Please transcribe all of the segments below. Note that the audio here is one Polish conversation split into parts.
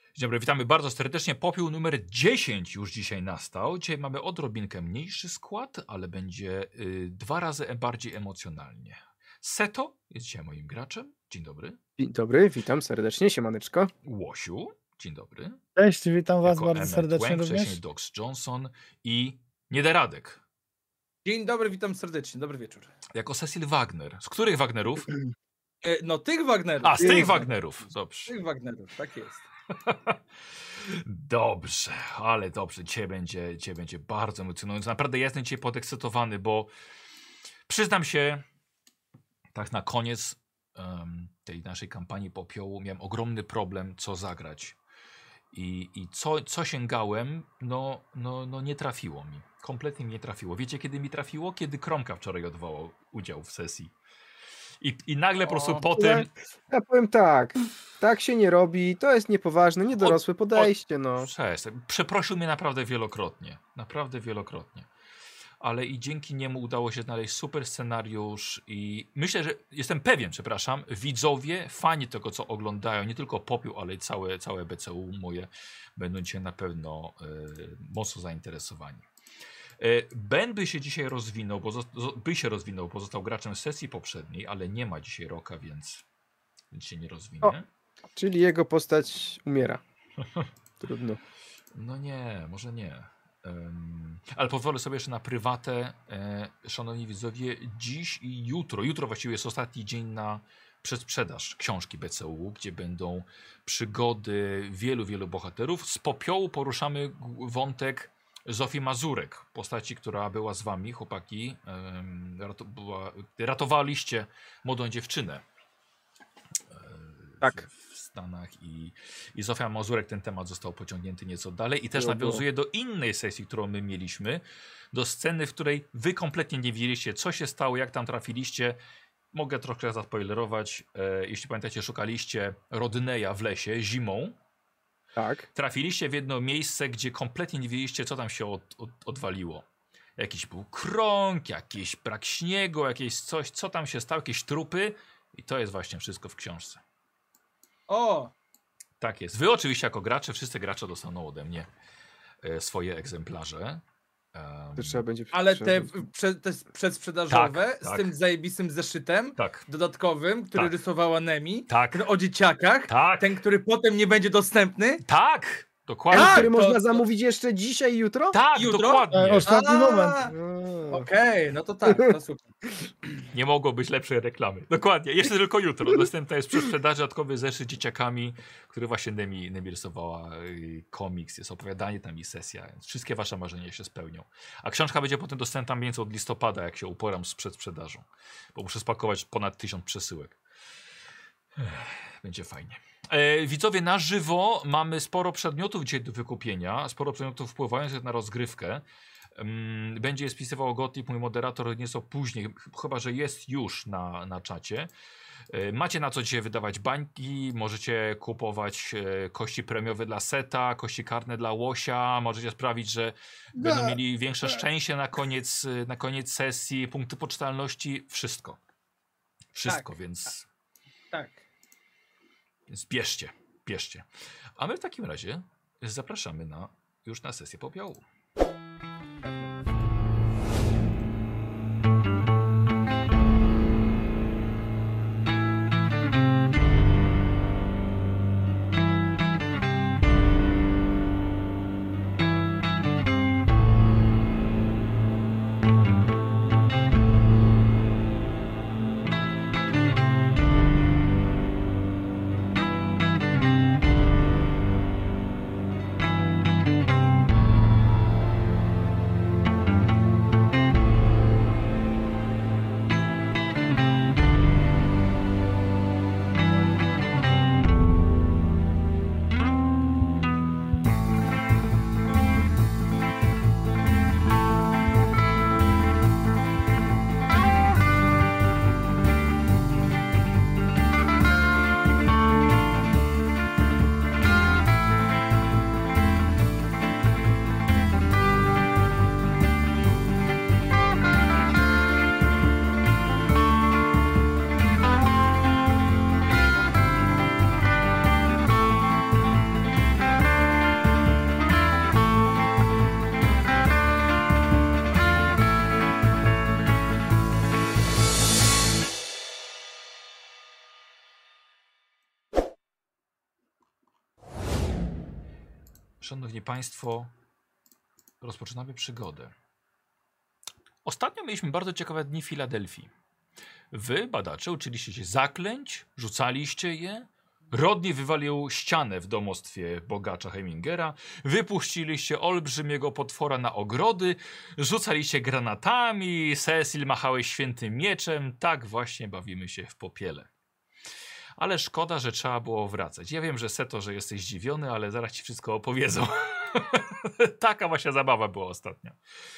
Dzień dobry, witamy bardzo serdecznie. Popiół numer 10 już dzisiaj nastał. Dzisiaj mamy odrobinkę mniejszy skład, ale będzie 2 razy bardziej emocjonalnie. Seto jest dzisiaj moim graczem. Dzień dobry. Dzień dobry, witam serdecznie, siemaneczko. Łosiu, dzień dobry. Cześć, witam was Jako bardzo Emmet serdecznie Łęk, również. wcześniej Dox Johnson i Niederadek. Dzień dobry, witam serdecznie, dobry wieczór. Jako Cecil Wagner. Z których Wagnerów? No tych Wagnerów. A, z tych Wagnerów. Dobrze. Tych Wagnerów, tak jest. Dobrze, ale dobrze. Dzisiaj będzie bardzo emocjonujące. Naprawdę ja jestem dzisiaj podekscytowany, bo przyznam się, tak na koniec tej naszej kampanii Popiołu miałem ogromny problem, co zagrać. I co sięgałem, no nie trafiło mi. Kompletnie mi nie trafiło. Wiecie, kiedy mi trafiło? Kiedy Kromka wczoraj odwołał udział w sesji. I nagle po prostu potem... Ja powiem tak się nie robi, to jest niepoważne, niedorosłe podejście, no. Przeprosił mnie naprawdę wielokrotnie. Ale i dzięki niemu udało się znaleźć super scenariusz i myślę, że jestem pewien, widzowie, fani tego, co oglądają, nie tylko Popiół, ale i całe BCU moje, będą dzisiaj na pewno mocno zainteresowani. Ben by się dzisiaj rozwinął, bo został graczem sesji poprzedniej, ale nie ma dzisiaj Roka, więc się nie rozwinie. O, czyli jego postać umiera. Trudno. No nie, może nie. Ale pozwolę sobie jeszcze na prywatę, szanowni widzowie, dziś i jutro. Jutro właściwie jest ostatni dzień na przedsprzedaż książki BCU, gdzie będą przygody wielu bohaterów. Z Popiołu poruszamy wątek Zofii Mazurek, postaci, która była z wami, chłopaki. Ratowaliście młodą dziewczynę. Tak. W Stanach i Zofia Mazurek, ten temat został pociągnięty nieco dalej i też nawiązuje do innej sesji, którą my mieliśmy, do sceny, w której wy kompletnie nie wiedzieliście, co się stało, jak tam trafiliście. Mogę troszkę zaspoilerować. Jeśli pamiętacie, szukaliście Rodneya w lesie zimą. Tak. Trafiliście w jedno miejsce, gdzie kompletnie nie wiedzieliście, co tam się odwaliło. Jakiś był krąg, jakiś brak śniegu, jakieś coś, co tam się stało, jakieś trupy. I to jest właśnie wszystko w książce. O! Tak jest. Wy oczywiście jako gracze, wszyscy gracze dostaną ode mnie swoje egzemplarze. To trzeba będzie Ale te przedsprzedażowe Tak. z tym zajebistym zeszytem dodatkowym, który rysowała Nemi, ten o dzieciakach, ten, który potem nie będzie dostępny. Tak! Dokładnie. Który można zamówić jeszcze dzisiaj i jutro? Tak, jutro? Dokładnie. Ostatni moment. Okej, no to tak, to super. Nie mogło być lepszej reklamy. Dokładnie, jeszcze tylko jutro. Dostępna jest przy sprzedaży dodatkowy zeszyt dzieciakami, który właśnie Nemi rysowała, komiks, jest opowiadanie tam i sesja. Więc wszystkie wasze marzenia się spełnią. A książka będzie potem dostępna mniej więcej od listopada, jak się uporam z przedsprzedażą. Bo muszę spakować ponad 1000 przesyłek. Będzie fajnie. Widzowie, na żywo mamy sporo przedmiotów dzisiaj do wykupienia, sporo przedmiotów wpływających na rozgrywkę. Będzie je spisywał Gottlieb, mój moderator, nieco później, chyba że jest już na czacie. Macie na co dzisiaj wydawać bańki, możecie kupować kości premiowe dla Seta, kości karne dla Łosia, możecie sprawić, że będą mieli większe szczęście na koniec sesji, punkty poczytalności, wszystko. Wszystko, Tak. więc... Tak. Więc bierzcie. A my w takim razie zapraszamy już na sesję Popiołu. Szanowni Państwo, rozpoczynamy przygodę. Ostatnio mieliśmy bardzo ciekawe dni w Filadelfii. Wy, badacze, uczyliście się zaklęć, rzucaliście je. Rodney wywalił ścianę w domostwie bogacza Hemingera. Wypuściliście olbrzymiego potwora na ogrody. Rzucaliście granatami. Cecil machałeś świętym mieczem. Tak właśnie bawimy się w popiele. Ale szkoda, że trzeba było wracać. Ja wiem, że Seto, że jesteś zdziwiony, ale zaraz ci wszystko opowiedzą. Taka właśnie zabawa była ostatnio.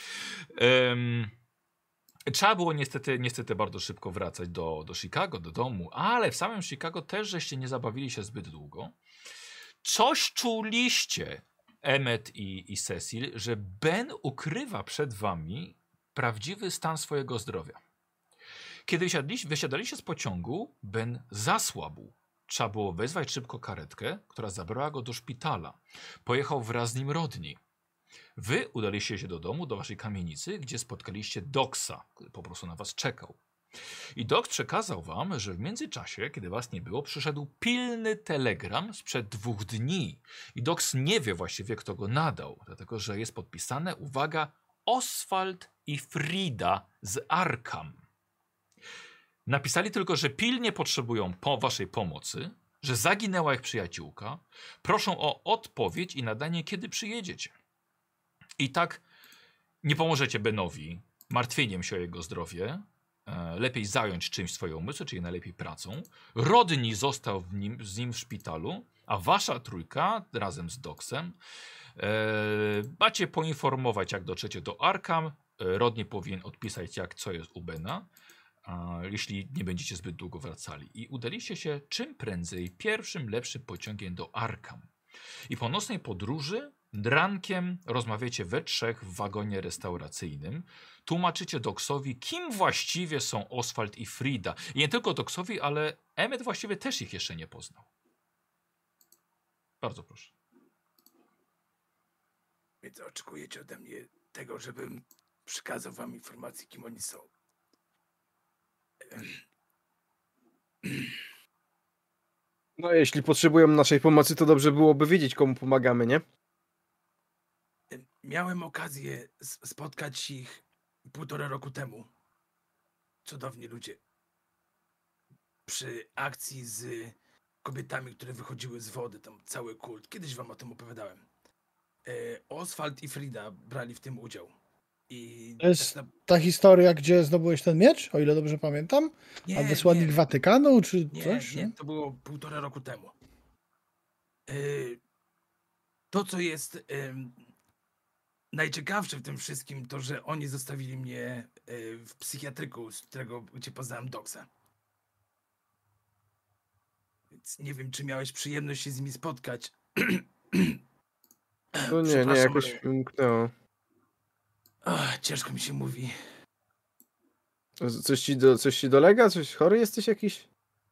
Trzeba było niestety bardzo szybko wracać do Chicago, do domu, ale w samym Chicago też żeście nie zabawili się zbyt długo. Coś czuliście, Emmet i Cecil, że Ben ukrywa przed wami prawdziwy stan swojego zdrowia. Kiedy wysiadaliście z pociągu, Ben zasłabł. Trzeba było wezwać szybko karetkę, która zabrała go do szpitala. Pojechał wraz z nim Rodney. Wy udaliście się do domu, do waszej kamienicy, gdzie spotkaliście Doxa, który po prostu na was czekał. I Dox przekazał wam, że w międzyczasie, kiedy was nie było, przyszedł pilny telegram sprzed 2 dni. I Dox nie wie właściwie, kto go nadał, dlatego że jest podpisane, uwaga, Oswald i Frida z Arkham. Napisali tylko, że pilnie potrzebują waszej pomocy, że zaginęła ich przyjaciółka, proszą o odpowiedź i nadanie, kiedy przyjedziecie. I tak nie pomożecie Benowi martwieniem się o jego zdrowie. Lepiej zająć czymś swoje umysły, czyli najlepiej pracą. Rodney został z nim w szpitalu, a wasza trójka razem z Doxem macie poinformować, jak dotrzecie do Arkham. Rodney powinien odpisać, co jest u Bena, jeśli nie będziecie zbyt długo wracali. I udaliście się czym prędzej pierwszym lepszym pociągiem do Arkham. I po nocnej podróży rankiem rozmawiacie we trzech w wagonie restauracyjnym. Tłumaczycie Doxowi, kim właściwie są Oswald i Frida. I nie tylko Doxowi, ale Emmet właściwie też ich jeszcze nie poznał. Bardzo proszę. Więc oczekujecie ode mnie tego, żebym przekazał wam informacje, kim oni są. No jeśli potrzebują naszej pomocy, to dobrze byłoby wiedzieć, komu pomagamy, nie? Miałem okazję spotkać ich 1,5 roku temu. Cudowni ludzie. Przy akcji z kobietami, które wychodziły z wody, tam cały kult. Kiedyś wam o tym opowiadałem. Oswald i Frida brali w tym udział. I to jest ta historia, gdzie zdobyłeś ten miecz, o ile dobrze pamiętam? Nie, a wysłannik Watykanu, czy coś? Nie, to było 1,5 roku temu. To, co jest najciekawsze w tym wszystkim, to, że oni zostawili mnie w psychiatryku, z którego gdzie poznałem Doxa. Więc nie wiem, czy miałeś przyjemność się z nimi spotkać. No nie, jakoś umknęło. Ciężko mi się mówi. Coś ci dolega? Chory jesteś jakiś?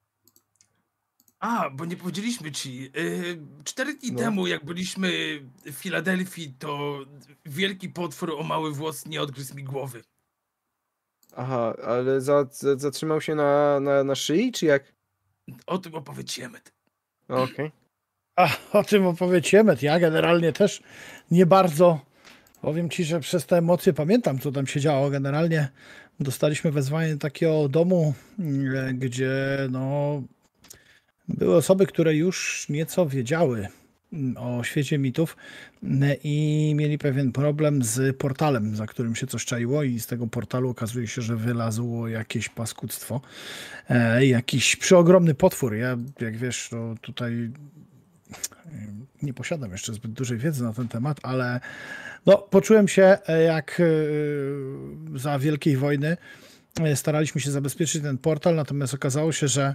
Bo nie powiedzieliśmy ci. 4 dni temu, jak byliśmy w Filadelfii, to wielki potwór o mały włos nie odgryzł mi głowy. Aha, ale zatrzymał się na szyi, czy jak? O tym opowiedz Emmet. Okej. O tym opowiedz Emmet. Ja generalnie też nie bardzo. Powiem ci, że przez te emocje pamiętam, co tam się działo. Generalnie dostaliśmy wezwanie do takiego domu, gdzie były osoby, które już nieco wiedziały o świecie mitów i mieli pewien problem z portalem, za którym się coś czaiło i z tego portalu okazuje się, że wylazło jakieś paskudztwo. Jakiś przeogromny potwór. Ja, jak wiesz, to tutaj nie posiadam jeszcze zbyt dużej wiedzy na ten temat, ale poczułem się jak za Wielkiej Wojny. Staraliśmy się zabezpieczyć ten portal, natomiast okazało się, że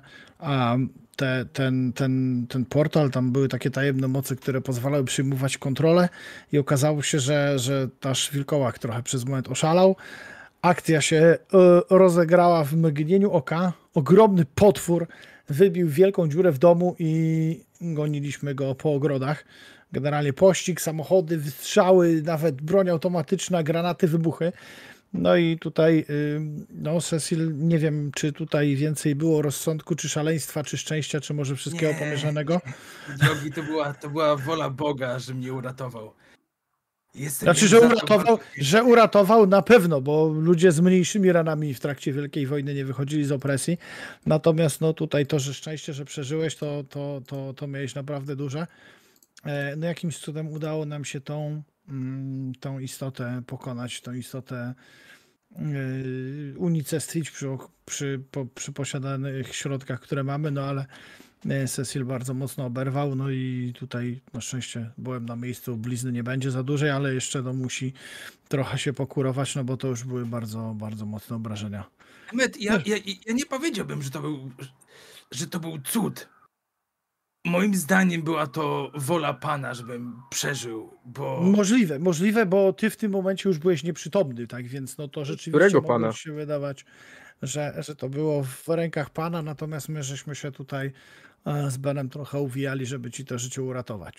ten portal, tam były takie tajemne moce, które pozwalały przyjmować kontrolę i okazało się, że nasz wilkołak trochę przez moment oszalał. Akcja się rozegrała w mgnieniu oka. Ogromny potwór wybił wielką dziurę w domu i goniliśmy go po ogrodach. Generalnie pościg, samochody, wystrzały, nawet broń automatyczna, granaty, wybuchy. No i tutaj, no Cecil, nie wiem, czy tutaj więcej było rozsądku, czy szaleństwa, czy szczęścia, czy może wszystkiego pomieszanego. Drogi, to była wola Boga, że mnie uratował. Znaczy, że uratował na pewno, bo ludzie z mniejszymi ranami w trakcie Wielkiej Wojny nie wychodzili z opresji. Natomiast no tutaj to, że szczęście, że przeżyłeś, to miałeś naprawdę duże. No jakimś cudem udało nam się tą istotę pokonać, tą istotę unicestwić przy posiadanych środkach, które mamy, no ale Cecil bardzo mocno oberwał, no i tutaj na szczęście byłem na miejscu, blizny nie będzie za dużej, ale jeszcze no, musi trochę się pokurować, no bo to już były bardzo, bardzo mocne obrażenia. Ja nie powiedziałbym, że to był cud. Moim zdaniem była to wola Pana, żebym przeżył, bo... Możliwe, bo ty w tym momencie już byłeś nieprzytomny, tak więc no to rzeczywiście mogło się wydawać, że to było w rękach Pana, natomiast my żeśmy się tutaj z Benem trochę uwijali, żeby ci to życie uratować.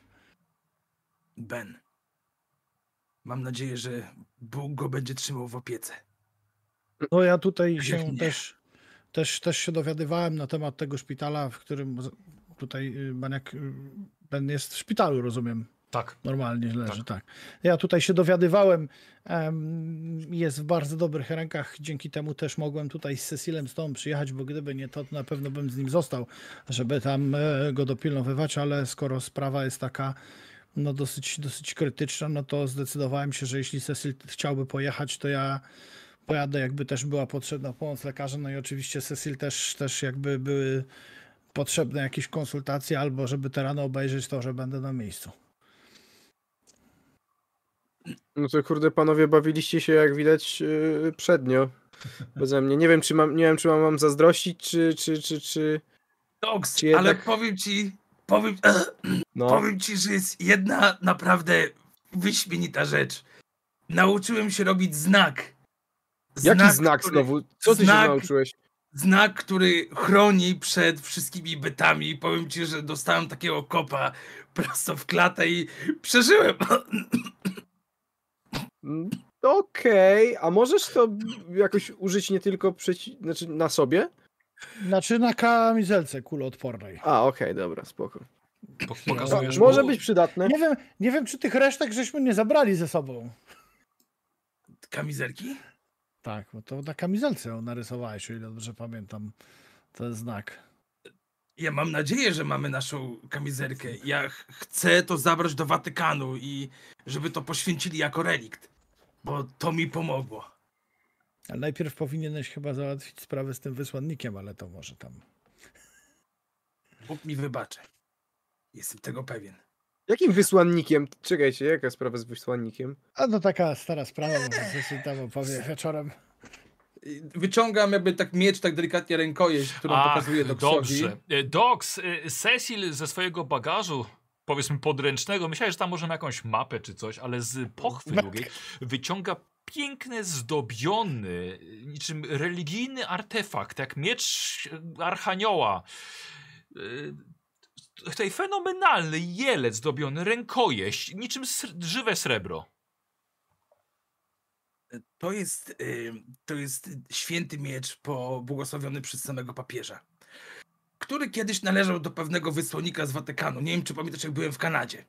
Ben, mam nadzieję, że Bóg go będzie trzymał w opiece. No ja tutaj się też się dowiadywałem na temat tego szpitala, w którym tutaj Ben jest w szpitalu, rozumiem. Tak. Normalnie leży, tak. Ja tutaj się dowiadywałem, jest w bardzo dobrych rękach, dzięki temu też mogłem tutaj z Cecilem z tobą przyjechać, bo gdyby nie to na pewno bym z nim został, żeby tam go dopilnowywać, ale skoro sprawa jest taka no dosyć krytyczna, no to zdecydowałem się, że jeśli Cecil chciałby pojechać, to ja pojadę, jakby też była potrzebna pomoc lekarza, no i oczywiście Cecil też jakby były potrzebne jakieś konsultacje, albo żeby te rany obejrzeć, to że będę na miejscu. No to kurde, panowie, bawiliście się jak widać przednio. Beze mnie. Nie wiem, czy mam zazdrościć, czy... Dogs, jednak... ale powiem ci, że jest jedna naprawdę wyśmienita rzecz. Nauczyłem się robić znak. Jaki znak znowu? Co ty się nauczyłeś? Znak, który chroni przed wszystkimi bytami. Powiem ci, że dostałem takiego kopa prosto w klatę i przeżyłem. Okej, a możesz to jakoś użyć nie tylko znaczy na sobie? Znaczy na kamizelce kuloodpornej. A, okej, dobra, spoko. Pokazujesz, może być przydatne. Nie wiem, czy tych resztek żeśmy nie zabrali ze sobą. Kamizelki? Tak, bo to na kamizelce narysowałeś, o ile dobrze pamiętam ten znak. Ja mam nadzieję, że mamy naszą kamizelkę. Ja chcę to zabrać do Watykanu i żeby to poświęcili jako relikt, bo to mi pomogło. Ale najpierw powinieneś chyba załatwić sprawę z tym wysłannikiem, ale to może tam... Bóg mi wybaczy. Jestem tego pewien. Jakim wysłannikiem? Czekajcie, jaka sprawa z wysłannikiem? A no taka stara sprawa, może tam opowie wieczorem. Wyciągam jakby tak miecz, tak delikatnie rękojeść, którą pokazuję Doxowi. Dobrze. Dox, Cecil ze swojego bagażu, powiedzmy podręcznego, myślałem, że tam możemy jakąś mapę czy coś, ale z pochwy długiej wyciąga piękny, zdobiony, niczym religijny artefakt, jak miecz Archanioła. Tutaj fenomenalny jelec zdobiony, rękojeść, niczym żywe srebro. To jest święty miecz pobłogosławiony przez samego papieża, który kiedyś należał do pewnego wysłannika z Watykanu. Nie wiem, czy pamiętasz, jak byłem w Kanadzie.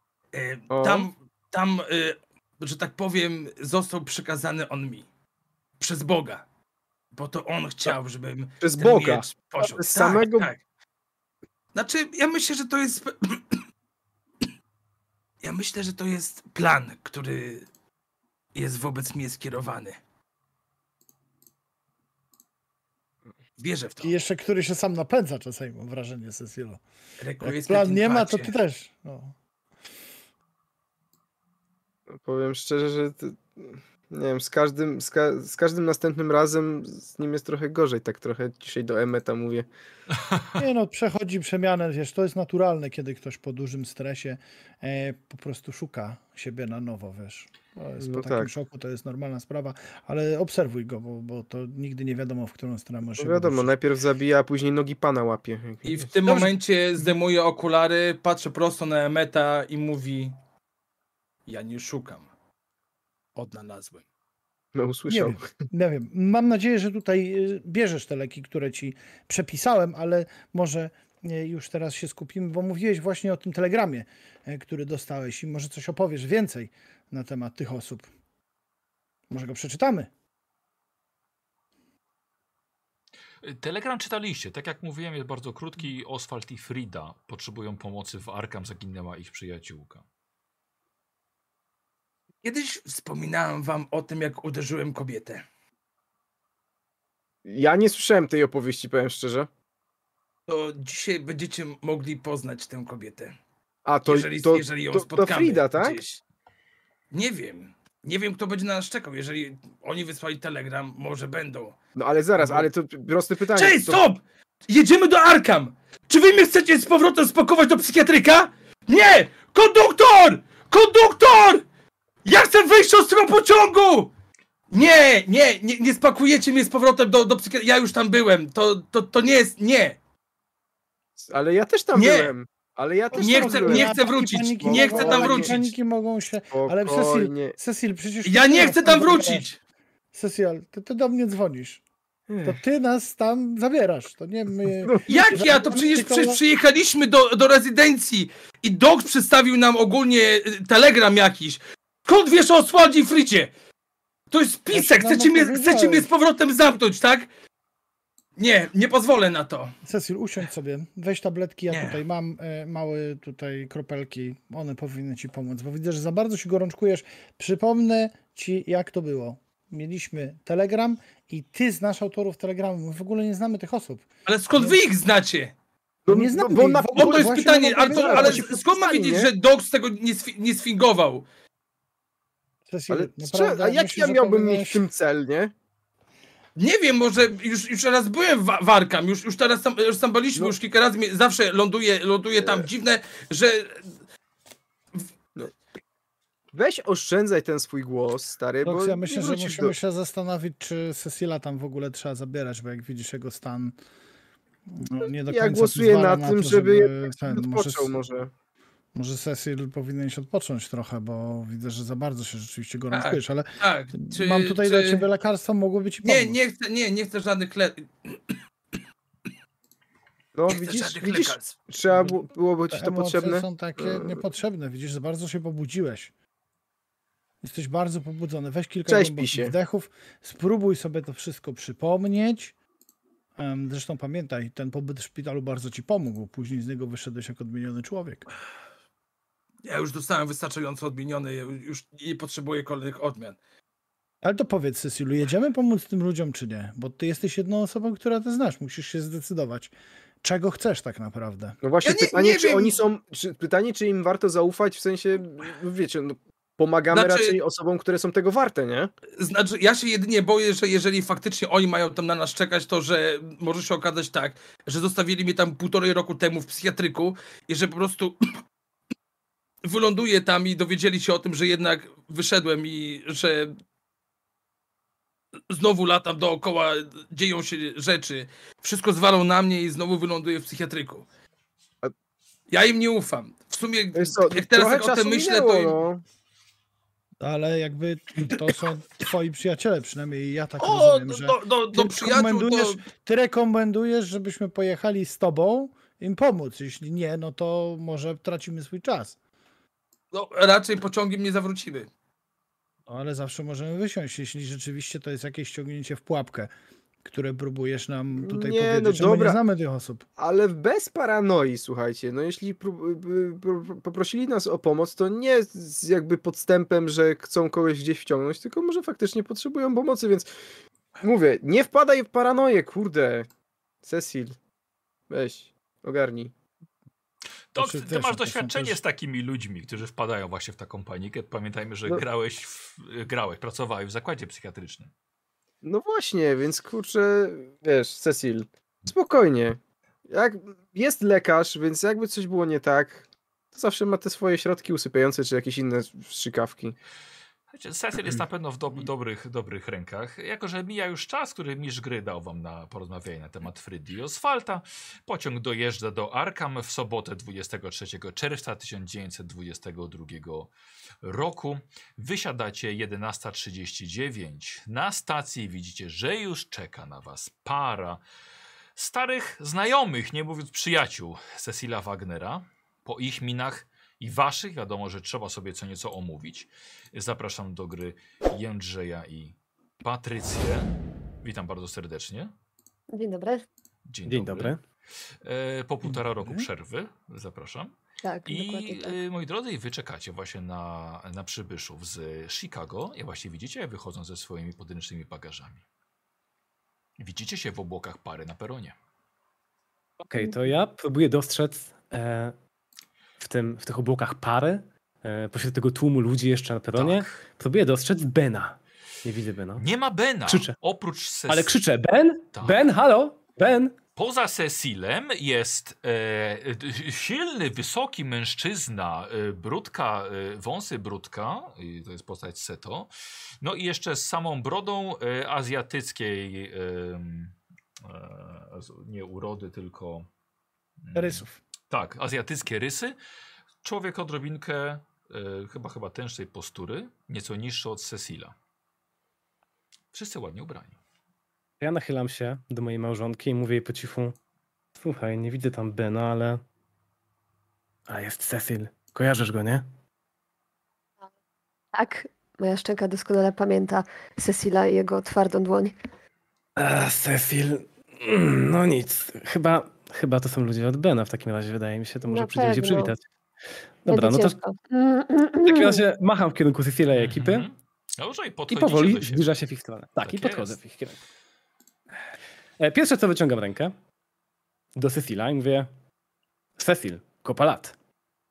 Tam, że tak powiem, został przekazany on mi. Przez Boga. Bo to on chciał, żebym przez ten Boga. Miecz posiął. Przez samego... Tak. Znaczy, ja myślę, że to jest... Ja myślę, że to jest plan, który jest wobec mnie skierowany. Wierzę w to. I jeszcze który się sam napędza czasami, mam wrażenie, Cecilo. Jak plan nie ma, to ty też. No. Powiem szczerze, że nie wiem, z każdym następnym razem z nim jest trochę gorzej, tak trochę dzisiaj do Emeta mówię. Nie no, przechodzi przemianę, wiesz, to jest naturalne, kiedy ktoś po dużym stresie po prostu szuka siebie na nowo, wiesz. To jest po takim szoku, to jest normalna sprawa, ale obserwuj go, bo to nigdy nie wiadomo, w którą stronę może się wiadomo, najpierw zabija, a później nogi pana łapie. I w tym momencie zdejmuje okulary, patrzy prosto na Emeta i mówi: ja nie szukam. Odnalazłem. No, usłyszał. Nie wiem. Mam nadzieję, że tutaj bierzesz te leki, które ci przepisałem, ale może już teraz się skupimy, bo mówiłeś właśnie o tym telegramie, który dostałeś i może coś opowiesz więcej na temat tych osób. Może go przeczytamy. Telegram czytaliście. Tak jak mówiłem, jest bardzo krótki. Oswald i Frida potrzebują pomocy w Arkham. Zaginęła ich przyjaciółka. Kiedyś wspominałem wam o tym, jak uderzyłem kobietę. Ja nie słyszałem tej opowieści, powiem szczerze. To dzisiaj będziecie mogli poznać tę kobietę. A to jeżeli ją spotkamy to Frida, tak? Gdzieś. Nie wiem. Nie wiem, kto będzie na nas czekał. Jeżeli oni wysłali telegram, może będą. No ale zaraz, ale to proste pytanie. Cześć, stop! Jedziemy do Arkham! Czy wy mnie chcecie z powrotem spakować do psychiatryka? Nie! Konduktor! Konduktor! Ja chcę wyjść z tego pociągu! Nie spakujecie mnie z powrotem do psychiatryka. Ja już tam byłem. To nie jest... Nie! Ale ja też tam byłem. Ale ja też nie chcę wrócić. Nie chcę tam wrócić. Paniki mogą się... Ale Cecil, przecież... Ja nie chcę tam wrócić! Cecil, ty do mnie dzwonisz. To ty nas tam zabierasz. To nie my... Jak ja? To przecież przyjechaliśmy do rezydencji i Doc przedstawił nam ogólnie telegram jakiś. Skąd wiesz o Oswaldzie i Fridzie? To jest spisek. Chcecie mnie z powrotem zamknąć, tak? Nie pozwolę na to. Cecil, usiądź sobie, weź tabletki, ja tutaj mam małe kropelki, one powinny ci pomóc, bo widzę, że za bardzo się gorączkujesz. Przypomnę ci, jak to było. Mieliśmy telegram i ty znasz autorów telegramu, my w ogóle nie znamy tych osób. Ale skąd wy ich znacie? No nie znamy bo ich. To jest pytanie, ale skąd ma wiedzieć, że Doc tego nie sfingował? Cecil, ale naprawdę, a jak ja miałbym mieć w tym cel, nie? Nie wiem, może już raz byłem w Arkham, już teraz tam byliśmy, już kilka razy zawsze ląduje tam dziwne, że... Weź oszczędzaj ten swój głos, stary, bo ja myślę, że musimy się zastanowić, czy Cecila tam w ogóle trzeba zabierać, bo jak widzisz jego stan nie do końca... Ja głosuję na tym, żeby odpoczął może. Może Cecil powinieneś odpocząć trochę, bo widzę, że za bardzo się rzeczywiście gorączkujesz, ale mam tutaj dla ciebie lekarstwo, mogłoby ci pomóc. Nie chcę żadnych No widzisz, trzeba byłoby ci to potrzebne. Są takie niepotrzebne, widzisz, za bardzo się pobudziłeś. Jesteś bardzo pobudzony. Weź kilka głębokich wdechów, spróbuj sobie to wszystko przypomnieć. Zresztą pamiętaj, ten pobyt w szpitalu bardzo ci pomógł, później z niego wyszedłeś jak odmieniony człowiek. Ja już dostałem wystarczająco odmieniony, już nie potrzebuję kolejnych odmian. Ale to powiedz, Cecilu, jedziemy pomóc tym ludziom, czy nie? Bo ty jesteś jedną osobą, która to znasz. Musisz się zdecydować, czego chcesz tak naprawdę. No właśnie, pytanie, czy im warto zaufać, w sensie, wiecie, pomagamy raczej osobom, które są tego warte, nie? Znaczy, ja się jedynie boję, że jeżeli faktycznie oni mają tam na nas czekać, to że może się okazać tak, że zostawili mnie tam 1,5 roku temu w psychiatryku i że po prostu wyląduję tam i dowiedzieli się o tym, że jednak wyszedłem i że znowu latam dookoła, dzieją się rzeczy, wszystko zwalą na mnie i znowu wyląduję w psychiatryku. Ja im nie ufam. W sumie, jak teraz o tym myślę, to... Ale jakby to są twoi przyjaciele, przynajmniej ja tak rozumiem, że ty rekomendujesz, żebyśmy pojechali z tobą im pomóc. Jeśli nie, no to może tracimy swój czas. No, raczej pociągiem nie zawrócimy. Ale zawsze możemy wysiąść, jeśli rzeczywiście to jest jakieś ściągnięcie w pułapkę, które próbujesz nam tutaj powiedzieć, że my nie znamy tych osób. Ale bez paranoi, słuchajcie, no jeśli poprosili nas o pomoc, to nie z jakby podstępem, że chcą kogoś gdzieś wciągnąć, tylko może faktycznie potrzebują pomocy, więc mówię, nie wpadaj w paranoję, kurde. Cecil, weź, ogarnij. Ty masz doświadczenie z takimi ludźmi, którzy wpadają właśnie w taką panikę. Pamiętajmy, że pracowałeś w zakładzie psychiatrycznym. No właśnie, więc kurczę, wiesz, Cecil, spokojnie. Jak jest lekarz, więc jakby coś było nie tak, to zawsze ma te swoje środki usypiające, czy jakieś inne strzykawki. Cecil jest na pewno w dobrych rękach. Jako że mija już czas, który mistrz gry dał wam na porozmawianie na temat Frydy i Oswalta, pociąg dojeżdża do Arkham w sobotę 23 czerwca 1922 roku. Wysiadacie 11:39. Na stacji widzicie, że już czeka na was para starych znajomych, nie mówiąc przyjaciół Cecila Wagnera. Po ich minach i waszych, wiadomo, że trzeba sobie co nieco omówić. Zapraszam do gry Jędrzeja i Patrycję. Witam bardzo serdecznie. Dzień dobry. Dzień dobry. Po 1,5 roku przerwy zapraszam. Tak, I tak. moi drodzy, wy czekacie właśnie na przybyszów z Chicago. I właśnie widzicie, jak wychodzą ze swoimi podręcznymi bagażami. Widzicie się w obłokach pary na peronie. Okej, to ja próbuję dostrzec w tych obłokach pary, pośród tego tłumu ludzi jeszcze na peronie, próbuję dostrzec Bena. Nie widzę Bena. Nie ma Bena. Krzyczę. Oprócz Cecil. Ale krzyczę, Ben? Tak. Ben, halo? Ben? Poza Cecilem jest silny, wysoki mężczyzna, brudka, wąsy brudka, to jest postać Seto, no i jeszcze z samą brodą azjatyckiej, nie urody, tylko... Rysów. Tak, azjatyckie rysy. Człowiek odrobinkę, chyba tęższej postury, nieco niższy od Cecila. Wszyscy ładnie ubrani. Ja nachylam się do mojej małżonki i mówię jej po cichu, słuchaj, nie widzę tam Bena, ale... A jest Cecil. Kojarzysz go, nie? Tak, moja szczęka doskonale pamięta Cecila i jego twardą dłoń. Cecil... No nic, chyba to są ludzie od Bena w takim razie, wydaje mi się, to może przyjdziemy się przywitać. Dobra, no to w takim razie macham w kierunku Cecila i ekipy. Dobrze, i powoli zbliża się w ich stronę. Tak, i podchodzę w ich kierunku. Pierwsze co, wyciągam rękę do Cecila i mówię, Cecil, kopa lat.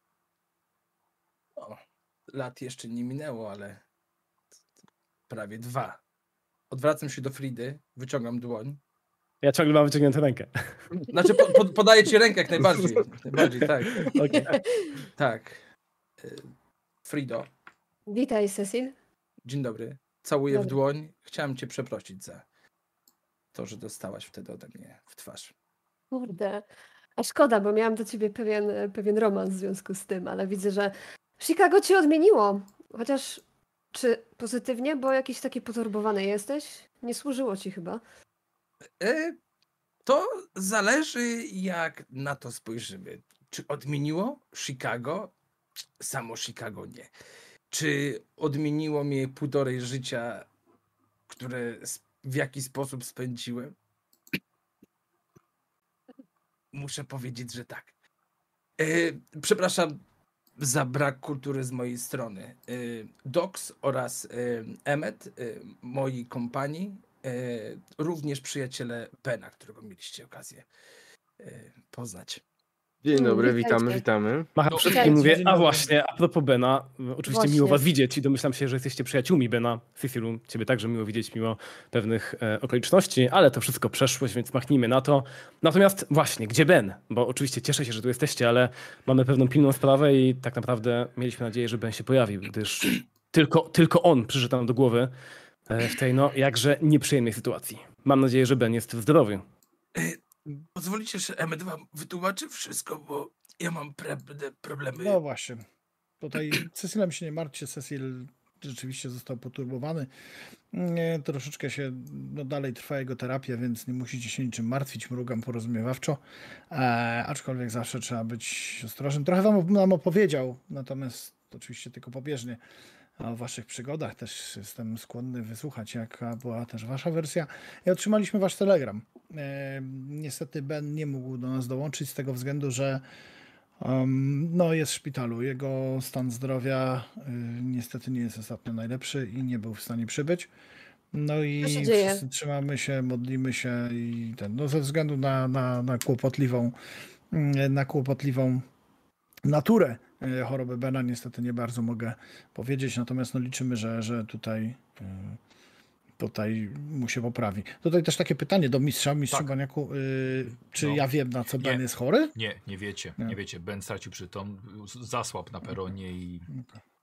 O, lat jeszcze nie minęło, ale prawie 2. Odwracam się do Fridy, wyciągam dłoń. Ja ciągle mam wyciągniętą rękę. Znaczy podaję ci rękę jak najbardziej. Najbardziej, tak. Okay. Tak. Frido. Witaj, Cecil. Dzień dobry. Całuję w dłoń. Chciałem cię przeprosić za to, że dostałaś wtedy ode mnie w twarz. Kurde. A szkoda, bo miałam do ciebie pewien romans w związku z tym, ale widzę, że Chicago cię odmieniło. Chociaż czy pozytywnie, bo jakiś taki poturbowany jesteś? Nie służyło ci chyba. To zależy, jak na to spojrzymy. Czy odmieniło Chicago? Samo Chicago nie. Czy odmieniło mnie 1,5 życia, które w jaki sposób spędziłem? Muszę powiedzieć, że tak. Przepraszam za brak kultury z mojej strony. Dox oraz Emmet, moi kompani, również przyjaciele Bena, którego mieliście okazję poznać. Dzień dobry, witamy. Macham wszystkim mówię, a właśnie, a propos Bena, oczywiście miło was widzieć i domyślam się, że jesteście przyjaciółmi Bena. Cecilu, ciebie także miło widzieć mimo pewnych okoliczności, ale to wszystko przeszłość, więc machnijmy na to. Natomiast właśnie, gdzie Ben? Bo oczywiście cieszę się, że tu jesteście, ale mamy pewną pilną sprawę i tak naprawdę mieliśmy nadzieję, że Ben się pojawił, gdyż tylko on przyszedł nam do głowy w tej jakże nieprzyjemnej sytuacji. Mam nadzieję, że Ben jest zdrowy. Pozwolicie, że Emmet wam wytłumaczy wszystko, bo ja mam problemy. No właśnie. Tutaj Cecilem się nie martwcie, Cecil rzeczywiście został poturbowany. Troszeczkę się, dalej trwa jego terapia, więc nie musicie się niczym martwić, mrugam porozumiewawczo. Aczkolwiek zawsze trzeba być ostrożnym. Trochę wam nam opowiedział, natomiast oczywiście tylko pobieżnie o waszych przygodach. Też jestem skłonny wysłuchać, jaka była też wasza wersja. I otrzymaliśmy wasz telegram. Niestety Ben nie mógł do nas dołączyć z tego względu, że jest w szpitalu. Jego stan zdrowia niestety nie jest ostatnio najlepszy i nie był w stanie przybyć. No i wszyscy trzymamy się, modlimy się i ze względu na kłopotliwą naturę choroby Bena niestety nie bardzo mogę powiedzieć, natomiast liczymy, że tutaj mu się poprawi. Tutaj też takie pytanie do mistrzu Baniaku. Czy ja wiem, na co Ben jest chory? Nie wiecie. Nie wiecie. Ben stracił przytom, zasłabł na peronie i...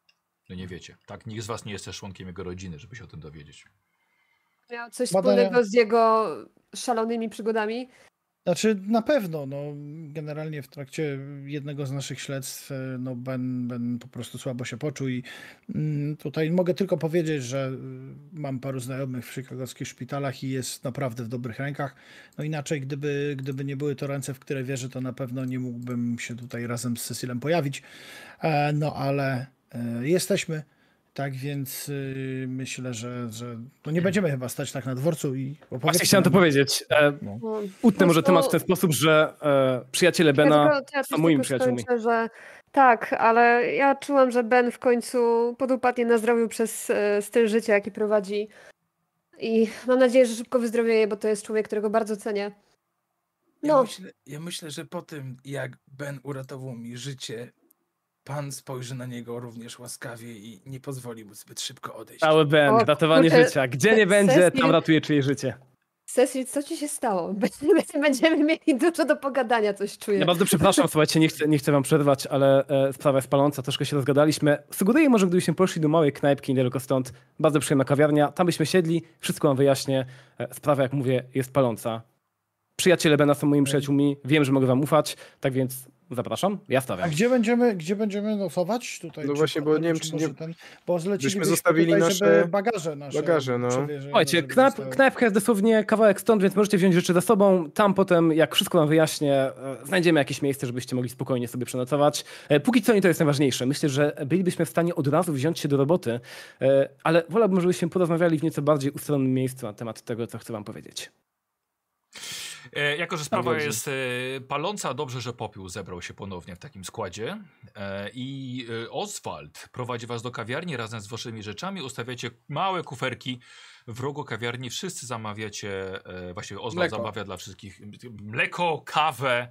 No nie wiecie. Tak, nikt z was nie jest też członkiem jego rodziny, żeby się o tym dowiedzieć. Miał coś wspólnego z jego szalonymi przygodami? Znaczy na pewno, no generalnie w trakcie jednego z naszych śledztw no Ben po prostu słabo się poczuł i tutaj mogę tylko powiedzieć, że mam paru znajomych w chicagowskich szpitalach i jest naprawdę w dobrych rękach. No inaczej gdyby nie były to ręce, w które wierzę, to na pewno nie mógłbym się tutaj razem z Cecilem pojawić. No ale jesteśmy. Tak więc myślę, że no nie będziemy chyba stać tak na dworcu i Właśnie chciałem to powiedzieć. Utnę może temat w ten sposób, że przyjaciele Bena są moimi przyjaciółmi. Skończę, że tak, ale ja czułam, że Ben w końcu podupadnie na zdrowiu przez styl życia, jaki prowadzi. I mam nadzieję, że szybko wyzdrowieje, bo to jest człowiek, którego bardzo cenię. No. Ja myślę, że po tym, jak Ben uratował mi życie, Pan spojrzy na niego również łaskawie i nie pozwoli mu zbyt szybko odejść. Cały Ben, ratowanie życia. Gdzie nie będzie, tam ratuje czyjeś życie. Cecil, co ci się stało? Będziemy mieli dużo do pogadania, coś czuję. Ja bardzo przepraszam, słuchajcie, nie chcę wam przerwać, ale sprawa jest paląca, troszkę się rozgadaliśmy. Sugeruję może, gdybyśmy poszli do małej knajpki niedaleko stąd, bardzo przyjemna kawiarnia, tam byśmy siedli, wszystko wam wyjaśnię. Sprawa, jak mówię, jest paląca. Przyjaciele Bena są moimi przyjaciółmi, wiem, że mogę wam ufać, tak więc zapraszam, ja stawiam. A gdzie będziemy nocować? Tutaj, no właśnie, bo nie wiem, czy nie... Bo zlecilibyśmy zostawili tutaj, nasze żeby bagaże no. Słuchajcie, knajpka jest dosłownie kawałek stąd, więc możecie wziąć rzeczy ze sobą. Tam potem, jak wszystko wam wyjaśnię, znajdziemy jakieś miejsce, żebyście mogli spokojnie sobie przenocować. Póki co nie to jest najważniejsze. Myślę, że bylibyśmy w stanie od razu wziąć się do roboty, ale wolałbym, żebyśmy porozmawiali w nieco bardziej ustronnym miejscu na temat tego, co chcę wam powiedzieć. Jako że sprawa jest paląca, dobrze, że popiół zebrał się ponownie w takim składzie. I Oswald prowadzi was do kawiarni razem z waszymi rzeczami. Ustawiacie małe kuferki w rogu kawiarni. Wszyscy zamawiacie, właściwie Oswald zamawia dla wszystkich mleko, kawę,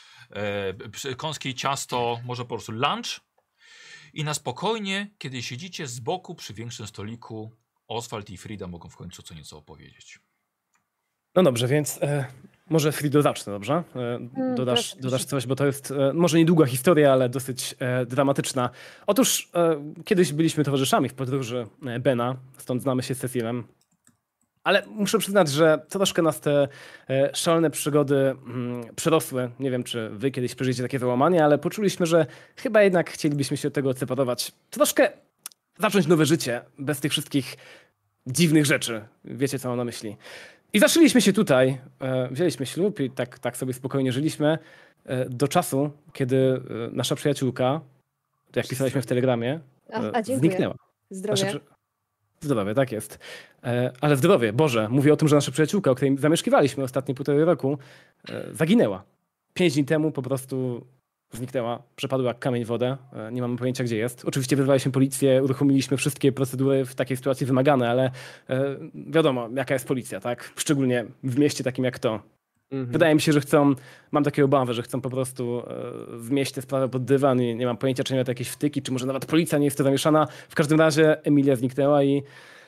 kąskie i ciasto, może po prostu lunch. I na spokojnie, kiedy siedzicie z boku przy większym stoliku, Oswald i Frida mogą w końcu co nieco opowiedzieć. No dobrze, więc może Frido zacznę, dobrze? Dodasz coś, bo to jest może niedługa historia, ale dosyć dramatyczna. Otóż kiedyś byliśmy towarzyszami w podróży Bena, stąd znamy się z Cecilem. Ale muszę przyznać, że troszkę nas te szalone przygody przerosły. Nie wiem, czy wy kiedyś przeżyjecie takie załamanie, ale poczuliśmy, że chyba jednak chcielibyśmy się od tego odseparować. Troszkę zacząć nowe życie bez tych wszystkich dziwnych rzeczy. Wiecie, co mam na myśli. I zaczęliśmy się tutaj, wzięliśmy ślub i tak sobie spokojnie żyliśmy do czasu, kiedy nasza przyjaciółka, jak pisaliśmy w telegramie, zniknęła. Zdrowie. Zdrowie, tak jest. Ale zdrowie, Boże, mówię o tym, że nasza przyjaciółka, o której zamieszkiwaliśmy ostatnie 1,5 roku, zaginęła. 5 dni temu po prostu zniknęła, przepadła jak kamień w wodę, nie mamy pojęcia, gdzie jest. Oczywiście wezwaliśmy policję, uruchomiliśmy wszystkie procedury w takiej sytuacji wymagane, ale wiadomo, jaka jest policja, tak? Szczególnie w mieście takim jak to. Wydaje mi się, że mam takie obawy, że chcą po prostu wmieść tę sprawę pod dywan i nie mam pojęcia, czy nie ma to jakieś wtyki, czy może nawet policja nie jest to zamieszana. W każdym razie Emilia zniknęła i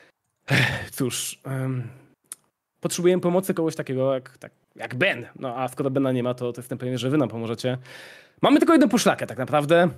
cóż, potrzebujemy pomocy kogoś takiego jak Ben. No a skoro Bena nie ma, to jestem pewien, że wy nam pomożecie. Mamy tylko jedną poszlakę tak naprawdę.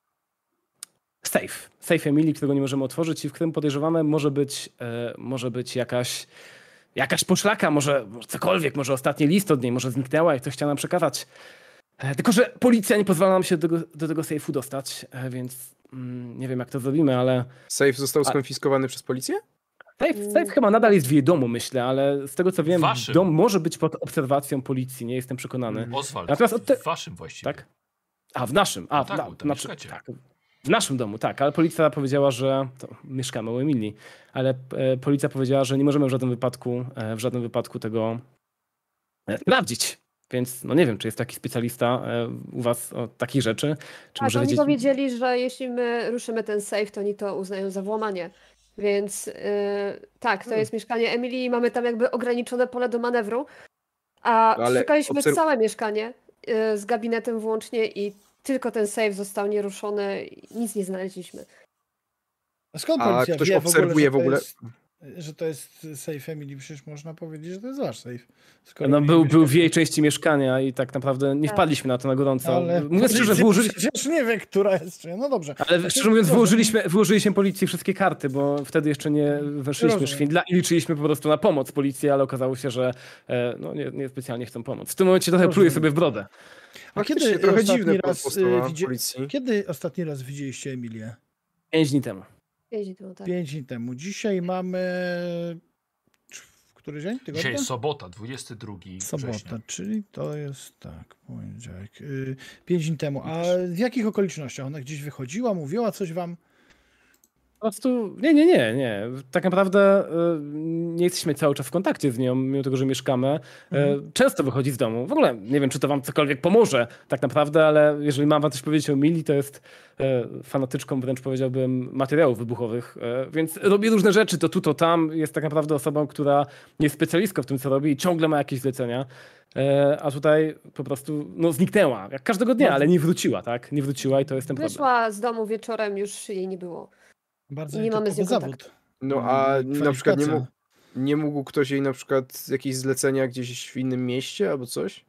Safe Emilii, którego nie możemy otworzyć i w którym podejrzewamy może być jakaś poszlaka, może cokolwiek, może ostatni list od niej, może zniknęła i ktoś chciał nam przekazać. Tylko że policja nie pozwala nam się do tego safe'u dostać, więc nie wiem jak to zrobimy, ale... Safe został skonfiskowany przez policję? Safe chyba nadal jest w jej domu, myślę, ale z tego co wiem, dom może być pod obserwacją policji, nie jestem przekonany. Oswald, w waszym właściwie. Tak? A, w naszym. W naszym domu, tak, ale policja powiedziała, że mieszkamy u Emilii, ale policja powiedziała, że nie możemy w żadnym wypadku tego sprawdzić. Więc no nie wiem, czy jest taki specjalista u was od takich rzeczy. Czy może oni powiedzieli, że jeśli my ruszymy ten safe, to oni to uznają za włamanie. Więc tak, to jest mieszkanie Emilii i mamy tam jakby ograniczone pole do manewru. A przeszukaliśmy całe mieszkanie z gabinetem włącznie i tylko ten safe został nieruszony i nic nie znaleźliśmy. A skąd policja ktoś wie obserwuje w ogóle? że to jest safe Emily, przecież można powiedzieć, że to jest wasz safe. Skoro No Emily był w mieszka- jej części mieszkania i tak naprawdę nie Tak. wpadliśmy na to na gorąco. Ale Mówię szczerze, policja wyłożyliśmy, przecież nie wie, która jest czy. No dobrze. ale szczerze mówiąc, wyłożyliśmy policji wszystkie karty, bo wtedy jeszcze nie weszliśmy Rozumiem. szwindla i liczyliśmy po prostu na pomoc policji, ale okazało się, że no, nie specjalnie chcą pomóc. W tym momencie trochę pluję Rozumiem. sobie w brodę. A kiedy Faktycznie trochę ostatni dziwne raz, postawa widzi- policji. Kiedy ostatni raz widzieliście Emilię? 5 dni temu. 5 dni, tak. 5 dni temu. Dzisiaj mamy... Który dzień? Tygodnia? Dzisiaj jest sobota, 22 Sobota, września. czyli to jest tak, poniedziałek. 5 dni temu. A w jakich okolicznościach? Ona gdzieś wychodziła, mówiła coś wam? Po prostu nie. Tak naprawdę nie jesteśmy cały czas w kontakcie z nią, mimo tego, że mieszkamy. Często wychodzi z domu. W ogóle nie wiem, czy to wam cokolwiek pomoże tak naprawdę, ale jeżeli mam wam coś powiedzieć o Mili, to jest fanatyczką wręcz powiedziałbym materiałów wybuchowych, więc robi różne rzeczy, to tu, to tam. Jest tak naprawdę osobą, która jest specjalistką w tym, co robi i ciągle ma jakieś zlecenia. A tutaj po prostu no, zniknęła, jak każdego dnia, ale nie wróciła, tak? Nie wróciła i to jest ten problem. Wyszła z domu wieczorem, już jej nie było. Bardzo Nie mamy z nią nietypowy kontaktu. No a na przykład Kwalifikacja. nie mógł ktoś jej na przykład jakieś zlecenia gdzieś w innym mieście albo coś?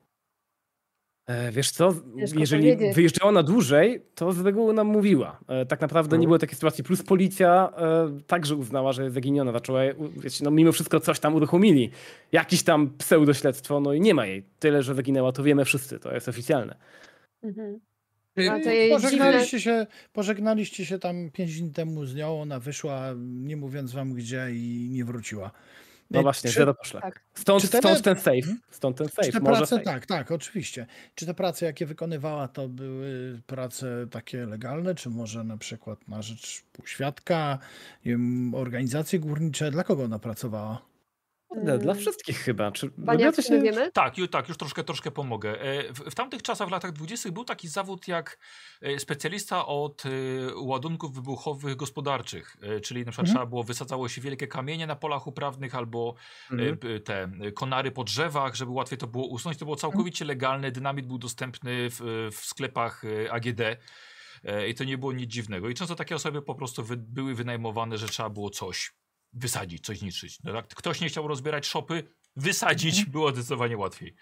Wiesz co, Ciężko jeżeli powiedzieć. wyjeżdżała na dłużej, to z reguły nam mówiła. Tak naprawdę nie było takiej sytuacji. Plus policja także uznała, że jest zaginiona. Zaczęła, wiecie, no mimo wszystko coś tam uruchomili. Jakiś tam pseudośledztwo, no i nie ma jej. Tyle, że zaginęła, to wiemy wszyscy, to jest oficjalne. Mhm. Czy- A to jej dziwne... Pożegnaliście się tam 5 dni temu z nią, ona wyszła, nie mówiąc wam gdzie i nie wróciła. No właśnie, Czy- zero poszlak. tak. Stąd Czy te- ten safe. Stąd ten Czy safe. te Może prace, safe. tak, oczywiście. Czy te prace, jakie wykonywała, to były prace takie legalne, czy może na przykład na rzecz półświadka, nie wiem, organizacje górnicze? Dla kogo ona pracowała? Dla wszystkich chyba. Czy Panie, to jak my wiemy? Tak, już troszkę pomogę. W tamtych czasach, w latach 20. był taki zawód jak specjalista od ładunków wybuchowych gospodarczych, czyli na przykład trzeba było, wysadzało się wielkie kamienie na polach uprawnych albo te konary po drzewach, żeby łatwiej to było usunąć. To było całkowicie legalne, dynamit był dostępny w sklepach AGD. I to nie było nic dziwnego. I często takie osoby po prostu były wynajmowane, że trzeba było coś wysadzić, coś zniszczyć. No tak? Ktoś nie chciał rozbierać szopy, wysadzić było zdecydowanie łatwiej.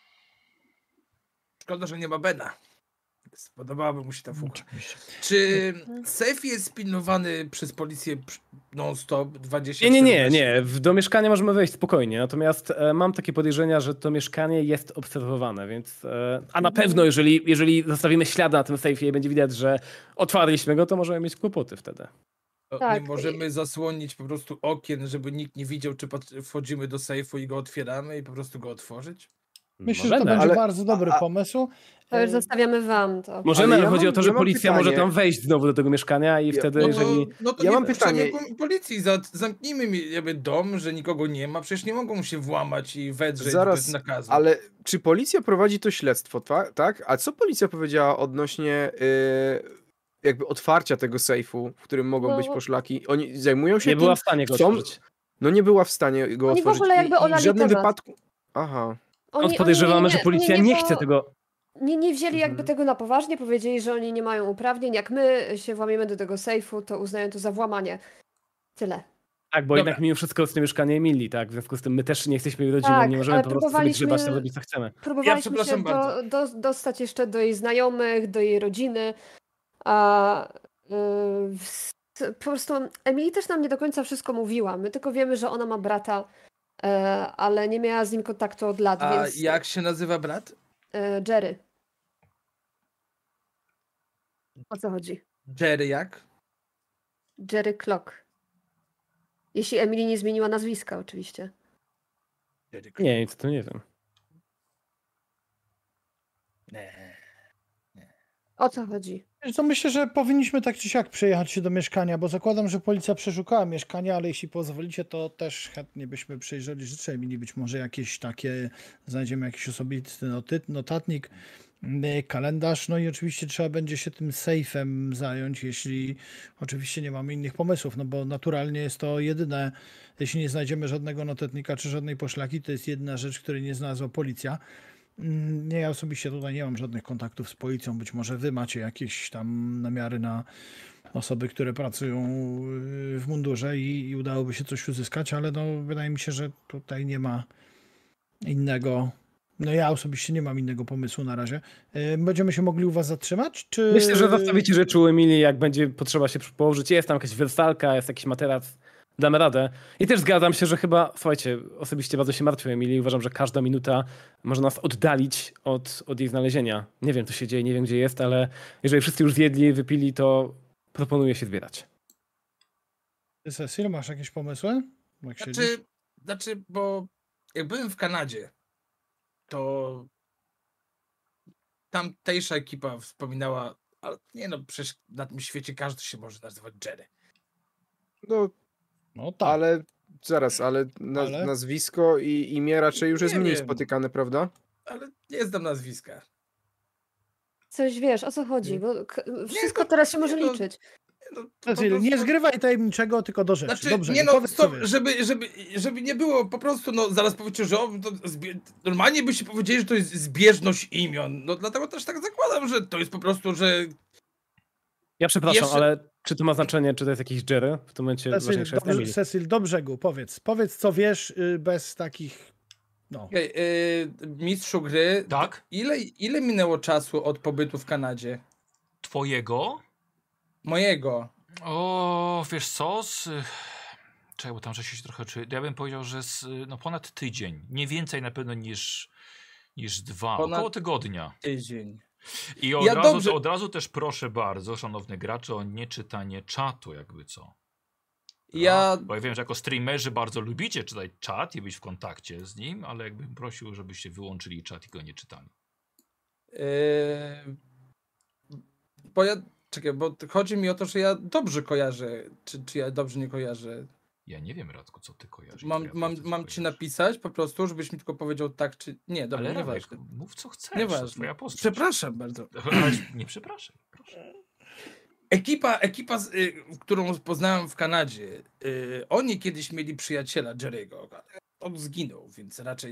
Szkoda, że nie ma Bena. Spodobałaby mu się ta fucha. Oczywiście. Czy safe jest pilnowany przez policję non-stop 20 Nie. Do mieszkania możemy wejść spokojnie. Natomiast mam takie podejrzenia, że to mieszkanie jest obserwowane, więc. A na pewno, jeżeli zostawimy ślad na tym sejfie i będzie widać, że otwarliśmy go, to możemy mieć kłopoty wtedy. Tak. Nie możemy zasłonić po prostu okien, żeby nikt nie widział, czy wchodzimy do sejfu i go otwieramy i po prostu go otworzyć? Myślę, że to Możemy. będzie ale- bardzo dobry pomysł. To już zostawiamy wam to. Możemy, Ale ale chodzi o to, że ja mam policja może pytanie. tam wejść znowu do tego mieszkania i wtedy, jeżeli. No to Ja nie mam pytanie. pytanie. Policji, zamknijmy mi jakby dom, że nikogo nie ma, przecież nie mogą się włamać i wedrzeć Zaraz, bez nakazu. ale czy policja prowadzi to śledztwo, tak? A co policja powiedziała odnośnie jakby otwarcia tego sejfu, w którym mogą No, być poszlaki? Oni zajmują się Nie tym? była w stanie go chcą- otworzyć. No nie była w stanie go Oni w otworzyć ogóle jakby i w olali żadnym temat. wypadku... Aha. Stąd podejrzewamy, że policja nie chce tego. Nie wzięli jakby Mhm. tego na poważnie, powiedzieli, że oni nie mają uprawnień. Jak my się włamiemy do tego sejfu, to uznają to za włamanie. Tyle. Tak, bo Dobra. jednak mimo wszystko jest to mieszkanie Emilii, tak? W związku z tym my też nie jesteśmy jej rodziną, Tak, nie możemy ale po prostu sobie próbowaliśmy- grzebać, to robić co chcemy. Próbowaliśmy się przepraszam bardzo. dostać jeszcze do jej znajomych, do jej rodziny, a po prostu Emily też nam nie do końca wszystko mówiła. My tylko wiemy, że ona ma brata, ale nie miała z nim kontaktu od lat, A więc jak się nazywa brat? Jerry. O co chodzi? Jerry jak? Jerry Clock. Jeśli Emily nie zmieniła nazwiska, oczywiście. Jerry Nie, nic to nie wiem. Nie. O co chodzi? Wiesz co, myślę, że powinniśmy tak czy siak przejechać się do mieszkania, bo zakładam, że policja przeszukała mieszkanie, ale jeśli pozwolicie, to też chętnie byśmy przejrzeli życzę mieli być może jakieś takie, znajdziemy jakiś osobisty notatnik, kalendarz, no i oczywiście trzeba będzie się tym sejfem zająć, jeśli oczywiście nie mamy innych pomysłów, no bo naturalnie jest to jedyne, jeśli nie znajdziemy żadnego notatnika czy żadnej poszlaki, to jest jedna rzecz, której nie znalazła policja. Nie, ja osobiście tutaj nie mam żadnych kontaktów z policją. Być może wy macie jakieś tam namiary na osoby, które pracują w mundurze i udałoby się coś uzyskać, ale no, wydaje mi się, że tutaj nie ma innego. No ja osobiście nie mam innego pomysłu na razie. Będziemy się mogli u was zatrzymać, czy... Myślę, że zostawicie rzeczy u Emilii, jak będzie potrzeba się położyć. Jest tam jakaś wersalka, jest jakiś materac. Damy radę. I też zgadzam się, że chyba, słuchajcie, osobiście bardzo się martwię o Emilii. Uważam, że każda minuta może nas oddalić od jej znalezienia. Nie wiem, co się dzieje, nie wiem, gdzie jest, ale jeżeli wszyscy już zjedli, wypili, to proponuję się zbierać. Ty, Cecil, masz jakieś pomysły? Jak siedzisz? Znaczy, bo jak byłem w Kanadzie, to tamtejsza ekipa wspominała, ale nie no, przecież na tym świecie każdy się może nazywać Jerry. No tak. Ale zaraz, ale Ale? nazwisko i imię raczej już jest Nie mniej wiem. spotykane, prawda? Ale nie znam nazwiska. Coś wiesz, o co chodzi, bo wszystko to- teraz się może nie, to- liczyć. No, po Cecil, nie prostu- zgrywaj tajemniczego, tylko do rzeczy. Znaczy, Dobrze, nie no, powiedz, co stop, wiesz. żeby nie było po prostu, no zaraz powiecie, że normalnie byście powiedzieli, że to jest zbieżność imion. No dlatego też tak zakładam, że to jest po prostu, że Ja przepraszam, Jeszcze- ale czy to ma znaczenie, czy to jest jakiś Jerry? W tym momencie ważniejsze jest Emily. Cecil, do brzegu, powiedz, co wiesz bez takich... No. Okej, mistrzu gry, Tak? ile minęło czasu od pobytu w Kanadzie? Twojego? Mojego. O, wiesz co? Czekaj, bo tam że się trochę czuję. Ja bym powiedział, że no ponad tydzień. Nie więcej na pewno niż 2. Około tygodnia. Tydzień. I Ja od razu też proszę bardzo, szanowny gracze, o nieczytanie czatu, jakby co. Ja, Bo ja wiem, że jako streamerzy bardzo lubicie czytać czat i być w kontakcie z nim, ale jakbym prosił, żebyście wyłączyli czat i go nie czytali. bo ja, czekaj, bo chodzi mi o to, że ja dobrze kojarzę, czy ja dobrze nie kojarzę. Ja nie wiem, Radku, co ty kojarzysz. Mam ci napisać po prostu, żebyś mi tylko powiedział tak, czy nie, dobra, Ale nieważne. Radek, mów co chcesz, to Nieważne. twoja postać. Przepraszam bardzo. Ale nie przepraszaj, proszę. Ekipa którą poznałem w Kanadzie, oni kiedyś mieli przyjaciela Jerry'ego, ale on zginął, więc raczej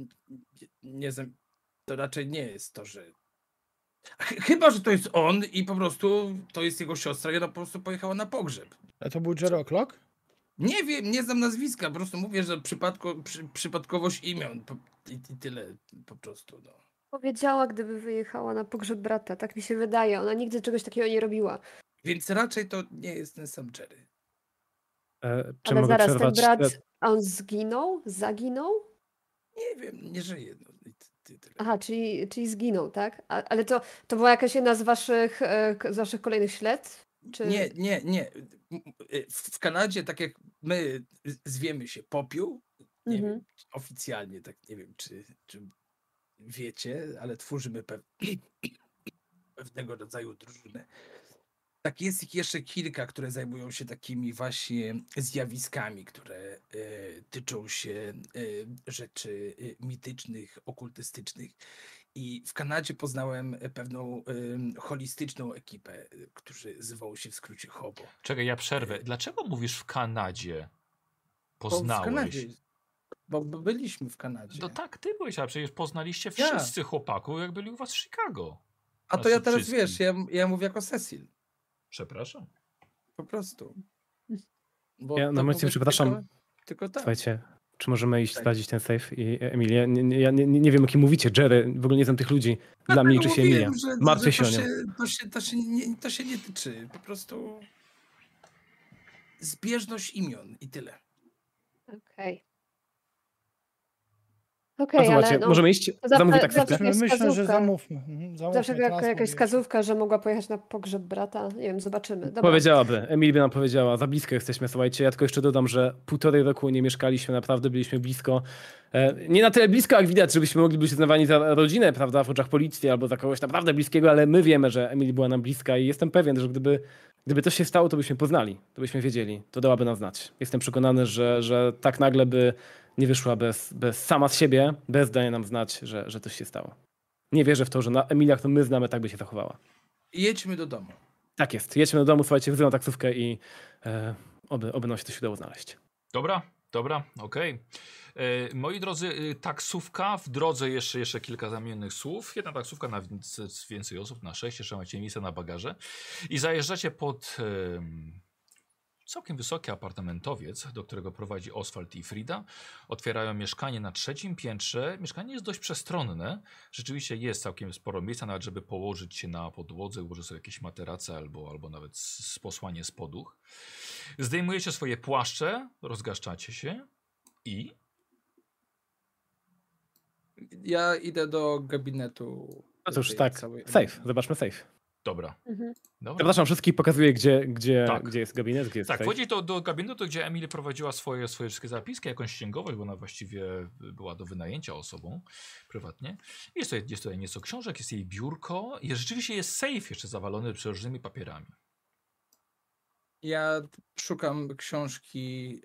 to raczej nie jest to, że... Chyba, że to jest on i po prostu to jest jego siostra i ona po prostu pojechała na pogrzeb. A to był Jerry O'Clock? Nie wiem, nie znam nazwiska, po prostu mówię, że przypadkowość imion i tyle po prostu. No. Powiedziała, gdyby wyjechała na pogrzeb brata, tak mi się wydaje. Ona nigdy czegoś takiego nie robiła. Więc raczej to nie jest ten sam Jerry. Czy Ale mogę zaraz, przerwać? ten brat, a on zginął? Zaginął? Nie wiem, nie żyje. No, tyle. Aha, czyli zginął, tak? Ale to była jakaś jedna z waszych kolejnych śledztw? Czy... Nie. W Kanadzie, tak jak my zwiemy się Popiół, nie wiem, oficjalnie, tak nie wiem, czy wiecie, ale tworzymy pewnego rodzaju drużynę. Tak jest ich jeszcze kilka, które zajmują się takimi właśnie zjawiskami, które tyczą się rzeczy mitycznych, okultystycznych. I w Kanadzie poznałem pewną holistyczną ekipę, którzy zwoł się w skrócie HOBO. Czekaj, ja przerwę. Dlaczego mówisz w Kanadzie? Bo w Poznałeś? Kanadzie, bo byliśmy w Kanadzie. No tak, ty byłeś, ale przecież poznaliście Ja. wszyscy chłopaków, jak byli u was w Chicago. A to ja Znaczy teraz wszystkim. wiesz, ja mówię jako Cecil. Przepraszam. Po prostu. Bo Ja to na momencie mówię przepraszam. Tylko tak. Słuchajcie, czy możemy iść Tak. sprawdzić ten safe i Emilię? Ja nie wiem, o kim mówicie. Jerry, w ogóle nie znam tych ludzi. Dla mnie liczy się Emilia. Mówiłem, Martwię się o że nią. to się nie tyczy. Po prostu zbieżność imion i tyle. Okej. A Okej, słuchajcie, ale no, możemy iść? zawsze- Zamówię taksówkę? zawsze- Jakaś Myślę, że wskazówka. zamówmy. zawsze transport jakaś jeszcze. wskazówka, że mogła pojechać na pogrzeb brata. Nie wiem, zobaczymy. Dobra. Powiedziałaby. Emil by nam powiedziała. Za blisko jesteśmy, słuchajcie. Ja tylko jeszcze dodam, że 1,5 roku nie mieszkaliśmy, naprawdę byliśmy blisko. Nie na tyle blisko, jak widać, żebyśmy mogli być uznawani za rodzinę, prawda, w oczach policji albo za kogoś naprawdę bliskiego, ale my wiemy, że Emily była nam bliska i jestem pewien, że gdyby to się stało, to byśmy poznali, to byśmy wiedzieli, to dałaby nam znać. Jestem przekonany, że tak nagle by nie wyszła bez sama z siebie, bez dania nam znać, że coś się stało. Nie wierzę w to, że na Emiliach to my znamy, tak by się zachowała. Jedźmy do domu. Tak jest. Jedźmy do domu, słuchajcie, wzywam taksówkę i oby nam się coś udało znaleźć. Dobra, Dobra, okej. Moi drodzy, taksówka, w drodze jeszcze kilka zamiennych słów. Jedna taksówka na więcej osób, na 6, jeszcze macie miejsce na bagaże. I zajeżdżacie pod całkiem wysoki apartamentowiec, do którego prowadzi Oswald i Frida. Otwierają mieszkanie na 3. piętrze. Mieszkanie jest dość przestronne. Rzeczywiście jest całkiem sporo miejsca, nawet żeby położyć się na podłodze, ułożyć sobie jakieś materace albo nawet posłanie z poduch. Zdejmujecie swoje płaszcze, rozgaszczacie się i... Ja idę do gabinetu. No cóż, tej tak. całej- Safe, zobaczmy safe. Dobra. Mhm. Dobra. Zapraszam wszystkich, pokazuję, gdzie Tak. jest gabinet, gdzie jest Tak, safe. wchodzi do gabinetu, gdzie Emily prowadziła swoje wszystkie zapiski, jakąś księgowość, bo ona właściwie była do wynajęcia osobą prywatnie. Jest tutaj nieco książek, jest jej biurko i rzeczywiście jest safe jeszcze zawalony przeróżnymi papierami. Ja szukam książki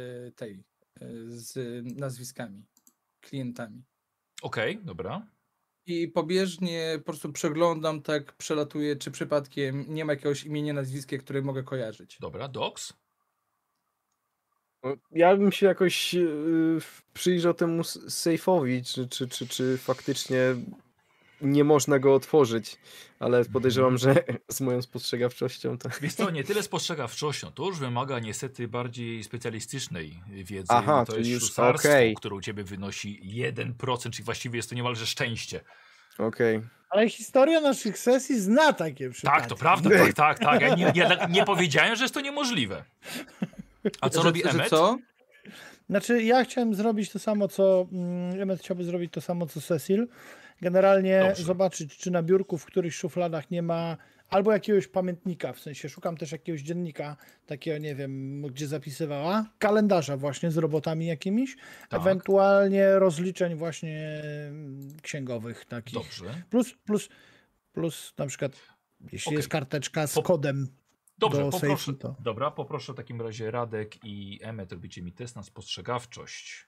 z nazwiskami, klientami. Okej, dobra. I pobieżnie po prostu przeglądam, tak przelatuję, czy przypadkiem nie ma jakiegoś imienia, nazwiska, które mogę kojarzyć. Dobra, Docs? No, ja bym się jakoś przyjrzał temu sejfowi, czy faktycznie nie można go otworzyć, ale podejrzewam, że z moją spostrzegawczością to... Wiesz co, nie tyle spostrzegawczością, to już wymaga niestety bardziej specjalistycznej wiedzy. Aha, to czyli jest już ślusarstwo, okej. które u ciebie wynosi 1%, czyli właściwie jest to niemalże szczęście. Okej. Ale historia naszych sesji zna takie przypadki. Tak, to prawda, tak. Ja nie powiedziałem, że jest to niemożliwe. A co robi Emmet? Co? Znaczy, ja chciałem zrobić to samo, co... Emmet chciałby zrobić to samo, co Cecil. Generalnie Dobrze. zobaczyć, czy na biurku w którychś szufladach nie ma albo jakiegoś pamiętnika, w sensie szukam też jakiegoś dziennika, takiego, nie wiem, gdzie zapisywała, kalendarza właśnie z robotami jakimiś, Tak. ewentualnie rozliczeń właśnie księgowych takich. Dobrze. Plus na przykład, jeśli Okej. jest karteczka z kodem Dobrze, do poproszę. safety, to... Dobra, poproszę w takim razie Radek i Emmet, robicie mi test na spostrzegawczość.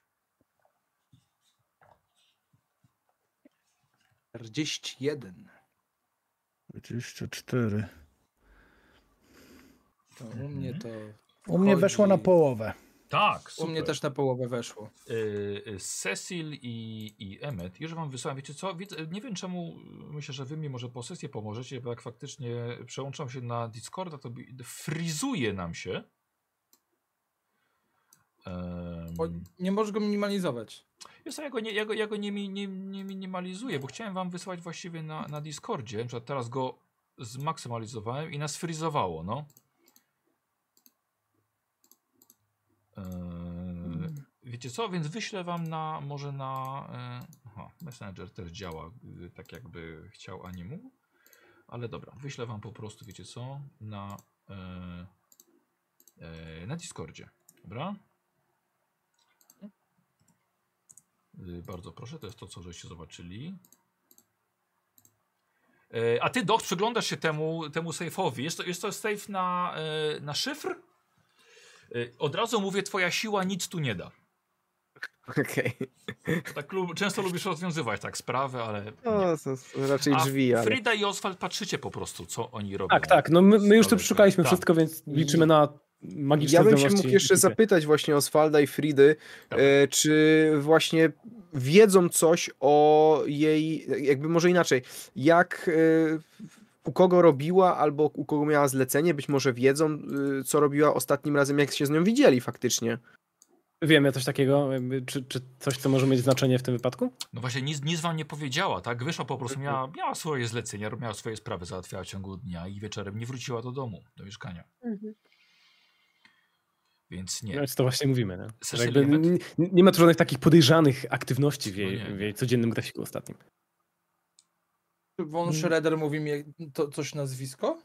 41. 24. To u mnie to... U mnie weszło na wchodzi- połowę. Tak, U super. mnie też na połowę weszło. Cecil i Emmet, już wam wysłałem, wiecie co, nie wiem czemu, myślę, że wy mi może po sesji pomożecie, bo jak faktycznie przełączam się na Discorda, to frizuje nam się. O, nie możesz go minimalizować. Wiesz co, ja go nie minimalizuję, bo chciałem wam wysłać właściwie na Discordzie, na przykład teraz go zmaksymalizowałem i nas frizowało, no. Wiecie co, więc wyślę wam może na... Messenger też działa tak jakby chciał, a nie mógł. Ale dobra, wyślę wam po prostu, wiecie co, na Discordzie. Dobra? Bardzo proszę, to jest to, co żeście zobaczyli. A ty, Doc, przyglądasz się temu sejfowi. Jest to safe na szyfr? Od razu mówię, twoja siła nic tu nie da. Okej. Tak często lubisz rozwiązywać tak sprawy, ale... No, to raczej drzwi, ale... Frida i Oswald patrzycie po prostu, co oni robią. Tak, no my już tu Ale- przeszukaliśmy tak. wszystko, więc liczymy na magiczne Ja bym się zdolności mógł jeszcze ekipy. zapytać właśnie Oswalda i Fridy, Dobra. czy właśnie wiedzą coś o jej, jakby może inaczej, jak, u kogo robiła albo u kogo miała zlecenie, być może wiedzą, co robiła ostatnim razem, jak się z nią widzieli faktycznie. Wiemy coś takiego? Czy coś, co może mieć znaczenie w tym wypadku? No właśnie, nic wam nie powiedziała, tak? Wyszła po prostu, miała swoje zlecenia, miała swoje sprawy, załatwiała w ciągu dnia i wieczorem nie wróciła do domu, do mieszkania. Mhm. Więc No nie. więc to właśnie mówimy. Nie? Że Cecil jakby Emmet? nie ma tu żadnych takich podejrzanych aktywności w No jej, nie. w jej codziennym grafiku ostatnim. Von Schroeder mówi mi to coś nazwisko?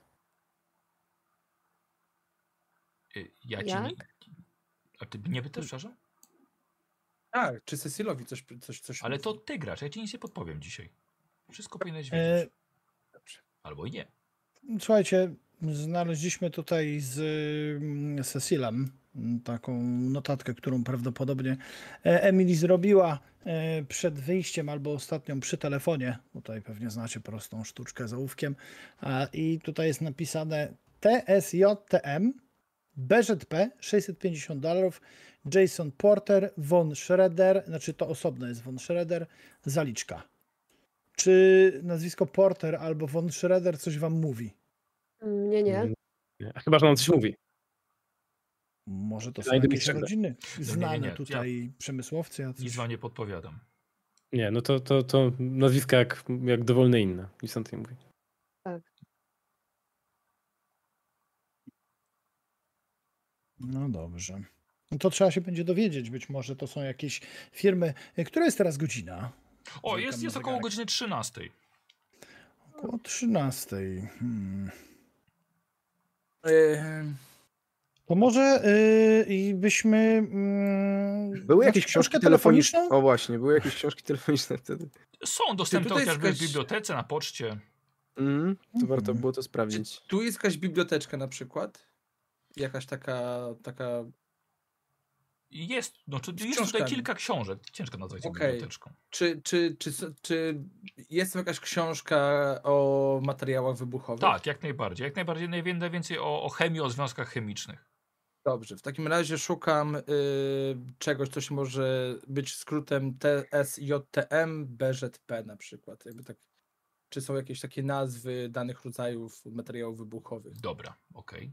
Ja ci Jak? nie... A ty nie pytasz, przepraszam? Tak, czy Cecilowi coś Ale mówi? to ty grasz, ja ci nic nie podpowiem dzisiaj. Wszystko powinieneś E, wiedzieć. Albo i nie. Słuchajcie, znaleźliśmy tutaj z Cecilem taką notatkę, którą prawdopodobnie Emily zrobiła przed wyjściem albo ostatnią przy telefonie. Tutaj pewnie znacie prostą sztuczkę z ołówkiem. I tutaj jest napisane TSJTM BZP $650, Jason Porter, Von Schroeder, znaczy to osobno jest Von Schroeder, zaliczka. Czy nazwisko Porter albo Von Schroeder coś wam mówi? Nie. Chyba, że nam coś mówi. Może to są Znajdę jakieś Mistrza. rodziny znane nie. tutaj przemysłowcy. Nic Jacyś. wam nie podpowiadam. Nie, no to nazwiska jak dowolne inne. Nic on tutaj mówi. No dobrze. No to trzeba się będzie dowiedzieć. Być może to są jakieś firmy. Która jest teraz godzina? O, Zerkam jest na około zegarek. godziny 13. Około 13. To może i byśmy... Były jakieś znaczy, książki telefoniczne? O właśnie, były jakieś książki telefoniczne wtedy. Są dostępne tutaj chociażby jest w bibliotece, na poczcie. To warto było to Czy sprawdzić. tu jest jakaś biblioteczka na przykład? Jakaś taka... Jest, no, jest tutaj książkami. kilka książek. Ciężko nazwać je Okej. biblioteczką. Czy jest jakaś książka o materiałach wybuchowych? Tak, jak najbardziej. Jak najbardziej najwięcej o chemii, o związkach chemicznych. Dobrze, w takim razie szukam czegoś, co się może być skrótem TSJTM, BZP na przykład. Jakby tak, czy są jakieś takie nazwy danych rodzajów materiałów wybuchowych? Dobra, okej.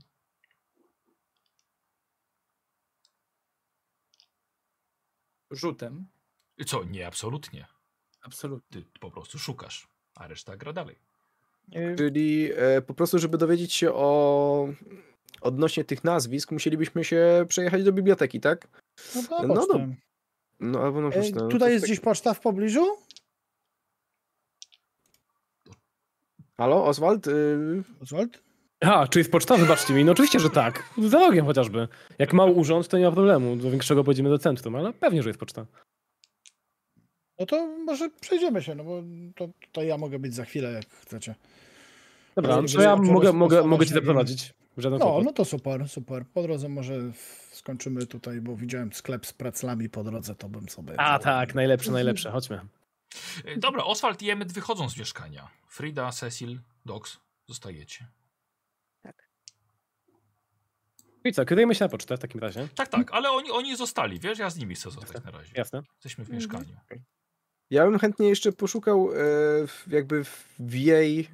Rzutem? Co? Nie, absolutnie. Absolutnie. Ty po prostu szukasz, a reszta gra dalej. Czyli po prostu, żeby dowiedzieć się odnośnie tych nazwisk, musielibyśmy się przejechać do biblioteki, tak? No, No pocztę. No albo na pocztę. No, Tutaj jest tak... gdzieś poczta w pobliżu? Halo, Oswald? Oswald? A, czy jest poczta? Wybaczcie mi. No oczywiście, że tak. Za rogiem chociażby. Jak mały urząd, to nie ma problemu. Do większego pojedziemy do centrum, ale pewnie, że jest poczta. No to może przejdziemy się, no bo to ja mogę być za chwilę, jak chcecie. Dobra, Jeżeli to ja będziecie mogę ci rozpoznawać, zaprowadzić. Żaden No, kłopot. no to super. Po drodze może skończymy tutaj, bo widziałem sklep z praclami po drodze, to bym sobie... A tak, najlepsze. Chodźmy. Dobra, Oswald i Emmet wychodzą z mieszkania. Frida, Cecil, Dox, zostajecie. I co, kierujemy się na pocztę w takim razie. Tak, ale oni zostali, wiesz? Ja z nimi chcę zostać na razie. Jasne. Jesteśmy w mieszkaniu. Ja bym chętnie jeszcze poszukał jakby w jej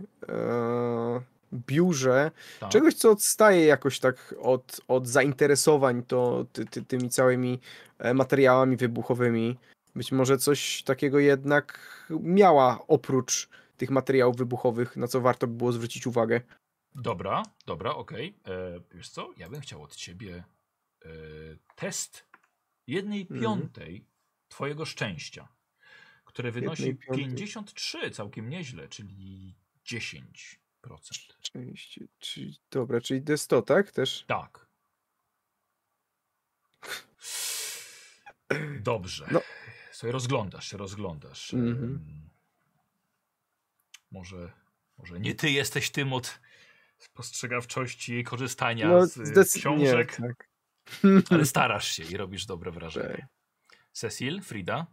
biurze Tak. czegoś, co odstaje jakoś tak od zainteresowań tymi całymi materiałami wybuchowymi. Być może coś takiego jednak miała oprócz tych materiałów wybuchowych, na co warto by było zwrócić uwagę. Dobra, okej. Wiesz co? Ja bym chciał od ciebie test 1/5 twojego szczęścia, które wynosi 1/5. 53, całkiem nieźle, czyli 10%. Dobra, czyli to jest 100, tak? Też? Tak. Dobrze. No. Sobie rozglądasz. Może nie ty jesteś tym od spostrzegawczości i korzystania z książek, Nie, tak. ale starasz się i robisz dobre wrażenie. Tak. Cecil, Frida?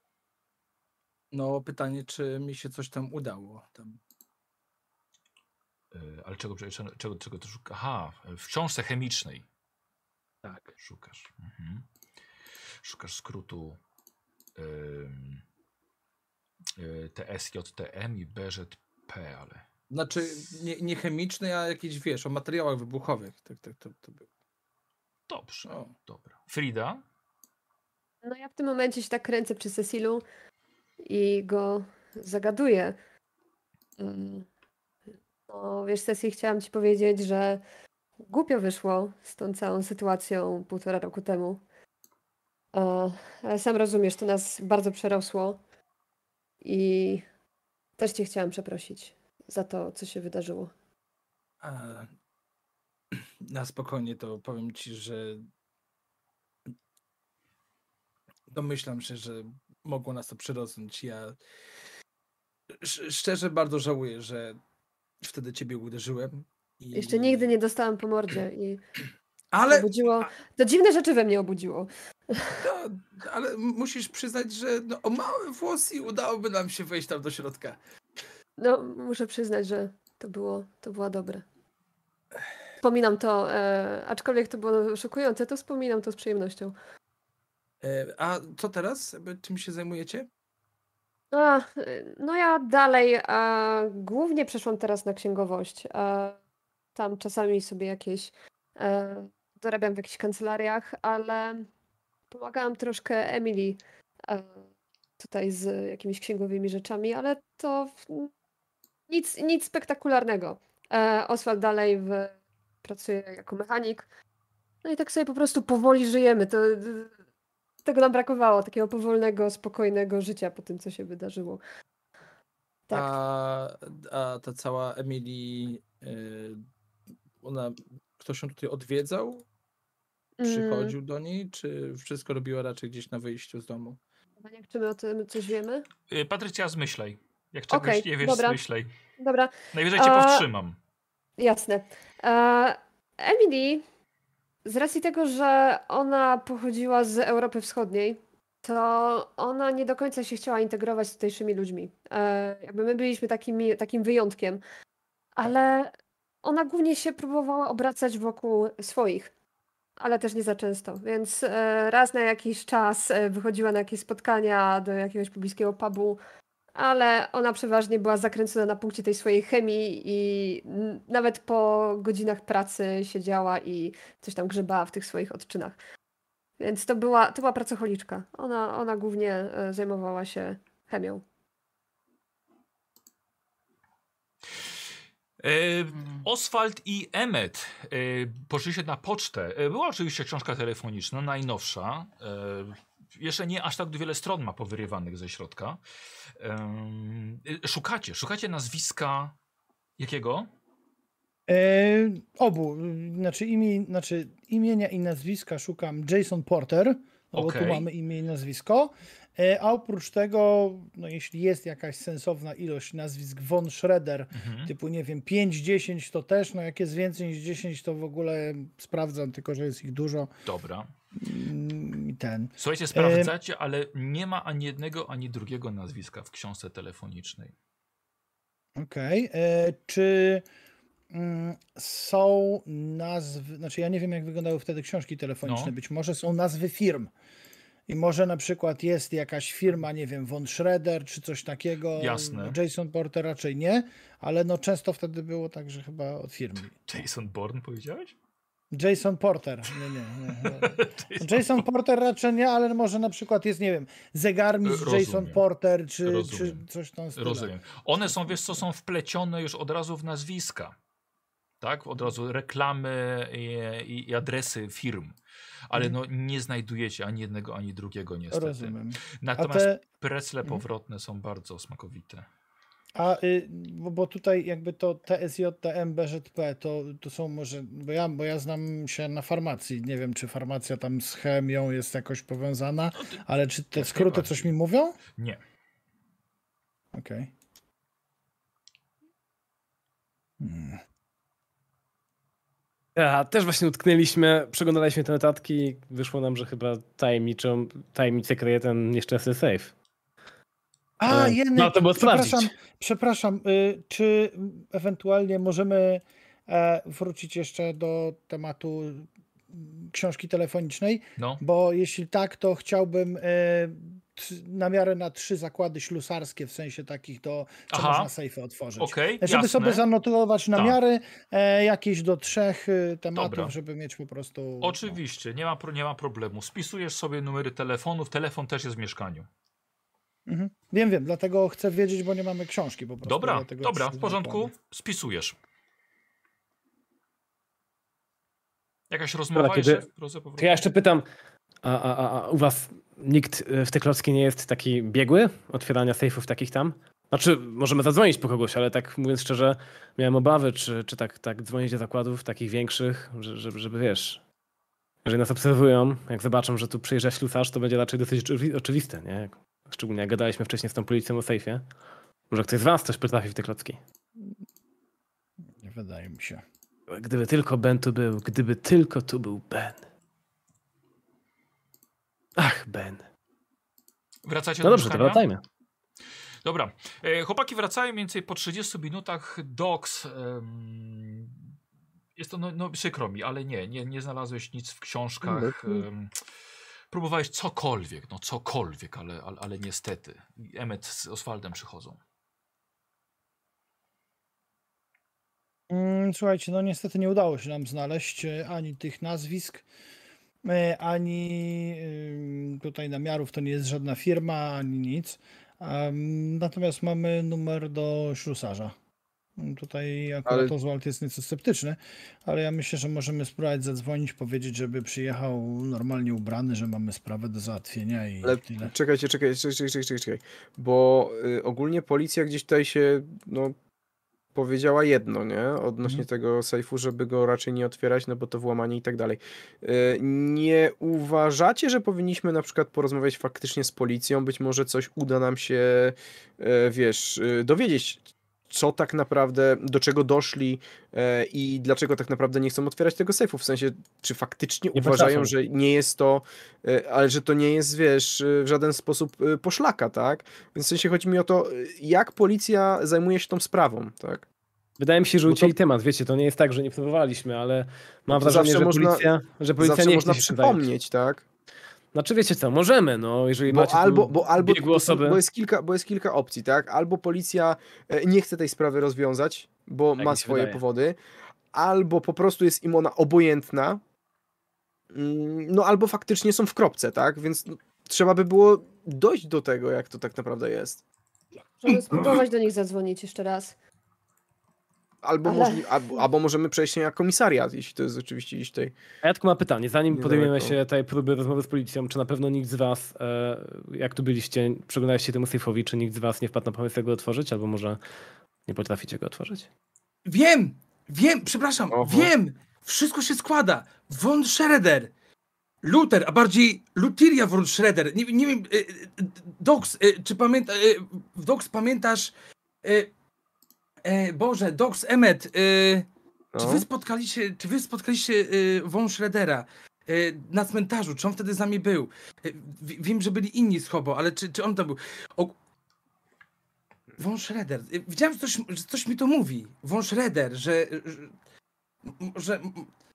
No pytanie, czy mi się coś tam udało. Ale czego ty szukasz? Aha, w książce chemicznej. Tak. Szukasz. Szukasz skrótu TSJTM i BZP, ale... Znaczy nie chemiczny, a jakieś, wiesz, o materiałach wybuchowych. Tak, to było. Dobrze, O. dobra. Frida? No ja w tym momencie się tak kręcę przy Cecilu i go zagaduję. No wiesz, Cecil, chciałam ci powiedzieć, że głupio wyszło z tą całą sytuacją 1,5 roku temu. Ale sam rozumiesz, to nas bardzo przerosło i też cię chciałam przeprosić za to, co się wydarzyło. Na spokojnie to powiem ci, że domyślam się, że mogło nas to przerosnąć. Ja szczerze bardzo żałuję, że wtedy ciebie uderzyłem. Jeszcze nigdy nie dostałam po mordzie i Ale, obudziło. To dziwne rzeczy we mnie obudziło. ale musisz przyznać, że o mały włos i udałoby nam się wejść tam do środka. No, muszę przyznać, że to było dobre. Wspominam to, aczkolwiek to było szokujące, to wspominam to z przyjemnością. A co teraz? Czym się zajmujecie? No ja dalej głównie przeszłam teraz na księgowość. Tam czasami sobie jakieś dorabiam w jakichś kancelariach, ale pomagałam troszkę Emily tutaj z jakimiś księgowymi rzeczami, ale to nic spektakularnego. Oswald dalej pracuje jako mechanik. No i tak sobie po prostu powoli żyjemy. Tego nam brakowało, takiego powolnego, spokojnego życia po tym, co się wydarzyło. Tak. A ta cała Emily, ktoś ją tutaj odwiedzał? Przychodził do niej, czy wszystko robiła raczej gdzieś na wyjściu z domu? Czy my o tym coś wiemy? Patrycja, zmyślej. Jak czegoś nie wiesz, dobra. zmyślej. Dobra. Najwyżej cię powstrzymam. Jasne. Emily, z racji tego, że ona pochodziła z Europy Wschodniej, to ona nie do końca się chciała integrować z tutejszymi ludźmi. Jakby my byliśmy takim wyjątkiem, ale ona głównie się próbowała obracać wokół swoich, ale też nie za często, więc raz na jakiś czas wychodziła na jakieś spotkania do jakiegoś pobliskiego pubu, ale ona przeważnie była zakręcona na punkcie tej swojej chemii i nawet po godzinach pracy siedziała i coś tam grzebała w tych swoich odczynach. Więc to była pracocholiczka. Ona głównie zajmowała się chemią. Oswald i Emmet poszli się na pocztę. Była oczywiście książka telefoniczna, najnowsza. Jeszcze nie aż tak wiele stron ma powyrywanych ze środka. Szukacie nazwiska jakiego? Obu. Znaczy imienia i nazwiska szukam Jason Porter, bo tu mamy imię i nazwisko. A oprócz tego, no jeśli jest jakaś sensowna ilość nazwisk von Schroeder, typu nie wiem, 5-10 to też, no jak jest więcej niż 10 to w ogóle sprawdzam, tylko że jest ich dużo. Dobra. Ten. Słuchajcie, sprawdzacie, ale nie ma ani jednego, ani drugiego nazwiska w książce telefonicznej. Okej. Czy są nazwy, znaczy ja nie wiem jak wyglądały wtedy książki telefoniczne, być może są nazwy firm. I może na przykład jest jakaś firma, nie wiem, von Schroeder czy coś takiego. Jasne. Jason Porter raczej nie, ale no często wtedy było tak, że chyba od firmy. Jason Bourne powiedziałeś? Jason Porter. Nie. Jason Porter raczej nie, ale może na przykład jest, nie wiem, zegarmistrz Jason Porter czy coś tam. Rozumiem. One są, wiesz co, są wplecione już od razu w nazwiska. Tak? Od razu reklamy i adresy firm. Ale no nie znajdujecie ani jednego, ani drugiego niestety. Rozumiem. Natomiast precle powrotne są bardzo smakowite. Bo tutaj jakby to TSJ, TM, BZP to są może, bo ja znam się na farmacji, nie wiem czy farmacja tam z chemią jest jakoś powiązana, ale czy te skróty coś mi mówią? Nie. Okej. Też właśnie utknęliśmy, przeglądaliśmy te notatki i wyszło nam, że chyba tajemnicę kryje ten nieszczęsny safe. No to było sprawdzić. Przepraszam, czy ewentualnie możemy wrócić jeszcze do tematu książki telefonicznej? No. Bo jeśli tak, to chciałbym na miarę na 3 zakłady ślusarskie, w sensie takich do, co można sejfy otworzyć. Żeby sobie zanotować namiary jakieś do 3 tematów, żeby mieć po prostu... Oczywiście, nie ma problemu. Spisujesz sobie numery telefonów, telefon też jest w mieszkaniu. Wiem, dlatego chcę wiedzieć, bo nie mamy książki po prostu. Dobra, w porządku, spisujesz. Jakaś rozmowa jeszcze? To ja jeszcze pytam, a u was nikt w tej klocki nie jest taki biegły otwierania sejfów takich tam? Znaczy, możemy zadzwonić po kogoś, ale tak mówiąc szczerze, miałem obawy, czy tak dzwonić do zakładów takich większych, żeby wiesz, jeżeli nas obserwują, jak zobaczą, że tu przyjeżdża ślusarz, to będzie raczej dosyć oczywiste, nie? Szczególnie jak gadaliśmy wcześniej z tą policją o sejfie. Może ktoś z was coś potrafi w te klocki? Nie wydaje mi się. Gdyby tylko Ben tu był, gdyby tylko tu był Ben. Ach, Ben. Wracacie do mieszkania? Dobrze, to wracajmy. Dobra. Chłopaki wracają mniej więcej po 30 minutach. Docs Jest to, no przykro mi, ale nie znalazłeś nic w książkach. Próbowałeś cokolwiek, ale niestety. Emmet z Oswaldem przychodzą. Słuchajcie, no niestety nie udało się nam znaleźć ani tych nazwisk, ani tutaj namiarów, to nie jest żadna firma, ani nic. Natomiast mamy numer do ślusarza. Tutaj akurat Oswald jest nieco sceptyczny, ale ja myślę, że możemy spróbować zadzwonić, powiedzieć, żeby przyjechał normalnie ubrany, że mamy sprawę do załatwienia i tyle. Czekajcie, bo ogólnie policja gdzieś tutaj się, powiedziała jedno, nie? Odnośnie tego sejfu, żeby go raczej nie otwierać, no bo to włamanie i tak dalej. Nie uważacie, że powinniśmy na przykład porozmawiać faktycznie z policją? Być może coś uda nam się, dowiedzieć, co tak naprawdę, do czego doszli i dlaczego tak naprawdę nie chcą otwierać tego sejfu. W sensie, czy faktycznie uważają, że nie jest to, ale że to nie jest, w żaden sposób poszlaka, tak? Więc w sensie chodzi mi o to, jak policja zajmuje się tą sprawą, tak? Wydaje mi się, że ucięli temat, wiecie, to nie jest tak, że nie próbowaliśmy, ale mam wrażenie, że policja zawsze nie można chce się przypomnieć, tak? Znaczy wiecie co, możemy, jeżeli macie bo jest kilka opcji, tak? Albo policja nie chce tej sprawy rozwiązać, bo ma swoje powody, albo po prostu jest im ona obojętna, albo faktycznie są w kropce, tak? Więc trzeba by było dojść do tego, jak to tak naprawdę jest. Możemy spróbować do nich zadzwonić jeszcze raz. Albo możemy przejść się na komisariat, jeśli to jest oczywiście gdzieś tutaj. A ja tylko mam pytanie, zanim podejmiemy się tej próby rozmowy z policją, czy na pewno nikt z was, jak tu byliście, przyglądaliście temu sejfowi, czy nikt z was nie wpadł na pomysł, jak go otworzyć, albo może nie potraficie go otworzyć? Wiem, przepraszam, wiem! Wszystko się składa. Von Schroeder, Luther, a bardziej Lutiria von Schroeder. Nie wiem, Dox, czy Dox pamiętasz... Boże, Dox, Emmet, czy wy spotkaliście von Schroedera na cmentarzu? Czy on wtedy z nami był? Wiem, że byli inni z Hobo, ale czy on tam był? Von Schroeder. Widziałem, że coś mi to mówi. Von Schroeder, że...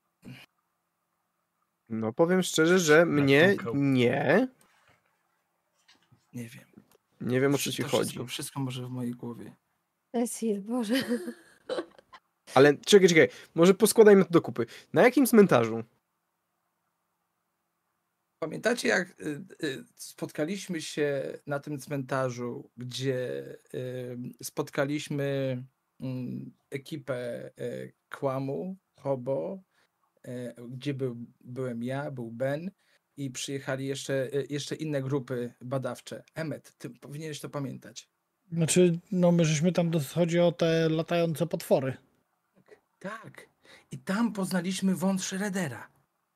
No powiem szczerze, że mnie nie. Nie wiem. Nie wiem, o co ci chodzi. Wszystko może w mojej głowie. Cecil, Boże. Ale czekaj, może poskładajmy to do kupy. Na jakim cmentarzu? Pamiętacie, jak spotkaliśmy się na tym cmentarzu, gdzie spotkaliśmy ekipę Kłamu, Hobo, gdzie byłem ja, był Ben i przyjechali jeszcze inne grupy badawcze. Emmet, ty powinieneś to pamiętać. Znaczy, my żeśmy tam, chodzi o te latające potwory. Tak. I tam poznaliśmy von Schroedera.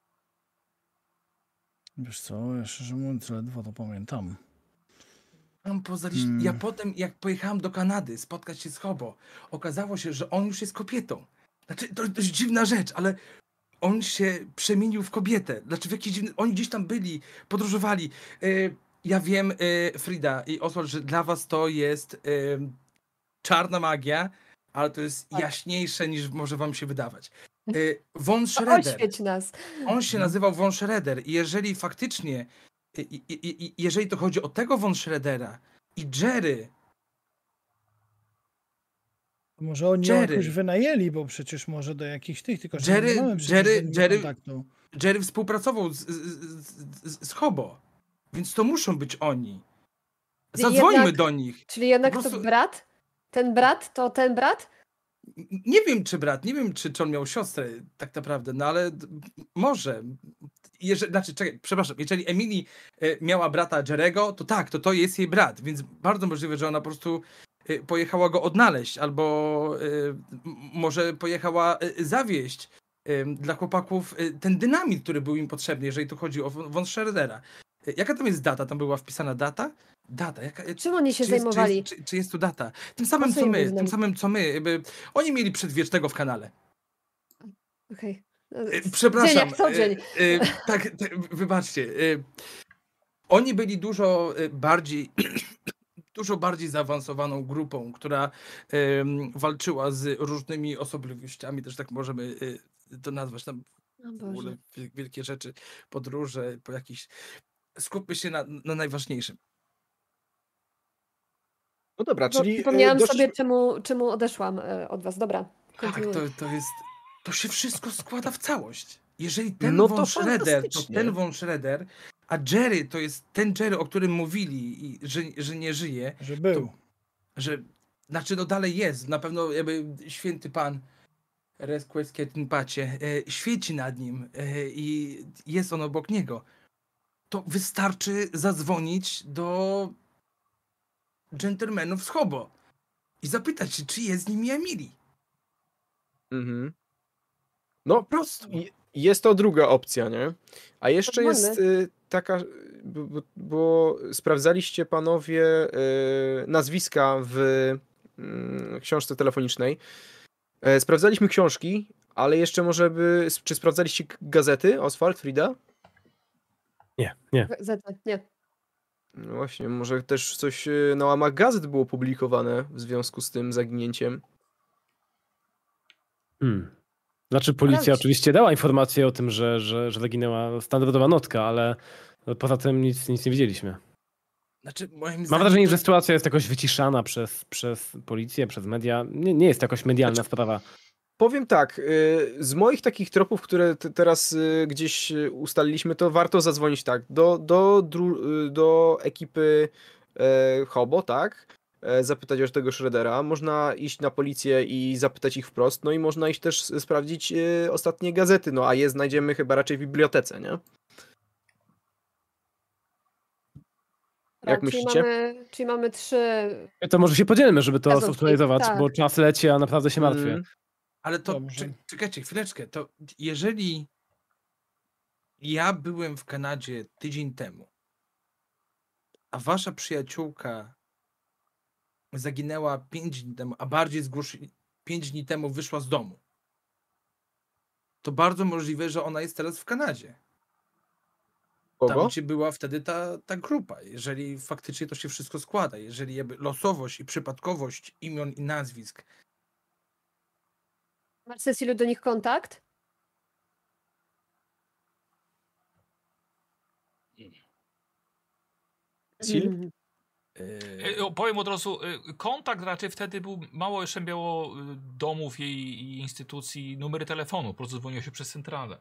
Wiesz co, ja szczerze mówiąc, ledwo to pamiętam. Tam poznaliśmy... Ja potem, jak pojechałem do Kanady spotkać się z Hobo, okazało się, że on już jest kobietą. Znaczy, to jest dziwna rzecz, ale on się przemienił w kobietę. Znaczy, w jakiś dziwny... Oni gdzieś tam byli, podróżowali. Ja wiem, Frida i Oswald, że dla was to jest czarna magia, ale to jest jaśniejsze, niż może wam się wydawać. Von Schroeder. Oświeć nas. On się nazywał von Schroeder i jeżeli faktycznie, jeżeli to chodzi o tego von Schroedera i Jerry... Może oni ją jakoś wynajęli, bo przecież może do jakichś tych, tylko że nie mamy kontaktu. Jerry współpracował z Hobo. Więc to muszą być oni. Zadzwońmy do nich. Czyli jednak to brat? Ten brat to ten brat? Nie wiem, czy brat, nie wiem, czy on miał siostrę tak naprawdę, no ale może. Przepraszam, jeżeli Emily miała brata Jerego, to tak, to jest jej brat, więc bardzo możliwe, że ona po prostu pojechała go odnaleźć, albo może pojechała zawieźć dla chłopaków ten dynamit, który był im potrzebny, jeżeli tu chodzi o von Schroedera. Jaka tam jest data? Tam była wpisana data? Data. Czym oni się zajmowali? Czy jest tu data? Tym samym co my. Oni mieli przedwiecznego w kanale. Okej. Przepraszam. Dzień jak co dzień. Tak, wybaczcie. Oni byli dużo bardziej zaawansowaną grupą, która walczyła z różnymi osobliwościami, też tak możemy to nazwać, tam w ogóle wielkie rzeczy, podróże, po jakichś... Skupmy się na najważniejszym. No dobra, czyli... Przypomniałam sobie, czemu odeszłam od was. Dobra, Tak, kontynuuj. to się wszystko składa w całość. Jeżeli ten No von to Schroeder, to fantastycznie. ten von Schroeder, a Jerry to jest ten Jerry, o którym mówili, i że nie żyje, Że był. znaczy no dalej jest, na pewno jakby święty pan Pacie świeci nad nim i jest on obok niego. To wystarczy zadzwonić do dżentelmenów z Hobo i zapytać się, czy jest z nimi Emily. Mhm. No, Po prostu. jest to druga opcja, nie? A jeszcze Normalne. jest taka, bo sprawdzaliście panowie nazwiska w książce telefonicznej. Sprawdzaliśmy książki, ale jeszcze może czy sprawdzaliście gazety, Oswald, Frida? Nie. Nie. No właśnie, może też coś na łamach gazet było publikowane w związku z tym zaginięciem. Znaczy policja Sprawdź. oczywiście dała informację o tym, że zaginęła standardowa notka, ale poza tym nic nie widzieliśmy. Znaczy, moim Mam zdaniem wrażenie, to- że sytuacja jest jakoś wyciszana przez policję, przez media. Nie jest to jakoś medialna sprawa. Powiem tak, z moich takich tropów, które teraz gdzieś ustaliliśmy, to warto zadzwonić tak, do ekipy Hobo, tak? Zapytać o tego Schroedera. Można iść na policję i zapytać ich wprost, no i można iść też sprawdzić ostatnie gazety, no a je znajdziemy chyba raczej w bibliotece, nie? Jak myślicie? Czyli mamy 3... To może się podzielmy, żeby to Gazotki, zaktualizować, tak. bo czas leci, a naprawdę się martwię. Mm. Ale to Dobrze. czekajcie chwileczkę, to jeżeli ja byłem w Kanadzie tydzień temu, a wasza przyjaciółka zaginęła 5 dni temu, a bardziej 5 dni temu wyszła z domu, to bardzo możliwe, że ona jest teraz w Kanadzie. Tam, Kogo? gdzie była wtedy ta grupa. Jeżeli faktycznie to się wszystko składa, jeżeli jakby losowość i przypadkowość imion i nazwisk. Masz, Cecilu, do nich kontakt? Sil? Powiem od razu, kontakt raczej wtedy był, mało jeszcze miało domów i instytucji, numery telefonu, po prostu dzwoniło się przez centralę.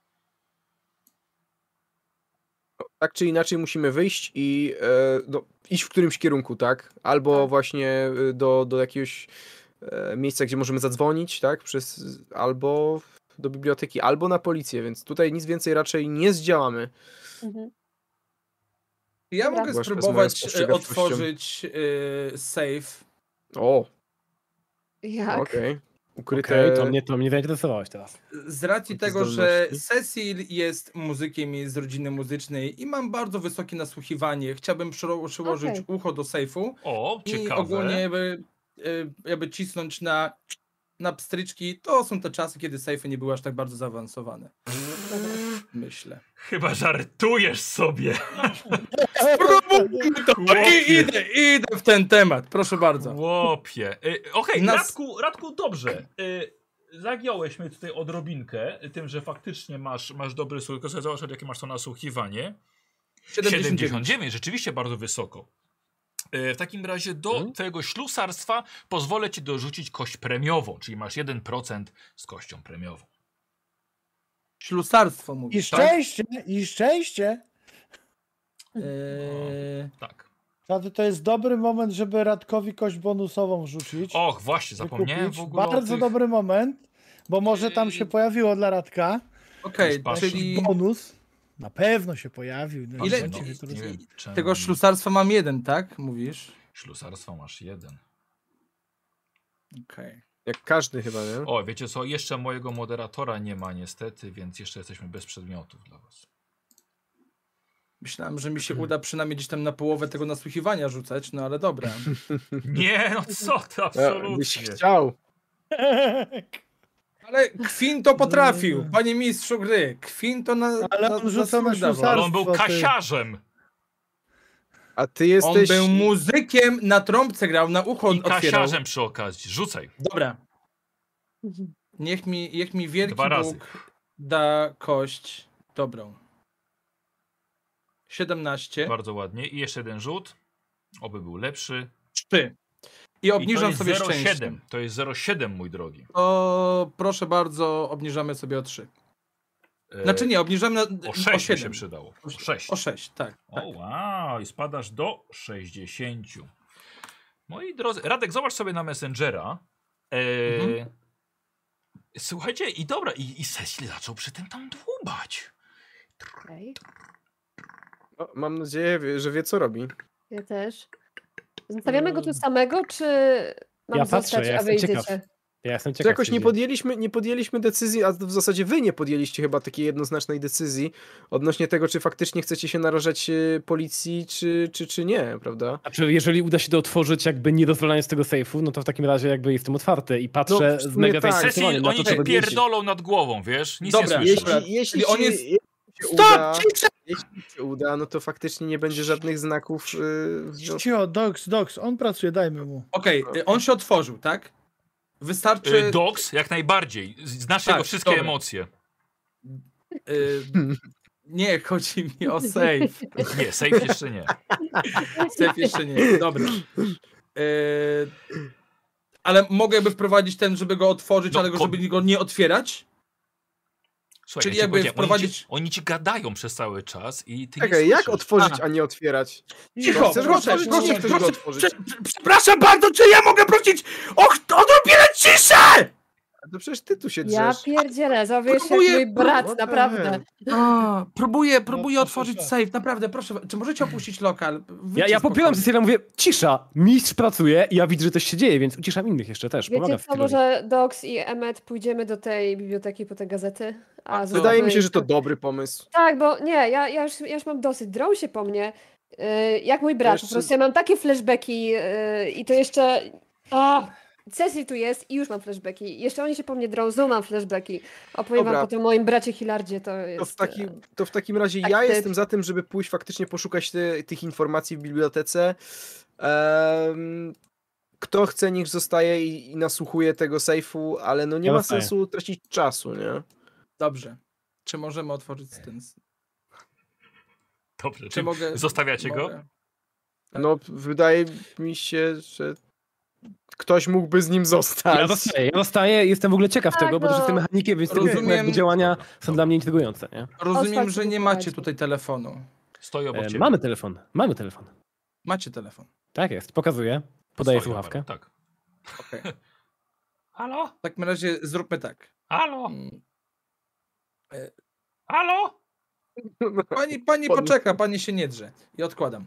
Tak czy inaczej musimy wyjść i iść w którymś kierunku, tak? Albo Tak. właśnie do jakiegoś miejsca, gdzie możemy zadzwonić, tak? Albo do biblioteki, albo na policję, więc tutaj nic więcej raczej nie zdziałamy. Mhm. Ja Dobra. mogę Zwłaszcza z moją spróbować spostrzegawczością. otworzyć safe. O, Jak? okej. Ukryte... Okej, to mnie zainteresowałeś teraz. Z racji Jakie tego, że zdolności? Cecil jest muzykiem, jest z rodziny muzycznej i mam bardzo wysokie nasłuchiwanie, chciałbym przyłożyć Okej. ucho do sejfu O, i ciekawe. ogólnie jakby cisnąć na pstryczki. To są te czasy, kiedy sejfy nie były aż tak bardzo zaawansowane. Myślę. Chyba żartujesz sobie. Spróbujmy to! Chłopie. Idę w ten temat, proszę bardzo. Chłopie. Okej, Nas- Radku, dobrze. Zagiąłeś mnie tutaj odrobinkę tym, że faktycznie masz dobry słuch. Tylko sobie zobacz, jakie masz to nasłuchiwanie. 79, rzeczywiście bardzo wysoko. W takim razie do twojego ślusarstwa pozwolę ci dorzucić kość premiową, czyli masz 1% z kością premiową. Ślusarstwo I mówisz, tak? szczęście, i szczęście. Tak. To jest dobry moment, żeby Radkowi kość bonusową wrzucić. Och, właśnie, zapomniałem wykupić. w ogóle Bardzo o tych... dobry moment, bo może tam się pojawiło dla Radka Okej, Patrz, czyli bonus. Na pewno się pojawił. No, Ile- będzie No, wytrudniony. nie wiem, czemu tego ślusarstwa mam 1, tak? Mówisz? Ślusarstwa masz 1. Okej. Jak każdy chyba, nie? O, wiecie co, jeszcze mojego moderatora nie ma niestety, więc jeszcze jesteśmy bez przedmiotów dla was. Myślałem, że mi się uda przynajmniej gdzieś tam na połowę tego nasłuchiwania rzucać, no ale dobra. Nie, no co ty, Byś absolutnie. chciał. Ale Kwin to potrafił, panie mistrzu gry. Kwin to Ale on rzucał na swój dawał. ślusarstwo. Ale on był ty. kasiarzem. A ty On jesteś... był muzykiem, na trąbce grał, na ucho I otwierał. kasiarzem przy okazji. Rzucaj. Dobra. Niech mi wielki 2 razy. Bóg da kość dobrą. 17. Bardzo ładnie. I jeszcze jeden rzut. Oby był lepszy. 3. I obniżam I to sobie jest szczęście. 0,7. To jest 0,7, mój drogi. To proszę bardzo, obniżamy sobie o 3. Znaczy nie, obniżamy O o 6 by 7. się przydało. O 6. O 6, tak. O wow, i spadasz do 60. Moi drodzy, Radek, zobacz sobie na Messengera. Słuchajcie, i dobra, i Cecil zaczął przy tym tam dłubać. Okej. O, mam nadzieję, że wie co robi. Ja też. Zostawiamy go tu samego, czy mam Ja zostać, patrzę, ja a wy jestem idziecie? ciekaw. Ja jestem Czy ciekaw. jakoś co nie dzieje. podjęliśmy decyzji, a w zasadzie wy nie podjęliście chyba takiej jednoznacznej decyzji odnośnie tego, czy faktycznie chcecie się narażać policji, czy nie, prawda? Znaczy, jeżeli uda się to otworzyć, jakby nie dozwalając tego sejfu, no to w takim razie jakby jestem otwarty i patrzę w z sumie mega tak. zainteresowaniem Cecil, na oni to, co cię robicie. pierdolą nad głową, wiesz? Nic Dobra, nie słyszę. Jeśli Czyli on jest- ci uda, Stop! Ciszę! jeśli się uda, no to faktycznie nie będzie żadnych znaków w związku. Cicho, Dox, on pracuje, dajmy mu. Okej, on się otworzył, tak? Wystarczy... Dox, jak najbardziej. Znasz Tak, jego wszystkie dobra. emocje. Nie, chodzi mi o safe. Nie, safe jeszcze nie. Safe jeszcze nie, dobra. Ale mogę jakby wprowadzić ten, żeby go otworzyć, No, ale żeby go nie otwierać? Słuchaj, Czyli ja ci jakby powiedziałem, wprowadzić- Oni ci gadają przez cały czas i ty Czekaj, nie jak słyszysz. otworzyć, a nie otwierać? Cicho, Chcesz go proszę, otworzyć, czy nie chcesz go otworzyć? Przepraszam bardzo, czy ja mogę prosić o odrobinę ciszę? To przecież ty tu się Ja drzesz. pierdzielę, zachowujesz się Próbuję- jak mój brat, What the naprawdę. hell? Próbuję proszę, otworzyć proszę. safe, naprawdę, proszę. Czy możecie opuścić lokal? Ja popieram Cecilia, mówię, cisza, mistrz pracuje i ja widzę, że coś się dzieje, więc uciszam innych jeszcze też, Wiecie pomagam co, Cecylowi. może Dox i Emmet pójdziemy do tej biblioteki po te gazety? Wydaje mi się, że to zostawmy- dobry pomysł. Tak, bo nie, ja już mam dosyć. Drą się po mnie. Jak mój brat, Jeszcze- po prostu ja mam takie flashbacki i to jeszcze... Cecil tu jest i już mam flashbacki. Jeszcze oni się po mnie drą, znowu mam flashbacki. Opowiem Dobra. wam potem o moim bracie Hilardzie, to jest... To w takim razie tak ja typ. jestem za tym, żeby pójść faktycznie poszukać tych informacji w bibliotece. Kto chce, niech zostaje i nasłuchuje tego sejfu, ale no nie Ja ma zostaję. sensu tracić czasu, nie? Dobrze. Czy możemy otworzyć ten... Dobrze, Czy czy mogę... zostawiacie go? mogę? Tak. No wydaje mi się, że ktoś mógłby z nim zostać. Ja zostaję, jestem w ogóle ciekaw Tak, tego, bo też no. jestem mechanikiem, więc Rozumiem. te jakby działania są dla mnie intrygujące, nie? Rozumiem, Otwórz że nie sobie macie słuchajcie. tutaj telefonu. Stoi obok ciebie. Mamy telefon. Macie telefon. Tak jest, pokazuję, podaję Stoi słuchawkę. obok, tak. Okej. Halo? W takim razie zróbmy tak. Halo? Mm, Halo? Pani poczeka, pani się nie drze. I odkładam.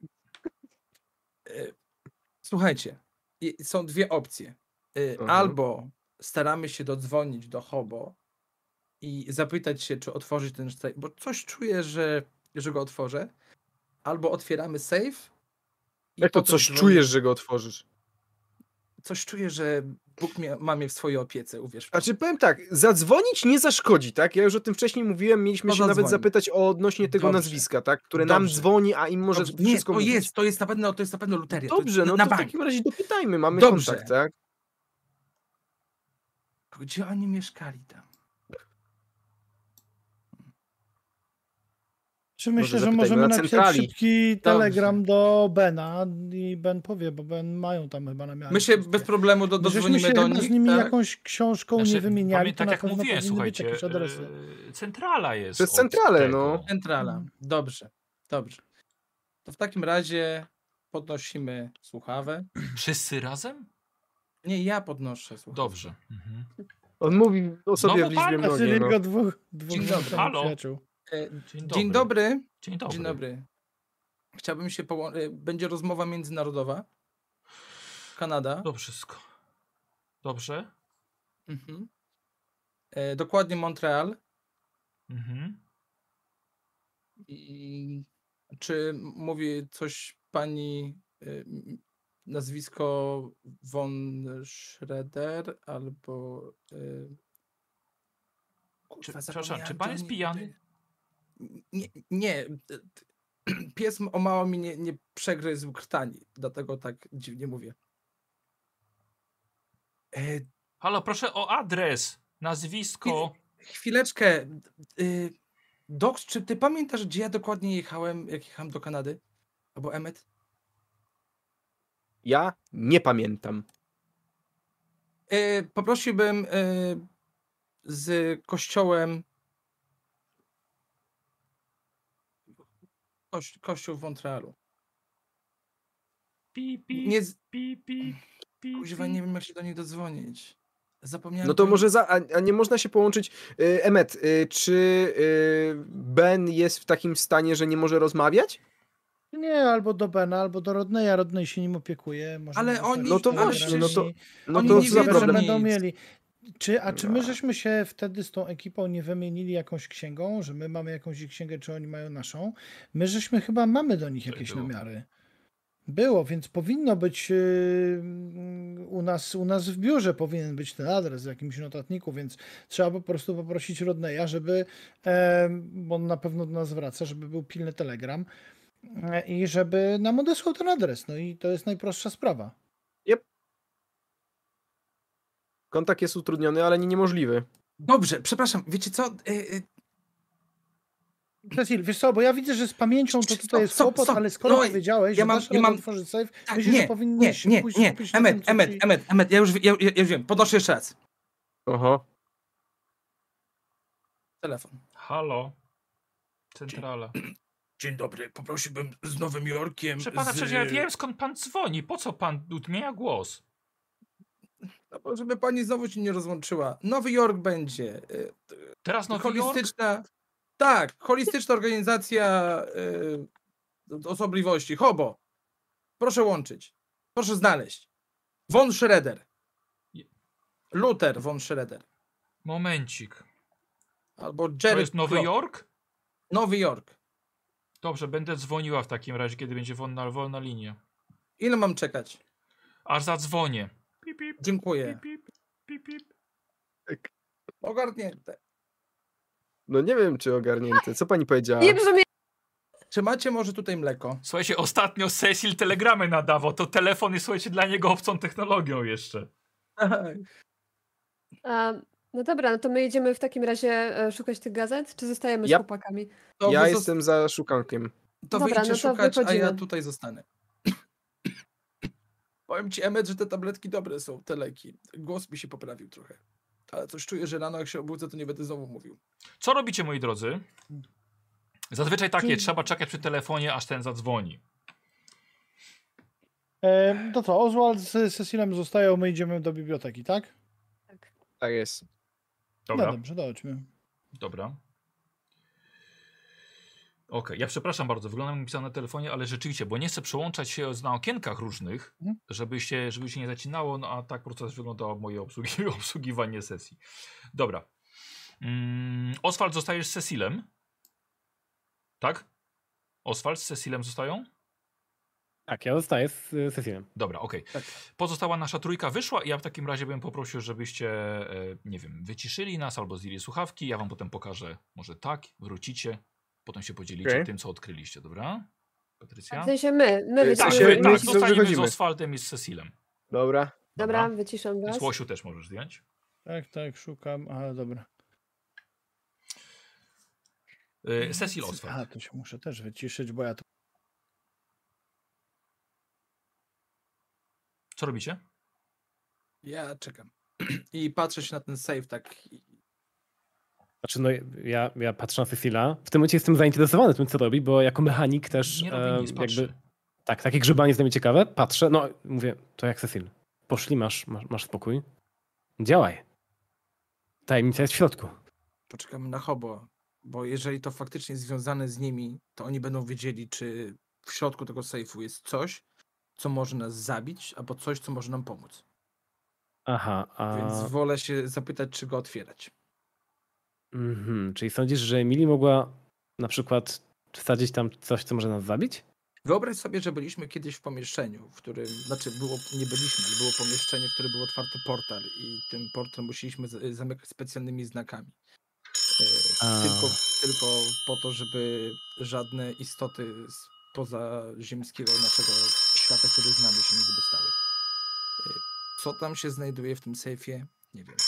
Słuchajcie, są dwie opcje. Albo staramy się dodzwonić do Hobo i zapytać się, czy otworzyć ten safe, bo coś czuję, że go otworzę. Albo otwieramy safe. i Jak to potem coś dzwonimy. czujesz, że go otworzysz? Coś czuję, że Bóg ma mnie w swojej opiece, uwierz. Znaczy powiem tak, zadzwonić nie zaszkodzi, tak? Ja już o tym wcześniej mówiłem, mieliśmy To się nawet zadzwoń. zapytać o odnośnie tego Dobrze. nazwiska, tak? Które nam Dobrze. dzwoni, a im może Dobrze. Nie, wszystko mówić. to jest na pewno loteria. To Dobrze, jest no na to w bank. takim razie dopytajmy, mamy Dobrze. kontakt, tak? Gdzie oni mieszkali tam? Czy myślę, że zapytajmy możemy na napisać centrali. szybki telegram do Bena i Ben powie, bo Ben mają tam chyba na miarę. My się bez problemu Żeśmy dodzwonimy się do chyba nich. z nimi tak? jakąś książką nie wymieniali, to tak na jak pewno mówiłem, powinny być słuchajcie, jakieś adresy. centrala jest. Przez od centralę, tego. no. Centrala. Dobrze. To w takim razie podnosimy słuchawę. Wszyscy razem? Nie, ja podnoszę słuchawę. Dobrze. Mhm. On mówi o sobie No, w liczbie pan- Czyli mnogiej, no. tylko dwóch Dzień dobry. znajomych Halo. przyjaciół. Dzień dobry. Dzień dobry. Dzień dobry. Chciałbym się będzie rozmowa międzynarodowa. Kanada. Dobrze wszystko. Dobrze? Mhm. Dokładnie Montreal. Mhm. I czy mówi coś pani nazwisko von Schroeder albo kurwa, Przepraszam, zapomniałem, czy pan to jest nie- pijany? Nie. Pies o mało mi nie przegryzł krtani, dlatego tak dziwnie mówię. Halo, proszę o adres, nazwisko. Chwileczkę. Dox, czy ty pamiętasz, gdzie ja dokładnie jechałem, jak jechałem do Kanady? Albo Emmet? Ja nie pamiętam. Poprosiłbym z kościołem kościół w Montrealu. Nie, kuźwa, nie wiem, jak się do nich dodzwonić. Zapomniałem. No to może a nie można się połączyć. Emmet, czy Ben jest w takim stanie, że nie może rozmawiać? Nie, albo do Bena, albo do Rodneya. Rodney się nim opiekuje. Ale oni... No to ale właśnie, przecież no oni to nie co za wiedzą, problem? będą nic. mieli. Czy my żeśmy się wtedy z tą ekipą nie wymienili jakąś księgą, że my mamy jakąś ich księgę, czy oni mają naszą? My żeśmy chyba mamy do nich jakieś namiary. Było, więc powinno być u nas w biurze powinien być ten adres w jakimś notatniku, więc trzeba po prostu poprosić Rodneya, żeby, bo on na pewno do nas wraca, żeby był pilny telegram i żeby nam odesłał ten adres. No i to jest najprostsza sprawa. Kontakt jest utrudniony, ale nie niemożliwy. Dobrze, przepraszam, wiecie co? Cecil, wiesz co, bo ja widzę, że z pamięcią to tutaj jest kłopot, ale skoro powiedziałeś, że dasz radę otworzyć safe, Tak, myślę, że powinieneś się pójść skupić na tym, co ci... Emmet, ja już wiem, podnoszę jeszcze raz. Oho. Telefon. Halo. Centrala. Dzień dobry, poprosiłbym z Nowym Jorkiem. Proszę pana, przecież ja wiem, skąd pan dzwoni. Po co pan zmienia głos? No, bo żeby pani znowu się nie rozłączyła. Nowy Jork będzie. Teraz Nowy Jork? Holistyczna. Tak, holistyczna organizacja osobliwości. Hobo. Proszę łączyć. Proszę znaleźć. Von Schroeder. Luther von Schroeder. Momencik. Albo To Jerry jest Nowy Klopp. Jork? Nowy Jork. Dobrze, będę dzwoniła w takim razie, kiedy będzie wolna linia. Ile mam czekać? Aż zadzwonię. Pip, pip, Dziękuję. pip, pip, pip. Ogarnięte. No nie wiem, czy ogarnięte. Co pani powiedziała? Nie brzmi. Czy macie może tutaj mleko? Słuchajcie, ostatnio Cecil telegramy nadawał. To telefon jest, słuchajcie, dla niego obcą technologią jeszcze. No dobra, no to my jedziemy w takim razie szukać tych gazet, czy zostajemy z Ja- chłopakami? To Ja wy jestem za szukankiem. To Dobra, wyjdźcie no to szukać, a ja wychodzimy. tutaj zostanę. Powiem ci, Emmet, że te tabletki dobre są, te leki. Głos mi się poprawił trochę. Ale coś czuję, że rano jak się obudzę, to nie będę znowu mówił. Co robicie, moi drodzy? Zazwyczaj takie, Dzień- trzeba czekać przy telefonie, aż ten zadzwoni. To co, Oswald z Cecilem zostają, my idziemy do biblioteki, tak? Tak jest. Dobra, No dobrze, chodźmy. dobra. Okej, ja przepraszam bardzo, wygląda mi pisane na telefonie, ale rzeczywiście, bo nie chcę przełączać się na okienkach różnych, żeby się nie zacinało, no a tak proces wyglądało moje obsługiwanie sesji. Dobra. Oswald, zostajesz z Cecilem? Tak? Oswald z Cecilem zostają? Tak, ja zostaję z Cecilem. Dobra, okej. Tak. Pozostała nasza trójka wyszła i ja w takim razie bym poprosił, żebyście, nie wiem, wyciszyli nas albo zdjęli słuchawki. Ja wam potem pokażę, może tak, wrócicie, potem się podzielicie Okej. tym, co odkryliście, dobra? Patrycja? W sensie my Tak, Tak, będziemy... wy, my tak, z- zostaniemy z wychodzimy. Oswaldem i z Cecilem. Dobra. Dobra, wyciszam was. Więc Łosiu też możesz zdjąć. Tak, szukam, ale dobra. Cecil Oswald. A, to się muszę też wyciszyć, bo ja to... Co robicie? Ja czekam. I patrzę się na ten safe tak. Znaczy, no ja patrzę na Cecila. W tym momencie jestem zainteresowany tym, co robi, bo jako mechanik też Nie robi nic, patrzy. Tak, takie grzebanie jest dla mnie ciekawe. Patrzę, no mówię, to jak Cecil. Poszli, masz spokój. Działaj. Tajemnica jest w środku. Poczekamy na Hobo, bo jeżeli to faktycznie jest związane z nimi, to oni będą wiedzieli, czy w środku tego sejfu jest coś, co może nas zabić, albo coś, co może nam pomóc. Aha, Więc wolę się zapytać, czy go otwierać. Czyli sądzisz, że Emily mogła na przykład wsadzić tam coś, co może nas zabić? Wyobraź sobie, że byliśmy kiedyś w pomieszczeniu, w którym, nie byliśmy, ale było pomieszczenie, w którym był otwarty portal i ten portal musieliśmy zamykać specjalnymi znakami. Tylko po to, żeby żadne istoty spoza ziemskiego naszego świata, który znamy, się nie wydostały. Co tam się znajduje w tym sejfie? Nie wiem.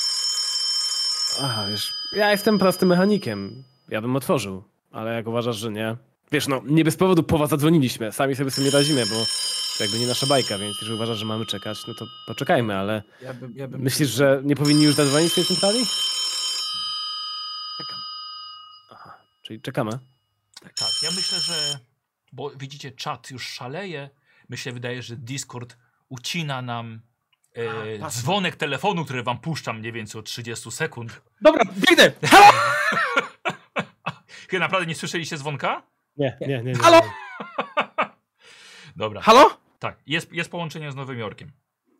Aha, wiesz, ja jestem prostym mechanikiem. Ja bym otworzył, ale jak uważasz, że nie... Wiesz, no, nie bez powodu po was zadzwoniliśmy. Sami sobie z tym nie radzimy, bo to jakby nie nasza bajka, więc jeżeli uważasz, że mamy czekać, no to poczekajmy, ale... Ja bym Myślisz, że nie powinni już zadzwonić z tej centrali? Czekam. Aha, czyli czekamy. Tak, ja myślę, że... Bo widzicie, czat już szaleje. Myślę, wydaje, że Discord ucina nam dzwonek telefonu, który wam puszczam mniej więcej od 30 sekund. Dobra, biegnę! Chyba naprawdę nie słyszeliście dzwonka? Nie. Halo? Dobra. Halo? Tak, jest połączenie z Nowym Jorkiem.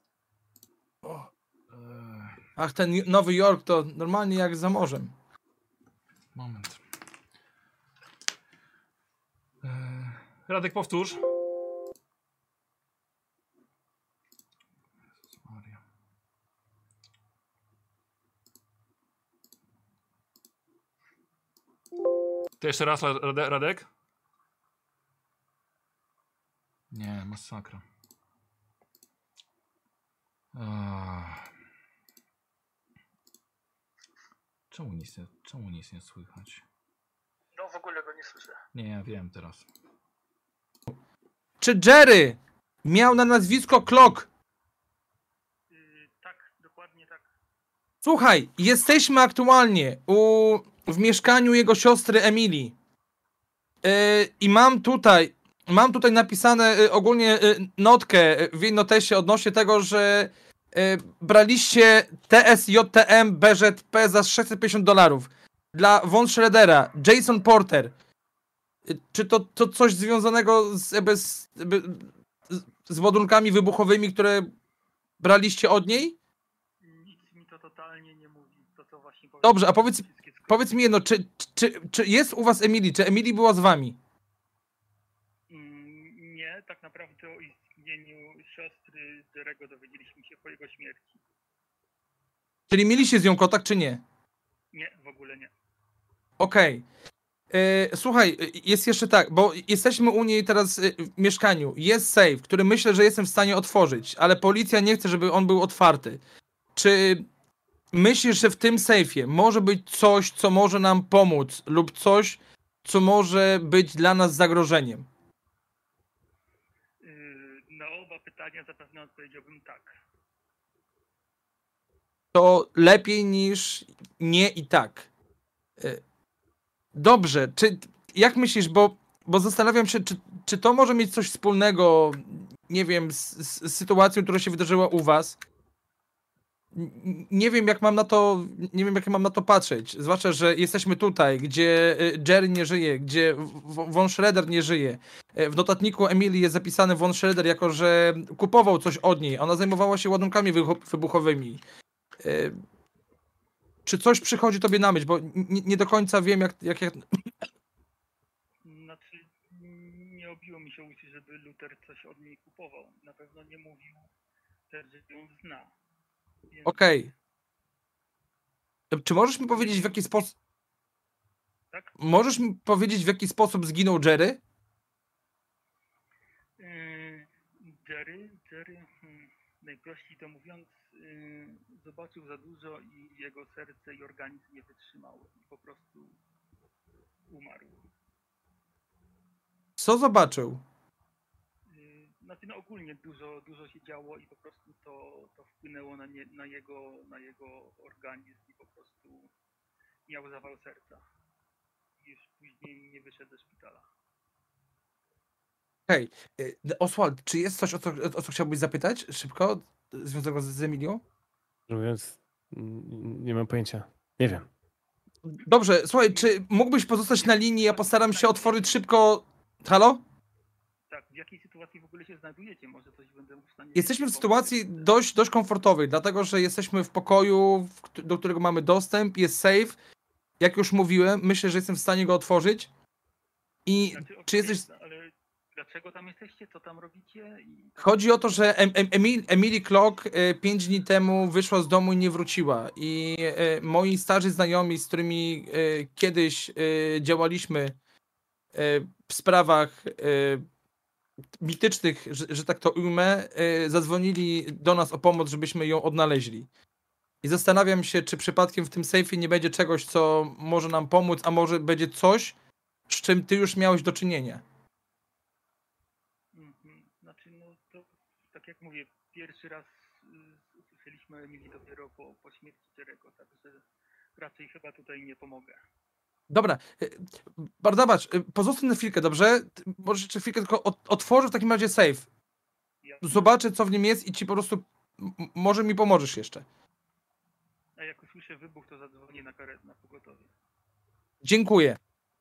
Ach, ten Nowy Jork to normalnie jak za morzem. Moment. Radek, powtórz. Jezus Maria. To jeszcze raz, Radek? Nie, masakra. Czemu nic nie słychać? No w ogóle go nie słyszę. Nie, ja wiem teraz. Czy Jerry miał na nazwisko Clock? Tak, dokładnie tak. Słuchaj, jesteśmy aktualnie w mieszkaniu jego siostry Emilii. I mam tutaj napisane ogólnie notkę w jej notesie odnośnie tego, że braliście TSJTM BZP za $650 dla Von Schroedera, Jason Porter. Czy to coś związanego z ładunkami wybuchowymi, które braliście od niej? Nic mi to totalnie nie mówi. To co właśnie Dobrze, a powiedz mi jedno, czy jest u was Emily? Czy Emily była z wami? Nie, tak naprawdę o istnieniu siostry Jerego dowiedzieliśmy się po jego śmierci. Czyli mieliście z nią kontakt, czy nie? Nie, w ogóle nie. Okej. Słuchaj, jest jeszcze tak, bo jesteśmy u niej teraz w mieszkaniu. Jest safe, który myślę, że jestem w stanie otworzyć, ale policja nie chce, żeby on był otwarty. Czy myślisz, że w tym sejfie może być coś, co może nam pomóc lub coś, co może być dla nas zagrożeniem? Na oba pytania zapewne odpowiedziałbym tak. To lepiej niż nie i tak. Dobrze, jak myślisz, bo zastanawiam się, czy to może mieć coś wspólnego, nie wiem, z sytuacją, która się wydarzyła u was? Nie wiem, jak mam na to patrzeć. Zwłaszcza, że jesteśmy tutaj, gdzie Jerry nie żyje, gdzie Von Schroeder nie żyje. W notatniku Emilii jest zapisany Von Schroeder, jako że kupował coś od niej. Ona zajmowała się ładunkami wybuchowymi. Czy coś przychodzi tobie na myśl? Bo nie do końca wiem, jak... Znaczy, nie obiło mi się uszy, żeby Luther coś od niej kupował. Na pewno nie mówił też, że ją zna. Więc... Okej. Czy możesz mi powiedzieć, w jaki sposób... Tak? Możesz mi powiedzieć, w jaki sposób zginął Jerry? Jerry, najprościej to mówiąc, zobaczył za dużo i jego serce i organizm nie wytrzymały i po prostu umarł. Co zobaczył? Znaczy, no ogólnie dużo się działo i po prostu to wpłynęło na jego organizm i po prostu miał zawał serca. I już później nie wyszedł ze szpitala. Okej. Oswald, czy jest coś, o co chciałbyś zapytać szybko, związanego z Emilią? Mówiąc, nie mam pojęcia. Nie wiem. Dobrze, słuchaj, czy mógłbyś pozostać na linii? Ja postaram się otworzyć szybko... Halo? Tak, w jakiej sytuacji w ogóle się znajdujecie? Może coś będę w stanie... Jesteśmy w sytuacji dość komfortowej, dlatego że jesteśmy w pokoju, do którego mamy dostęp, jest safe. Jak już mówiłem, myślę, że jestem w stanie go otworzyć. I Znaczy, czy jesteś... Ale dlaczego tam jesteście? Co tam robicie? Chodzi o to, że Emily Clock 5 dni temu wyszła z domu i nie wróciła. I moi starzy znajomi, z którymi kiedyś działaliśmy w sprawach mitycznych, że tak to ujmę, zadzwonili do nas o pomoc, żebyśmy ją odnaleźli. I zastanawiam się, czy przypadkiem w tym sejfie nie będzie czegoś, co może nam pomóc, a może będzie coś, z czym ty już miałeś do czynienia. Znaczy, no to tak jak mówię, pierwszy raz usłyszeliśmy o Emilii dopiero po śmierci Jerego, także raczej chyba tutaj nie pomogę. Dobra, Barnabas, pozostań na chwilkę, dobrze? Możesz jeszcze chwilkę tylko otworzę w takim razie safe. Zobaczę, co w nim jest i ci po prostu może mi pomożesz jeszcze. A jak usłyszę wybuch, to zadzwonię na pogotowie. Dziękuję.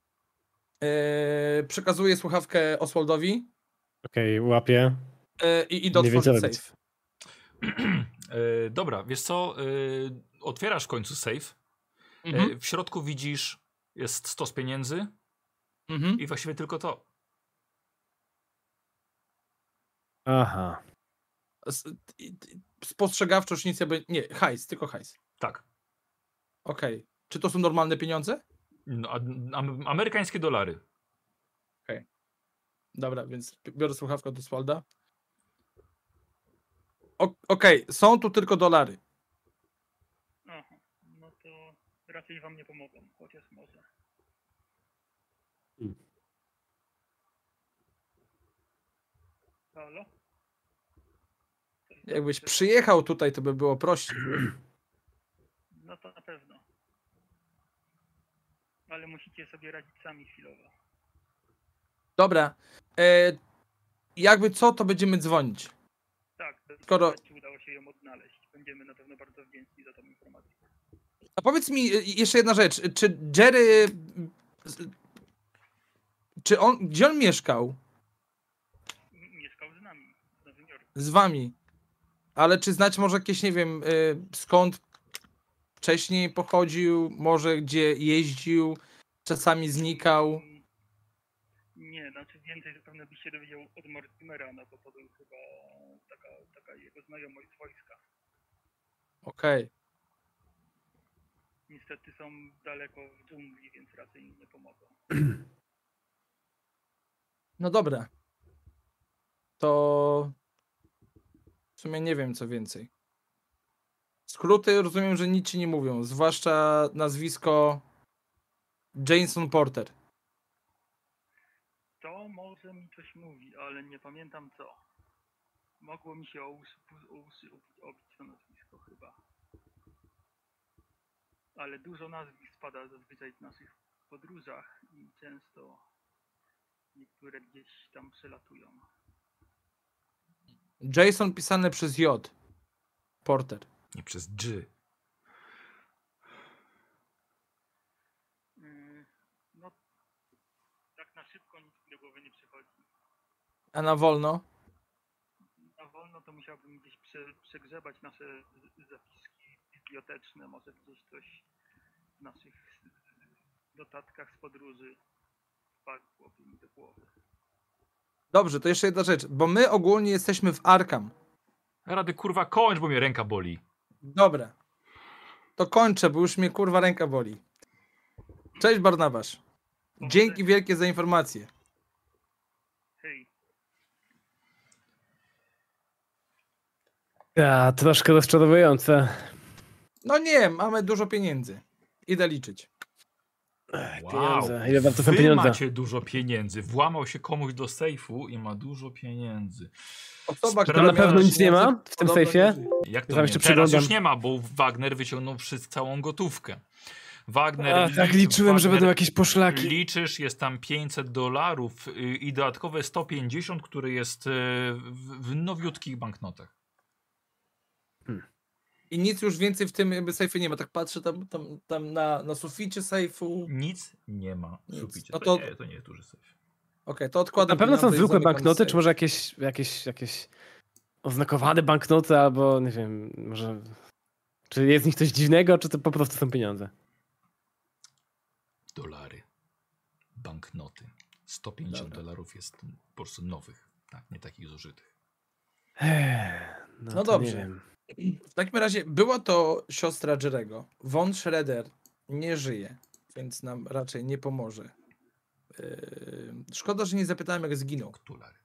Przekazuję słuchawkę Oswaldowi. Okej, łapię. I idę Nie wiem, otworzyć co robić. safe. Dobra, wiesz co? Otwierasz w końcu safe. W środku widzisz, jest stos pieniędzy i właściwie tylko to. Aha. Spostrzegawczość nic jakby... Nie, hajs, tylko hajs. Tak. Okej. Czy to są normalne pieniądze? No, amerykańskie dolary. Dobra, więc biorę słuchawkę od Oswalda. Okej, są tu tylko dolary. Aha, no to raczej wam nie pomogą, chociaż może. Halo? Jakbyś przyjechał tutaj, to by było prościej. No to na pewno. Ale musicie sobie radzić sami chwilowo. Dobra. Jakby co, to będziemy dzwonić. Tak, Skoro... czy udało się ją odnaleźć. Będziemy na pewno bardzo wdzięczni za tą informację. A powiedz mi jeszcze jedna rzecz. Czy Jerry... Gdzie on mieszkał? Mieszkał z nami w Nowym Jorku. Z wami. Ale czy znać może jakieś, nie wiem, skąd wcześniej pochodził, może gdzie jeździł, czasami znikał? Nie, znaczy więcej zapewne byś się dowiedział od Mortimera, no bo to był chyba taka jego znajomość z wojska. Okej. Niestety są daleko w dżungli, więc raczej im nie pomogą. No dobra. To w sumie nie wiem co więcej. Skróty rozumiem, że nic ci nie mówią, zwłaszcza nazwisko Jason Porter. To może mi coś mówi, ale nie pamiętam co. Mogło mi się o uszy obić to nazwisko chyba. Ale dużo nazwisk spada zazwyczaj w naszych podróżach i często niektóre gdzieś tam przelatują. Jason pisane przez J. Porter. Nie przez G. No, tak na szybko nic mi do głowy nie przychodzi. A na wolno? Na wolno to musiałbym gdzieś przegrzebać nasze zapiski biblioteczne, może gdzieś coś w naszych notatkach z podróży wpadłoby mi do głowy. Dobrze, to jeszcze jedna rzecz, bo my ogólnie jesteśmy w Arkham. Rady kurwa kończ, bo mnie ręka boli. Dobra. To kończę, bo już mnie kurwa ręka boli. Cześć Barnabasz. Dzięki wielkie za informację. Hej. Troszkę rozczarowujące. No nie, mamy dużo pieniędzy. Idę liczyć. Pieniądze. Ile warto są Wy pieniądze? macie dużo pieniędzy. Włamał się komuś do sejfu i ma dużo pieniędzy. Osoba, Tam która na pewno miała nic nie ma pieniądze, w tym podobno sejfie? nie żyje. Jak to Tam nie? jeszcze Teraz przeglądam. już nie ma, bo Wagner wyciągnął całą gotówkę. Wagner... Tak liczyłem, że Wagner będą jakieś poszlaki. Liczysz, jest tam $500 i dodatkowe 150, które jest w nowiutkich banknotach. I nic już więcej w tym jakby sejfie nie ma. Tak patrzę tam na suficie sejfu. Nic nie ma w Nic. suficie. No To nie jest duży sejf. Okej, to odkładam. Na pewno są pieniądze i zwykłe zamykam banknoty, sejf. czy może jakieś oznakowane banknoty, albo nie wiem, może... Czy jest w nich coś dziwnego, czy to po prostu są pieniądze? Dolary. Banknoty. $150 jest po prostu nowych. Tak, nie takich zużytych. No to dobrze. Nie wiem. W takim razie była to siostra Jerego. Von Schroeder nie żyje, więc nam raczej nie pomoże. Szkoda, że nie zapytałem, jak zginął. Dolary.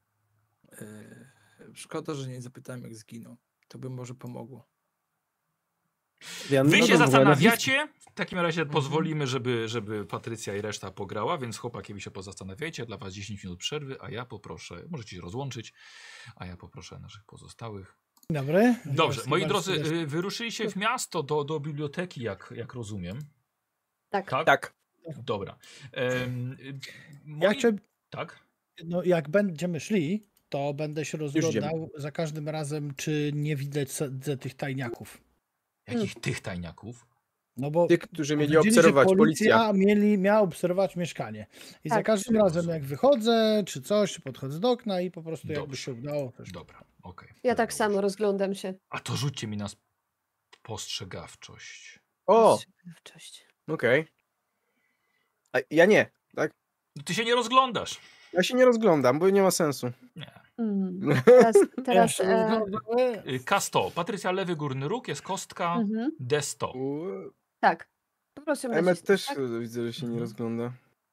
Szkoda, że nie zapytałem, jak zginął. To by może pomogło. Wy no się to w ogóle zastanawiacie, w takim razie pozwolimy, żeby Patrycja i reszta pograła, więc chłopaki, wy się pozastanawiajcie, dla was 10 minut przerwy, a ja poproszę, możecie się rozłączyć, a ja poproszę naszych pozostałych. Dobry. Dobrze, Witam moi serdecznie. drodzy, wyruszyliście w miasto do biblioteki, jak rozumiem. Tak. Tak. Dobra. Tak? No, jak będziemy szli, to będę się idziemy. rozglądał za każdym razem, czy nie widać tych tajniaków. Jakich tych tajniaków? No bo Tych, którzy mieli powiedzieli, że obserwować policja. miała obserwować mieszkanie. I za Tak. każdym razem, jak wychodzę, czy coś, podchodzę do okna i po prostu jakby Dobrze. się udało. Też. Dobra, okej. Ja tak samo rozglądam się. A to rzućcie mi na postrzegawczość. O, Cześć. okej. A ja nie, tak? No ty się nie rozglądasz. Ja się nie rozglądam, bo nie ma sensu. Teraz K100. Patrycja, lewy górny róg, jest kostka D100. tak. Proszę mnie. Emmet też Tak? widzę, że się nie rozgląda.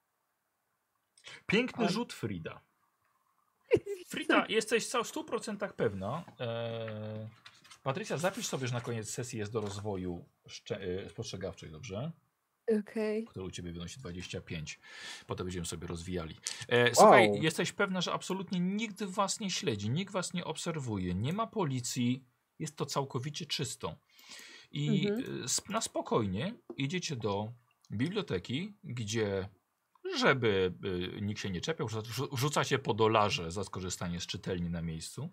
Piękny rzut, Frida. Frida, jesteś w 100% pewna. Patrycja, zapisz sobie, że na koniec sesji jest do rozwoju spostrzegawczej, dobrze? Okej. Które u ciebie wynosi 25. Potem będziemy sobie rozwijali. Słuchaj, Wow. jesteś pewna, że absolutnie nikt was nie śledzi, nikt was nie obserwuje, nie ma policji, jest to całkowicie czysto. I na spokojnie idziecie do biblioteki, gdzie, żeby nikt się nie czepiał, rzucacie po dolarze za skorzystanie z czytelni na miejscu.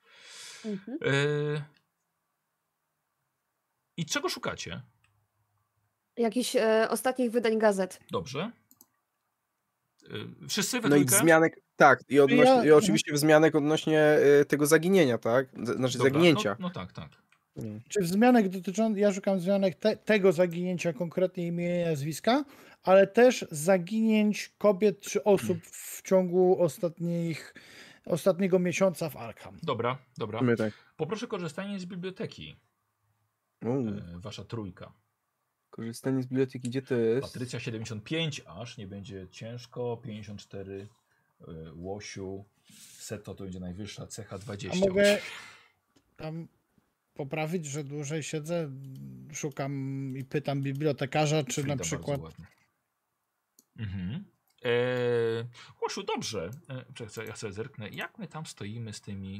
I czego szukacie? Jakichś ostatnich wydań gazet. Dobrze. Wszyscy we No i dwójkę? wzmianek, tak, i Ja- oczywiście wzmianek odnośnie tego zaginienia, tak? Znaczy Dobra, zaginięcia. No tak, tak. Czy wzmianek dotyczących, ja szukam wzmianek tego zaginięcia, konkretnie imienia i nazwiska, ale też zaginięć kobiet czy osób w ciągu ostatniego miesiąca w Arkham. Dobra, dobra. My tak. Poproszę korzystanie z biblioteki. U, Wasza trójka. korzystanie z biblioteki, gdzie to jest? Patrycja 75 aż, nie będzie ciężko. 54 Łosiu. Seto to będzie najwyższa, cecha 20. A mogę tam poprawić, że dłużej siedzę, szukam i pytam bibliotekarza, czy Frida, na przykład... bardzo ładnie. Mhm. Łosiu, dobrze. Czekaj, ja sobie zerknę. Jak my tam stoimy z tymi...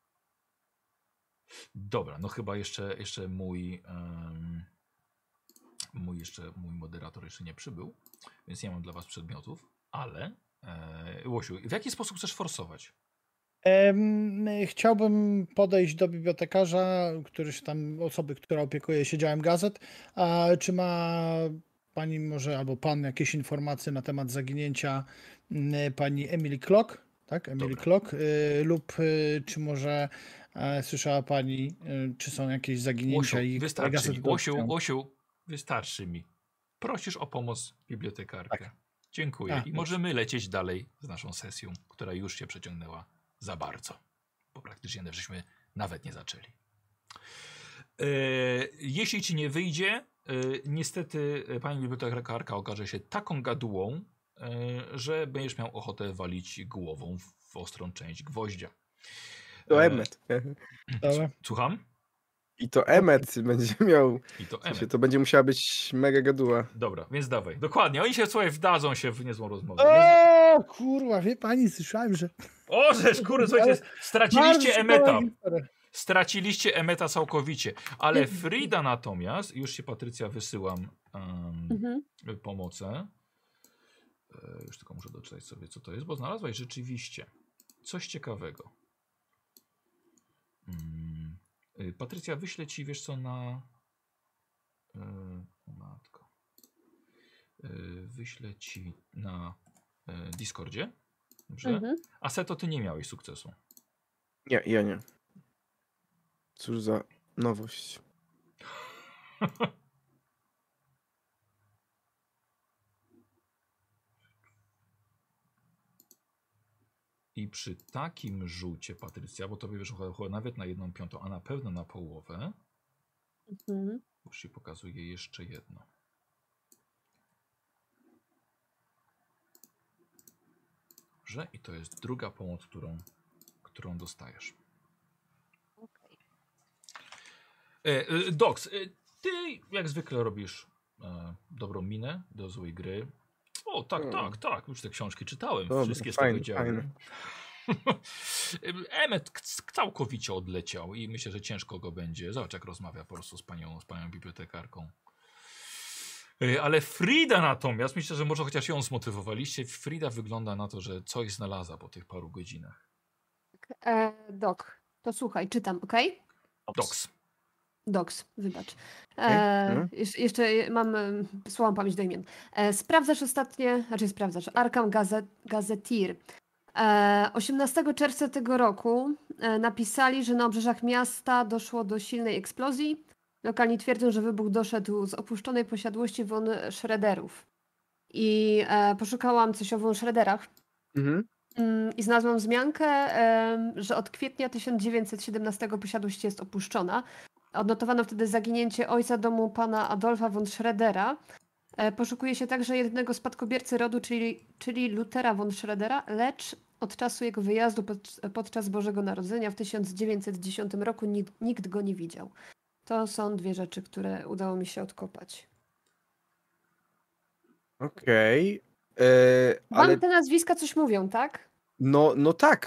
Dobra, no chyba jeszcze mój moderator jeszcze nie przybył, więc nie mam dla was przedmiotów, ale Łosiu, w jaki sposób chcesz forsować? Chciałbym podejść do bibliotekarza, osoby, która opiekuje się działem gazet, a czy ma pani może albo pan jakieś informacje na temat zaginięcia pani Emily Clock, tak? Emily Dobra. Clock, lub czy może słyszała pani, czy są jakieś zaginięcia Łosiu, i które wystarczy gazety mi. dotyczą? Łosiu, wystarczy mi. Prosisz o pomoc bibliotekarkę. Tak. Dziękuję. A, I możemy lecieć dalej z naszą sesją, która już się przeciągnęła za bardzo, bo praktycznie żeśmy nawet nie zaczęli. Jeśli ci nie wyjdzie, niestety pani bibliotekarka okaże się taką gadułą, że będziesz miał ochotę walić głową w ostrą część gwoździa. To Emmet. Dobra. Słucham? I to Emmet będzie miał. I to W sensie, Emmet. to będzie musiała być mega gaduła. Dobra, więc dawaj. Dokładnie. Oni się, słuchaj, wdadzą się w niezłą rozmowę. O kurwa, wie pani, słyszałem, że... O, żeż, kurde, słuchajcie, straciliście Bardzo Emmeta. ciekawa historia. Straciliście Emmeta całkowicie. Ale Frida natomiast, już się Patrycja wysyłam pomocę. Już tylko muszę doczytać sobie, co to jest, bo znalazłaś rzeczywiście coś ciekawego. Patrycja, wyślę ci, wiesz co, na... O matko. Wyślę ci na Discordzie. Dobrze? A Seto, ty nie miałeś sukcesu. Nie, ja nie. Cóż za nowość. I przy takim rzucie, Patrycja, bo tobie wyszło nawet na 1/5, a na pewno na połowę, już ci pokazuję jeszcze jedno. Dobrze, i to jest druga pomoc, którą dostajesz. Dox, Ty jak zwykle robisz dobrą minę do złej gry. O, tak, już te książki czytałem, Dobra, wszystkie z fajne, tego działu. fajne. Emmet całkowicie odleciał i myślę, że ciężko go będzie. Zobacz, jak rozmawia po prostu z panią bibliotekarką. Ale Frida natomiast, myślę, że może chociaż ją zmotywowaliście. Frida wygląda na to, że coś znalazła po tych paru godzinach. Dok, to słuchaj, czytam, okej? Doks. Wybacz. Mhm. Jeszcze mam słabą pamięć do imion. Sprawdzasz Arkham Gazetteer. 18 czerwca tego roku napisali, że na obrzeżach miasta doszło do silnej eksplozji. Lokalni twierdzą, że wybuch doszedł z opuszczonej posiadłości von Schroederów. I poszukałam coś o von Schroederach. Mhm. I znalazłam wzmiankę, że od kwietnia 1917 posiadłość jest opuszczona. Odnotowano wtedy zaginięcie ojca domu pana Adolfa von Schroedera. Poszukuje się także jednego spadkobiercy rodu, czyli Luthera von Schroedera, lecz od czasu jego wyjazdu podczas Bożego Narodzenia w 1910 roku nikt go nie widział. To są dwie rzeczy, które udało mi się odkopać. Okej. Wam Ale te nazwiska coś mówią, tak? no tak,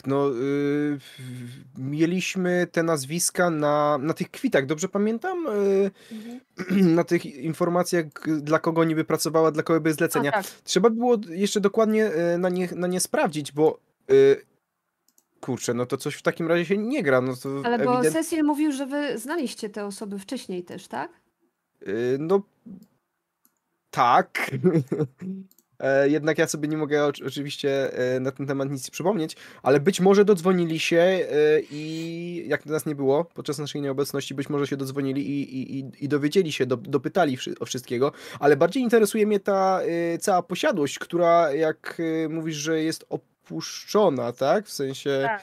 mieliśmy te nazwiska na tych kwitach, dobrze pamiętam? Na tych informacjach, dla kogo niby pracowała, dla kogo były zlecenia. Tak. Trzeba było jeszcze dokładnie na nie sprawdzić, bo kurczę, no to coś w takim razie się nie gra. No to Ale bo Cecil mówił, że wy znaliście te osoby wcześniej też, tak? No tak. Jednak ja sobie nie mogę oczywiście na ten temat nic przypomnieć, ale być może dodzwonili się i jak nas nie było podczas naszej nieobecności, być może się dodzwonili i dowiedzieli się, dopytali o wszystkiego, ale bardziej interesuje mnie ta cała posiadłość, która jak mówisz, że jest opuszczona, tak? W sensie... Tak.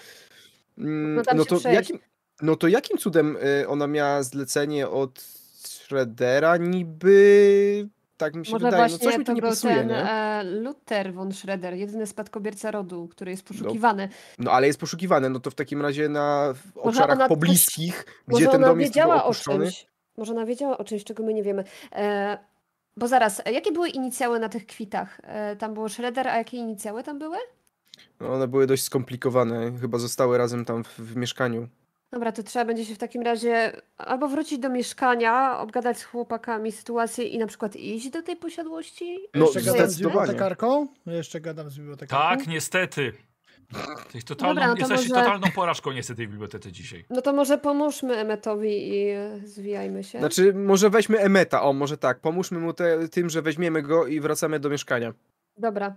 No to jakim cudem ona miała zlecenie od Schroedera niby... Tak mi się Może wydaje, no właśnie coś mi tu to nie był pasuje, ten nie? Luther von Schroeder, jedyny spadkobierca rodu, który jest poszukiwany. No ale jest poszukiwane, no to w takim razie w Może obszarach ona pobliskich, gdzie Może ten ona dom jest niby wiedziała o opuszczony. czymś. Może ona wiedziała o czymś, czego my nie wiemy. Bo zaraz, jakie były inicjały na tych kwitach? Tam było Schroeder, a jakie inicjały tam były? No, one były dość skomplikowane, chyba zostały razem tam w mieszkaniu. Dobra, to trzeba będzie się w takim razie albo wrócić do mieszkania, obgadać z chłopakami sytuację i na przykład iść do tej posiadłości. No, Jeszcze gadam z zdecydowanie. bibliotekarką? Jeszcze gadam z bibliotekarką? Tak, niestety. Dobra, no to Jesteś może- totalną porażką niestety w bibliotece dzisiaj. No to może pomóżmy Emmetowi i zwijajmy się. Znaczy, może weźmy Emmeta, o może tak, pomóżmy mu tym, że weźmiemy go i wracamy do mieszkania. Dobra.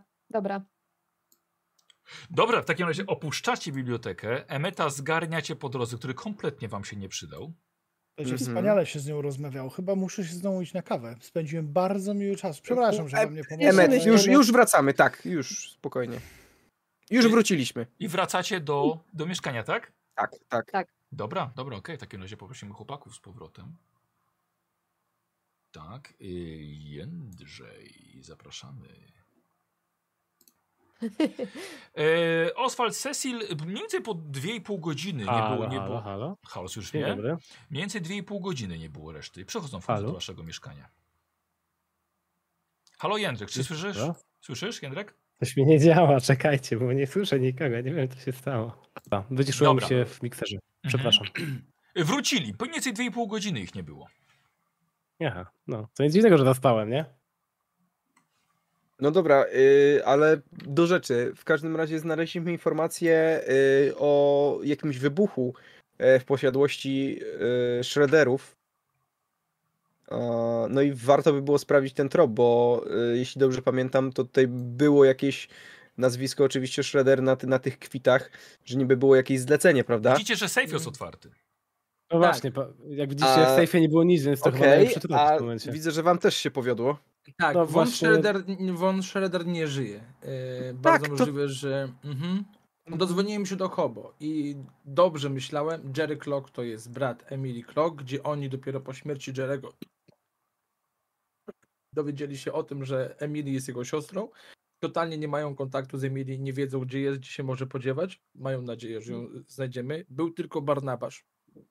Dobra, w takim razie opuszczacie bibliotekę, Emmeta zgarniacie po drodze, który kompletnie wam się nie przydał. Będzie wspaniale się z nią rozmawiało. Chyba muszę się z nią iść na kawę. Spędziłem bardzo miły czas. Przepraszam, że wam nie pomogłem. Emmet, Myślimy. już wracamy, tak, już, spokojnie. Już wróciliśmy. I wracacie do mieszkania, tak? Tak. Dobra, okej, w takim razie poprosimy chłopaków z powrotem. Tak, Jędrzej, zapraszamy. Oswald, Cecil, mniej więcej po 2,5 godziny nie było. Halo? Halo, słyszysz Dzień mnie? dobry. Mniej więcej 2,5 godziny nie było reszty. Przechodzą w Halo? końcu do waszego mieszkania. Halo Jędrek, czy słyszysz? Halo? Słyszysz, Jędrek? Coś mi nie działa, czekajcie, bo nie słyszę nikogo, nie wiem co się stało. Wyciszyłem Dobra. się w mikserze, przepraszam. Wrócili, po mniej więcej 2,5 godziny ich nie było. Aha, no, to nic dziwnego, że zaspałem, nie? No dobra, ale do rzeczy. W każdym razie znaleźliśmy informację o jakimś wybuchu w posiadłości Schroederów. No i warto by było sprawdzić ten trop, bo jeśli dobrze pamiętam, to tutaj było jakieś nazwisko oczywiście Schroeder na tych kwitach, że niby było jakieś zlecenie, prawda? Widzicie, że safe jest otwarty. No właśnie, jak widzicie w sejfie nie było nic, więc to chyba Okej, najlepszy trop w a tym momencie. widzę, że wam też się powiodło. Tak, No von, właśnie- von Schroeder nie żyje. Bardzo to- możliwe, że... Dodzwoniłem się do Hobo i dobrze myślałem, Jerry Clock to jest brat Emily Clock, gdzie oni dopiero po śmierci Jerry'ego dowiedzieli się o tym, że Emily jest jego siostrą. Totalnie nie mają kontaktu z Emily, nie wiedzą gdzie się może podziewać. Mają nadzieję, że ją znajdziemy. Był tylko Barnabasz.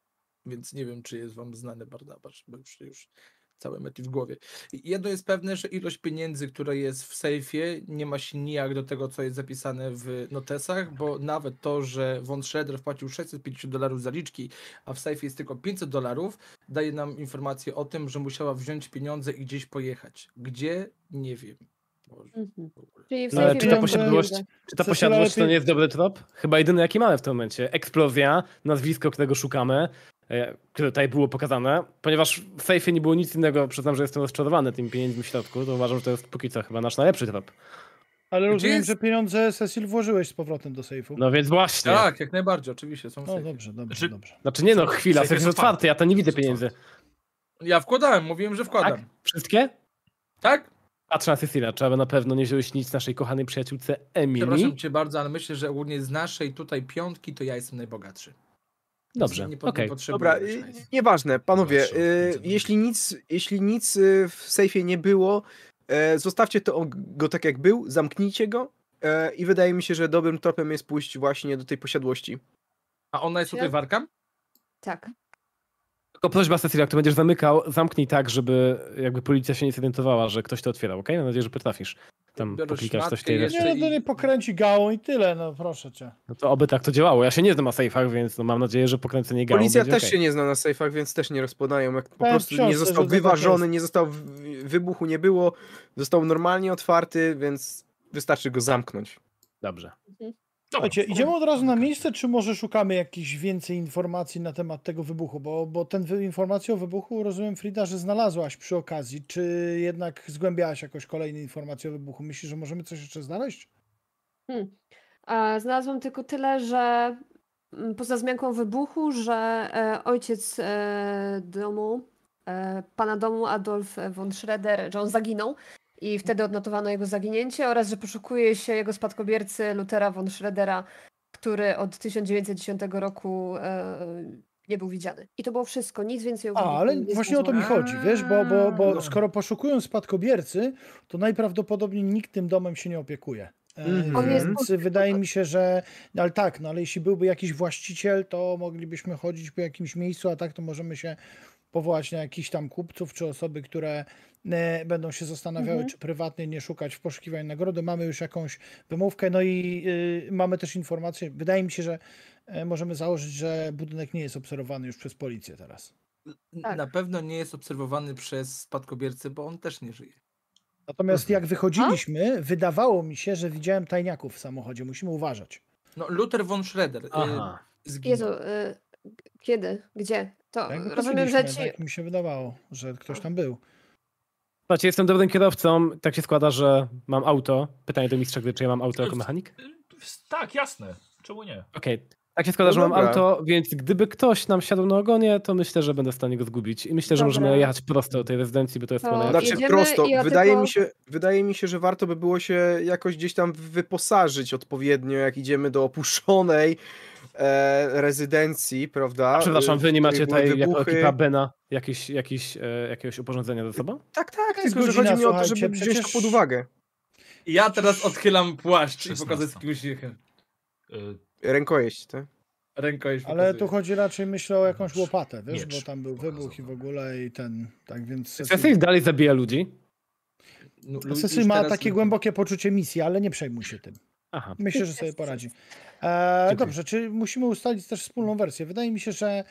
więc nie wiem, czy jest wam znany Barnabasz, bo już całe mety w głowie. Jedno jest pewne, że ilość pieniędzy, która jest w sejfie, nie ma się nijak do tego, co jest zapisane w notesach, bo nawet to, że Von Schroeder wpłacił $650 zaliczki, a w sejfie jest tylko $500, daje nam informację o tym, że musiała wziąć pieniądze i gdzieś pojechać. Gdzie? Nie wiem. Czyli w No, ale sensie czy ta wiem, posiadłość, że- czy ta posiadłość to nie jest dobry trop? Chyba jedyny jaki mamy w tym momencie. Eksplozja, nazwisko, którego szukamy, które tutaj było pokazane. Ponieważ w sejfie nie było nic innego, przyznam, że jestem rozczarowany tymi pieniędzmi w środku, to uważam, że to jest póki co chyba nasz najlepszy trop. Ale rozumiem, jest- że pieniądze Cecil włożyłeś z powrotem do sejfu. No więc właśnie. Tak, jak najbardziej, oczywiście są w No sejfie. dobrze, dobrze, Znaczy- dobrze. Znaczy nie no, chwila, Sejf sejf jest jest otwarty, ja tam nie widzę Sejf jest pieniędzy. Ja wkładałem, mówiłem, że wkładam. Tak? Wszystkie? Tak? Patrzę na Cecilia, trzeba na pewno nie wziąłeś nic naszej kochanej przyjaciółce Emilii. Przepraszam cię bardzo, ale myślę, że ogólnie z naszej tutaj piątki to ja jestem najbogatszy. Więc Dobrze, nie okej. potrzebuję Dobra, reszty. nieważne, panowie, Zawsze, jeśli nic w sejfie nie było, zostawcie go tak jak był, zamknijcie go i wydaje mi się, że dobrym tropem jest pójść właśnie do tej posiadłości. A ona jest tutaj w Arkham? Tak. Tylko prośba Cecilia, jak to będziesz zamykał, zamknij tak, żeby jakby policja się nie zorientowała, że ktoś to otwierał, okej? Mam nadzieję, że potrafisz tam Biorę poklikać coś w szmatkę tej jeszcze. reszcie. Nie, no to nie pokręci gałą i tyle, no proszę cię. No to oby tak to działało. Ja się nie znam na sejfach, więc no mam nadzieję, że pokręcenie gałą Policja będzie też okej. się nie zna na sejfach, więc też nie rozpoznają, jak po Powiem prostu w książce, nie został że to tak wyważony, jest. nie został, wybuchu nie było, został normalnie otwarty, więc wystarczy go zamknąć. Dobrze. Dobra. Słuchajcie, idziemy od razu na miejsce, czy może szukamy jakichś więcej informacji na temat tego wybuchu? Bo informację o wybuchu, rozumiem, Frida, że znalazłaś przy okazji. Czy jednak zgłębiałaś jakoś kolejne informacje o wybuchu? Myślisz, że możemy coś jeszcze znaleźć? Znalazłam tylko tyle, że poza wzmianką wybuchu, że ojciec pana domu, Adolf von Schroeder, że on zaginął i wtedy odnotowano jego zaginięcie oraz, że poszukuje się jego spadkobiercy Luthera von Schroedera, który od 1910 roku nie był widziany. I to było wszystko, nic więcej o wybuchu Ale nie właśnie o to mi znalazłam. chodzi, wiesz, bo skoro poszukują spadkobiercy, to najprawdopodobniej nikt tym domem się nie opiekuje. On jest Więc wydaje mi się, że ale tak, no ale jeśli byłby jakiś właściciel, to moglibyśmy chodzić po jakimś miejscu, a tak to możemy się powołać na jakichś tam kupców, czy osoby, które będą się zastanawiały, czy prywatnie nie szukać w poszukiwaniu nagrody. Mamy już jakąś wymówkę, no i mamy też informację, wydaje mi się, że możemy założyć, że budynek nie jest obserwowany już przez policję teraz. Tak. Na pewno nie jest obserwowany przez spadkobiercę, bo on też nie żyje. Natomiast jak wychodziliśmy, wydawało mi się, że widziałem tajniaków w samochodzie. Musimy uważać. No, Luther von Schroeder Aha. zginął. Jezu, kiedy? Gdzie? To Jak rozumiem, że wychodziliśmy, ci... tak mi się wydawało, że ktoś tam był. Słuchajcie, jestem dobrym kierowcą, tak się składa, że mam auto. Pytanie do mistrza gry, czy ja mam auto jako mechanik? Tak, jasne. Czemu nie? Okej. Tak się składa, No że mam dobra. auto, więc gdyby ktoś nam siadł na ogonie, to myślę, że będę w stanie go zgubić. I myślę, że Dobra. możemy jechać prosto do tej rezydencji, bo to jest To chyba najlepsze. Znaczy jedziemy prosto, i ja wydaje, tylko- wydaje mi się, że warto by było się jakoś gdzieś tam wyposażyć odpowiednio, jak idziemy do opuszczonej rezydencji, prawda? Przepraszam, wy nie w macie której były tutaj jako wybuchy. ekipa Bena jakiegoś uporządzenia ze sobą? Tak, tak, jest tylko że godzina, chodzi mi o to, słuchajcie, żeby wziąć to przecież- pod uwagę. Ja teraz odchylam płaszcz i 16. pokażę z jakimś uśmiechem. Rękojeść, tak? Rękojeść Ale pokazuję. tu chodzi raczej, myślę, o jakąś łopatę, wiesz, Miecz bo tam był wybuch i w ogóle i ten, tak więc... Cecil dalej zabija ludzi. No, Cecil już ma teraz takie nie- głębokie poczucie misji, ale nie przejmuj się tym. Aha. Myślę, że sobie poradzi. Dziękuję. Dobrze, czy musimy ustalić też wspólną wersję? Wydaje mi się, że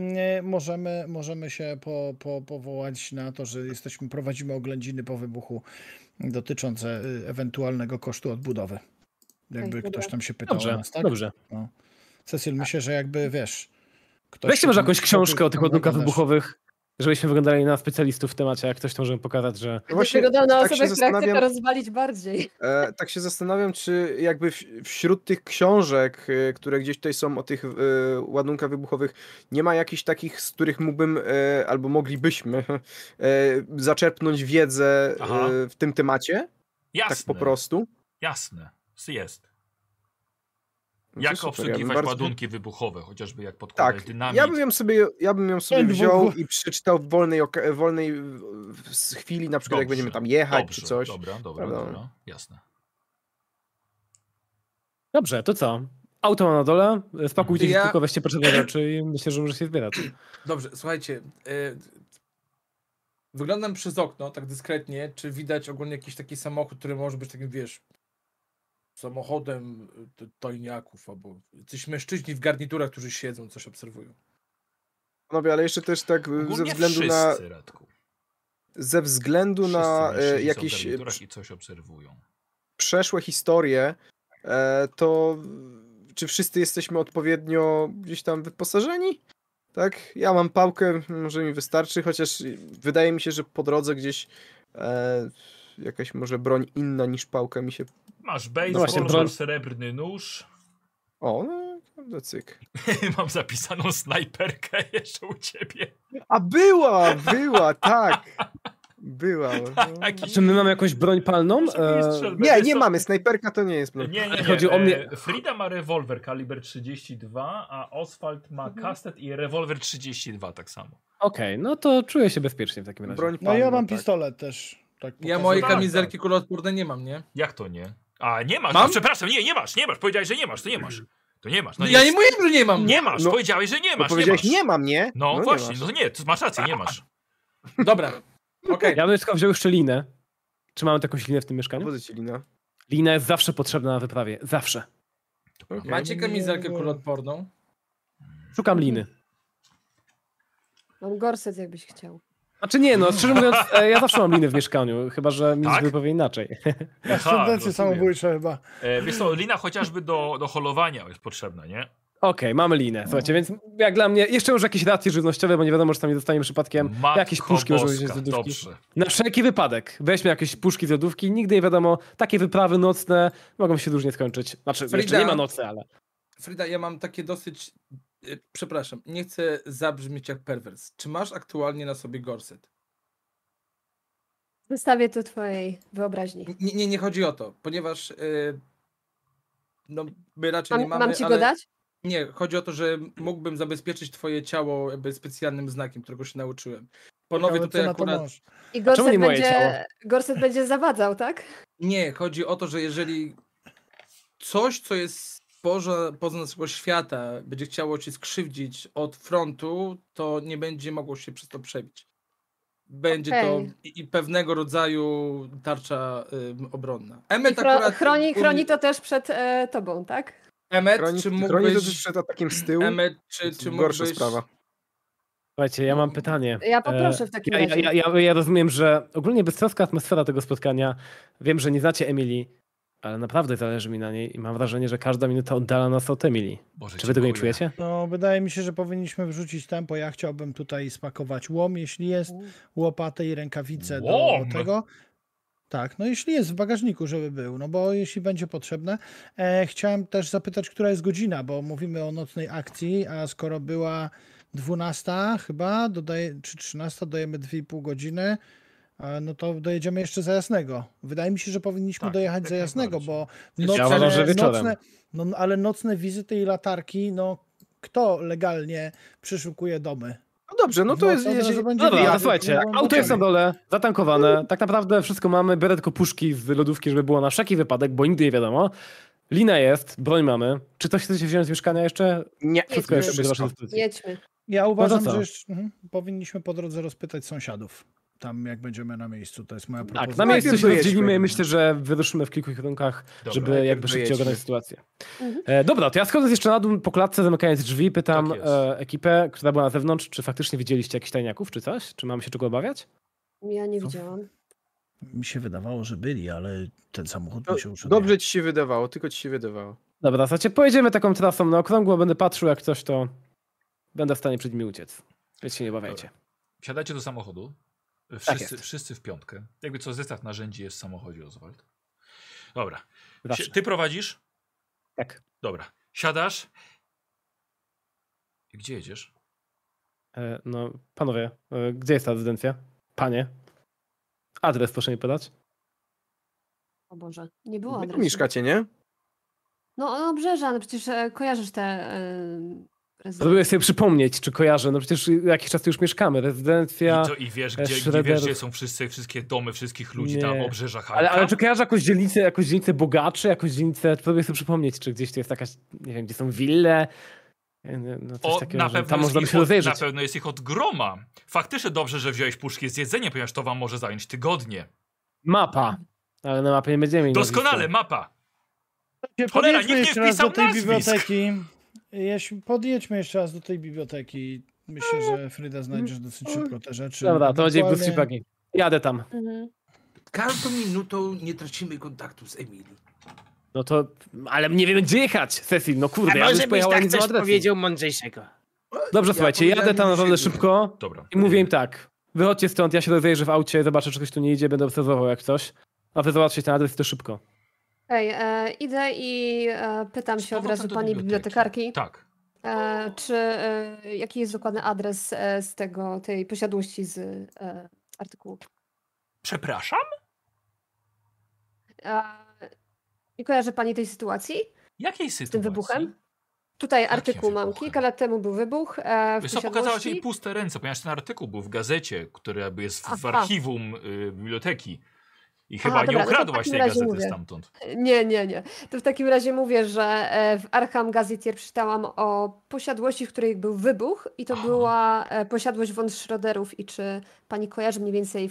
możemy się powołać na to, że prowadzimy oględziny po wybuchu dotyczące ewentualnego kosztu odbudowy. Jakby dobra. ktoś tam się pytał o Dobrze, nas, tak? dobrze. Cecil, myślę, że jakby wiesz... ktoś Weźcie się może tam jakąś książkę o tych tam ładunkach oglądasz. wybuchowych, żebyśmy wyglądali na specjalistów w temacie, jak ktoś to możemy pokazać, że... No właśnie, Wyglądał na tak się osobę, która chce to zastanawiam, rozwalić bardziej. tak się zastanawiam, czy jakby wśród tych książek, które gdzieś tutaj są o tych ładunkach wybuchowych, nie ma jakichś takich, z których mógłbym, albo moglibyśmy zaczerpnąć wiedzę Aha. w tym temacie, Jasne. tak po prostu. Jasne. Jest. No to Jak super, obsługiwać ja bym bardzo- ładunki wybuchowe, chociażby jak podkładać Tak, dynamit. ja bym ją sobie Ten wziął dwóch- i przeczytał w wolnej chwili, na przykład jak będziemy tam jechać dobrze, czy coś. Dobra, Prawda? dobra, jasne. Dobrze, to co? auto mam na dole, spakujcie się, Ja- tylko weźcie potrzebne rzeczy i myślę, że może się zbierać. Dobrze, słuchajcie. Wyglądam przez okno, tak dyskretnie, czy widać ogólnie jakiś taki samochód, który może być takim, wiesz, samochodem tajniaków, albo coś mężczyźni w garniturach, którzy siedzą, coś obserwują. Panowie, ale jeszcze też tak Ogólnie ze względu na... wszyscy, Radku. Ze względu Wszyscy na mężczyźni są w jakieś garniturach i coś obserwują. przeszłe historie, to czy wszyscy jesteśmy odpowiednio gdzieś tam wyposażeni? Tak? Ja mam pałkę, może mi wystarczy, chociaż wydaje mi się, że po drodze gdzieś jakaś może broń inna niż pałka mi się... Masz właśnie, baseball, broń- masz srebrny nóż. O, no cyk. Mam zapisaną snajperkę jeszcze u ciebie. A była, tak. Była. Tak, Czy my mamy jakąś broń palną? Nie mamy, snajperka to nie jest broń. Nie. Chodzi o mnie- Frida ma rewolwer kaliber 32, a Oswald ma kastet i rewolwer 32 tak samo. Okej, no to czuję się bezpiecznie w takim razie. Broń No ja palna, mam tak. pistolet też. Tak Ja pokazuję. mojej tak, kamizelki kuloodpornej nie mam, nie? Jak to nie? A, nie masz. Mam? A, przepraszam, nie masz. Powiedziałeś, że nie masz, to nie masz. To nie masz. No Ja nie mówię, że nie mam. Nie masz, No, powiedziałeś, że nie No masz. powiedziałeś, nie masz. nie mam, nie? No nie właśnie, masz. no nie, to masz rację, nie masz. Dobra, okej. Ja bym tylko wziął jeszcze linę. Czy mamy jakąś linę w tym mieszkaniu? Wodę ci lina. Lina jest zawsze potrzebna na wyprawie. Zawsze. Okay. Macie kamizelkę kuloodporną? Szukam liny. Mam gorset, jakbyś chciał. Znaczy nie, no szczerze mówiąc, ja zawsze mam liny w mieszkaniu, chyba że mi Tak? powie inaczej. Masz Aha, tendencje rozumiem. samobójcze chyba. Wiesz co, lina chociażby do holowania jest potrzebna, nie? Okej, mamy linę. Słuchajcie, więc jak dla mnie, jeszcze może jakieś racje żywnościowe, bo nie wiadomo, czy tam nie dostaniemy przypadkiem Matko jakieś puszki może boska, być z lodówki. dobrze. Na wszelki wypadek, weźmy jakieś puszki z lodówki, nigdy nie wiadomo, takie wyprawy nocne mogą się różnie skończyć. Znaczy, jeszcze Frida. nie ma nocy, ale... Frida, ja mam takie dosyć... Przepraszam, nie chcę zabrzmieć jak perwers. Czy masz aktualnie na sobie gorset? Zostawię to twojej wyobraźni. Nie chodzi o to, ponieważ no, my raczej nie mamy, Mam ci ale... go dać? Nie, chodzi o to, że mógłbym zabezpieczyć twoje ciało jakby specjalnym znakiem, którego się nauczyłem. Panowie Ciekawe, tutaj co na to akurat... masz. I czemu nie moje ciało? gorset będzie zawadzał, tak? Nie, chodzi o to, że jeżeli coś, co jest poza naszego świata, będzie chciało cię skrzywdzić od frontu, to nie będzie mogło się przez to przebić. Będzie to Okej. i pewnego rodzaju tarcza obronna. Emmet I akurat... chroni to też przed tobą, tak? Emmet, Chroni czy to też mógłbyś... przed atakiem z tyłu? Emmet, Jest czy gorsza mógłbyś... sprawa. Słuchajcie, ja mam pytanie. Ja poproszę w takim razie. Ja rozumiem, że ogólnie beztroska atmosfera tego spotkania. Wiem, że nie znacie Emily, ale naprawdę zależy mi na niej i mam wrażenie, że każda minuta oddala nas od Emily. Boże, Czy wy tego nie dziękuję. czujecie? No, wydaje mi się, że powinniśmy wrzucić tempo. Ja chciałbym tutaj spakować łom, jeśli jest, łopatę i rękawice Łom? do tego. Tak, no jeśli jest w bagażniku, żeby był, no bo jeśli będzie potrzebne. Chciałem też zapytać, która jest godzina, bo mówimy o nocnej akcji, a skoro była 12 chyba, czy 13, dodajemy 2,5 godziny, no to dojedziemy jeszcze za Jasnego. Wydaje mi się, że powinniśmy Tak, dojechać jak za Jasnego, bo najbardziej. Ja uważam, że wieczorem. nocne, no, ale nocne wizyty i latarki, no kto legalnie przyszukuje domy? No dobrze, no to jest... od razu będzie Dobra, wyjazd, ale słuchajcie, no, auto jest na okej. dole, zatankowane, tak naprawdę wszystko mamy, biorę tylko puszki z lodówki, żeby było na wszelki wypadek, bo nigdy nie wiadomo. Lina jest, broń mamy. Czy coś chcecie wziąć z mieszkania jeszcze? Nie, Wszystko jeszcze będzie do waszej wszystko. dyspozycji. Jedźmy. Ja uważam, co? że jeszcze, powinniśmy po drodze rozpytać sąsiadów. Tam jak będziemy na miejscu, to jest moja propozycja. Tak, na miejscu Najpierw się dojedźmy. rozdzielimy i myślę, że wyruszymy w kilku kierunkach, Dobra, żeby najpierw jakby szybciej dojedźmy. ogarnąć sytuację. Mhm. Dobra, to ja schodząc jeszcze na dół po klatce, zamykając drzwi, pytam Tak jest. ekipę, która była na zewnątrz, czy faktycznie widzieliście jakichś tajniaków, czy coś? Czy mamy się czego obawiać? Ja nie widziałam. Mi się wydawało, że byli, ale ten samochód No, musiał uszedł. dobrze ci się wydawało, tylko ci się wydawało. Dobra, słuchajcie, pojedziemy taką trasą na okrągło, będę patrzył jak coś, to będę w stanie przed nimi uciec. Więc się nie obawiajcie. Wsiadajcie do samochodu. jest. Wszyscy w piątkę. Jakby co, zestaw narzędzi jest w samochodzie, Oswald. Dobra. Zawsze. Ty prowadzisz? Tak. Dobra. Siadasz. I gdzie jedziesz? No, panowie, gdzie jest ta rezydencja? Panie? Adres proszę mi podać. O Boże, nie było Wy tu adresu. mieszkacie, nie? No, Obrzeża, no przecież kojarzysz te Próbuję sobie przypomnieć, czy kojarzę. No przecież jakiś czas tu już mieszkamy. Rezydencja. I wiesz, gdzie są wszystkie domy, wszystkich ludzi na obrzeżach Arkham? Ale czy kojarzę jakąś dzielnicę bogaczy, jakąś dzielnicę, próbuję sobie przypomnieć, czy gdzieś tu jest jakaś, nie wiem, gdzie są wille. No coś takiego, na pewno tam można by się rozejrzeć. Na pewno jest ich od groma. Faktycznie dobrze, że wziąłeś puszki z jedzeniem, ponieważ to wam może zająć tygodnie. Mapa. Ale na mapie nie będziemy mieli Doskonale, mapa. Cholera, nikt nie jeszcze raz wpisał do tej nazwisk. biblioteki. Podjedźmy jeszcze raz do tej biblioteki. Myślę, że Fryda znajdziesz dosyć szybko te rzeczy. Dobra, to będzie Ewentualnie- plus 3 Jadę tam. Każdą minutą nie tracimy kontaktu z Emily. No to, ale nie wiem gdzie jechać, Cecil, no kurde, ja już pojechałem nic adresu. powiedział mądrzejszego. Dobrze, słuchajcie, jadę tam naprawdę szybko Dobra. i mówię im tak, wychodźcie stąd, ja się rozejrzę w aucie, zobaczę, czy ktoś tu nie idzie, będę obserwował jak coś, a wy zobaczcie ten adres i to szybko. Idę i pytam się od razu do pani bibliotekarki, Tak. jaki jest dokładny adres z tej posiadłości z artykułu. Przepraszam? Nie kojarzy pani tej sytuacji? Jakiej sytuacji? Z tym wybuchem? Tutaj artykuł mam. wybuchem? Kilka lat temu był wybuch w Wiesz co, pokazałaś jej posiadłości. puste ręce, ponieważ ten artykuł był w gazecie, który jakby jest w Aha. archiwum biblioteki. I chyba dobra, nie no to w ukradłaś takim tej razie gazety mówię. stamtąd. Nie. To w takim razie mówię, że w Arkham Gazetier przeczytałam o posiadłości, w której był wybuch i to Aha. była posiadłość von Schroederów i czy pani kojarzy mniej więcej w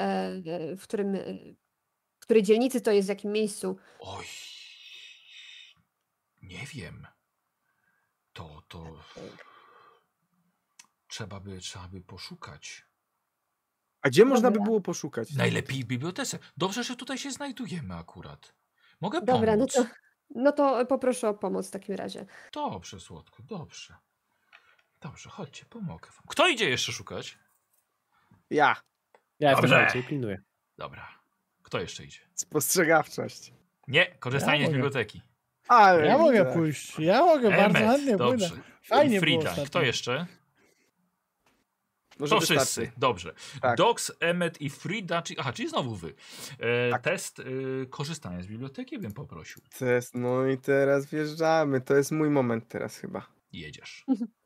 której dzielnicy to jest, w jakim miejscu? Oj. Nie wiem. To trzeba by poszukać. A gdzie można by Dobra. było poszukać? Najlepiej w bibliotece. Dobrze, że tutaj się znajdujemy akurat. Mogę Dobra, pomóc? no to poproszę o pomoc w takim razie. Dobrze, Słodku, dobrze. Dobrze, chodźcie, pomogę wam. Kto idzie jeszcze szukać? Ja. Ja jestem w Dobrze. aucie i pilnuję. Dobra. Kto jeszcze idzie? Spostrzegawczość. Nie, korzystanie Ja z mogę. biblioteki. Ale Ja mogę tak. pójść. Ja mogę bardzo Emmet, chętnie dobrze. pójdę. Fajnie było Frida, ostatnio. kto jeszcze? Może To wystarczy. wszyscy, dobrze. Tak. Dox, Emmet i Frida, czyli znowu wy. Tak. Test korzystania z biblioteki bym poprosił. Test, no i teraz wjeżdżamy. To jest mój moment teraz chyba. Jedziesz.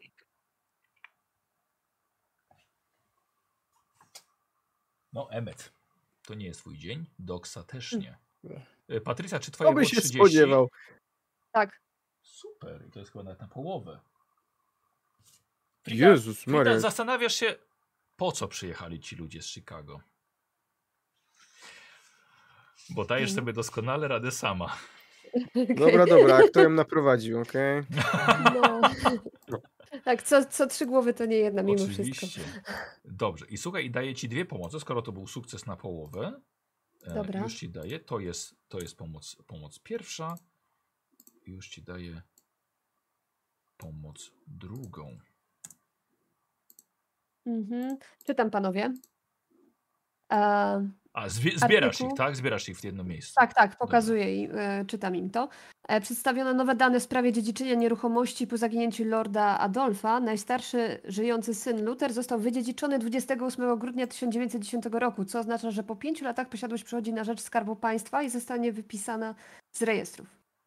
No, Emmet, to nie jest twój dzień. Doxa też nie. Patrycja, czy twoje Kto by było się 30? spodziewał? Tak. Super, i to jest chyba nawet na połowę. Jezus Frida, Maria. zastanawiasz się, po co przyjechali ci ludzie z Chicago? Bo dajesz sobie doskonale radę sama. Dobra, a kto ją naprowadził, okej? No. Tak, co 3 głowy to nie jedna mimo wszystko. Oczywiście. Dobrze. I słuchaj, i daję ci 2 pomocy, skoro to był sukces na połowę. Dobra. Już ci daję. To jest pomoc pierwsza. Już ci daję pomoc drugą. Czytam, panowie. A, zbierasz Artykuł? ich, tak? Zbierasz ich w jedno miejsce. Tak, pokazuję i czytam im to. Przedstawiono nowe dane w sprawie dziedziczenia nieruchomości po zaginięciu lorda Adolfa. Najstarszy żyjący syn Luther został wydziedziczony 28 grudnia 1910 roku, co oznacza, że po 5 latach posiadłość przechodzi na rzecz Skarbu Państwa i zostanie wypisana z rejestrów.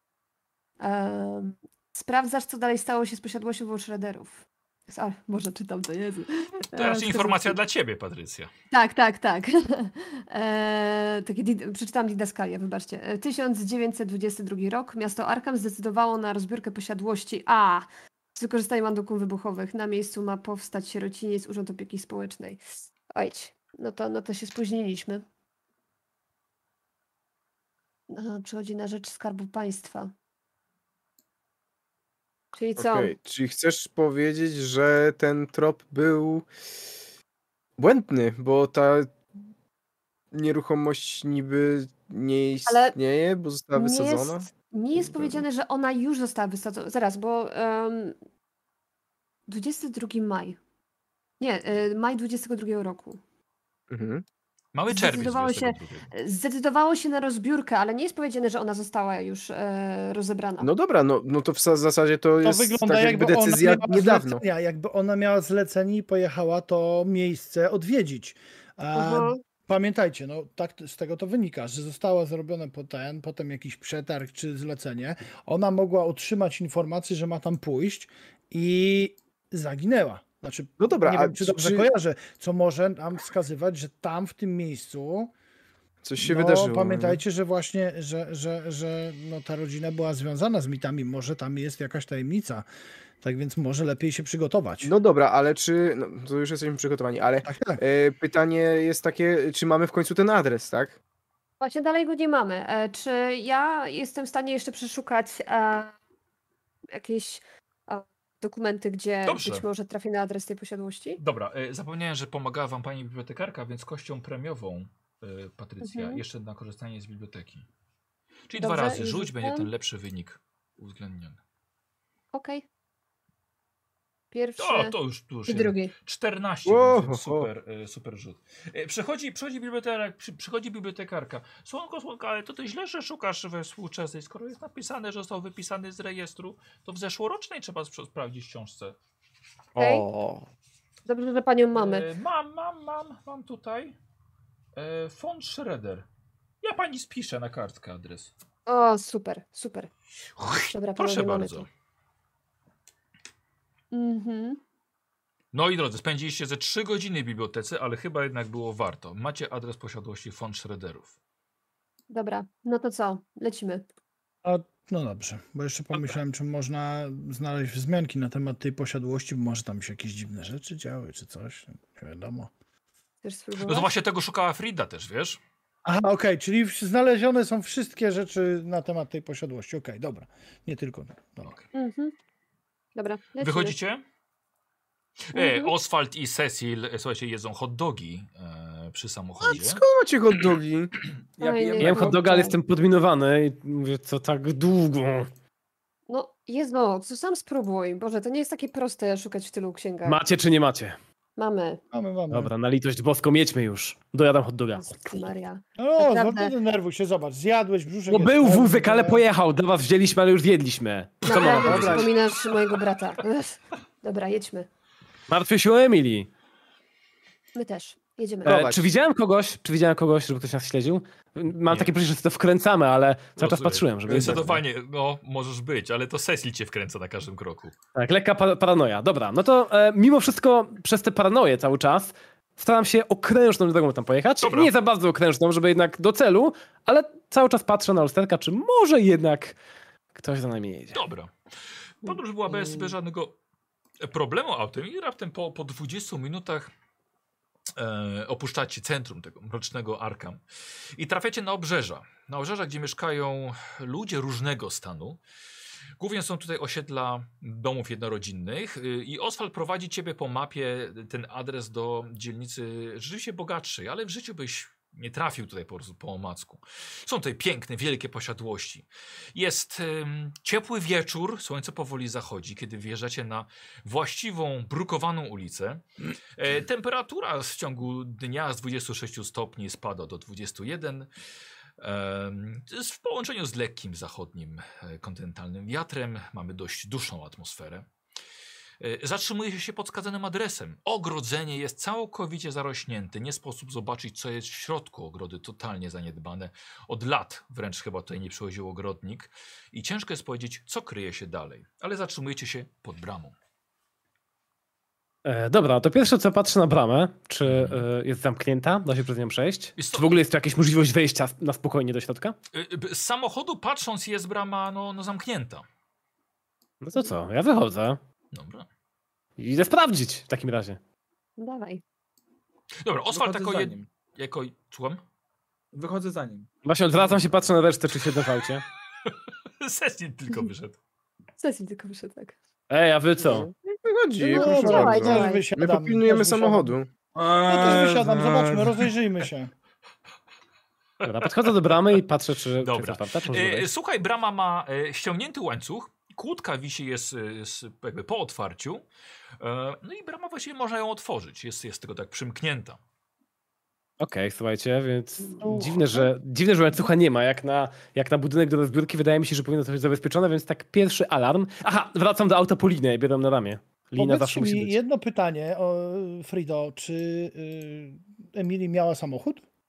Sprawdzasz, co dalej stało się z posiadłością von Schroederów. Może czytam to, Jezu. To raczej informacja dla ciebie, Patrycja. Tak. Przeczytałam didaskalię, wybaczcie. 1922 rok. Miasto Arkham zdecydowało na rozbiórkę posiadłości z wykorzystaniem ładunków wybuchowych. Na miejscu ma powstać sierociniec, Urząd Opieki Społecznej. Ojdź, no to się spóźniliśmy. Przychodzi na rzecz Skarbu Państwa. Czyli co? Okej, czyli chcesz powiedzieć, że ten trop był błędny, bo ta nieruchomość niby nie istnieje, bo została wysadzona? Nie jest powiedziane, że ona już została wysadzona. Zaraz, bo 22 maj. Nie, maj 22 roku. Mhm. Mały czerwiec. Zdecydowało się na rozbiórkę, ale nie jest powiedziane, że ona została już rozebrana. No dobra, no to w zasadzie to jest wygląda, tak jakby decyzja ona miała niedawno. Jakby ona miała zlecenie i pojechała to miejsce odwiedzić. pamiętajcie, no tak z tego to wynika, że została zrobione potem jakiś przetarg czy zlecenie. Ona mogła otrzymać informację, że ma tam pójść i zaginęła. Znaczy, No dobra, nie a wiem, czy dobrze kojarzę, co może nam wskazywać, że tam w tym miejscu coś się wydarzyło. Pamiętajcie, że właśnie, że no, ta rodzina była związana z mitami, może tam jest jakaś tajemnica. Tak więc może lepiej się przygotować. No dobra, ale czy... No, to już jesteśmy przygotowani, ale Tak. pytanie jest takie, czy mamy w końcu ten adres, tak? Właśnie dalej go nie mamy. Czy ja jestem w stanie jeszcze przeszukać jakieś dokumenty, gdzie Dobrze. być może trafię na adres tej posiadłości? Dobra, zapomniałem, że pomagała wam pani bibliotekarka, więc kością premiową, Patrycja, jeszcze na korzystanie z biblioteki. Czyli Dobrze, 2 razy i rzuć, będzie rzucam. ten lepszy wynik uwzględniony. Okej. Pierwszy To już i jest drugi. 14, Wow. więc super rzut. Przychodzi bibliotekarka. Słonko, ale to źle, że szukasz we współczesnej. Skoro jest napisane, że został wypisany z rejestru, to w zeszłorocznej trzeba sprawdzić w książce. Okej. O, Dobrze, że panią mamy. Mam tutaj von Schroeder. Ja pani spiszę na kartkę adres. O, super. Dobra, Proszę panowie, mamy bardzo. to. Mhm. No i drodzy, spędziliście ze 3 godziny w bibliotece, ale chyba jednak było warto. Macie adres posiadłości von Schroederów. Dobra, no to co? Lecimy. No dobrze, bo jeszcze pomyślałem, czy można znaleźć wzmianki na temat tej posiadłości, bo może tam się jakieś dziwne rzeczy działy, czy coś, nie wiadomo. Chcesz No spróbować? to właśnie tego szukała Frida też, wiesz? Aha, okej, czyli znalezione są wszystkie rzeczy na temat tej posiadłości. Okej, dobra, nie tylko. Dobra. Mhm. Dobra, lecimy. Wychodzicie? Oswald i Cecil, słuchajcie, jedzą hot dogi przy samochodzie. skąd macie hot dogi? Ja Oj, wiem, nie. Jem hot doga, ale jestem podminowany i mówię, co tak długo. No, Jezu, to sam spróbuj. Boże, to nie jest takie proste szukać w tylu księgach. Macie czy nie macie? Mamy. Mamy. Dobra, na litość boską, jedźmy już. Dojadam hot doga. Jezus Maria. O, Naprawdę. nie denerwuj się, zobacz, zjadłeś brzuszek. No jest był pełny, wózek, ale to- pojechał. Do was wzięliśmy, ale już zjedliśmy. Co mam Naprawdę powiedzieć? przypominasz mojego brata. Dobra, jedźmy. Martwię się o Emily. My też. Jedziemy. Prowadź. Czy widziałem kogoś, żeby ktoś nas śledził? Mam Nie. takie poczucie, że to wkręcamy, ale cały czas Rozumiem. patrzyłem, żeby... Zdecydowanie, no możesz być, ale to Cecil cię wkręca na każdym kroku. Tak, lekka paranoja. Dobra, no to mimo wszystko przez tę paranoję cały czas staram się okrężną drogą tam pojechać. Dobra. Nie za bardzo okrężną, żeby jednak do celu, ale cały czas patrzę na lusterka, czy może jednak ktoś za nami jedzie. Dobra. Podróż była bez żadnego problemu autem i raptem po 20 minutach opuszczacie centrum tego mrocznego Arkham i trafiacie na obrzeża. Na obrzeża, gdzie mieszkają ludzie różnego stanu. Głównie są tutaj osiedla domów jednorodzinnych i Oswald prowadzi ciebie po mapie ten adres do dzielnicy rzeczywiście bogatszej, ale w życiu byś nie trafił tutaj po prostu po omacku. Są tutaj piękne, wielkie posiadłości. Jest ciepły wieczór, słońce powoli zachodzi, kiedy wjeżdżacie na właściwą, brukowaną ulicę. Temperatura w ciągu dnia z 26 stopni spada do 21. W połączeniu z lekkim zachodnim kontynentalnym wiatrem mamy dość duszną atmosferę. Zatrzymuje się pod wskazanym adresem. Ogrodzenie jest całkowicie zarośnięte. Nie sposób zobaczyć, co jest w środku. Ogrody totalnie zaniedbane. Od lat wręcz chyba tutaj nie przychodził ogrodnik. I ciężko jest powiedzieć, co kryje się dalej. Ale zatrzymujecie się pod bramą. Dobra, to pierwsze co patrzę na bramę, czy jest zamknięta, da się przez nią przejść? Jest to- Czy w ogóle jest tu jakaś możliwość wejścia na spokojnie do środka? Z samochodu patrząc jest brama zamknięta. No to co, ja wychodzę Dobra. i idę sprawdzić w takim razie. Dawaj. Dobra, Oswald Wychodzę jako za nim. Słucham? Wychodzę za nim. Właśnie odwracam się, patrzę na resztę, czy siedzę w aucie. Cecil tylko wyszedł. Cecil tylko wyszedł, tak. Ej, a wy co? Wychodzi, No, proszę dobra, bardzo. dawaj. też wysiadam, My popilnujemy też wysiadam. samochodu. Ja też wysiadam, zobaczmy, rozejrzyjmy się. Dobra, podchodzę do bramy i patrzę, czy jest Dobra. otwarta, czy można wejść. Słuchaj, brama ma ściągnięty łańcuch, kłódka wisi jest jakby po otwarciu, no i brama właściwie można ją otworzyć, jest tylko tak przymknięta. Okej, słuchajcie, więc dziwne, że łańcucha nie ma, jak na budynek do rozbiórki. Wydaje mi się, że powinno to być zabezpieczone, więc tak pierwszy alarm. Aha, wracam do auta po linę i biorę na ramię. Lina zawsze Powiedzcie musi mi być. jedno pytanie, Frido, czy Emily miała samochód?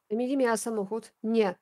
Emily miała samochód? Nie.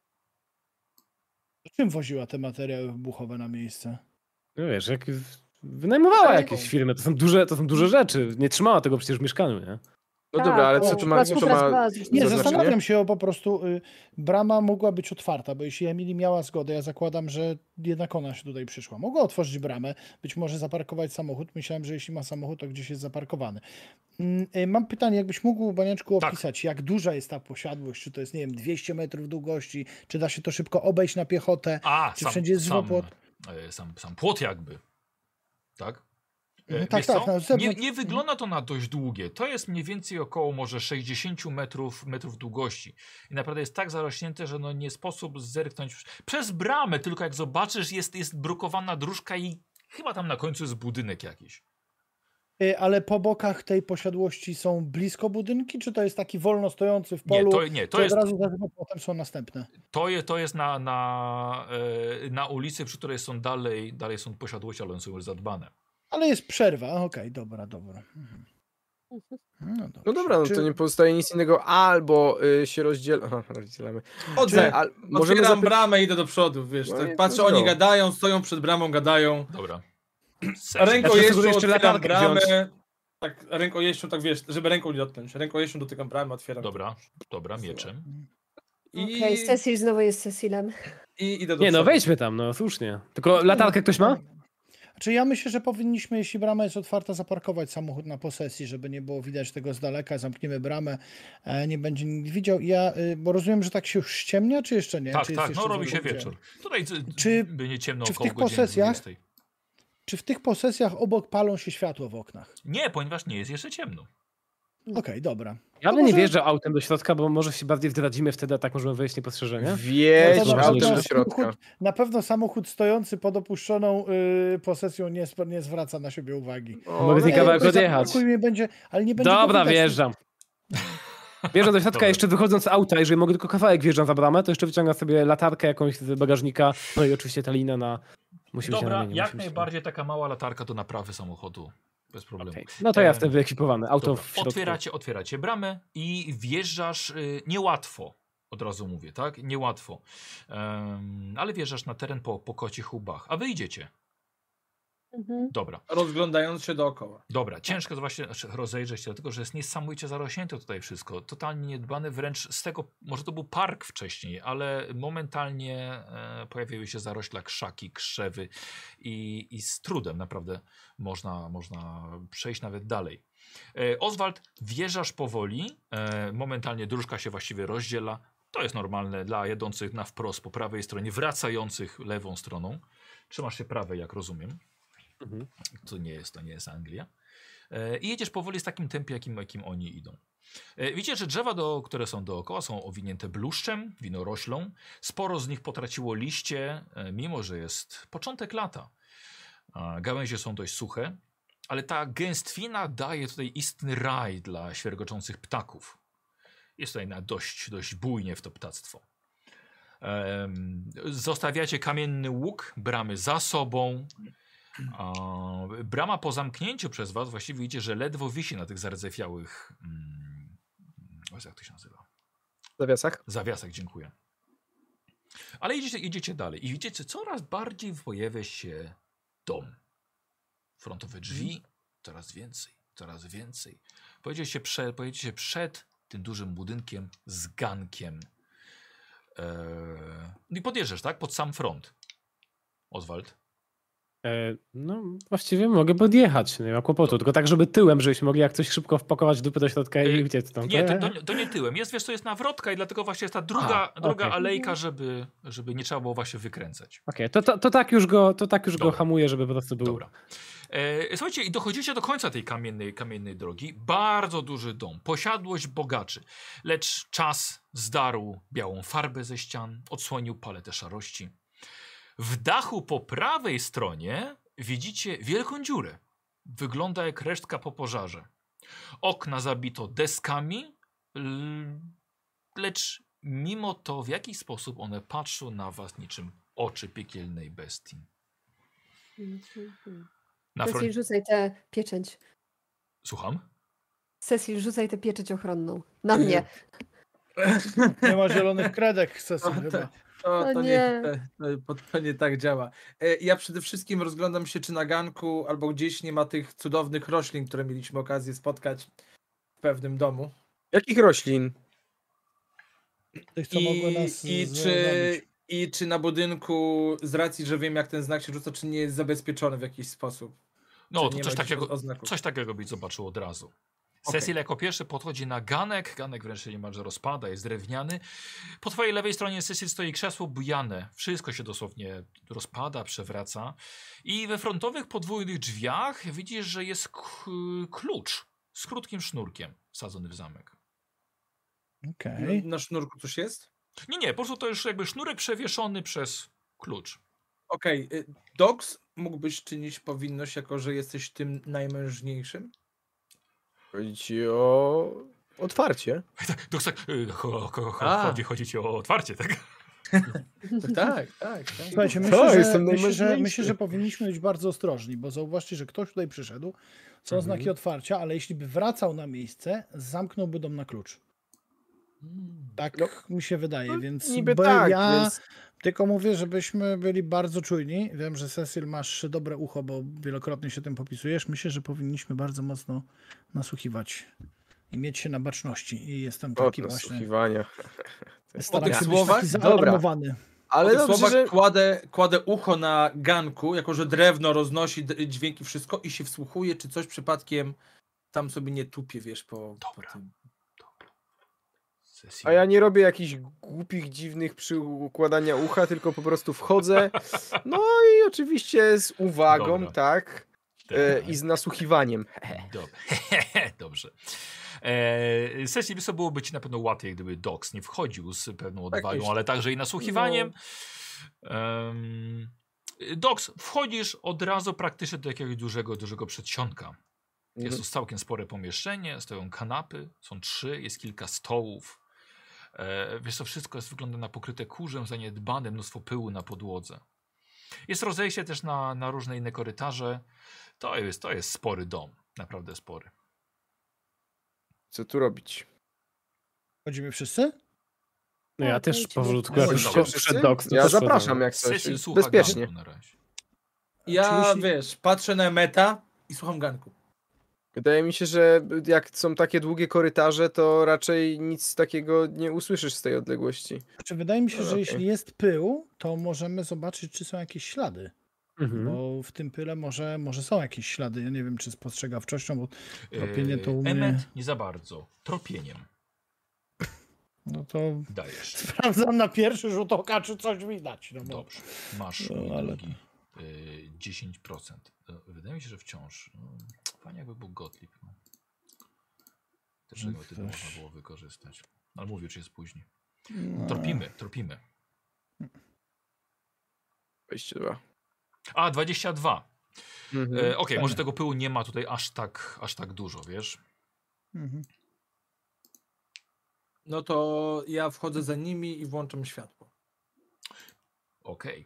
Czym woziła te materiały wybuchowe na miejsce? No wiesz, jak wynajmowała Ale- jakieś firmy, to są duże rzeczy. Nie trzymała tego przecież w mieszkaniu, nie? No dobra, ale Tak, co to ma Nie, za zastanawiam znaczenie? się po prostu, brama mogła być otwarta, bo jeśli Emily miała zgodę, ja zakładam, że jednak ona się tutaj przyszła. Mogła otworzyć bramę, być może zaparkować samochód. Myślałem, że jeśli ma samochód, to gdzieś jest zaparkowany. Mam pytanie, jakbyś mógł, Baniaczku, Tak. opisać, jak duża jest ta posiadłość? Czy to jest, nie wiem, 200 metrów długości? Czy da się to szybko obejść na piechotę? Czy wszędzie jest żywopłot? Sam płot jakby. Tak? Tak, Wiesz tak. co? Na zewnątrz... Nie wygląda to na dość długie. To jest mniej więcej około może 60 metrów długości. I naprawdę jest tak zarośnięte, że no nie sposób zerknąć. Przez bramę tylko jak zobaczysz jest brukowana dróżka i chyba tam na końcu jest budynek jakiś. Ale po bokach tej posiadłości są blisko budynki, czy to jest taki wolno stojący w Nie, polu? to że jest, od razu za żywopłotem są następne. to jest na ulicy, przy której są dalej są posiadłości, ale one są już zadbane. Ale jest przerwa. Okej, dobra. Mhm. No dobra, no to nie pozostaje nic innego, albo się rozdzielamy. Chodzę, Możemy otwieram bramę i idę do przodu, wiesz. No Tak i patrzę, let's oni go. gadają, stoją przed bramą, gadają. Dobra. Ręką Ja jeszcze jeszcze otwieram latarkę bramę. wziąć. Tak, rękojeścią, tak wiesz, żeby ręką nie dotknąć. Rękojeścią dotykam bramy, otwieram. Dobra, mieczem. Okej, Cecil znowu jest Cecilem. I idę do Nie, no przodu. wejdźmy tam, no słusznie. Tylko latarkę ktoś ma? Znaczy ja myślę, że powinniśmy, jeśli brama jest otwarta, zaparkować samochód na posesji, żeby nie było widać tego z daleka, zamkniemy bramę, nie będzie nikt widział. Bo rozumiem, że tak się już ściemnia, czy jeszcze nie? Tak, czy jest tak, jeszcze no robi za się ludzie? wieczór. Tutaj Czy- będzie ciemno czy w około tych godziny posesjach 20. Czy w tych posesjach obok palą się światło w oknach? Nie, ponieważ nie jest jeszcze ciemno. Okej, dobra. Ja To bym nie może- wjeżdżał autem do środka, bo może się bardziej zdradzimy wtedy, a tak możemy wejść niepostrzeżenie. Wjedź No to na autem pewno do środka. Na pewno samochód stojący pod opuszczoną posesją nie zwraca na siebie uwagi. Mogę z niej Nie, kawałek tylko odjechać. zaparkuj mnie będzie, ale nie będzie go Dobra, widać. wjeżdżam. Wjeżdżam do środka, Dobra. jeszcze wychodząc z auta, jeżeli mogę tylko kawałek wjeżdżam za bramę, to jeszcze wyciągam sobie latarkę jakąś z bagażnika, no i oczywiście ta lina musi być na Dobra, ramieniu. jak musi być- najbardziej taka mała latarka do naprawy samochodu. Bez problemu. Okej. No to ja Em, jestem wyekwipowany. Auto Dobra. w środku. Otwieracie bramę i wjeżdżasz niełatwo. Od razu mówię, tak? Niełatwo. Ale wjeżdżasz na teren po kocich łbach. A wy idziecie. Mhm. Dobra. Rozglądając się dookoła. Dobra, ciężko właśnie rozejrzeć się, dlatego że jest niesamowicie zarośnięte tutaj wszystko. Totalnie niedbane, wręcz z tego, może to był park wcześniej, ale momentalnie pojawiły się zarośla, krzaki, krzewy i z trudem naprawdę można przejść nawet dalej. Oswald, wjeżdżasz powoli, momentalnie dróżka się właściwie rozdziela. To jest normalne dla jadących na wprost po prawej stronie, wracających lewą stroną. Trzymasz się prawej, jak rozumiem. Mhm. To nie jest Anglia. I jedziesz powoli z takim tempie, jakim oni idą. Widzicie, że drzewa, które są dookoła, są owinięte bluszczem, winoroślą. Sporo z nich potraciło liście, mimo że jest początek lata. Gałęzie są dość suche, ale ta gęstwina daje tutaj istny raj dla świergoczących ptaków. Jest tutaj dość bujnie w to ptactwo. Zostawiacie kamienny łuk, bramy za sobą. Brama po zamknięciu przez was właściwie widzicie, że ledwo wisi na tych zardzewiałych jak to się nazywa? Zawiasach? Zawiasach, dziękuję. Ale idziecie dalej i widzicie, coraz bardziej pojawia się dom. Frontowe drzwi, coraz więcej. Pojedziecie się przed tym dużym budynkiem z gankiem. I podjeżdżasz, tak? Pod sam front. Oswald. No właściwie mogę podjechać, nie ma kłopotu, tylko tak, żeby tyłem, żebyśmy mogli jak coś szybko wpakować dupy do środka i uciec tam. Nie, to nie tyłem. Jest, to jest nawrotka i dlatego właśnie jest ta druga okej. alejka, żeby nie trzeba było właśnie wykręcać. Okej, to tak już go hamuję, żeby po prostu był... Dobra. Słuchajcie, i dochodzicie do końca tej kamiennej drogi. Bardzo duży dom, posiadłość bogaczy, lecz czas zdarł białą farbę ze ścian, odsłonił paletę szarości. W dachu po prawej stronie widzicie wielką dziurę. Wygląda jak resztka po pożarze. Okna zabito deskami, lecz mimo to w jakiś sposób one patrzą na was niczym oczy piekielnej bestii. Cecil, rzucaj tę pieczęć. Słucham? Cecil, rzucaj tę pieczęć ochronną. Na mnie. Nie ma zielonych kredek, Cecil chyba. To nie. nie tak działa. Ja przede wszystkim rozglądam się, czy na ganku albo gdzieś nie ma tych cudownych roślin, które mieliśmy okazję spotkać w pewnym domu. Jakich roślin? Tych, co mogły nas zabić. I czy na budynku, z racji, że wiem jak ten znak się rzuca, czy nie jest zabezpieczony w jakiś sposób? No, Czy to nie ma oznaków? coś takiego byś zobaczył od razu. Okej. Cecil jako pierwszy podchodzi na ganek. Ganek wręcz się niemalże rozpada, jest drewniany. Po twojej lewej stronie, Cecil, stoi krzesło bujane. Wszystko się dosłownie rozpada, przewraca. I we frontowych podwójnych drzwiach widzisz, że jest klucz z krótkim sznurkiem wsadzony w zamek. Okej. Na sznurku coś jest? Nie, po prostu to już jakby sznurek przewieszony przez klucz. Okej. Dox, mógłbyś czynić powinność, jako że jesteś tym najmężniejszym? Chodzi ci o otwarcie. Chodzi ci o otwarcie, tak? Tak. Słuchajcie, jestem najmężniejszy. myślę, że powinniśmy być bardzo ostrożni, bo zauważcie, że ktoś tutaj przyszedł, są znaki otwarcia, ale jeśli by wracał na miejsce, zamknąłby dom na klucz. Tak mi się wydaje, więc Niby bo tak, ja więc... tylko mówię, żebyśmy byli bardzo czujni. Wiem, że Cecil, masz dobre ucho, bo wielokrotnie się tym popisujesz. Myślę, że powinniśmy bardzo mocno nasłuchiwać i mieć się na baczności. I jestem taki właśnie... nasłuchiwania. Staram tych się być słowach? taki Dobra. zaalarmowany. Ale Po tych dobrze, słowach że... kładę ucho na ganku, jako że drewno roznosi dźwięki, wszystko i się wsłuchuje, czy coś przypadkiem tam sobie nie tupie, wiesz, po tym. A ja nie robię jakichś głupich, dziwnych przykładania ucha, tylko po prostu wchodzę. No i oczywiście z uwagą, Dobra. tak? I z nasłuchiwaniem. Dobrze. Sesji by byłoby ci na pewno łatwiej, gdyby Dox nie wchodził z pewną odwagą, myślę. ale także i nasłuchiwaniem. Dox, wchodzisz od razu praktycznie do jakiegoś dużego przedsionka. Jest to całkiem spore pomieszczenie, stoją kanapy, są 3, jest kilka stołów. Wiesz co, wszystko wygląda na pokryte kurzem, zaniedbane, mnóstwo pyłu na podłodze. Jest rozejście też na różne inne korytarze. To jest spory dom, naprawdę spory. Co tu robić? Chodzimy wszyscy? No ja Tak, też lecimy. powolutku, No, jak już dobra. przed Dox. Ja zapraszam jak coś. Cecil słucha Bezpiecznie. ganku na razie. Ja, Jeśli- wiesz, patrzę na meta i słucham ganku. Wydaje mi się, że jak są takie długie korytarze, to raczej nic takiego nie usłyszysz z tej odległości. Czy wydaje mi się, że Okej. jeśli jest pył, to możemy zobaczyć, czy są jakieś ślady. Mhm. Bo w tym pyle może są jakieś ślady. Ja nie wiem, czy spostrzegawczością, bo tropienie to u mnie... Emmet nie za bardzo. Tropieniem No to dajesz. sprawdzam na pierwszy rzut oka, czy coś widać. No bo... Dobrze. Masz No, mój ale- drogi, 10%. Wydaje mi się, że wciąż. Fajnie jakby był Gottlieb. No. Też tego typu też. można było wykorzystać. Ale mówię, czy jest później. No. Tropimy. 22. A, 22. Mhm. Okej, fajnie. może tego pyłu nie ma tutaj aż tak dużo, wiesz? Mhm. No to ja wchodzę za nimi i włączam światło. Okej.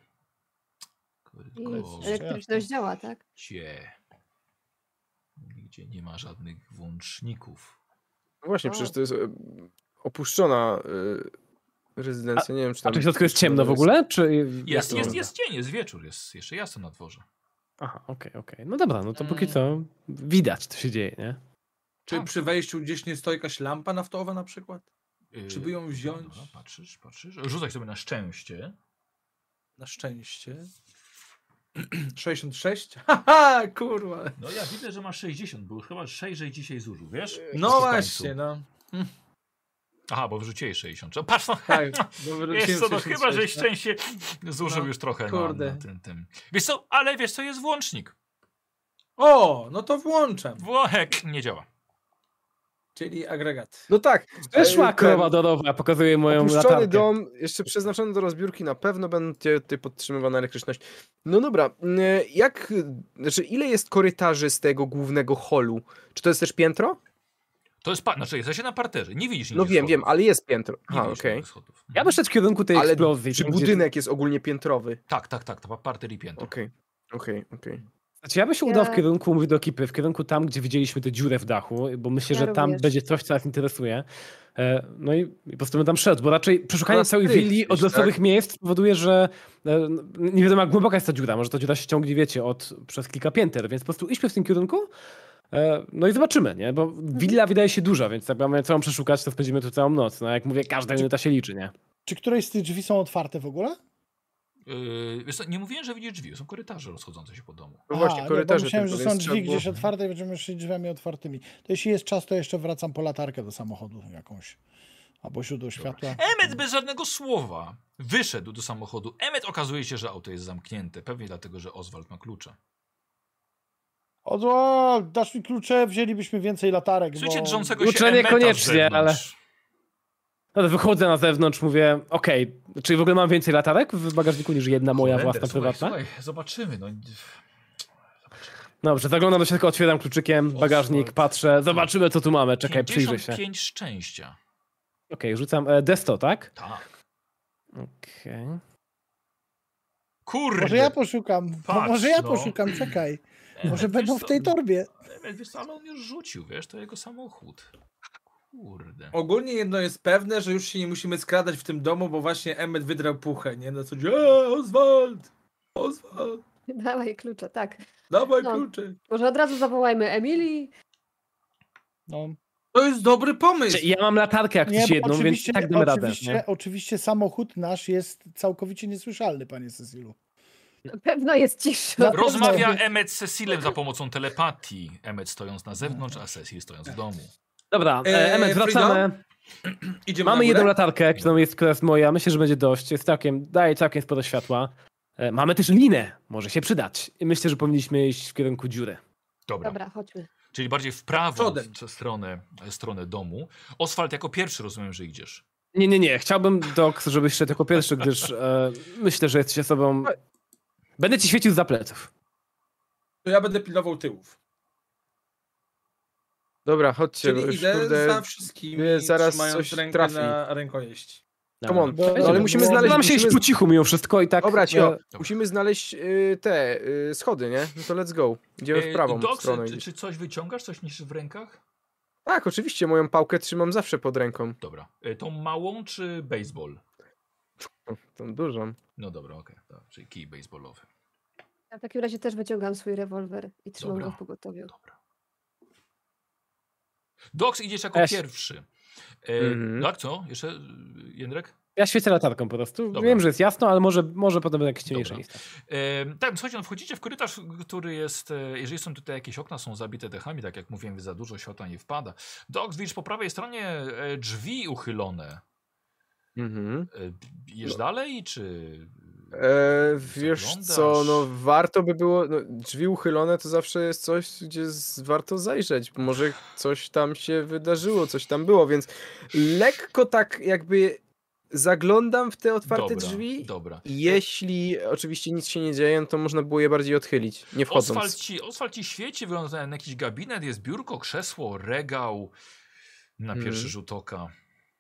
I elektryczność działa, tak? Nigdzie nie ma żadnych włączników. No właśnie, O. przecież to jest opuszczona rezydencja. Nie wiem, czy A tam... czy w środku jest ciemno w ogóle? Czy jak Jest to wygląda? dzień, jest wieczór, jest jeszcze jasno na dworze. Aha, okej. No dobra, no to póki co widać, co się dzieje, nie? Czy Tak. przy wejściu gdzieś nie stoi jakaś lampa naftowa na przykład? Czy by ją wziąć? Dobra, patrzysz. Rzucaj sobie na szczęście. Na szczęście. 66? Haha, kurwa. No ja widzę, że masz 60, bo już chyba 6 dzisiaj zużył, wiesz? No W właśnie, końcu. no. Aha, bo wrzuciłeś 60. Patrz, no, Tak, bo wiesz co, no 66, chyba, że no. szczęście zużył No, już trochę kurde. na tym. Wiesz co, ale wiesz co, jest włącznik. O, no to włączam. Włącznik nie działa. Czyli agregat. No tak. Weszła ten krowa do rowa, pokazuje moją Opuszczony latarkę. dom, jeszcze przeznaczony do rozbiórki, na pewno będzie tutaj podtrzymywana elektryczność. No dobra, ile jest korytarzy z tego głównego holu? Czy to jest też piętro? To jest, znaczy jesteś na parterze, nie widzisz No nigdzie wiem, schodów. ale jest piętro. Nie Aha, widzisz okej. nigdzie schodów. Ja bym szedł w kierunku tej Ale eksplozji. czy tam, gdzie- budynek jest ogólnie piętrowy? Tak, to parter i piętro. Okej. Znaczy, ja bym się udał w kierunku, mówię do ekipy, w kierunku tam, gdzie widzieliśmy tę dziurę w dachu, bo myślę, że tam będzie coś, co nas interesuje. No i po prostu bym tam szedł, bo raczej przeszukanie całej willi od losowych miejsc powoduje, że nie wiadomo, jak głęboka jest ta dziura. Może ta dziura się ciągnie, wiecie, przez kilka pięter, więc po prostu idźmy w tym kierunku. No i zobaczymy, nie? Bo willa wydaje się duża, więc jak mamy całą przeszukać, to spędzimy tu całą noc. No jak mówię, każda minuta się liczy, nie? Czy któreś z tych drzwi są otwarte w ogóle? Wiesz co, nie mówiłem, że widzisz drzwi, są korytarze rozchodzące się po domu. No właśnie, korytarze. Myślałem, że tylko, są więc drzwi trzeba gdzieś otwarte i będziemy szli drzwiami otwartymi. To jeśli jest czas, to jeszcze wracam po latarkę do samochodu jakąś. Albo źródło światła. Emmet bez żadnego słowa wyszedł do samochodu. Emmet okazuje się, że auto jest zamknięte. Pewnie dlatego, że Oswald ma klucze. Oswald, dasz mi klucze, wzięlibyśmy więcej latarek. Słuchajcie, drżącego Klucze się Emmeta niekoniecznie, w zewnątrz. No to wychodzę na zewnątrz, mówię, okej, czyli w ogóle mam więcej latarek w bagażniku niż jedna moja własna, prywatna? Słuchaj, zobaczymy. No. Dobrze, zaglądam do środka, otwieram kluczykiem bagażnik, patrzę, zobaczymy co tu mamy, czekaj, przyjrzę się. 55 szczęścia. Okej, rzucam D100, tak? Tak. Okej. Kurde. Może ja poszukam, Patrz, może ja no. poszukam, czekaj. Może Emmet, będą wiesz w tej co? torbie. Emmet, wiesz co, ale on już rzucił, wiesz, to jego samochód. Kurde. Ogólnie jedno jest pewne, że już się nie musimy skradać w tym domu, bo właśnie Emmet wydrał puchę, nie? Na co dzień, Oswald! Oswald! Dawaj klucze, tak. Dawaj No. klucze! Może od razu zawołajmy Emilii. No. To jest dobry pomysł! Ja mam latarkę jak coś bo jedną, więc tak damy radę. Nie? Oczywiście samochód nasz jest całkowicie niesłyszalny, panie Cecilu. Na pewno jest cisza. No, Rozmawia pewno. Emmet z Cecilem za pomocą telepatii. Emmet stojąc na zewnątrz, a Cecil stojąc w domu. Dobra, Emmet, wracamy. Idziemy Mamy na jedną górę? latarkę, która jest moja, myślę, że będzie dość. Daje całkiem sporo światła. Mamy też linę, może się przydać. I myślę, że powinniśmy iść w kierunku dziury. Dobra, chodźmy. Czyli bardziej w prawo Przodem. stronę domu. Oswald jako pierwszy rozumiem, że idziesz. Nie. Chciałbym, Doc, żebyś szedł jako pierwszy, gdyż myślę, że jesteś osobą... Będę ci świecił za pleców. To ja będę pilnował tyłów. Dobra, chodźcie. Czyli już, idę kurde, za wszystkimi, zaraz trzymając coś rękę trafi. na rękojeść. Come on. Bo- No, ale musimy znaleźć... Nam się iść po cichu mimo wszystko i tak... Dobra, musimy znaleźć te schody, nie? No to let's go. Idziemy w prawą Doc, stronę. czy coś wyciągasz? Coś niesiesz w rękach? Tak, oczywiście, moją pałkę trzymam zawsze pod ręką. Dobra. Tą małą czy baseball? Tą dużą. No dobra, okej. Czyli kij baseballowy. Ja w takim razie też wyciągam swój rewolwer i trzymam Dobra. go w pogotowiu. Dobra. Dox, idziesz jako Ja- pierwszy. Mhm. Tak, co? Jeszcze Jędrek? Ja świecę latarką po prostu. Dobra. Wiem, że jest jasno, ale może potem będę jakieś ciemniejsze Dobra. miejsca. Tak, słuchajcie, no wchodzicie w korytarz, który jest, jeżeli są tutaj jakieś okna, są zabite dechami, tak jak mówiłem, za dużo światła nie wpada. Dox, widzisz po prawej stronie drzwi uchylone. Mhm. Idziesz dalej, czy... Wiesz Zaglądasz? co, no warto by było, no, drzwi uchylone to zawsze jest coś, gdzie warto zajrzeć, może coś tam się wydarzyło, coś tam było, więc lekko tak jakby zaglądam w te otwarte drzwi. Dobra. Jeśli oczywiście nic się nie dzieje, no to można było je bardziej odchylić, nie wchodząc. Oswald ci świeci, wygląda na jakiś gabinet, jest biurko, krzesło, regał na pierwszy rzut oka.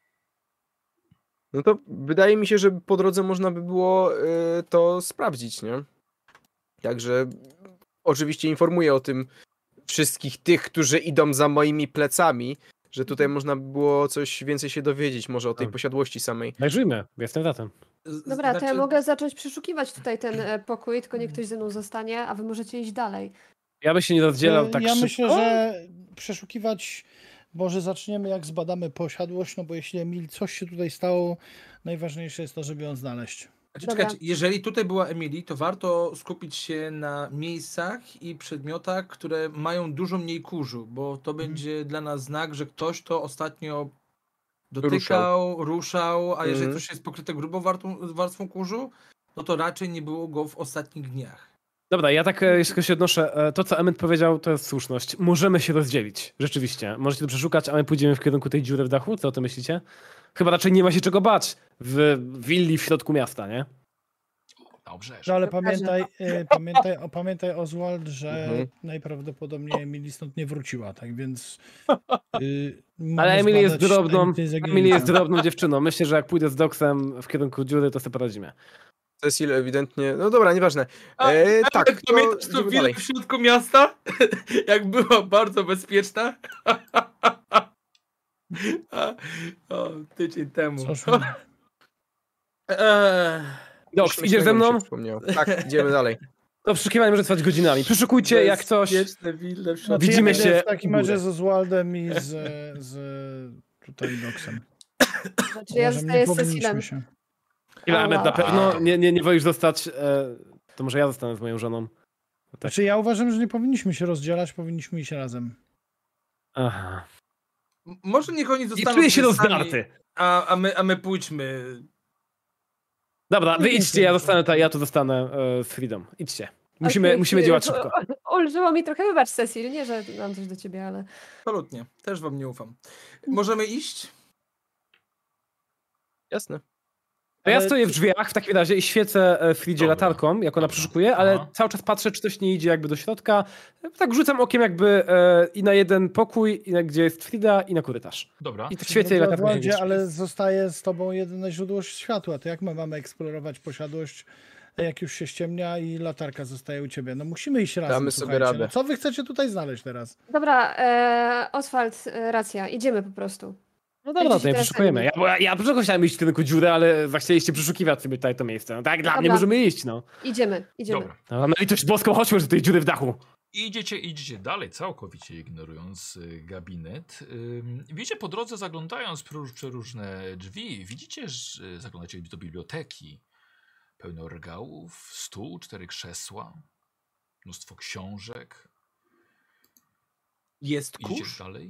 No to wydaje mi się, że po drodze można by było to sprawdzić, nie? Także oczywiście informuję o tym wszystkich tych, którzy idą za moimi plecami, że tutaj można by było coś więcej się dowiedzieć, może o tej posiadłości samej. Zajrzyjmy, jestem za tym. Dobra, to ja Znaczy- mogę zacząć przeszukiwać tutaj ten pokój, tylko niech ktoś ze mną zostanie, a wy możecie iść dalej. Ja bym się nie rozdzielał tak Ja szybko. myślę, że przeszukiwać może zaczniemy jak zbadamy posiadłość, no bo jeśli Emil coś się tutaj stało, najważniejsze jest to, żeby ją znaleźć. Znaczy, Dobra. czekajcie, jeżeli tutaj była Emily, to warto skupić się na miejscach i przedmiotach, które mają dużo mniej kurzu, bo to będzie dla nas znak, że ktoś to ostatnio dotykał, ruszał, a jeżeli coś jest pokryte grubą warstwą kurzu, no to raczej nie było go w ostatnich dniach. Dobra, ja tak jeśli się odnoszę, to co Emmet powiedział, to jest słuszność. Możemy się rozdzielić, rzeczywiście. Możecie to przeszukać, a my pójdziemy w kierunku tej dziury w dachu, co o tym myślicie? Chyba raczej nie ma się czego bać w willi w środku miasta, nie? Dobrze. No ale Pokażę. pamiętaj Oswald, że najprawdopodobniej Emily stąd nie wróciła, tak więc... Ale Emily jest drobną. drobną dziewczyną. Myślę, że jak pójdę z Doxem w kierunku dziury, to sobie poradzimy. Cecil ewidentnie... No dobra, nieważne. Tak, to pamiętasz tą idziemy willę dalej. w środku miasta? Jak była bardzo bezpieczna? O, tydzień temu. Doks, idziesz ze mną? Tak, idziemy dalej. To przeszukiwanie może trwać godzinami. Przeszukujcie jak coś. Bezpieczne wille w środku. Widzimy Ja się idę w takim u góry. razie z Oswaldem i z tutaj Doksem. Znaczy ja Może zostaję nie z Cecilem. powinniśmy się. Element na pewno nie wolisz zostać. To może ja zostanę z moją żoną. Tak. Znaczy ja uważam, że nie powinniśmy się rozdzielać, powinniśmy iść razem. Aha. Może niech oni I zostaną czuję się sami, rozdarty. a my pójdźmy. Dobra, wy idźcie, ja tu zostanę z Freedom. Idźcie. Musimy działać szybko. Ulżyło mi trochę, wybacz Cecil, nie, że mam coś do ciebie, ale... Absolutnie, też wam nie ufam. Możemy iść? Jasne. To ja Ale- stoję w drzwiach w takim razie i świecę Fridzie Dobra. latarką, jak ona Dobra. przeszukuje, ale Aha. cały czas patrzę, czy ktoś nie idzie jakby do środka. Tak rzucam okiem jakby i na jeden pokój, gdzie jest Frida, i na korytarz. Dobra. I tak świecę i latarką. Oswaldzie, się ale zostaje z tobą jedyne źródło światła. To jak my mamy eksplorować posiadłość, jak już się ściemnia i latarka zostaje u ciebie? No musimy iść razem, Damy sobie słuchajcie. radę. No, co wy chcecie tutaj znaleźć teraz? Dobra, Oswald, racja, idziemy po prostu. No dobra, Będziecie to nie teraz przeszukujemy. sami. Ja tylko chciałem iść w tylko dziurę, ale zachcieliście przeszukiwać sobie tutaj to miejsce. No tak, dla mnie Dobra. możemy iść, no. Idziemy. Dobra. No i też boską, chodźmy do tej dziury w dachu. Idziecie dalej, całkowicie ignorując gabinet. Widzicie po drodze, zaglądając przeróżne drzwi, widzicie, że zaglądacie do biblioteki. Pełno regałów, stół, 4 krzesła, mnóstwo książek. Jest Idziecie kurz? dalej.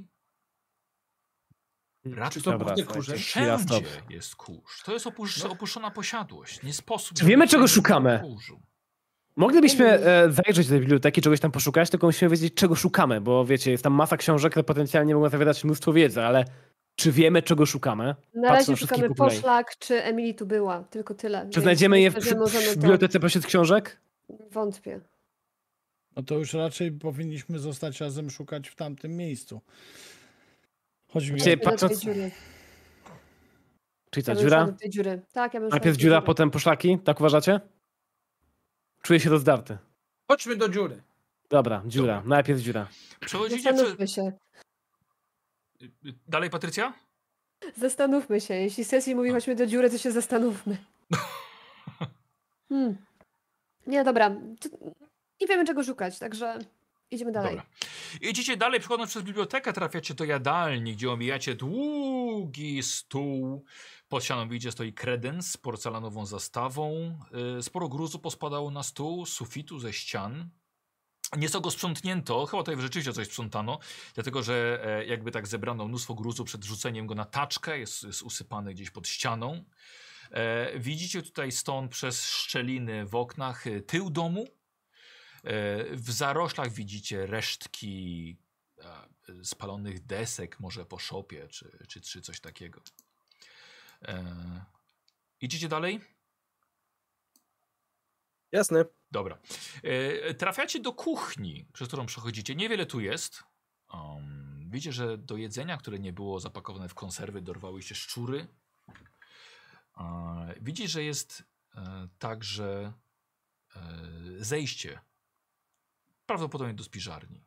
Czy to Dobra, głównie słuchajcie, kurze? chwila, stop. Wszędzie jest kurz. To jest opuszczona posiadłość. Nie sposób... Czy wiemy, żeby czego nie szukamy? było kurzu. Moglibyśmy zajrzeć do tej biblioteki, czegoś tam poszukać, tylko musimy wiedzieć, czego szukamy, bo wiecie, jest tam masa książek, które potencjalnie mogą zawierać mnóstwo wiedzy, ale czy wiemy, czego szukamy? Na Patrzę razie wszystkich szukamy po kolei. poszlak, czy Emily tu była, tylko tyle. Czy Więc znajdziemy je w, myślę, że możemy w to- bibliotece pośród książek? Wątpię. No to już raczej powinniśmy zostać razem szukać w tamtym miejscu. Chodź mi Cię- o... Chodźmy do tej patrząc- dziury. Czyli ta Ja bym szła dziura? do tej dziury. Tak, ja bym szła Najpierw do tej dziura, dziury. potem poszlaki? Tak uważacie? Czuję się rozdarty. Chodźmy do dziury. Dobra, dziura. Dobra. Najpierw dziura. Przechodzicie... Zastanówmy się. Dalej, Patrycja? Zastanówmy się. Jeśli Cecil mówi chodźmy do dziury, to się zastanówmy. Nie, dobra. Nie wiemy czego szukać, także idziemy dalej. Dobra. Idziecie dalej, przechodząc przez bibliotekę, trafiacie do jadalni, gdzie omijacie długi stół. Pod ścianą widzicie, stoi kredens z porcelanową zastawą. Sporo gruzu pospadało na stół, z sufitu, ze ścian. Nieco go sprzątnięto, chyba tutaj rzeczywiście coś sprzątano, dlatego że jakby tak zebrano mnóstwo gruzu przed rzuceniem go na taczkę, jest usypany gdzieś pod ścianą. Widzicie tutaj stąd przez szczeliny w oknach tył domu. W zaroślach widzicie resztki spalonych desek, może po szopie, czy coś takiego. Idziecie dalej? Jasne. Dobra. Trafiacie do kuchni, przez którą przechodzicie. Niewiele tu jest. Widzicie, że do jedzenia, które nie było zapakowane w konserwy, dorwały się szczury. Widzicie, że jest także zejście. Prawdopodobnie do spiżarni.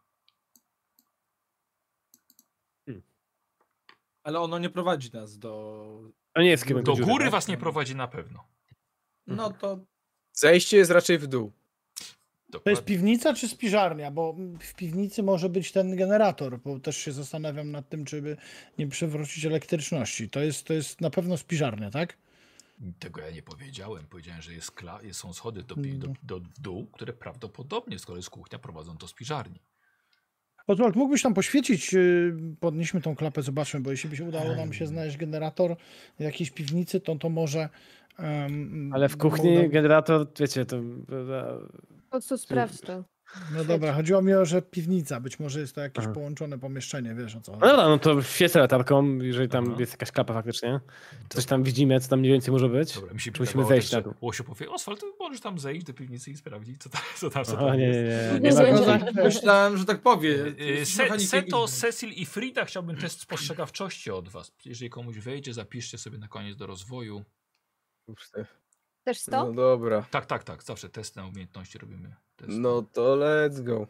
Ale ono nie prowadzi nas do... To nie jest kierunek Do dziury, góry tak? was nie prowadzi na pewno. No to... Zejście jest raczej w dół. To jest piwnica czy spiżarnia? Bo w piwnicy może być ten generator, bo też się zastanawiam nad tym, czy by nie przywrócić elektryczności. To jest na pewno spiżarnia, tak? Tego ja nie powiedziałem. Powiedziałem, że są schody w dół, które prawdopodobnie, skoro jest kuchnia, prowadzą do spiżarni. Oswald, mógłbyś tam poświecić, podnieśmy tą klapę, zobaczmy, bo jeśli by się udało nam się znaleźć generator w jakiejś piwnicy, to może... Ale w kuchni generator, wiecie, to... Po prostu sprawdź to. No dobra, chodziło mi o, że piwnica, być może jest to jakieś połączone pomieszczenie, wiesz o co No chodzi. dobra, no to świecę latarką, jeżeli tam Aha. jest jakaś klapa faktycznie. Coś tam widzimy, co tam mniej więcej może być. Dobra, mi się Musimy wydawało zejść też, na że dół. Łosiu powie, Oswald, to możesz tam zejść do piwnicy i sprawdzić, co tam O, nie, jest. nie, nie. Nie ma będzie. Myślałem, że tak powie. Seto, Cecil i Frida, chciałbym test spostrzegawczości od was. Jeżeli komuś wejdzie, zapiszcie sobie na koniec do rozwoju. Też 100? No dobra. Tak. Zawsze test na umiejętności robimy. Test. No to let's go.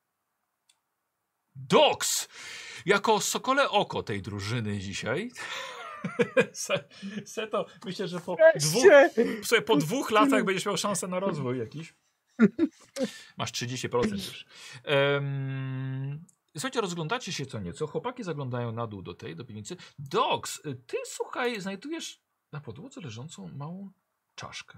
Dox! Jako sokole oko tej drużyny dzisiaj. Seto, myślę, że po 2 latach będziesz miał szansę na rozwój jakiś. Masz 30% już. Słuchajcie, rozglądacie się co nieco. Chłopaki zaglądają na dół do piwnicy. Dox, ty słuchaj, znajdujesz na podłodze leżącą małą czaszkę.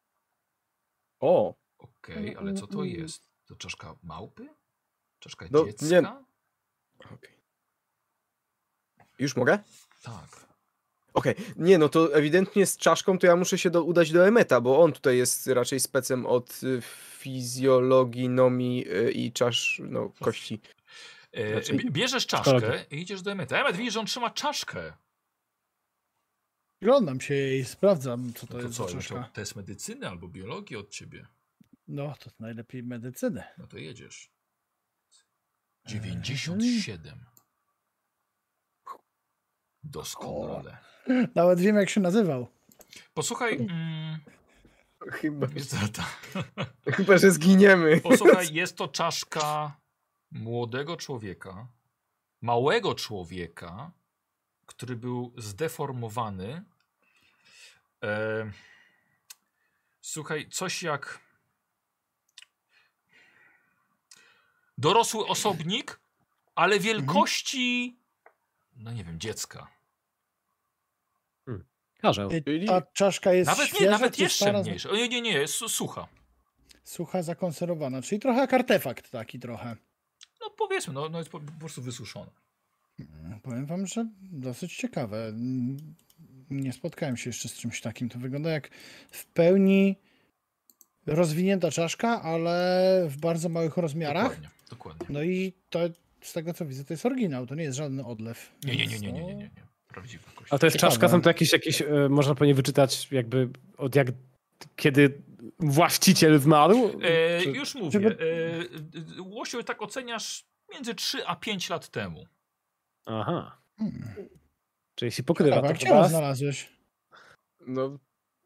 O! Okej, ale co to jest? To czaszka małpy? Czaszka No, dziecka? nie. Okay. Już mogę? Tak. Okej, nie, no to ewidentnie z czaszką to ja muszę się udać do Emeta, bo on tutaj jest raczej specem od fizjologii, nomii i kości. Bierzesz czaszkę i idziesz do Emeta. Emet, widzisz, że on trzyma czaszkę. Przyglądam się i sprawdzam, co to jest za To czaszka. test medycyny albo biologii od ciebie. No, to najlepiej medycyny. No to jedziesz. 97. Doskonale. Nawet wiem, jak się nazywał. Posłuchaj. Chyba, że zginiemy. Posłuchaj, jest to czaszka młodego człowieka, małego człowieka, który był zdeformowany. Słuchaj, coś jak dorosły osobnik, ale wielkości, no nie wiem, dziecka. Karzeł. Ta czaszka jest świeża, nawet czy jeszcze stara? mniejsza. Nie, jest sucha. Sucha, zakonserwowana, czyli trochę jak artefakt taki trochę. No powiedzmy, no jest po prostu wysuszona. Powiem wam, że dosyć ciekawe. Nie spotkałem się jeszcze z czymś takim. To wygląda jak w pełni rozwinięta czaszka, ale w bardzo małych rozmiarach. Dokładnie. No i to z tego co widzę, to jest oryginał, to nie jest żaden odlew. Nie. Prawdziwa kość. A to jest czaszka, są to jakieś można pewnie wyczytać jakby kiedy właściciel zmarł? Już mówię. Łosiu, tak oceniasz między 3 a 5 lat temu. Aha. Czyli się pokrywa. Jak cię ją znalazłeś? No.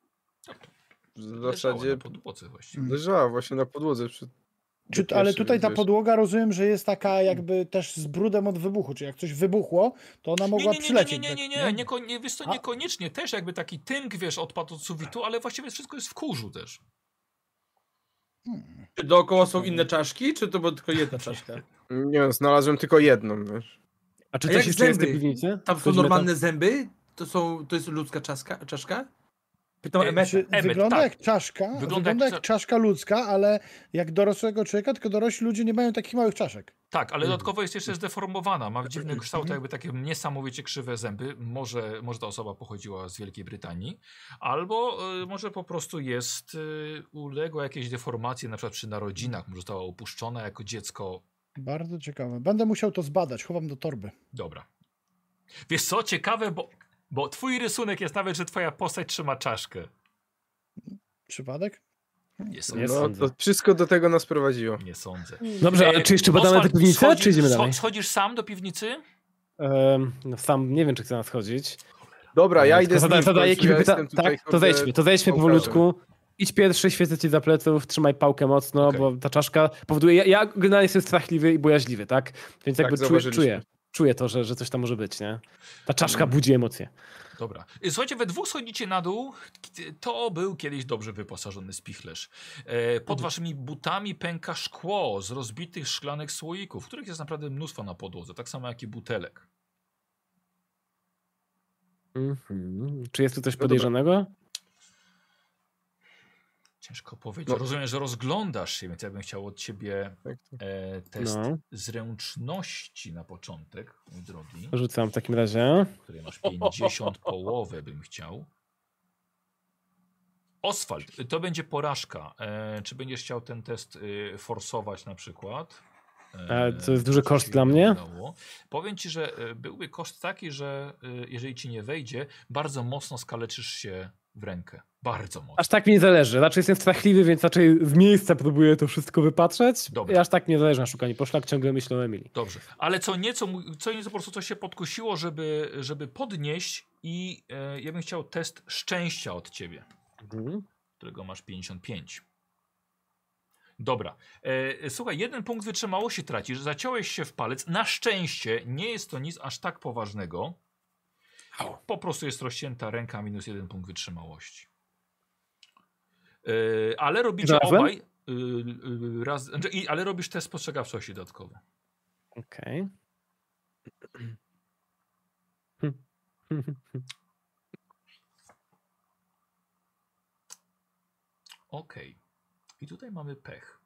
W zasadzie. Na podłodze właściwie. Leżała właśnie na podłodze. Ale tutaj ta podłoga rozumiem, że jest taka jakby też z brudem od wybuchu, czy jak coś wybuchło, to ona mogła przylecieć. Nie, wiesz co, niekoniecznie. Też jakby taki tynk, wiesz, odpadł od sufitu, ale właściwie wszystko jest w kurzu też. Czy dookoła są inne czaszki, czy to była tylko jedna czaszka? Nie, znalazłem tylko jedną, wiesz. A czy coś jeszcze jest w tej piwnicy? Tam są normalne zęby? To jest ludzka czaszka? Pytam Wygląda jak czaszka, wygląda jak czaszka ludzka, ale jak dorosłego człowieka, tylko dorośli ludzie nie mają takich małych czaszek. Tak, ale dodatkowo jest jeszcze zdeformowana. Ma dziwny kształt, jakby takie niesamowicie krzywe zęby. Może ta osoba pochodziła z Wielkiej Brytanii, albo może po prostu uległa jakiejś deformacji, na przykład przy narodzinach, może została opuszczona jako dziecko. Bardzo ciekawe. Będę musiał to zbadać, chowam do torby. Dobra. Wiesz co, ciekawe, bo twój rysunek jest nawet, że twoja postać trzyma czaszkę. Przypadek? Nie sądzę. No, to wszystko do tego nas prowadziło. Nie sądzę. Dobrze, ale czy jeszcze badamy tę piwnicę, czy idziemy dalej? Schodzisz sam do piwnicy? No sam nie wiem, czy chcę schodzić. Dobra, ja idę z nim. To zejdźmy powolutku. Idź pierwszy, świecę ci za pleców, trzymaj pałkę mocno, bo ta czaszka powoduje... Ja generalnie jestem strachliwy i bojaźliwy, tak? Więc jakby czuję to, że coś tam może być, nie? Ta czaszka budzi emocje. Dobra. Słuchajcie, we dwóch schodzicie na dół. To był kiedyś dobrze wyposażony spichlerz. Pod waszymi butami pęka szkło z rozbitych szklanych słoików, których jest naprawdę mnóstwo na podłodze, tak samo jak i butelek. Czy jest tu coś podejrzanego? Ciężko powiedzieć. Rozumiem, że rozglądasz się, więc ja bym chciał od ciebie test zręczności na początek, mój drogi. Rzucam w takim razie. W której masz 50 połowę bym chciał. Oswald, to będzie porażka. Czy będziesz chciał ten test forsować na przykład? To jest duży koszt dla mnie? Powiem ci, że byłby koszt taki, że jeżeli ci nie wejdzie, bardzo mocno skaleczysz się w rękę. Bardzo mocno. Aż tak mi nie zależy. Raczej jestem strachliwy, więc raczej z miejsca próbuję to wszystko wypatrzeć. Dobra. I aż tak mi nie zależy na szukaniu poszlak, ciągle myślę o Emilii. Dobrze. Ale co nieco po prostu coś się podkusiło, żeby podnieść i ja bym chciał test szczęścia od ciebie. którego masz 55. Dobra. Słuchaj, 1 punkt wytrzymałości tracisz. Zaciąłeś się w palec. Na szczęście nie jest to nic aż tak poważnego. Po prostu jest rozcięta ręka, minus 1 punkt wytrzymałości. Ale robicie obaj raz. Ale robisz test spostrzegawczości dodatkowy. Okej. Okej. I tutaj mamy pech.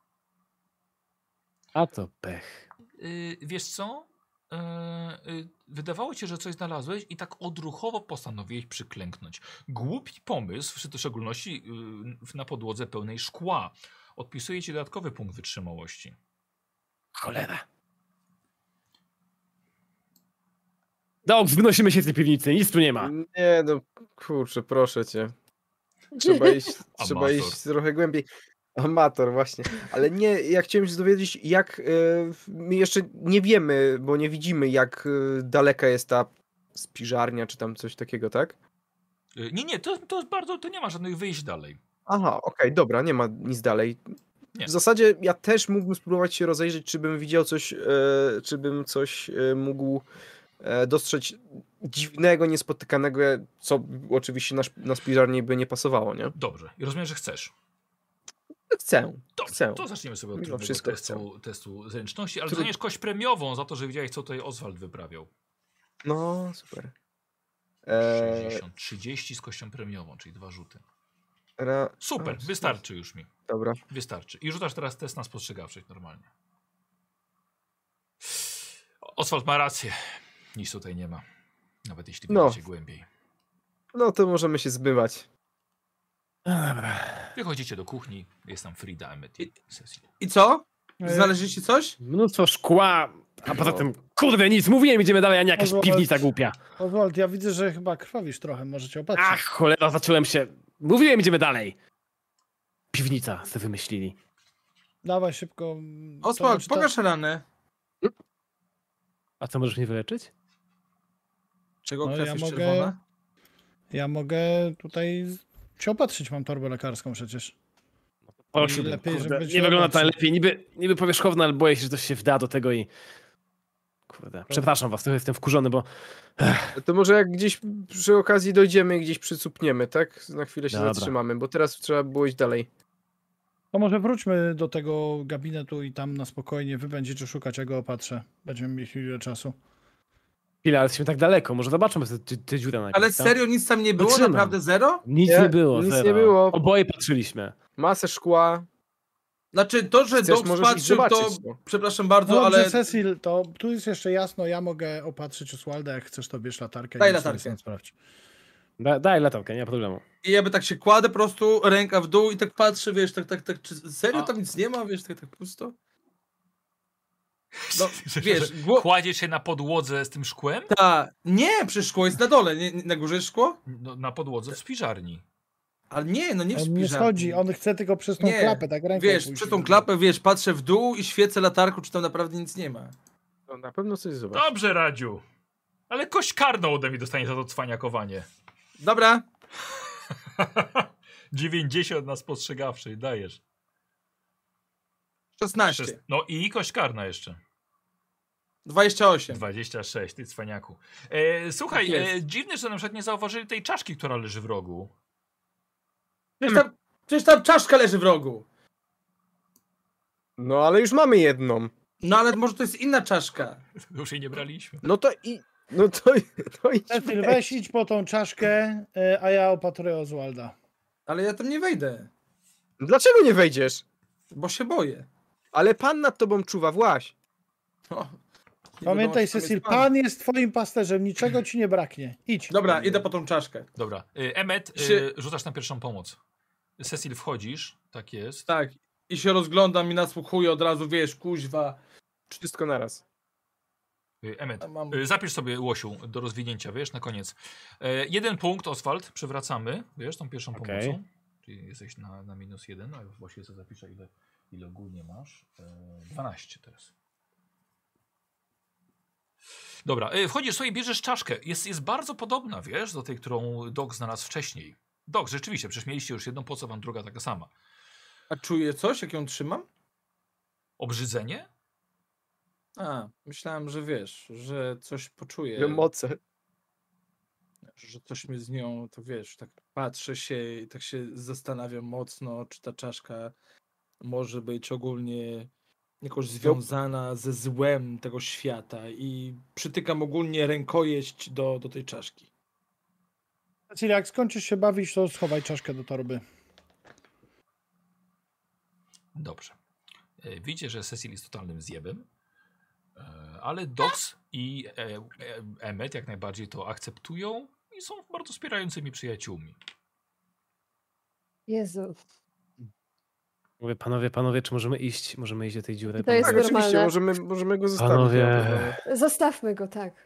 A to pech. Wiesz co? Wydawało ci się, że coś znalazłeś i tak odruchowo postanowiłeś przyklęknąć. Głupi pomysł, w szczególności na podłodze pełnej szkła. Odpisuje ci dodatkowy punkt wytrzymałości. Cholera. Dogs, wynosimy się z tej piwnicy, nic tu nie ma. Nie, no kurczę, proszę cię. Trzeba iść trochę głębiej. Amator, właśnie. Ale nie, ja chciałem się dowiedzieć, jak my jeszcze nie wiemy, bo nie widzimy, jak daleka jest ta spiżarnia, czy tam coś takiego, tak? Nie, to jest bardzo, to nie ma żadnych wyjść dalej. Aha, okej, dobra, nie ma nic dalej. Nie. W zasadzie ja też mógłbym spróbować się rozejrzeć, czy bym widział coś, czy bym coś mógł dostrzec dziwnego, niespotykanego, co oczywiście na spiżarnię by nie pasowało, nie? Dobrze. I rozumiem, że chcesz. Chcę. Dobrze, Chcę. to zaczniemy sobie od Mimo trudnego wszystko testu zręczności, ale dostaniesz kość premiową za to, że widziałeś, co tutaj Oswald wyprawiał. No, super. 60, 30 z kością premiową, czyli 2 rzuty. Super, O, wystarczy już mi. Dobra. Wystarczy. I rzucasz teraz test na spostrzegawczość normalnie. Oswald ma rację. Nic tutaj nie ma. Nawet jeśli będziecie głębiej. No to możemy się zbywać. Dobra. Wychodzicie do kuchni, jest tam Frida, Emmet i Cecil. I co? Znaleźliście coś? Mnóstwo szkła, a poza tym, kurde, nic, mówiłem, idziemy dalej, a nie jakaś piwnica głupia. Oswald, ja widzę, że chyba krwawisz trochę, może cię opatrzyć. Ach, cholera, zacząłem się. Mówiłem, idziemy dalej. Piwnica, co wymyślili. Dawaj szybko. Oswald, pokaż ranę. A co, możesz mnie wyleczyć? Czego No, krew ja jest mogę- czerwona? Ja mogę tutaj cię opatrzyć, mam torbę lekarską przecież. Prosiłbym, lepiej, kurde, żeby nie cię wygląda to opatrzyć. najlepiej. Niby powierzchowne, ale boję się, że coś się wda do tego i... Kurde, przepraszam was, trochę jestem wkurzony, bo... To może jak gdzieś przy okazji dojdziemy i gdzieś przycupniemy, tak? Na chwilę się Dobra. zatrzymamy, bo teraz trzeba było iść dalej. To może wróćmy do tego gabinetu i tam na spokojnie wy będziecie szukać, ja go opatrzę. Będziemy mieli chwilę czasu. Chwila, ale jesteśmy tak daleko, może zobaczymy te dziurę najpierw. Ale co? serio nic tam nie było? Wytrzymam. Naprawdę zero? Nic Nie, nie było, nic zero. nie było. Oboje patrzyliśmy. Masę szkła. Znaczy to, że Chcesz, Dogs możesz iść patrzył, to zobaczyć, no. przepraszam bardzo, No dobrze, ale Cecil, to tu jest jeszcze jasno, ja mogę opatrzyć Oswalda, jak chcesz to bierz latarkę. Daj i sobie latarkę. sam sprawdź. Daj latarkę, nie ma problemu. i ja by tak się kładę po prostu, ręka w dół i tak patrzę, wiesz, tak, czy serio tam nic nie ma, wiesz, tak pusto? No, wiesz, Kładziesz się na podłodze z tym szkłem? nie, przecież szkło jest na dole, nie, na górze jest szkło? No, na podłodze w spiżarni. Ale nie, no nie w On nie spiżarni. schodzi, on chce tylko przez tą Nie, klapę, tak ręką Wiesz, pójść. przez tą klapę, wiesz, patrzę w dół i świecę latarką, czy tam naprawdę nic nie ma. No, na pewno coś zobacz. Dobrze, Radziu. Ale kość karną ode mnie dostanie za to cwaniakowanie. Dobra, 90 na spostrzegawczej, dajesz. 16, No i kość karna jeszcze. 28. 26, ty cwaniaku. Słuchaj, Tak jest. dziwne, że na przykład nie zauważyli tej czaszki, która leży w rogu. Przecież tam czaszka leży w rogu. No ale już mamy jedną. No ale może to jest inna czaszka. Już jej nie braliśmy. No to i idź. Cecil, weź idź po tą czaszkę, a ja opatruję Oswalda. Ale ja tam nie wejdę, Dlaczego nie wejdziesz? bo się boję. Ale pan nad tobą czuwa, właś. O, nie Pamiętaj, wiadomo, czy tam Cecil, jest pan jest twoim pasterzem, niczego ci nie braknie. Idź. Dobra, idę po tą czaszkę. Dobra. Emmet, Się- rzucasz na pierwszą pomoc. Cecil, wchodzisz, tak jest. Tak, i się rozglądam i nasłuchuję od razu, wiesz, kuźwa. Wszystko naraz. Emmet, Mam... zapisz sobie Łosiu do rozwinięcia, wiesz, na koniec. 1 punkt, Oswald, przywracamy, wiesz, tą pierwszą Okej. pomocą. Czyli jesteś na -1, a właściwie sobie zapiszę, ile ogólnie masz. 12 teraz. Dobra, wchodzisz sobie, bierzesz czaszkę. Jest bardzo podobna, wiesz, do tej, którą Doc znalazł wcześniej. Dobrze, rzeczywiście, przecież mieliście już jedną, po co wam druga taka sama? A czuję coś, jak ją trzymam? Obrzydzenie? A, myślałem, że wiesz, że coś poczuję. Moce. Że coś mnie z nią, to wiesz, tak patrzę się i tak się zastanawiam mocno, czy ta czaszka może być ogólnie jakoś związana ze złem tego świata i przytykam ogólnie rękojeść do tej czaszki. Cecil, jak skończysz się bawić, to schowaj czaszkę do torby. Dobrze. Widzicie, że Cecil jest totalnym zjebem, ale Dox i Emmet jak najbardziej to akceptują i są bardzo wspierającymi przyjaciółmi. Jezu. Mówię, panowie, czy możemy iść? Możemy iść do tej dziury? To jest Tak, normalne. oczywiście, możemy go zostawić. Panowie. Zostawmy go, tak.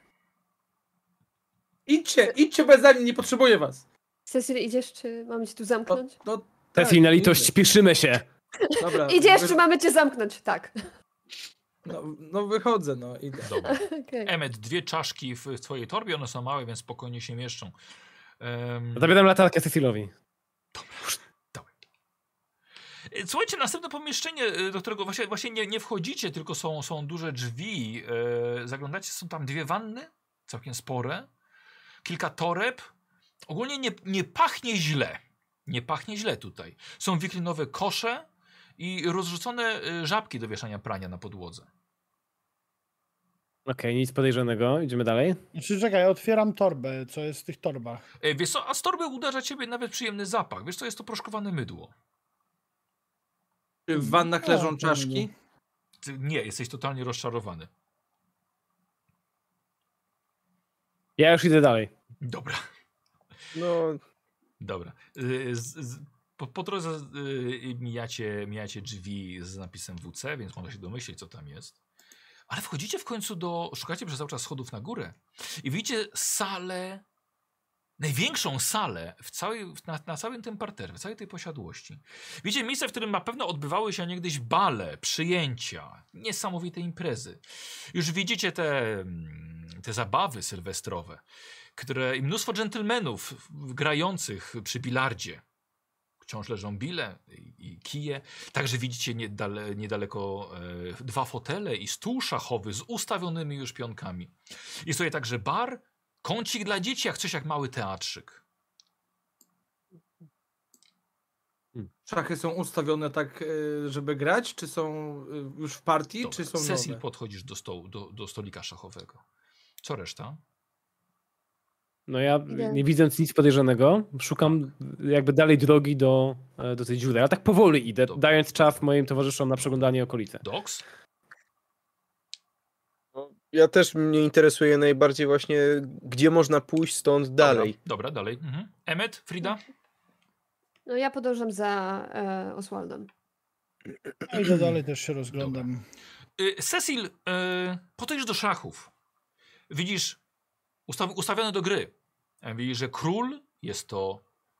Idźcie bez ani, nie potrzebuję was. Cecil, idziesz, czy mamy cię tu zamknąć? Cecil, na litość, idę. śpieszymy się! Dobra, Idziesz, czy mamy cię zamknąć? Tak. No wychodzę, no idę. Dobra. Okay. Emmet, 2 czaszki w twojej torbie, one są małe, więc spokojnie się mieszczą. Zabieram latarkę Cecilowi. Słuchajcie, następne pomieszczenie, do którego właśnie nie wchodzicie, tylko są duże drzwi. Zaglądacie, są tam 2 wanny, całkiem spore, kilka toreb. Ogólnie nie pachnie źle. Nie pachnie źle tutaj. Są wiklinowe kosze i rozrzucone żabki do wieszania prania na podłodze. Okej, nic podejrzanego. Idziemy dalej. Znaczy, czekaj, otwieram torbę. Co jest w tych torbach? Wiesz co, a z torby uderza ciebie nawet przyjemny zapach. Wiesz co, jest to proszkowane mydło. Czy w wannach leżą czaszki? Ty, nie, jesteś totalnie rozczarowany. Ja już idę dalej. Dobra. No, Dobra. Po drodze mijacie drzwi z napisem WC, więc można się domyśleć, co tam jest. Ale wchodzicie w końcu szukacie przez cały czas schodów na górę i widzicie salę, największą salę na całym tym parterze, w całej tej posiadłości. Widzicie miejsce, w którym na pewno odbywały się niegdyś bale, przyjęcia, niesamowite imprezy. Już widzicie te zabawy sylwestrowe, i mnóstwo dżentelmenów grających przy bilardzie. Wciąż leżą bile i kije. Także widzicie niedaleko 2 fotele i stół szachowy z ustawionymi już pionkami. Jest tutaj także bar, kącik dla dzieci, jak coś jak mały teatrzyk. Szachy są ustawione tak, żeby grać? Czy są już w partii, Dobra. czy są Cecil, nowe? podchodzisz do stołu, do stolika szachowego. Co reszta? No ja, Idę. nie widząc nic podejrzanego, szukam jakby dalej drogi do tej dziury. Ja tak powoli idę, Dobra. dając czas moim towarzyszom na przeglądanie okolicy. Dox? ja też mnie interesuje najbardziej właśnie, gdzie można pójść stąd dalej. Dobra, dalej. Mhm. Emmet, Frida? No ja podążam za Oswaldem. Ja idę dalej, też się rozglądam. Cecil, podejdź do szachów. Widzisz ustawione do gry. Widzisz, że król jest to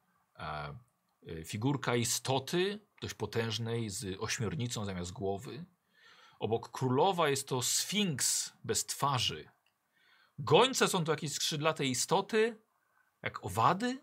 figurka istoty, dość potężnej, z ośmiornicą zamiast głowy. Obok królowa jest to sfinks bez twarzy. Gońce są to jakieś skrzydlate istoty, jak owady.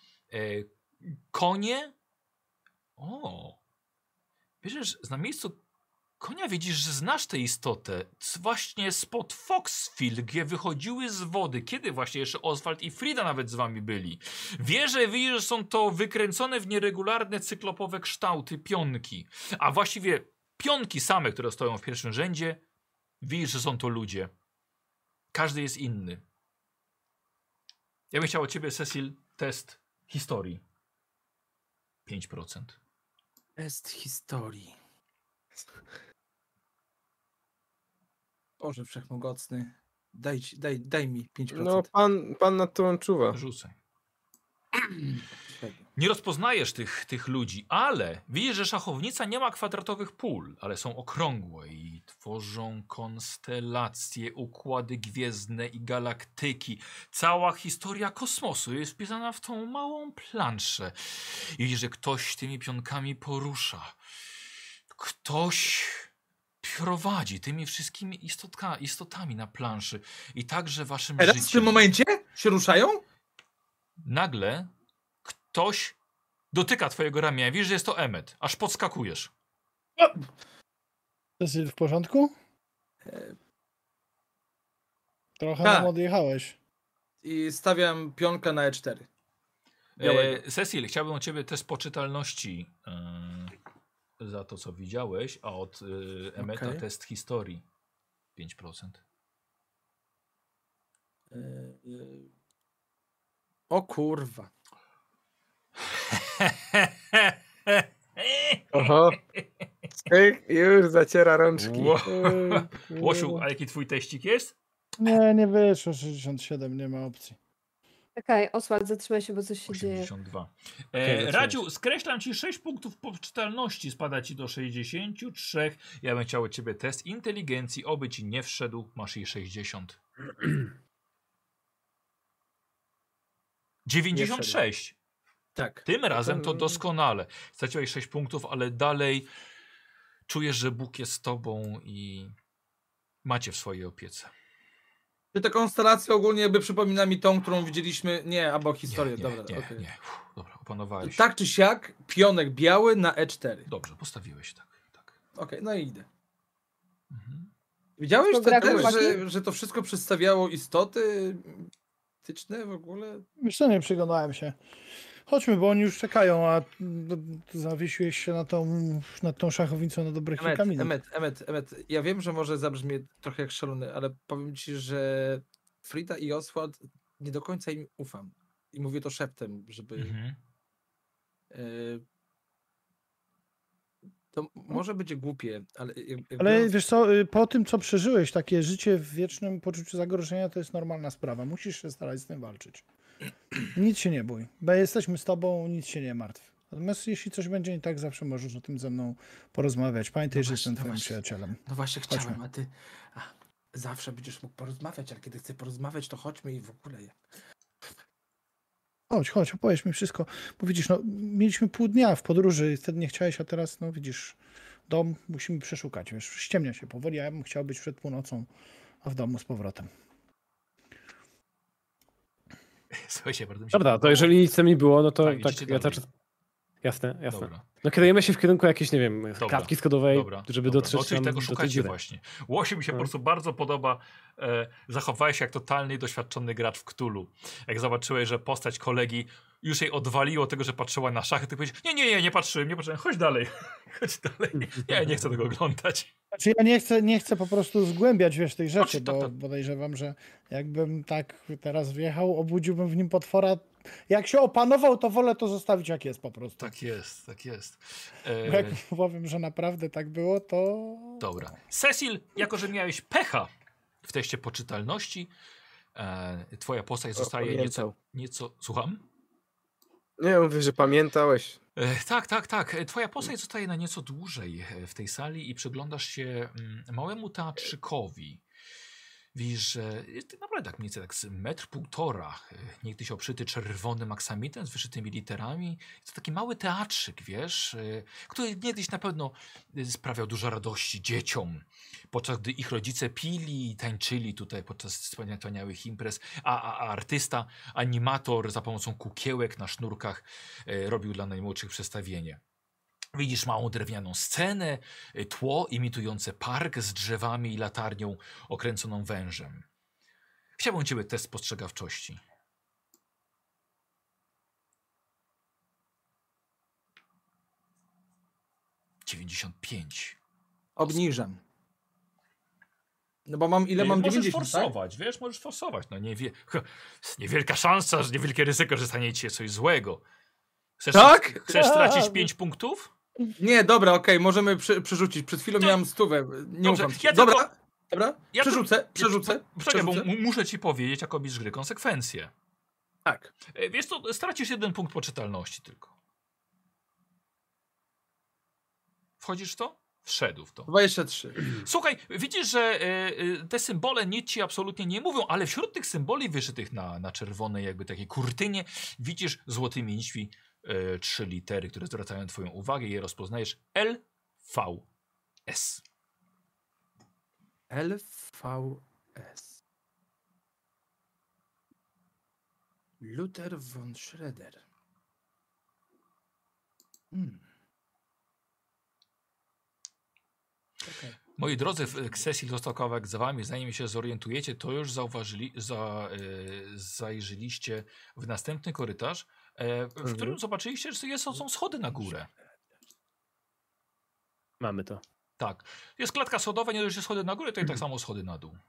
Konie. O! Wiesz, na miejscu konia widzisz, że znasz tę istotę. Właśnie spod Foxfield, gdzie wychodziły z wody. Kiedy właśnie jeszcze Oswald i Frida nawet z wami byli. Widzisz, że są to wykręcone w nieregularne cyklopowe kształty pionki. A właściwie pionki same, które stoją w pierwszym rzędzie, widzisz, że są to ludzie. Każdy jest inny. Ja bym chciał od ciebie, Cecil, test historii. 5%. Test historii. Boże wszechmogący. Daj mi 5%. No, pan nad tobą czuwa. Rzucaj. Nie rozpoznajesz tych ludzi, ale widzisz, że szachownica nie ma kwadratowych pól, ale są okrągłe i tworzą konstelacje, układy gwiezdne i galaktyki. Cała historia kosmosu jest wpisana w tą małą planszę. I widzisz, że ktoś tymi pionkami porusza. Ktoś prowadzi tymi wszystkimi istotami na planszy i także waszym Teraz życiem. w tym momencie się ruszają? Nagle Ktoś dotyka twojego ramienia. Widzisz, że jest to Emmet. Aż podskakujesz. To jest w porządku? Trochę Tak. nam odjechałeś. I stawiam pionka na E4. Cecil, chciałbym od ciebie test poczytalności za to, co widziałeś, a od Emmeta Okej. test historii 5%. O kurwa. Oho. Już zaciera rączki. Łosiu, a jaki twój teścik jest? Nie wyszło 67, nie ma opcji. Czekaj, Oswald, zatrzymaj się, bo coś się dzieje. 82. Okej, Radziu, skreślam ci 6 punktów poczytalności, spada ci do 63. Ja bym chciał od ciebie test inteligencji, oby ci nie wszedł, masz jej 60. 96. Tak. Tym razem to doskonale. Straciłeś 6 punktów, ale dalej czujesz, że Bóg jest z tobą i macie w swojej opiece. Czy ta konstelacja ogólnie jakby przypomina mi tą, którą widzieliśmy? Nie, albo historię. Nie, Dobra, nie, okej. nie. Dobra, opanowałeś. Tak czy siak, pionek biały na E4. Dobrze, postawiłeś tak. Okej, no i idę. Mhm. Widziałeś To gra, też, chłopaki? że to wszystko przedstawiało istoty mityczne w ogóle? Wiesz co, nie przyglądałem się. Chodźmy, bo oni już czekają, a zawiesiłeś się nad tą szachownicą na dobre kilka minut. Emmet, ja wiem, że może zabrzmie trochę jak szalony, ale powiem ci, że Frida i Oswald nie do końca im ufam. I mówię to szeptem, żeby... Mhm. To może będzie głupie, ale... Ale wiesz co, po tym co przeżyłeś, takie życie w wiecznym poczuciu zagrożenia to jest normalna sprawa. Musisz się starać z tym walczyć. Nic się nie bój, bo jesteśmy z tobą, nic się nie martw. Natomiast jeśli coś będzie nie tak, zawsze możesz o tym ze mną porozmawiać. Pamiętaj, że jestem twoim przyjacielem. No właśnie Chodźmy. chciałem, a ty... zawsze będziesz mógł porozmawiać, ale kiedy chcę porozmawiać, to chodźmy i w ogóle... Chodź, opowiedz mi wszystko. Bo widzisz, no, mieliśmy pół dnia w podróży i wtedy nie chciałeś, a teraz, no widzisz, dom musimy przeszukać, wiesz, ściemnia się powoli, a ja bym chciał być przed północą, a w domu z powrotem. Słuchajcie, bardzo mi się Dobra, to podobało. jeżeli nic tam nie było, no to Tak, tak, idziecie ja dalej. też... Jasne. Dobra. No kierujemy się w kierunku jakiejś, nie wiem, klatki schodowej, żeby dobra. dotrzeć No, czyli tam tego do tej szukacie dziury. właśnie. Łosiu mi się po prostu bardzo podoba. Zachowałeś się jak totalnie doświadczony gracz w Cthulhu. Jak zobaczyłeś, że postać kolegi już jej odwaliło tego, że patrzyła na szachy, ty powiedziałeś, nie patrzyłem, chodź dalej. Chodź dalej. Nie chcę tego oglądać. Znaczy ja nie chcę po prostu zgłębiać, wiesz, tej rzeczy, to- bo podejrzewam, że jakbym tak teraz wjechał, obudziłbym w nim potwora. Jak się opanował, to wolę to zostawić jak jest po prostu. Tak jest. Bo jak powiem, że naprawdę tak było, to... Dobra. Cecil, jako że miałeś pecha w teście poczytalności, twoja postać zostaje nieco... Słucham? Nie, mówię, że pamiętałeś. Tak. Twoja postać zostaje na nieco dłużej w tej sali i przyglądasz się małemu teatrzykowi. Widzisz, że jest naprawdę tak mniej więcej tak z 1,5 m. Niegdyś obszyty czerwonym aksamitem z wyszytymi literami. To taki mały teatrzyk, wiesz, który niegdyś na pewno sprawiał dużo radości dzieciom, podczas gdy ich rodzice pili i tańczyli tutaj podczas wspaniałych imprez, a artysta, animator za pomocą kukiełek na sznurkach robił dla najmłodszych przedstawienie. Widzisz małą drewnianą scenę, tło imitujące park z drzewami i latarnią okręconą wężem. Chciałbym ciebie test spostrzegawczości. ...95. Obniżam. No bo mam ile mam możesz 90, forsować, wiesz, możesz forsować. No niewielka szansa, że niewielkie ryzyko, że stanie ci się coś złego. Tak? Chcesz stracić 5 punktów? Nie, dobra, okej, możemy przerzucić. Przed chwilą To- miałem 100. Nie Dobrze, ufam ci. ja Dobra, tylko- dobra, Ja to- przerzucę. Poczekaj, bo muszę ci powiedzieć, jako mistrz gry, konsekwencje. Tak. Wiesz co, stracisz 1 punkt poczytalności tylko. Wchodzisz w to? Wszedł w to. 23. Słuchaj, widzisz, że te symbole nic ci absolutnie nie mówią, ale wśród tych symboli wyszytych na czerwonej jakby takiej kurtynie widzisz złotymi nićmi 3 litery, które zwracają twoją uwagę i je rozpoznajesz. LVS. LVS. Luther von Schroeder. Okay. Moi drodzy, Cecil został kawałek za wami. Zanim się zorientujecie, to już zajrzyliście w następny korytarz, w którym zobaczyliście, że są schody na górę. Mamy to. Tak. Jest klatka schodowa, nie dość, że schody na górę, to i tak samo schody na dół.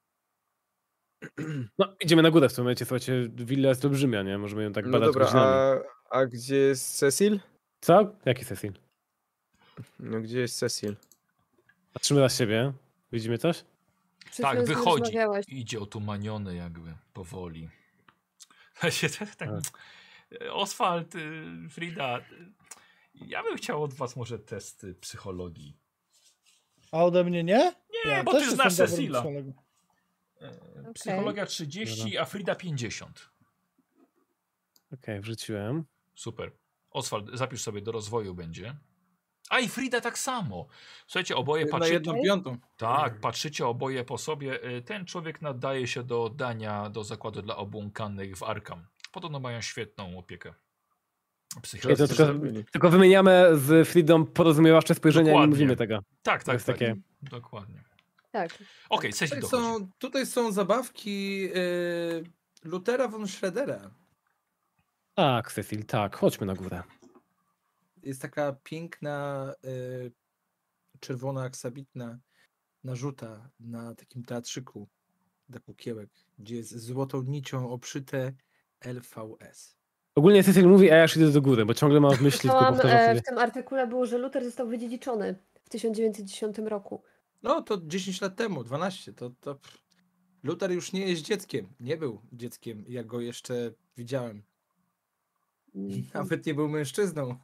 No, idziemy na górę w tym momencie, słuchajcie, willa jest olbrzymia, nie? Możemy ją tak No badać dobra, godzinami. a gdzie jest Cecil? Co? Jaki Cecil? No gdzie jest Cecil? Patrzymy na siebie. Widzimy coś? Przed Tak, chwilą z nim wychodzi. rozmawiałaś. Idzie otumaniony jakby, powoli. Tak. Oswald, Frida, ja bym chciał od was może test psychologii. A ode mnie nie? Nie, bo też ty jestem znasz dobrym Cecila. psychologiem. Psychologia 30, a Frida 50. Okej, wrzuciłem. Super. Oswald, zapisz sobie, do rozwoju będzie. A i Frida tak samo. Słuchajcie, oboje Na patrzycie. 1/5. Tak, patrzycie oboje po sobie. Ten człowiek nadaje się do oddania do zakładu dla obłąkanych w Arkham. Podobno mają świetną opiekę Okay, to psychiatryczną. tylko wymieniamy z Fridą porozumiewawcze spojrzenia i nie Dokładnie. mówimy tego. Tak, To jest tak. takie... Dokładnie. Tak. Okej, Cecil dochodzi. Tutaj są zabawki Luthera von Schroedera. Tak, Cecil, tak. Chodźmy na górę. Jest taka piękna, czerwona, aksabitna narzuta na takim teatrzyku dla kukiełek, gdzie jest złotą nicią obszyte LVS. Ogólnie Cecil mówi, a ja już idę do góry, bo ciągle mam w myśli, tylko powtarzam sobie. W tym artykule było, że Luther został wydziedziczony w 1910 roku. No to 10 lat temu, 12, to Luther już nie jest dzieckiem. Nie był dzieckiem, jak go jeszcze widziałem. Nawet nie był mężczyzną.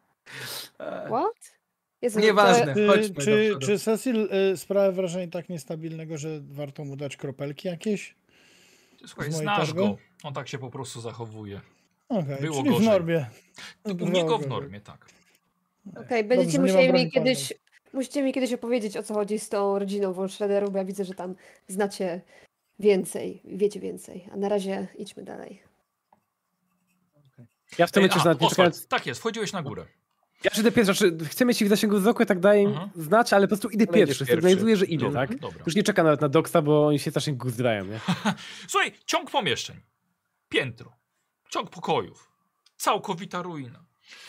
What? Jezu, Nieważne. to- Chodźmy do przodu. Czy Cecil sprawia wrażenie tak niestabilnego, że warto mu dać kropelki jakieś? Słuchaj, z mojej znasz torby? go. On tak się po prostu zachowuje. Okej, Było czyli gorzej. w normie. U Było niego w gorzej. normie, tak. Okej, będziecie Dobrze, nie musieli mam mi broni kiedyś... Musicie mi kiedyś opowiedzieć, o co chodzi z tą rodziną von Schroederu, bo ja widzę, że tam znacie więcej, wiecie więcej. A na razie idźmy dalej. Ja w tym momencie nawet nie Oswald, czekając... tak jest, wchodziłeś na górę. Ja idę pierwszy, znaczy chcemy ci w zasięgu wzroku, tak daję im Aha. znać, ale po prostu idę Będziesz pierwszy. pierwszy. Sygnalizuję, że idę, Dobra, tak? dobra. Już nie czekam nawet na doksa, bo oni się strasznie guzdrają, nie? Słuchaj, ciąg pomieszczeń. Piętro. Ciąg pokojów. Całkowita ruina.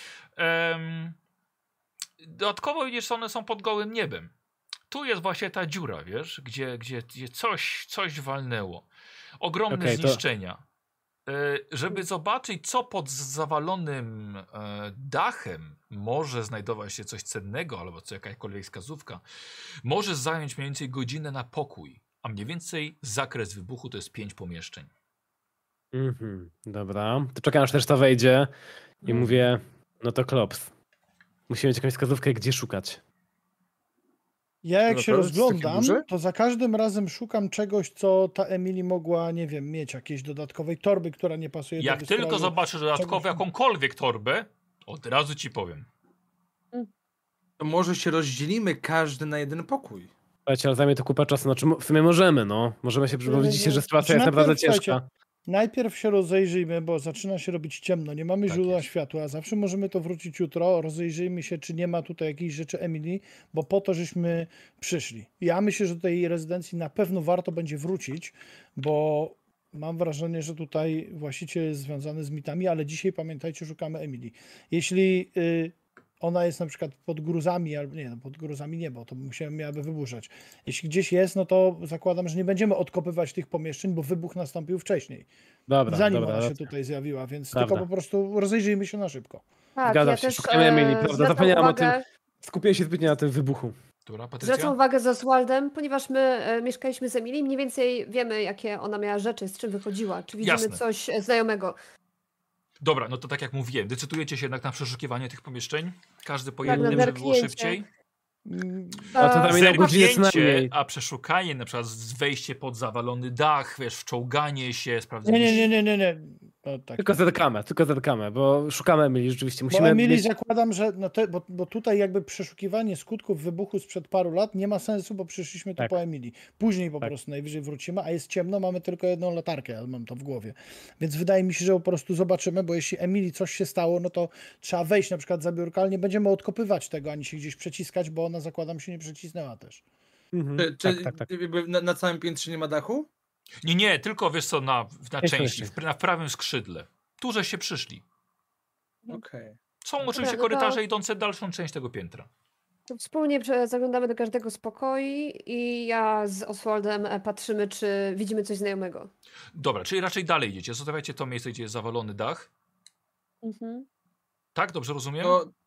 Dodatkowo widzisz, one są pod gołym niebem. Tu jest właśnie ta dziura, wiesz, gdzie coś walnęło. Ogromne Okej, to- zniszczenia. Żeby zobaczyć, co pod zawalonym dachem może znajdować się coś cennego, albo co jakakolwiek wskazówka, możesz zająć mniej więcej godzinę na pokój, a mniej więcej zakres wybuchu to jest 5 pomieszczeń. Dobra. To czekam, aż też to wejdzie i mówię, no to klops. Musimy mieć jakąś wskazówkę, gdzie szukać. Ja jak No się to jest takie rozglądam, duże? to za każdym razem szukam czegoś, co ta Emily mogła, nie wiem, mieć. Jakiejś dodatkowej torby, która nie pasuje Jak do tylko wystroju. zobaczysz dodatkowo czegoś- jakąkolwiek torbę, od razu ci powiem. To może się rozdzielimy każdy na jeden pokój. Słuchajcie, ale zajmie to kupę czasu. Znaczy, w sumie możemy, no. Możemy się, bo widzicie, że sytuacja jest Znaczy, naprawdę najpierw, ciężka. Najpierw się rozejrzyjmy, bo zaczyna się robić ciemno, nie mamy Tak źródła jest. światła, zawsze możemy to wrócić jutro, rozejrzyjmy się, czy nie ma tutaj jakichś rzeczy Emily, bo po to żeśmy przyszli. Ja myślę, że do tej rezydencji na pewno warto będzie wrócić, bo mam wrażenie, że tutaj właściciel jest związany z mitami, ale dzisiaj pamiętajcie, szukamy Emily. Jeśli ona jest na przykład pod gruzami, albo nie, no pod gruzami nie, bo to miałaby wyburzać. Jeśli gdzieś jest, no to zakładam, że nie będziemy odkopywać tych pomieszczeń, bo wybuch nastąpił wcześniej. Dobra, Zanim dobra. ona się tutaj zjawiła, więc Prawda. tylko po prostu rozejrzyjmy się na szybko. Tak, Zgadzam ja się, też szukamy Emily, prawda? zwracam Zapomniałem o tym. uwagę, Skupiłem się zbytnio na tym wybuchu. Dobra, zwracam Patrycja? uwagę z Oswaldem, ponieważ my mieszkaliśmy z Emily, mniej więcej wiemy, jakie ona miała rzeczy, z czym wychodziła. Czy widzimy Jasne. coś znajomego. Dobra, no to tak jak mówiłem, decydujecie się jednak na przeszukiwanie tych pomieszczeń? Każdy po Tak, na jednym, żeby było zerknięcie. szybciej? A to tam minął godzinę co Zerknięcie, najmniej. a przeszukanie, na przykład wejście pod zawalony dach, wiesz, wczołganie się, sprawdzenie... Nie. Tak. Tylko zerkamy, bo szukamy Emilii rzeczywiście. Musimy Bo Emilii mieć... zakładam, że bo tutaj jakby przeszukiwanie skutków wybuchu sprzed paru lat nie ma sensu, bo przyszliśmy tu po Emilii. Później po prostu najwyżej wrócimy, a jest ciemno, mamy tylko jedną latarkę, ja mam to w głowie. Więc wydaje mi się, że po prostu zobaczymy, bo jeśli Emilii coś się stało, no to trzeba wejść na przykład za biurko, ale nie będziemy odkopywać tego, ani się gdzieś przeciskać, bo ona, zakładam, się nie przecisnęła też. Czy na całym piętrze nie ma dachu? Nie, tylko wiesz co, na części, na prawym skrzydle. Tu żeś się przyszli. Okej. Są oczywiście korytarze idące dalszą część tego piętra. To wspólnie zaglądamy do każdego z pokoi i ja z Oswaldem patrzymy, czy widzimy coś znajomego. Dobra, czyli raczej dalej idziecie. Zostawiacie to miejsce, gdzie jest zawalony dach. Tak, dobrze rozumiem?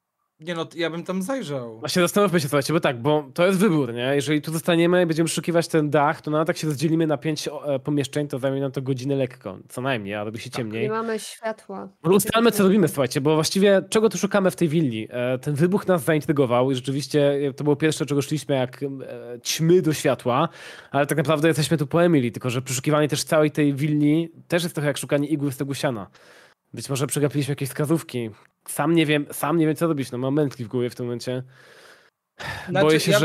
Ja bym tam zajrzał. Właśnie zastanówmy się, słuchajcie, bo tak, bo to jest wybór, nie? Jeżeli tu zostaniemy i będziemy przeszukiwać ten dach, to nawet jak się rozdzielimy na 5 pomieszczeń, to zajmie nam to godzinę lekko, co najmniej, a robi się ciemniej. Nie mamy światła. Ustalmy, co robimy, słuchajcie, bo właściwie czego tu szukamy w tej willi? Ten wybuch nas zaintrygował i rzeczywiście to było pierwsze, czego szliśmy, jak ćmy do światła, ale tak naprawdę jesteśmy tu po Emilii, tylko że przeszukiwanie też całej tej willi też jest trochę jak szukanie igły z tego siana. Być może przegapiliśmy jakieś wskazówki. Sam nie wiem, co robić. No mam mętli w głowie w tym momencie. Boję się,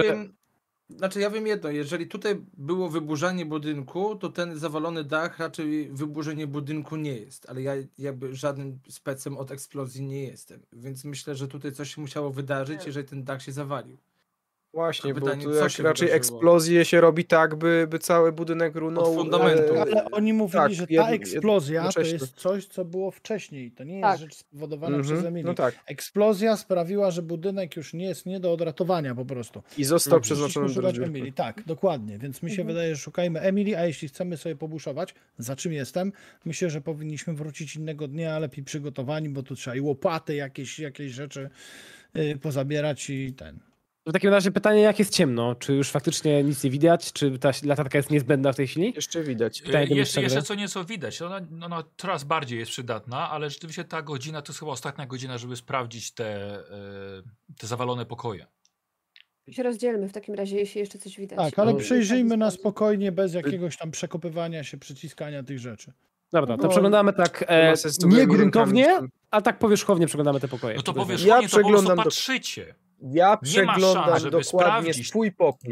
ja wiem jedno. Jeżeli tutaj było wyburzanie budynku, to ten zawalony dach raczej wyburzenie budynku nie jest. Ale ja jakby żadnym specem od eksplozji nie jestem. Więc myślę, że tutaj coś się musiało wydarzyć, jeżeli ten dach się zawalił. Właśnie, bo pytanie, tu co jak się raczej wydarzyło? eksplozję się robi tak, by cały budynek runął. Od fundamentu. Ale oni mówili, tak, że ta eksplozja to jednocześnie. jest coś, co było wcześniej. To nie jest Tak. rzecz spowodowana przez Emilię. No tak. Eksplozja sprawiła, że budynek już nie jest nie do odratowania po prostu. I został Przyszliśmy przeznaczony do szukać rozbiórki. Emilii. Tak, dokładnie. Więc mi się wydaje, że szukajmy Emilii, a jeśli chcemy sobie pobuszować, za czym jestem, myślę, że powinniśmy wrócić innego dnia, a lepiej przygotowani, bo tu trzeba i łopaty, jakieś rzeczy pozabierać i ten. W takim razie pytanie, jak jest ciemno? Czy już faktycznie nic nie widać? Czy ta latarka jest niezbędna w tej chwili? Jeszcze widać. Jeszcze co nieco widać. Ona coraz bardziej jest przydatna, ale rzeczywiście ta godzina to jest chyba ostatnia godzina, żeby sprawdzić te zawalone pokoje. Się rozdzielmy w takim razie, jeśli jeszcze coś widać. Tak, ale przejrzyjmy na spokojnie, bez jakiegoś tam przekopywania się, przyciskania tych rzeczy. Dobra, to przeglądamy tak nie gruntownie, a tak powierzchownie przeglądamy te pokoje. No to powierzchownie to po prostu patrzycie. Ja przeglądam dokładnie sprawdzić swój pokój.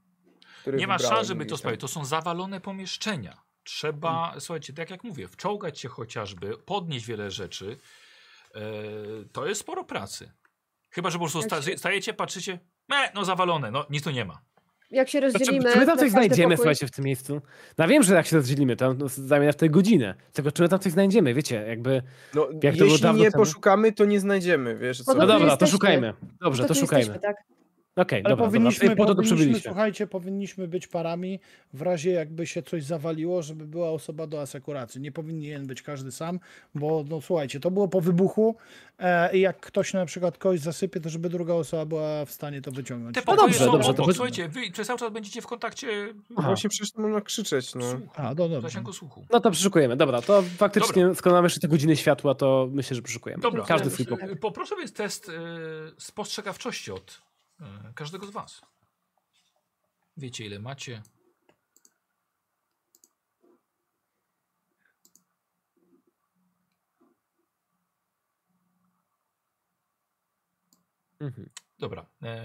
Nie ma szans, żeby to sprawdzić. To są zawalone pomieszczenia. Trzeba, słuchajcie, tak jak mówię, wczołgać się chociażby, podnieść wiele rzeczy. To jest sporo pracy. Chyba że po prostu stajecie, patrzycie, no zawalone, no nic tu nie ma. Jak się rozdzielimy... Czy my tam coś znajdziemy, słuchajcie, w tym miejscu? No wiem, że jak się rozdzielimy, to zajmie w tej godzinę. Tylko czy my tam coś znajdziemy, wiecie, jakby... No, jak to jeśli nie temu? poszukamy, to nie znajdziemy, wiesz co? No dobra, to jesteśmy. szukajmy. Dobrze, to szukajmy. Jesteśmy, tak? Okej, Ale dobra, po to tu przybyliśmy. Słuchajcie, powinniśmy być parami w razie jakby się coś zawaliło, żeby była osoba do asekuracji. Nie powinien być każdy sam, bo no słuchajcie, to było po wybuchu i jak ktoś na przykład kogoś zasypie, to żeby druga osoba była w stanie to wyciągnąć. Te pokoje są dobrze, obok. Słuchajcie, wy przez cały czas będziecie w kontakcie. Właśnie przecież to można krzyczeć, no. Zasięgu słuchu. No to przeszukujemy, dobra, to faktycznie, skoro mamy jeszcze te godziny światła, to myślę, że przeszukujemy. Dobra, każdy swój pokój. Poproszę więc test spostrzegawczości od każdego z was. Wiecie, ile macie. Dobra.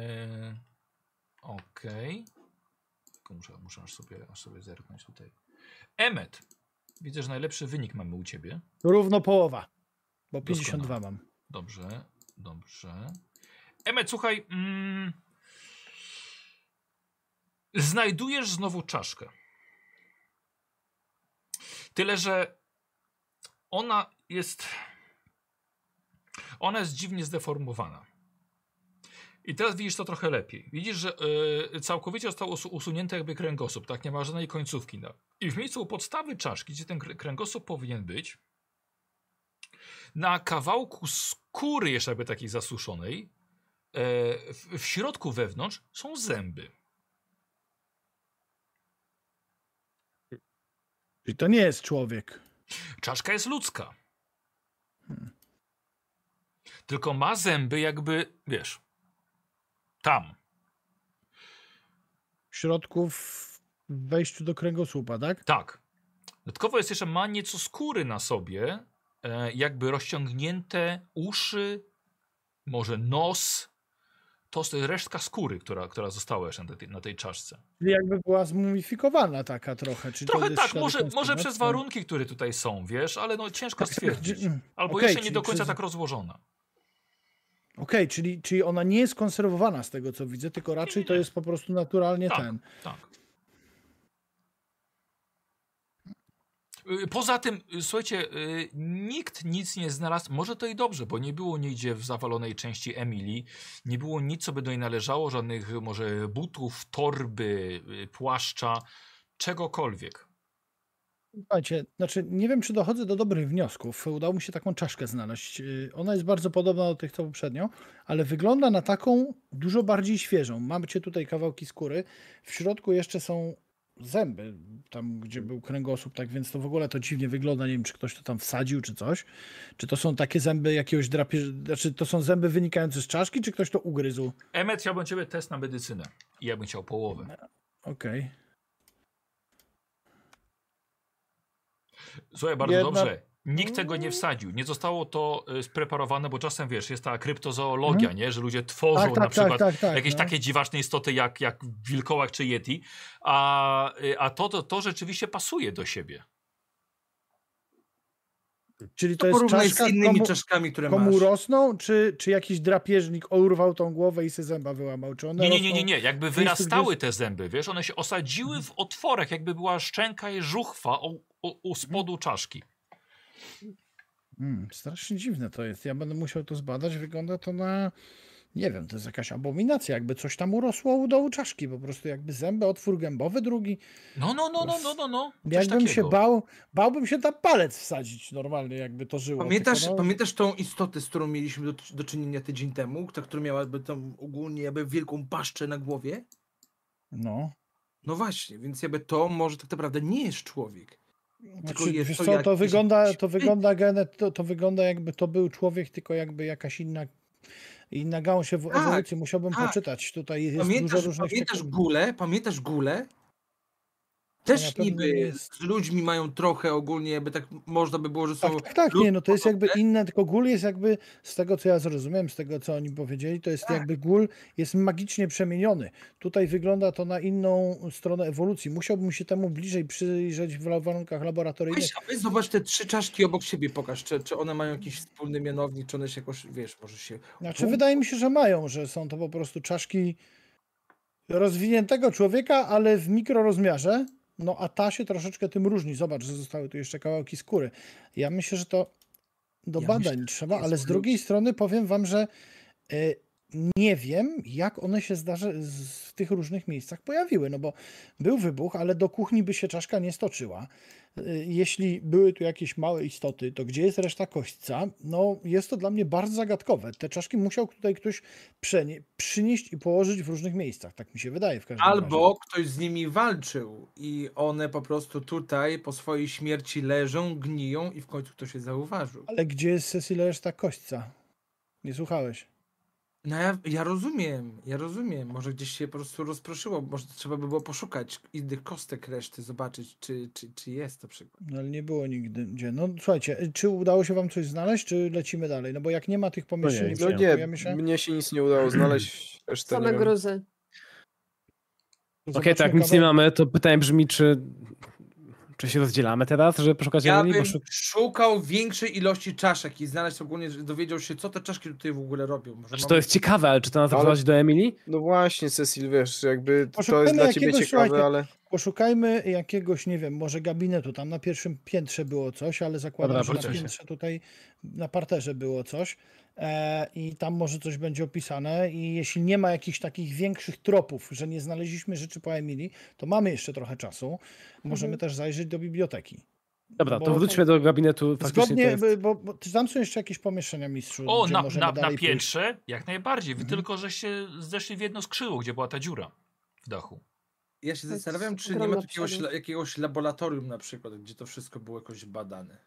Okej. Muszę aż sobie zerknąć tutaj. Emmet. Widzę, że najlepszy wynik mamy u ciebie. Równo połowa, bo 52 mam. Dobrze. Emmet, słuchaj. Znajdujesz znowu czaszkę. Tyle, że ona jest dziwnie zdeformowana. I teraz widzisz to trochę lepiej. Widzisz, że całkowicie został usunięty jakby kręgosłup, tak? Nie ma żadnej końcówki. No. I w miejscu u podstawy czaszki, gdzie ten kręgosłup powinien być, na kawałku skóry jeszcze jakby takiej zasuszonej, w środku wewnątrz są zęby. Czyli to nie jest człowiek. Czaszka jest ludzka. Tylko ma zęby jakby, wiesz, tam. W środku w wejściu do kręgosłupa, tak? Tak. Dodatkowo jest jeszcze, ma nieco skóry na sobie, jakby rozciągnięte uszy, może nos. To jest resztka skóry, która została jeszcze na tej czaszce. Czyli jakby była zmumifikowana taka trochę. Czy Trochę to jest tak, ślady może konsumacji? przez warunki, które tutaj są, wiesz, ale no ciężko stwierdzić. Albo Okej, jeszcze nie czyli do końca przez- tak rozłożona. Okej, czyli ona nie jest konserwowana z tego, co widzę, tylko raczej to jest po prostu naturalnie Tak, ten. tak. Poza tym, słuchajcie, nikt nic nie znalazł. Może to i dobrze, bo nie było nigdzie w zawalonej części Emilii. Nie było nic, co by do niej należało, żadnych może butów, torby, płaszcza, czegokolwiek. Słuchajcie, znaczy nie wiem, czy dochodzę do dobrych wniosków. Udało mi się taką czaszkę znaleźć. Ona jest bardzo podobna do tych, co poprzednio, ale wygląda na taką dużo bardziej świeżą. Macie tutaj kawałki skóry. W środku jeszcze są zęby, tam gdzie był kręgosłup, tak więc to w ogóle to dziwnie wygląda. Nie wiem, czy ktoś to tam wsadził, czy coś. Czy to są takie zęby jakiegoś drapieża, znaczy to są zęby wynikające z czaszki, czy ktoś to ugryzł? Emmet, chciałbym ciebie test na medycynę. I ja bym chciał połowę. Okej. Słuchaj, bardzo Jedna- dobrze. Nikt tego nie wsadził. Nie zostało to spreparowane, bo czasem, wiesz, jest ta kryptozoologia, nie? Że ludzie tworzą na przykład jakieś no. takie dziwaczne istoty jak wilkołak czy yeti, a to rzeczywiście pasuje do siebie. Czyli to To jest porównaj czaszka, z innymi czaszkami, które komu masz. rosną, czy jakiś drapieżnik urwał tą głowę i se zęba wyłamał? Czy one rosną? Nie. Jakby miejscu, wyrastały gdzie te zęby, wiesz, one się osadziły w otworach, jakby była szczęka i żuchwa u spodu czaszki. Strasznie dziwne to jest. Ja będę musiał to zbadać. Wygląda to na... Nie wiem, to jest jakaś abominacja. Jakby coś tam urosło u dołu czaszki. Po prostu jakby zęby, otwór gębowy drugi. No. Coś Jakbym się takiego. bałbym się tam palec wsadzić normalnie, jakby to żyło. Tylko no, Pamiętasz tą istotę, z którą mieliśmy do czynienia tydzień temu? Ta, która miałaby tam ogólnie jakby wielką paszczę na głowie? no. No właśnie, więc jakby to może tak naprawdę nie jest człowiek. Znaczy, jest wiesz to co, jakiś- to wygląda jakby to był człowiek, tylko jakby jakaś inna gałąź ewolucji. Musiałbym tak. poczytać. Tutaj jest dużo różnych... Pamiętasz gulę? To Też na pewno niby nie jest- z ludźmi mają trochę ogólnie, jakby tak można by było, że są... Tak, nie, no to jest jakby podobne. inne, tylko gól jest jakby, z tego co ja zrozumiałem, z tego co oni powiedzieli, to jest jakby gól jest magicznie przemieniony. Tutaj wygląda to na inną stronę ewolucji. Musiałbym się temu bliżej przyjrzeć w warunkach laboratoryjnych. Weź zobacz te 3 czaszki obok siebie, pokaż, czy one mają jakiś wspólny mianownik, czy one się jakoś, wiesz, może się... Znaczy wydaje mi się, że mają, że są to po prostu czaszki rozwiniętego człowieka, ale w mikrorozmiarze. No a ta się troszeczkę tym różni. Zobacz, że zostały tu jeszcze kawałki skóry. Ja myślę, że to do Ja badań myślę, trzeba, że ale jest z drugiej klucz. strony powiem wam, że nie wiem, jak one się w tych różnych miejscach pojawiły, no bo był wybuch, ale do kuchni by się czaszka nie stoczyła. Jeśli były tu jakieś małe istoty, to gdzie jest reszta kośćca? No jest to dla mnie bardzo zagadkowe. Te czaszki musiał tutaj ktoś przynieść i położyć w różnych miejscach, tak mi się wydaje w każdym razie. Albo ktoś z nimi walczył i one po prostu tutaj po swojej śmierci leżą, gniją i w końcu ktoś je zauważył. Ale gdzie jest Cecil reszta kośćca? Nie słuchałeś? No ja rozumiem. Może gdzieś się po prostu rozproszyło, może trzeba by było poszukać innych kostek reszty, zobaczyć, czy jest to przykład. No ale nie było nigdy gdzie. No słuchajcie, czy udało się wam coś znaleźć, czy lecimy dalej? No bo jak nie ma tych pomieszczeń, nie, nie No nie, przygotujemy się. mnie się nic nie udało znaleźć. Resztę nie Same wiem. gruzy. Okej, tak, nic nie mamy, to pytanie brzmi, czy się rozdzielamy teraz, żeby poszukać Ja Emilii? bym szukał większej ilości czaszek i znaleźć ogólnie, dowiedział się, co te czaszki tutaj w ogóle robią. Może Znaczy, mamy- to jest ciekawe, ale czy to nas Ale- zaprowadzi do Emilii? No właśnie, Cecil, wiesz, jakby to Poszukajmy jest dla ciebie jakiegoś, ciekawe, słuchajcie, ale... Poszukajmy jakiegoś, nie wiem, może gabinetu. Tam na pierwszym piętrze było coś, ale zakładam, Dobra, że na proszę. piętrze tutaj, na parterze było coś. I tam może coś będzie opisane. I jeśli nie ma jakichś takich większych tropów, że nie znaleźliśmy rzeczy po Emilii, to mamy jeszcze trochę czasu. Możemy też zajrzeć do biblioteki. Dobra, to Bo- wróćmy do gabinetu. Faktycznie Zgodnie, to jest... bo tam są jeszcze jakieś pomieszczenia, mistrzu. O, gdzie na możemy dalej pójść. piętrze? Jak najbardziej. Wy tylko, żeście zeszli w jedno skrzydło, gdzie była ta dziura w dachu. Ja się To jest zastanawiam, czy nie ogromna ma tu jakiegoś, przodu. jakiegoś laboratorium na przykład, gdzie to wszystko było jakoś badane.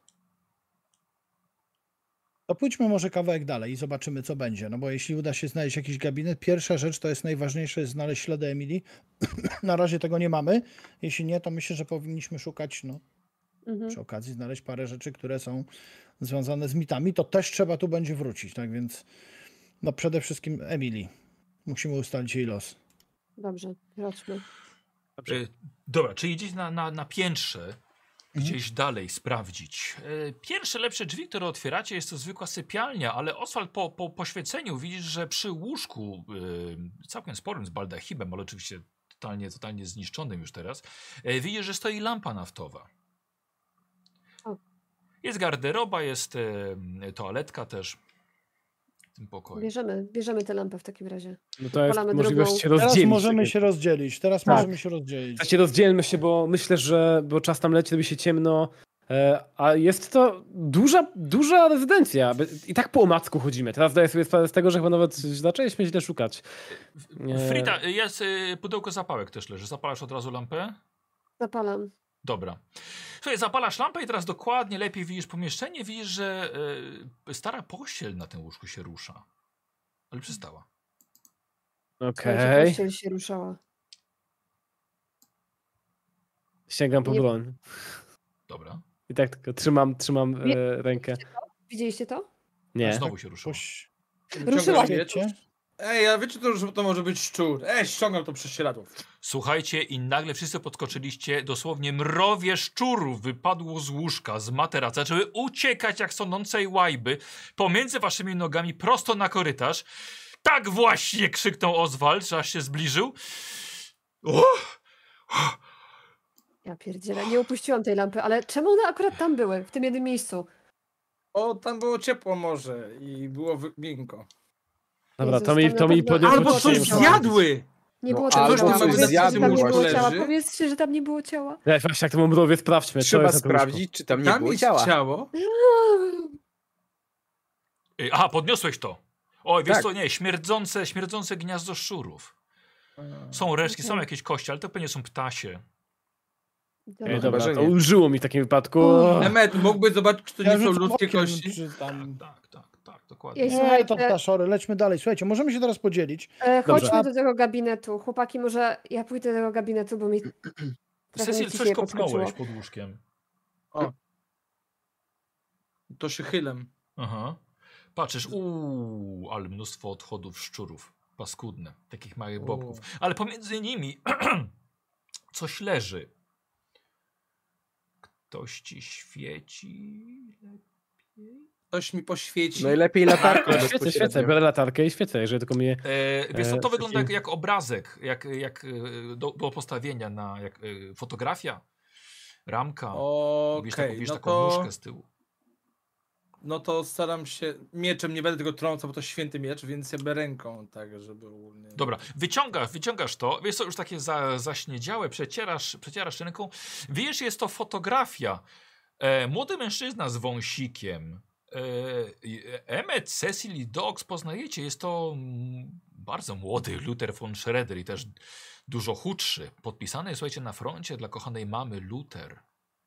To pójdźmy może kawałek dalej i zobaczymy, co będzie. No bo jeśli uda się znaleźć jakiś gabinet, pierwsza rzecz, to jest najważniejsze, jest znaleźć ślady Emilii. Na razie tego nie mamy. Jeśli nie, to myślę, że powinniśmy szukać Przy okazji znaleźć parę rzeczy, które są związane z mitami. To też trzeba tu będzie wrócić, tak więc no przede wszystkim Emily. Musimy ustalić jej los. Dobrze, chodźmy. Dobra, czy idziecie na piętrze gdzieś dalej sprawdzić? Pierwsze lepsze drzwi, które otwieracie, jest to zwykła sypialnia, ale Oswald po poświeceniu widzisz, że przy łóżku, całkiem sporym z baldachimem, ale oczywiście totalnie zniszczonym już teraz, widzisz, że stoi lampa naftowa. O. Jest garderoba, jest toaletka też w tym pokoju. Bierzemy tę lampę w takim razie. No to jest Polamy możliwość drugą. się Teraz rozdzielić. możemy się rozdzielić. Słuchajcie, rozdzielmy się, bo myślę, że bo czas tam leci, robi się ciemno, a jest to duża rezydencja. I tak po omacku chodzimy. Teraz zdaję sobie sprawę z tego, że chyba nawet zaczęliśmy źle szukać. Frida, jest pudełko zapałek też leży. Zapalasz od razu lampę? Zapalam. Dobra. Słuchaj, zapalasz lampę i teraz dokładnie lepiej widzisz pomieszczenie. Widzisz, że stara pościel na tym łóżku się rusza. Ale przestała. Okej. Pościel się ruszała. Sięgam po Nie- broń. Dobra. I tak tylko trzymam rękę. Widzieliście to? Nie. Znowu się ruszyła. Ruszyła się. Ej, a wiecie to, że to może być szczur. Ściągam to prześcieradło. Słuchajcie, i nagle wszyscy podskoczyliście. Dosłownie mrowie szczurów wypadło z łóżka, z materaca. Zaczęły uciekać jak sonącej łajby pomiędzy waszymi nogami prosto na korytarz. Tak właśnie krzyknął Oswald, że aż się zbliżył. Ja pierdzielę, nie upuściłam tej lampy, ale czemu one akurat tam były, w tym jednym miejscu? O, tam było ciepło może i było miękko. Dobra, Jezus, to mi tam na pewno- podniosło Albo coś coś już. zjadły! Nie No, było albo ciała. coś Powiedzcie, że zjadły tam nie było właśnie. ciała. Leży. Powiedzcie, że tam nie było ciała. Ja właśnie jak to mrowie sprawdźmy. co Trzeba jest na tym łóżku. sprawdzić, czy tam nie Tam było jest ciała. ciało. Aha, podniosłeś to. Oj, wiesz Tak. co, nie, śmierdzące gniazdo szczurów. Są resztki, są Okej. jakieś kości, ale to pewnie są ptasie. Dobra. chyba, Dobra, że to nie. ulżyło mi w takim wypadku. Emet, mógłby zobaczyć, czy to nie są rzucam ludzkie okiem, kości? czy tam... Tak, dokładnie. Ej, Nie, słuchajcie, to ptaszory, lećmy dalej. Słuchajcie, możemy się teraz podzielić. Dobrze. chodźmy do tego gabinetu. Chłopaki, może ja pójdę do tego gabinetu, bo mi trochę Cecil, mi coś ciśnienie kopnąłeś podskoczyło. pod łóżkiem. To się chylem. Aha. Patrzysz, ale mnóstwo odchodów szczurów. Paskudne, takich małych bobków. Ale pomiędzy nimi coś leży. Ktoś ci świeci lepiej? Ktoś mi poświeci. Najlepiej latarką Świecę, bezpośrednio. biorę latarkę i świecę, jeżeli tylko mnie... Wiesz co, to wygląda taki- jak obrazek, jak do postawienia na fotografia, ramka. Widzisz Okej, widzisz no taką to... nóżkę z tyłu. No to staram się... Mieczem nie będę tego trącał, bo to święty miecz, więc ja biorę ręką, tak, żeby ogólnie... Dobra, wyciągasz to, wiesz co, już takie zaśniedziałe, przecierasz ręką. Wiesz, jest to fotografia. Młody mężczyzna z wąsikiem. Emmet, Cecil i Dogs poznajecie, jest to bardzo młody Luther von Schroeder i też dużo chudszy. Podpisany jest, słuchajcie, na froncie dla kochanej mamy Luther.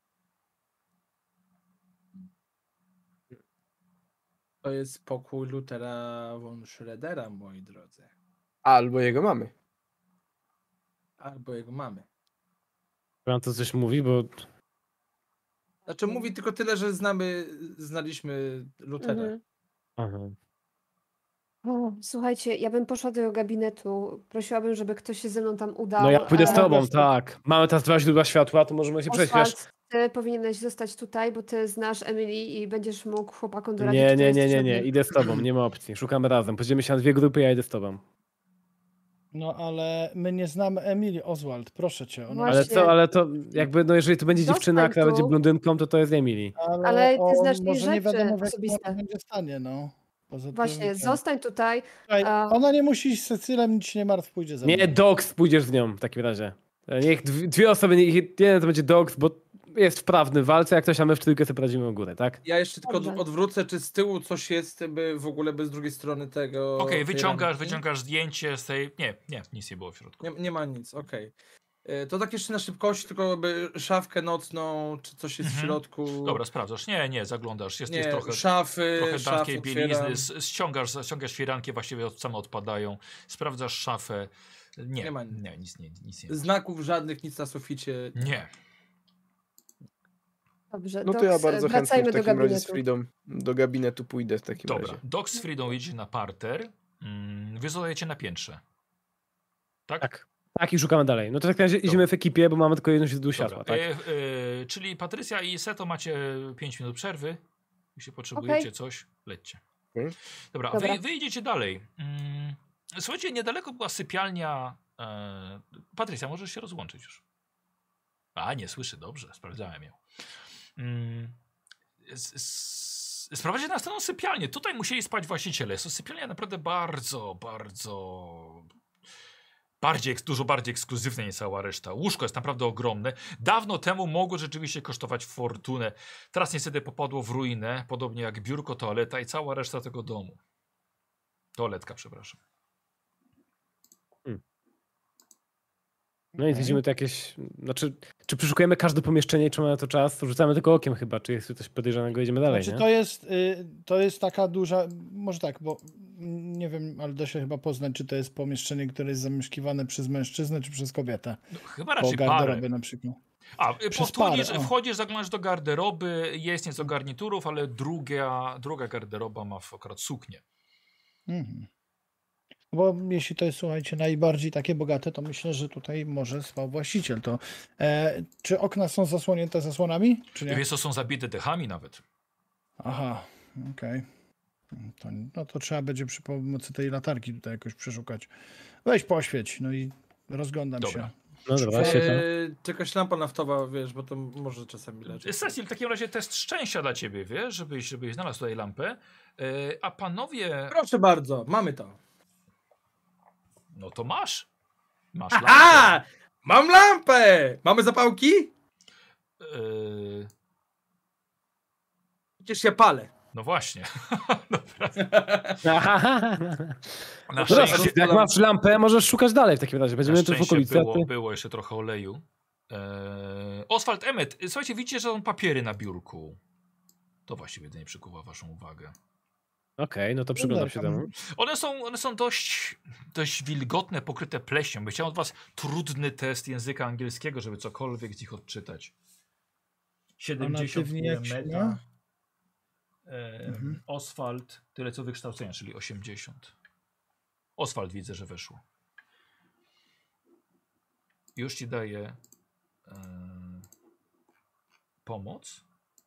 To jest pokój Luthera von Schroedera, moi drodzy. Albo jego mamy. Albo jego mamy. Pan to coś mówi, bo... Znaczy mówi tylko tyle, że znaliśmy Luthera. Mhm. Aha. Słuchajcie, ja bym poszła do tego gabinetu. Prosiłabym, żeby ktoś się ze mną tam udał. No ja pójdę z a- tobą, tak. Mamy teraz 2 źródła światła, to możemy się przejść, wiesz? Oswald, ty powinieneś zostać tutaj, bo ty znasz Emily i będziesz mógł chłopakom doradzić. Nie, kto nie, jest nie, nie, nie. potrzebny. Idę z tobą, nie ma opcji. Szukamy razem. Podzielimy się na 2 grupy, ja idę z tobą. No ale my nie znamy Emily, Oswald, proszę cię. Ona... Właśnie. Ale co, ale to jakby, no jeżeli to będzie Zostań dziewczyna, która będzie tu. blondynką, to jest Emily. Ale ty o, znasz jej może nie rzeczy wiadomo, w jakim osobiste. ona będzie stanie, no. Poza Właśnie, tym, zostań tutaj. Słuchaj, a- ona nie musi iść z Cecilem, nic się nie martw, pójdzie ze mną. Nie, Dogs, pójdziesz z nią w takim razie. Niech 2 osoby, niech jeden to będzie Dogs, bo jest wprawny w walce, jak ktoś, a my w trójkę sobie poradzimy u góry, tak? Ja jeszcze tylko Dobrze. odwrócę, czy z tyłu coś jest w ogóle bez drugiej strony tego... Okej, tej wyciągasz ramki? zdjęcie z tej... Nie, nic nie było w środku. Nie ma nic, okej. To tak jeszcze na szybkości, tylko by szafkę nocną, czy coś jest w środku. Dobra, sprawdzasz. Nie, zaglądasz. Jest Nie, trochę... szafy, Trochę szafy damskiej bielizny, otwieram. ściągasz firanki, właściwie same odpadają, sprawdzasz szafę. Nie, Nie ma nic nie. Znaków żadnych, nic na suficie. Nie. Dobrze, No to ja Dox, bardzo chętnie wracajmy w do takim razie z gabinetu. Fridą do gabinetu pójdę w takim Dobra, razie. Dox z Fridą jedzie na parter. Wy zostajecie na piętrze. Tak? Tak, i szukamy dalej. No to w takim razie idziemy w ekipie, bo mamy tylko jedno źródło światła, tak? Czyli Patrycja i Seto macie 5 minut przerwy. Jeśli potrzebujecie coś, lećcie. Okej. Dobra, Dobra. Wy idziecie dalej. Słuchajcie, niedaleko była sypialnia. Patrycja, możesz się rozłączyć już. A, nie słyszy, dobrze, sprawdzałem ją. Sprowadzicie na następną sypialnię. Tutaj musieli spać właściciele. Jest to sypialnia naprawdę bardzo, dużo bardziej ekskluzywne niż cała reszta. Łóżko jest naprawdę ogromne. Dawno temu mogło rzeczywiście kosztować fortunę. Teraz niestety popadło w ruinę, podobnie jak biurko, toaleta i cała reszta tego domu. Toaletka, przepraszam. No i widzimy tu jakieś... Znaczy, czy przeszukujemy każde pomieszczenie i czy mamy na to czas, to rzucamy tylko okiem chyba, czy jest tu coś podejrzanego, idziemy dalej, Znaczy, nie? to jest taka duża, może tak, bo nie wiem, ale da się chyba poznać, czy to jest pomieszczenie, które jest zamieszkiwane przez mężczyznę, czy przez kobietę. No, chyba Po raczej parę. garderobie na przykład. Wchodzisz, zaglądasz do garderoby, jest nieco garniturów, ale druga garderoba ma akurat suknię. Mhm. Bo jeśli to jest, słuchajcie, najbardziej takie bogate, to myślę, że tutaj może spał właściciel. To, czy okna są zasłonięte zasłonami, czy nie? Wiesz, co są zabite dechami nawet. Aha, okej. No to trzeba będzie przy pomocy tej latarki tutaj jakoś przeszukać. Weź poświeć, no i rozglądam Dobra. się. No dobra, świetnie. Jakaś lampa naftowa, wiesz, bo to może czasami leczyć. Cecil, w takim razie test szczęścia dla ciebie, wiesz, żebyś znalazł tutaj lampę. A panowie, Proszę bardzo, mamy to. no to masz. Masz lampę. Aha! Mam lampę! Mamy zapałki? Przecież ja palę. No właśnie. Dobra. Na Dobra, szczęście, jak masz lampę, możesz szukać dalej w takim razie. na Będziemy tu w szczęście okolicy. a ty- było jeszcze trochę oleju. Oswald, Emmet, słuchajcie, widzicie, że są papiery na biurku. To właściwie jedynie przykuwa waszą uwagę. Okej, no to przyglądam się temu. One są dość wilgotne, pokryte pleśnią. Chciałem od was trudny test języka angielskiego, żeby cokolwiek z nich odczytać. 70 natywnie jak się meta. ma? Oswald, tyle co wykształcenia, czyli 80. Oswald widzę, że weszło. Już ci daję pomoc.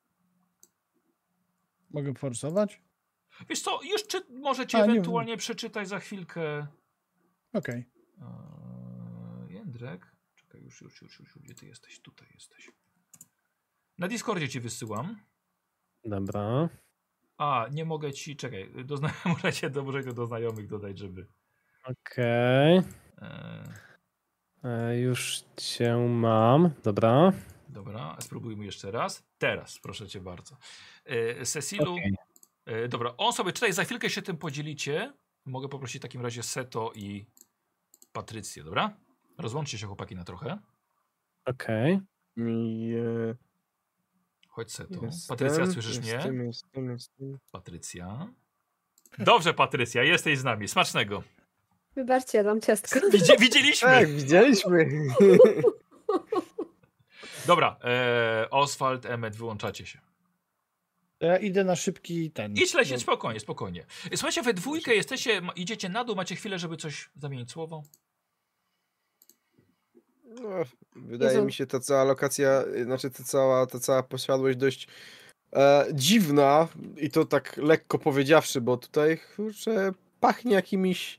Mogę forsować? Wiesz co, już możecie A, nie- ewentualnie przeczytać za chwilkę. Okej. Jędrek. Czekaj, już. Gdzie ty jesteś? Tutaj jesteś. Na Discordzie ci wysyłam. Dobra. A, nie mogę ci. Czekaj, może go do znajomych dodać, żeby. Okej. Już cię mam. Dobra. Dobra, spróbujmy jeszcze raz. Teraz, proszę cię bardzo. Cecilu. Okej. Dobra, on sobie czytaj, za chwilkę się tym podzielicie. Mogę poprosić w takim razie Seto i Patrycję, dobra? Rozłączcie się chłopaki na trochę. Okej. Chodź Seto. Jestem, Patrycja, słyszysz mnie? Jestem. Patrycja. Dobrze, Patrycja, jesteś z nami. Smacznego. Wybaczcie, jadłam ciastko. Widzieliśmy. Tak, widzieliśmy. Dobra, Oswald, Emmet, wyłączacie się. Ja idę na szybki ten. Idź lecieć, spokojnie. Słuchajcie, we dwójkę idziecie na dół, macie chwilę, żeby coś zamienić słowo. No, wydaje Jezu. mi się ta cała lokacja, znaczy ta cała posiadłość dość dziwna i to tak lekko powiedziawszy, bo tutaj kurczę, pachnie jakimiś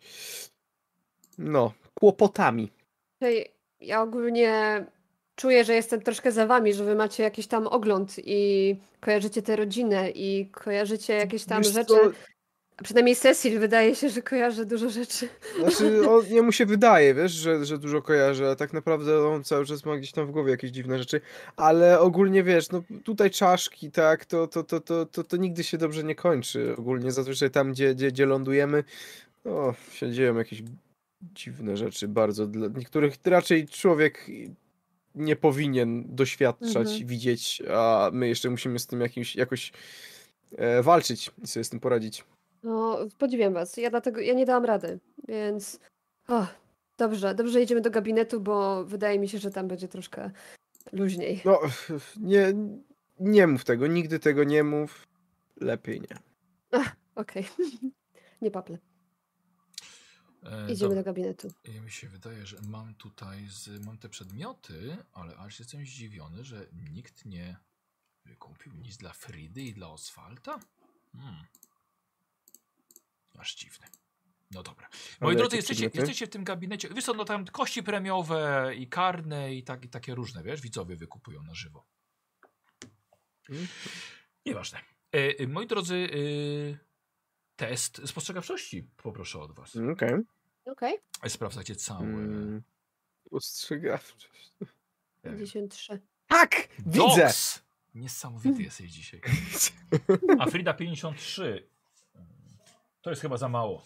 kłopotami. Ja ogólnie czuję, że jestem troszkę za wami, że wy macie jakiś tam ogląd i kojarzycie tę rodzinę i kojarzycie jakieś tam Wiesz rzeczy. co, A przynajmniej Cecil wydaje się, że kojarzy dużo rzeczy. znaczy jemu się wydaje, wiesz, że dużo kojarzy, a tak naprawdę on cały czas ma gdzieś tam w głowie jakieś dziwne rzeczy, ale ogólnie wiesz, no tutaj czaszki, tak, to nigdy się dobrze nie kończy. Ogólnie zazwyczaj tam, gdzie lądujemy, się dzieją jakieś dziwne rzeczy bardzo. Dla niektórych raczej człowiek nie powinien doświadczać, widzieć, a my jeszcze musimy z tym jakoś walczyć i sobie z tym poradzić. No, podziwiam was. Ja nie dałam rady, więc dobrze idziemy do gabinetu, bo wydaje mi się, że tam będzie troszkę luźniej. No, Nie mów tego, nigdy tego nie mów. Lepiej nie. Okej. Nie paplę. Idziemy Dobra. do gabinetu. Mi się wydaje, że mam te przedmioty, ale aż jestem zdziwiony, że nikt nie wykupił nic dla Fridy i dla Oswalda. Aż dziwne. No dobra. Moi Ale drodzy, jakie przedmioty? jesteście w tym gabinecie. Wiesz co, no tam kości premiowe i karne i takie różne, wiesz, widzowie wykupują na żywo. Nieważne. Moi drodzy, test spostrzegawczości poproszę od was. Okej. Sprawdzacie całe. Ostrzegawczość. 53. Tak! Widzę! Doks! Niesamowity jesteś dzisiaj. A Frida 53. To jest chyba za mało.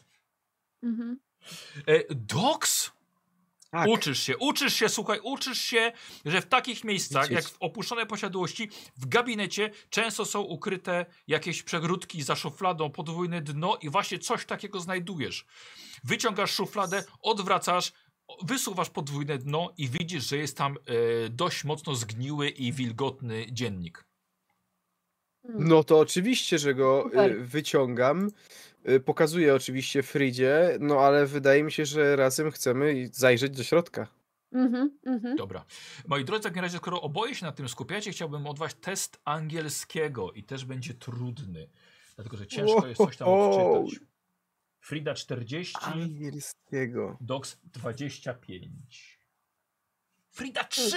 Doks? Tak. Uczysz się, słuchaj, uczysz się, że w takich miejscach, jak w opuszczonej posiadłości, w gabinecie często są ukryte jakieś przegródki za szufladą, podwójne dno i właśnie coś takiego znajdujesz. Wyciągasz szufladę, odwracasz, wysuwasz podwójne dno i widzisz, że jest tam dość mocno zgniły i wilgotny dziennik. No to oczywiście, że go Super. wyciągam. Pokazuję oczywiście Fridzie, no ale wydaje mi się, że razem chcemy zajrzeć do środka. Dobra. Moi drodzy, w takim razie, skoro oboje się na tym skupiacie, chciałbym od was test angielskiego i też będzie trudny, dlatego że ciężko jest coś tam odczytać. Frida 40, Angielskiego. Doks 25. Frida 3!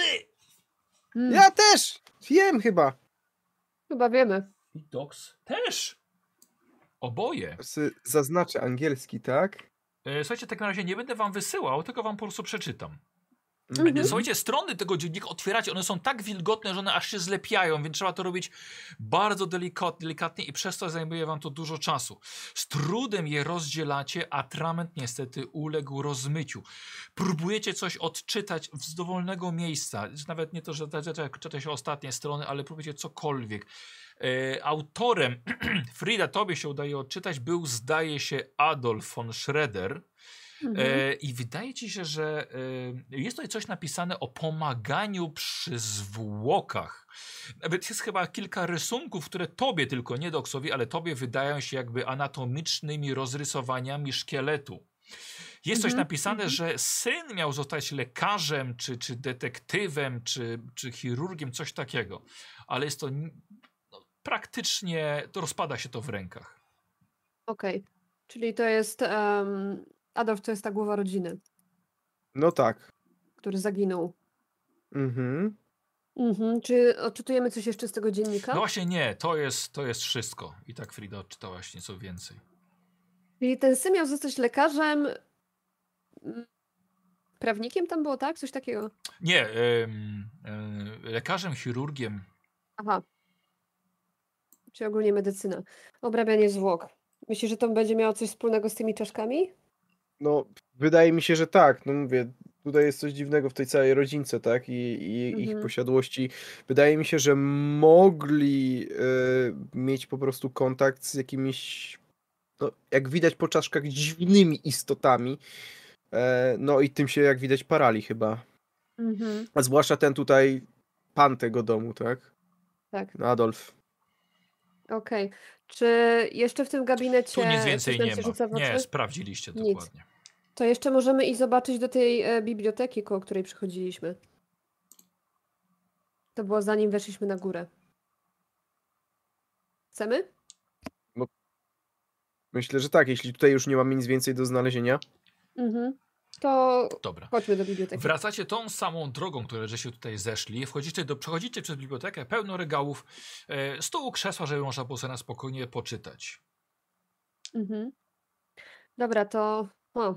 Ja też! Wiem chyba. Chyba wiemy. I Doks też! Oboje. Zaznaczę angielski, tak? Słuchajcie, w takim razie nie będę wam wysyłał, tylko wam po prostu przeczytam. Słuchajcie, strony tego dziennika otwieracie, one są tak wilgotne, że one aż się zlepiają, więc trzeba to robić bardzo delikatnie i przez to zajmuje wam to dużo czasu. Z trudem je rozdzielacie, atrament niestety uległ rozmyciu. Próbujecie coś odczytać z dowolnego miejsca, nawet nie to, że czyta się ostatnie strony, ale próbujecie cokolwiek. Autorem, Frida, tobie się udaje odczytać, był, zdaje się, Adolf von Schroeder. I wydaje ci się, że jest tutaj coś napisane o pomaganiu przy zwłokach. Nawet jest chyba kilka rysunków, które tobie tylko, nie Doksowi, ale tobie wydają się jakby anatomicznymi rozrysowaniami szkieletu. Jest coś napisane, że syn miał zostać lekarzem, czy detektywem, czy chirurgiem, coś takiego. Ale jest to praktycznie, to rozpada się to w rękach. Okej. Czyli to jest... Adolf to jest ta głowa rodziny, No tak. który zaginął. Mhm. Czy odczytujemy coś jeszcze z tego dziennika? No właśnie nie, to jest wszystko. I tak Frida odczytałaś nieco więcej. Czyli ten syn miał zostać lekarzem, prawnikiem tam było, tak? Coś takiego? Nie, lekarzem, chirurgiem. Aha. Czy ogólnie medycyna. Obrabianie zwłok. Myślisz, że to będzie miało coś wspólnego z tymi czaszkami? No, wydaje mi się, że tak. No mówię, tutaj jest coś dziwnego w tej całej rodzince, tak? I ich posiadłości. Wydaje mi się, że mogli mieć po prostu kontakt z jakimiś, no, jak widać po czaszkach, dziwnymi istotami. No i tym się, jak widać, parali chyba. A zwłaszcza ten tutaj pan tego domu, tak? Tak. Adolf. Okej. Czy jeszcze w tym gabinecie... Tu nic więcej coś nam nie się ma. rzuca w oczy? Nie, sprawdziliście Nic. dokładnie. To jeszcze możemy iść zobaczyć do tej biblioteki, koło której przychodziliśmy. To było zanim weszliśmy na górę. Chcemy? Myślę, że tak. Jeśli tutaj już nie mamy nic więcej do znalezienia. To Dobra. chodźmy do biblioteki. Wracacie tą samą drogą, którą żeście tutaj zeszli. Przechodzicie przez bibliotekę, pełno regałów, stół, krzesła, żeby można było sobie na spokojnie poczytać. Dobra, to...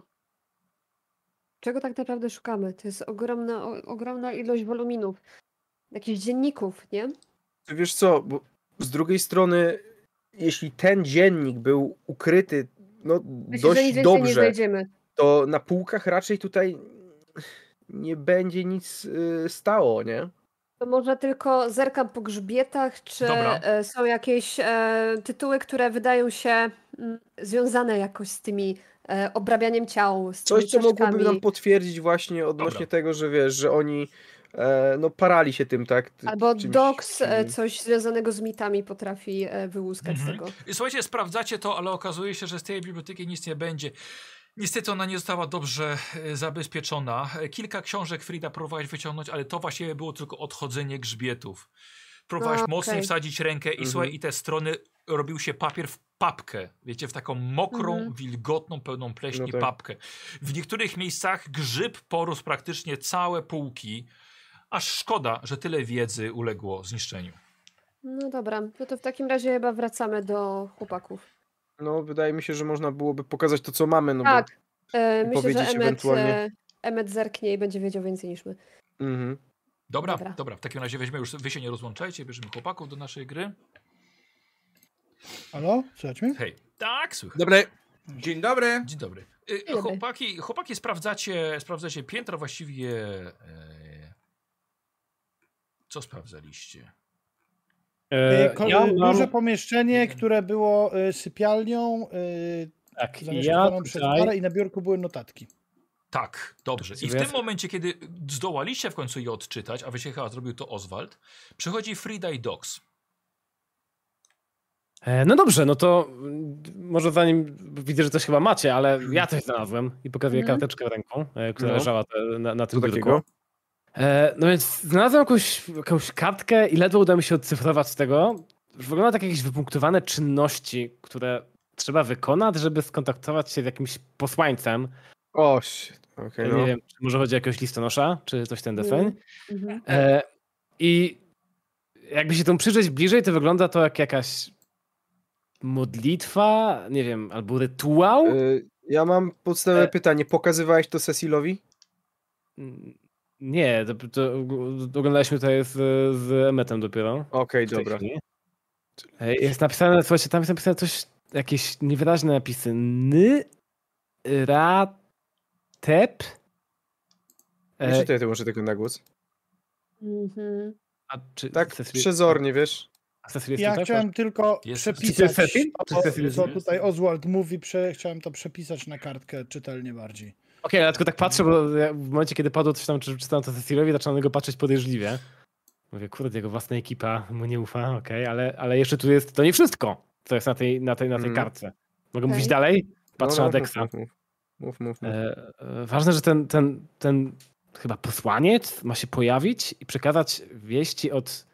Czego tak naprawdę szukamy? To jest ogromna ilość woluminów. Jakichś dzienników, nie? Wiesz co, bo z drugiej strony, jeśli ten dziennik był ukryty Myślę, że nic dość więcej nie dobrze, znajdziemy. to na półkach raczej tutaj nie będzie nic stało, nie? To może tylko zerkam po grzbietach, czy Dobra. są jakieś tytuły, które wydają się związane jakoś z tymi obrabianiem ciał, z tymi Coś, co mogłoby czaszkami. nam potwierdzić właśnie odnośnie Dobra. tego, że wiesz, że oni no parali się tym, tak? Albo Czymś- Dox czymś- coś związanego z mitami potrafi wyłuskać z tego. I słuchajcie, sprawdzacie to, ale okazuje się, że z tej biblioteki nic nie będzie. Niestety ona nie została dobrze zabezpieczona. Kilka książek Frida próbowałeś wyciągnąć, ale to właściwie było tylko odchodzenie grzbietów. Próbowałeś mocniej wsadzić rękę i słuchaj, i te strony robił się papier w papkę. Wiecie, w taką mokrą, wilgotną, pełną pleśni papkę. W niektórych miejscach grzyb porósł praktycznie całe półki. Aż szkoda, że tyle wiedzy uległo zniszczeniu. No dobra, no to w takim razie chyba wracamy do chłopaków. No, wydaje mi się, że można byłoby pokazać to, co mamy, no Tak, bo myślę, że powiedzieć ewentualnie. Emmet zerknie i będzie wiedział więcej niż my. Dobra. W takim razie weźmy już, wy się nie rozłączajcie, bierzemy chłopaków do naszej gry. Halo? Słychać mnie? Hej. Tak, słychać. Dobry. Dzień dobry. Dzień dobry. dobry. Chłopaki sprawdzacie piętro, właściwie... Co sprawdzaliście? Duże pomieszczenie, które było sypialnią, Tak, zamieszkaną przez parę i na biurku były notatki. Tak, dobrze. I w tym momencie, kiedy zdołaliście w końcu je odczytać, a wyście chyba zrobił to Oswald, przychodzi Frida i Dox. No dobrze, no to może zanim widzę, że coś chyba macie, ale ja coś znalazłem i pokazuję karteczkę w ręką, która leżała na tym biurku. No więc znalazłem jakąś kartkę i ledwo udało mi się odcyfrować z tego. Wygląda tak jakieś wypunktowane czynności, które trzeba wykonać, żeby skontaktować się z jakimś posłańcem. O, shit. Okay, Nie wiem, czy może chodzi o jakiegoś listonosza, czy coś ten deseń. I jakby się temu przyjrzeć bliżej, to wygląda to jak jakaś modlitwa, nie wiem, albo rytuał. Ja mam podstawowe pytanie. Pokazywałeś to Cecilowi? Nie, to oglądaliśmy tutaj z Emmetem dopiero. Okej, dobra. Jest napisane, słuchajcie, tam jest napisane coś, jakieś niewyraźne napisy. Tep. Nie czytaj to może tego na głos. A czy tak przezornie, wiesz? Ja chciałem tylko przepisać co tutaj Oswald mówi, chciałem to przepisać na kartkę czytelnie bardziej. Okej, ale tylko tak patrzę, bo w momencie, kiedy padło coś tam, czy czytałem to Cecilowi, zacząłem na niego patrzeć podejrzliwie. Mówię, kurde, jego własna ekipa mu nie ufa, ale jeszcze tu jest, to nie wszystko, co jest na tej kartce. Mogę mówić dalej? Patrzę na Dexa. Mów. Ważne, że ten chyba posłaniec ma się pojawić i przekazać wieści od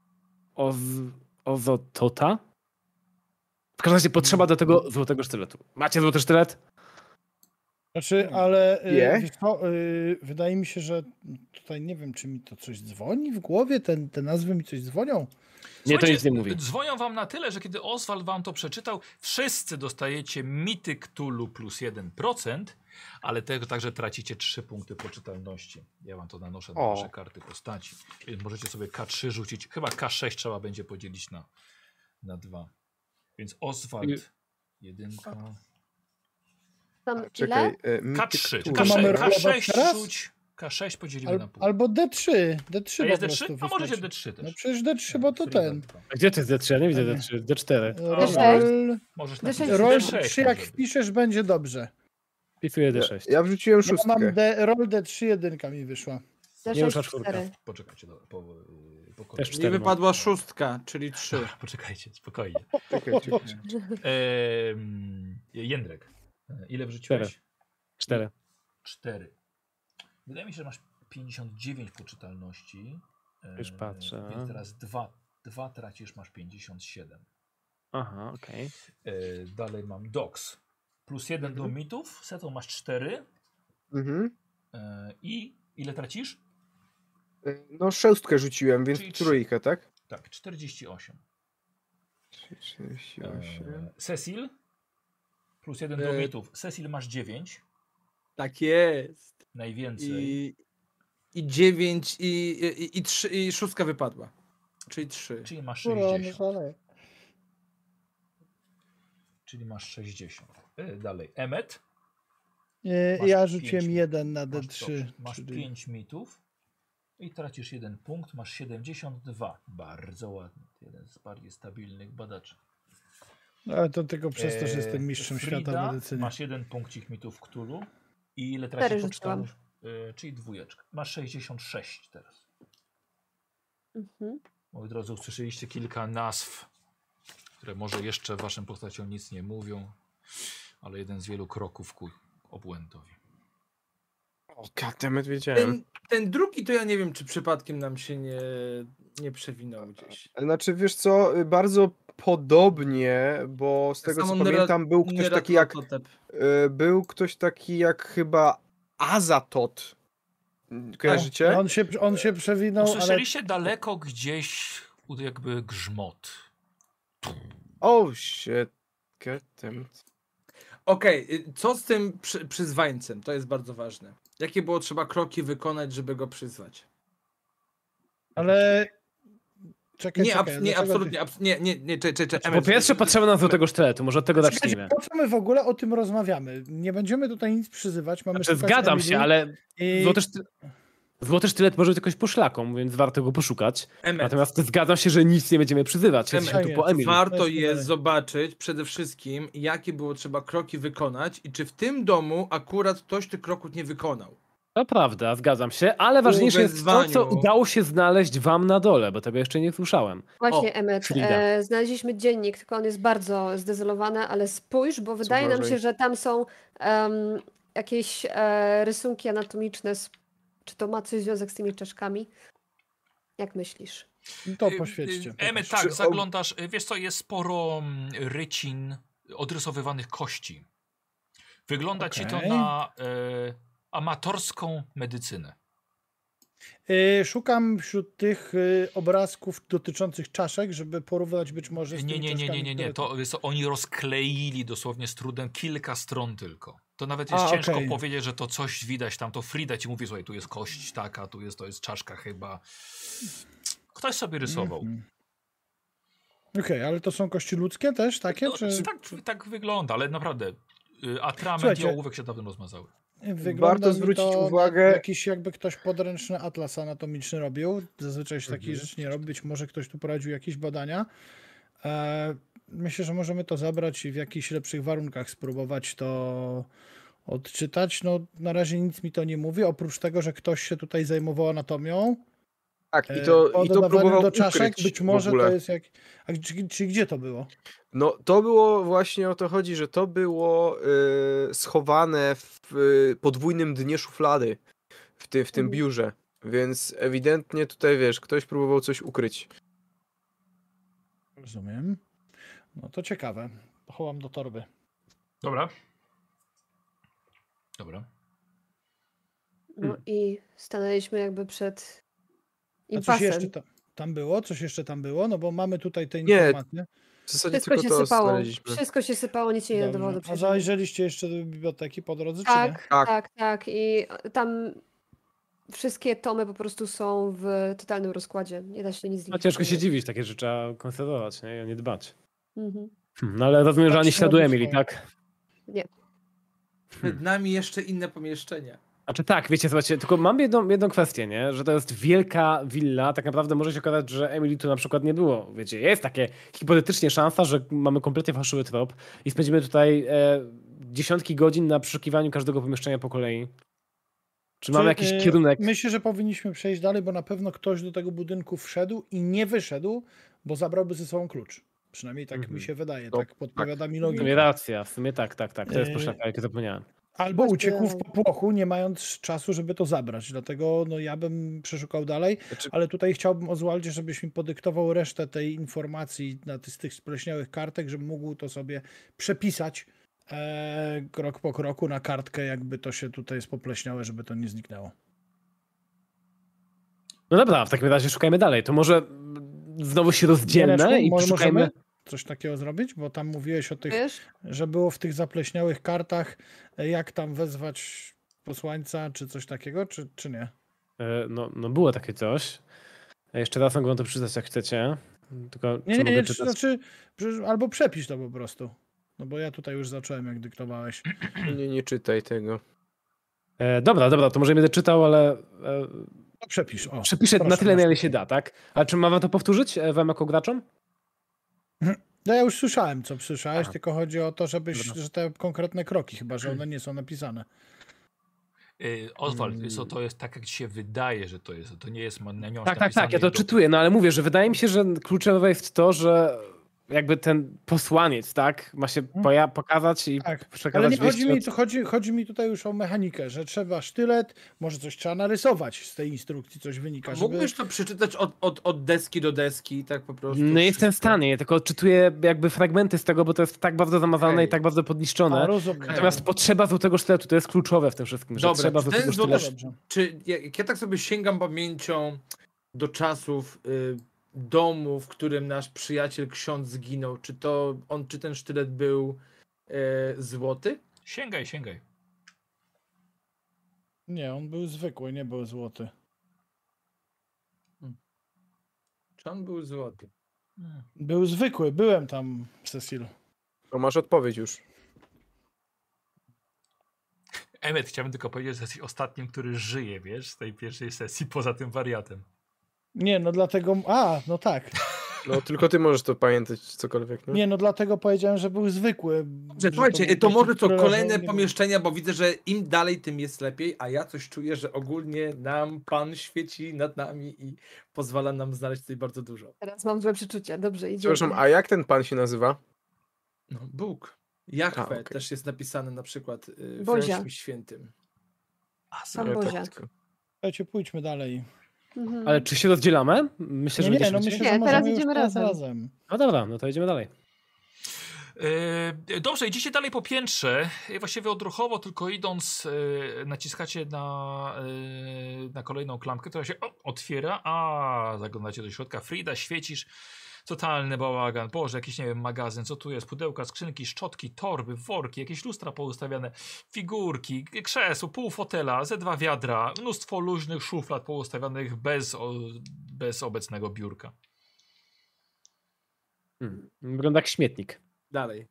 Ozotota. W każdym razie potrzeba do tego złotego sztyletu. Macie złoty sztylet? Znaczy, ale wiesz co, wydaje mi się, że tutaj nie wiem, czy mi to coś dzwoni w głowie, te nazwy mi coś dzwonią. Nie, to nic nie mówi. Dzwonią wam na tyle, że kiedy Oswald wam to przeczytał, wszyscy dostajecie mity Cthulhu plus 1%, ale tego także tracicie 3 punkty poczytalności. Ja wam to nanoszę na wasze karty postaci. Więc możecie sobie K3 rzucić. Chyba K6 trzeba będzie podzielić na 2. Więc Oswald, 1. Czekaj, K3. K6 rzuć. K6 podzielimy na pół. Albo D3. D3 a jest D3? A możecie D3 też. No przecież D3, bo to ten. A gdzie to jest D3? Ja nie widzę D3. D4. Możesz roll D3 jak wpiszesz, będzie dobrze. Wpisuję D6. Ja wrzuciłem 6. Ja mam roll D3 jedynka mi wyszła. Nie rusza 4. Poczekajcie, też 4. Nie wypadła 6, czyli 3. Poczekajcie, spokojnie. Czekaj. Jędrek, ile wrzuciłeś? 4. 4. Wydaje mi się, że masz 59 poczytalności. Już patrzę. Więc teraz 2 tracisz, masz 57. Aha, okej. Dalej mam Dox. Plus 1 do mitów. Setą masz 4. I ile tracisz? No 6 rzuciłem, więc czyli 3, tak? Tak, 48. 48. Cecil? Plus 1 do mitów. Cecil masz 9. Tak jest. Najwięcej. I 9 i 3 i 6 wypadła. Czyli 3. Czyli masz 60. Czyli masz 60. Dalej. Emmet? Ja rzuciłem 1 na D3. Masz 5 mitów i tracisz 1 punkt. Masz 72. Bardzo ładnie. Jeden z bardziej stabilnych badaczy. Ale to tylko przez to, że jestem mistrzem świata w medycynie. Masz 1 punkcik mitów Cthulhu. I ile tracisz poczytalność? Czyli 2. Masz 66 teraz. Moi drodzy, usłyszeliście kilka nazw, które może jeszcze waszym postaciom nic nie mówią, ale jeden z wielu kroków ku obłędowi. O, goddammit, wiedziałem. Ten drugi to ja nie wiem, czy przypadkiem nam się nie przewinął gdzieś. Znaczy, wiesz co, bardzo podobnie, bo z tego co pamiętam był ktoś taki jak chyba Azatot. Kojarzycie? On się przewinął, Usłyszeliście daleko gdzieś jakby grzmot. Oh shit. Goddammit. Okej, co z tym przyzwańcem? To jest bardzo ważne. Jakie było trzeba kroki wykonać, żeby go przyzwać? Ale... Czekaj, nie, absolutnie. Po pierwsze potrzeba nam złotego sztyletu, może od tego zacznijmy. Po co my w ogóle o tym rozmawiamy? Nie będziemy tutaj nic przyzywać. Mamy Zgadzam się, ale złoty sztylet może być jakoś poszlaką, więc warto go poszukać. Natomiast zgadzam się, że nic nie będziemy przyzywać. Warto jest zobaczyć przede wszystkim, jakie było trzeba kroki wykonać i czy w tym domu akurat ktoś tych kroków nie wykonał. To prawda, zgadzam się, ale ważniejsze jest to, co udało się znaleźć wam na dole, bo tego jeszcze nie słyszałem. Właśnie, Emmet, znaleźliśmy dziennik, tylko on jest bardzo zdezolowany, ale spójrz, bo wydaje nam się, że tam są jakieś rysunki anatomiczne. Czy to ma coś związek z tymi czaszkami? Jak myślisz? To poświęćcie. Emmet, tak, zaglądasz, wiesz co, jest sporo rycin odrysowywanych kości. Wygląda ci to na amatorską medycynę. Szukam wśród tych obrazków dotyczących czaszek, żeby porównać być może z tymi czaszkami, Nie. To oni rozkleili dosłownie z trudem kilka stron tylko. To nawet jest ciężko powiedzieć, że to coś widać tam. To Frida ci mówi, słuchaj, tu jest kość taka, to jest czaszka chyba. Ktoś sobie rysował. Okej, ale to są kości ludzkie też takie? No, czy... tak wygląda, ale naprawdę atrament i ołówek się dawno rozmazały. Warto zwrócić uwagę. Jakiś jakby ktoś podręczny atlas anatomiczny robił. Zazwyczaj się takich rzeczy nie robi. Być może ktoś tu prowadził jakieś badania. Myślę, że możemy to zabrać i w jakichś lepszych warunkach spróbować to odczytać. No, na razie nic mi to nie mówi, oprócz tego, że ktoś się tutaj zajmował anatomią. Tak, i to próbował do czaszek, ukryć być może to jest jak... Czy gdzie to było? No to było właśnie o to chodzi, że to było schowane w podwójnym dnie szuflady w tym biurze, więc ewidentnie tutaj wiesz, ktoś próbował coś ukryć. Rozumiem. No to ciekawe. Chowam do torby. Dobra. No i stanęliśmy jakby przed impasem. A coś jeszcze tam było? Coś jeszcze tam było? No bo mamy tutaj te informacje. W zasadzie wszystko tylko się sypało. znaleźliśmy. Wszystko się sypało, nic się nie dawało do przejrzenia. A zajrzeliście jeszcze do biblioteki po drodze, czy nie? Tak. I tam wszystkie tomy po prostu są w totalnym rozkładzie. Nie da się nic z nich. No ciężko się dziwić, takie rzeczy trzeba konserwować, nie? I o nie dbać. Mhm. No ale rozumiem, że ani śladu Emily, tak? Nie. Przed nami jeszcze inne pomieszczenia. Znaczy tak, wiecie, zobaczcie, tylko mam jedną kwestię, nie? Że to jest wielka willa, tak naprawdę może się okazać, że Emily tu na przykład nie było. Wiecie, jest takie hipotetycznie szansa, że mamy kompletnie fałszywy trop i spędzimy tutaj dziesiątki godzin na przeszukiwaniu każdego pomieszczenia po kolei. Czy mamy jakiś kierunek? Myślę, że powinniśmy przejść dalej, bo na pewno ktoś do tego budynku wszedł i nie wyszedł, bo zabrałby ze sobą klucz. Przynajmniej tak mi się wydaje, tak podpowiada mi logika. W sumie racja, w sumie tak. To jest poszlaka, jak zapomniałem. Albo uciekł w popłochu, nie mając czasu, żeby to zabrać. Dlatego ja bym przeszukał dalej, ale tutaj chciałbym, Oswaldzie, żebyś mi podyktował resztę tej informacji z tych spleśniałych kartek, żebym mógł to sobie przepisać krok po kroku na kartkę, jakby to się tutaj jest popleśniałe, żeby to nie zniknęło. No dobra, w takim razie szukajmy dalej. To może znowu się rozdzielmy i szukajmy... Coś takiego zrobić? Bo tam mówiłeś o tych, że było w tych zapleśniałych kartach, jak tam wezwać posłańca, czy coś takiego, czy nie? No było takie coś. Jeszcze raz mogę wam to przyznać, jak chcecie. Tylko, nie, znaczy, albo przepisz to po prostu. No bo ja tutaj już zacząłem, jak dyktowałeś. Nie czytaj tego. Dobra, to może nie będę czytał, ale... Przepisz. Przepiszę na tyle, na ile się da, tak? A czy mam to powtórzyć wam jako graczom? No ja już słyszałem, co słyszałeś, tylko chodzi o to, że te konkretne kroki, chyba że one nie są napisane. Oswald, to jest tak, jak ci się wydaje, że to jest. To nie jest na nią Tak, ja to czytuję, no ale mówię, że wydaje mi się, że kluczowe jest to, że jakby ten posłaniec, tak, ma się pokazać i przekazać ale nie chodzi mi tutaj już o mechanikę, że trzeba sztylet, może coś trzeba narysować z tej instrukcji, coś wynika. Mógłbyś to przeczytać od deski do deski, tak po prostu? No jestem w stanie, tylko odczytuję jakby fragmenty z tego, bo to jest tak bardzo zamazane i tak bardzo podniszczone. Natomiast potrzeba złotego sztyletu, to jest kluczowe w tym wszystkim, że trzeba złotego sztyletu. Jak ja tak sobie sięgam pamięcią do czasów domu, w którym nasz przyjaciel ksiądz zginął, czy ten sztylet był złoty? Sięgaj. Nie, on był zwykły, nie był złoty. Czy on był złoty? Był zwykły, byłem tam, Cecil. To masz odpowiedź już. Emmet, chciałbym tylko powiedzieć, że jesteś ostatnim, który żyje, wiesz, z tej pierwszej sesji, poza tym wariatem. Nie, no dlatego... no tak. No tylko ty możesz to pamiętać, cokolwiek, nie? Nie, no dlatego powiedziałem, że był zwykły. Słuchajcie, to może to kolejne pomieszczenia, bo widzę, że im dalej, tym jest lepiej, a ja coś czuję, że ogólnie nam Pan świeci nad nami i pozwala nam znaleźć tutaj bardzo dużo. Teraz mam złe przeczucia, dobrze, idziemy. Przepraszam, a jak ten pan się nazywa? No, Bóg. Jahwe też jest napisane na przykład w Bozia. Piśmie Świętym. Pan Bozia. Słuchajcie, pójdźmy dalej. Ale czy się rozdzielamy? Myślę, że teraz idziemy razem. No dobra, no to idziemy dalej. Dobrze, idziecie dalej po piętrze. Właściwie odruchowo, tylko idąc naciskacie na kolejną klamkę, która się otwiera, a zaglądacie do środka. Frida, świecisz. Totalny bałagan. Boże, jakiś, nie wiem, magazyn. Co tu jest? Pudełka, skrzynki, szczotki, torby, worki, jakieś lustra poustawiane, figurki, krzesło, pół fotela, ze 2 wiadra, mnóstwo luźnych szuflad poustawionych bez obecnego biurka. Wygląda jak śmietnik. Dalej.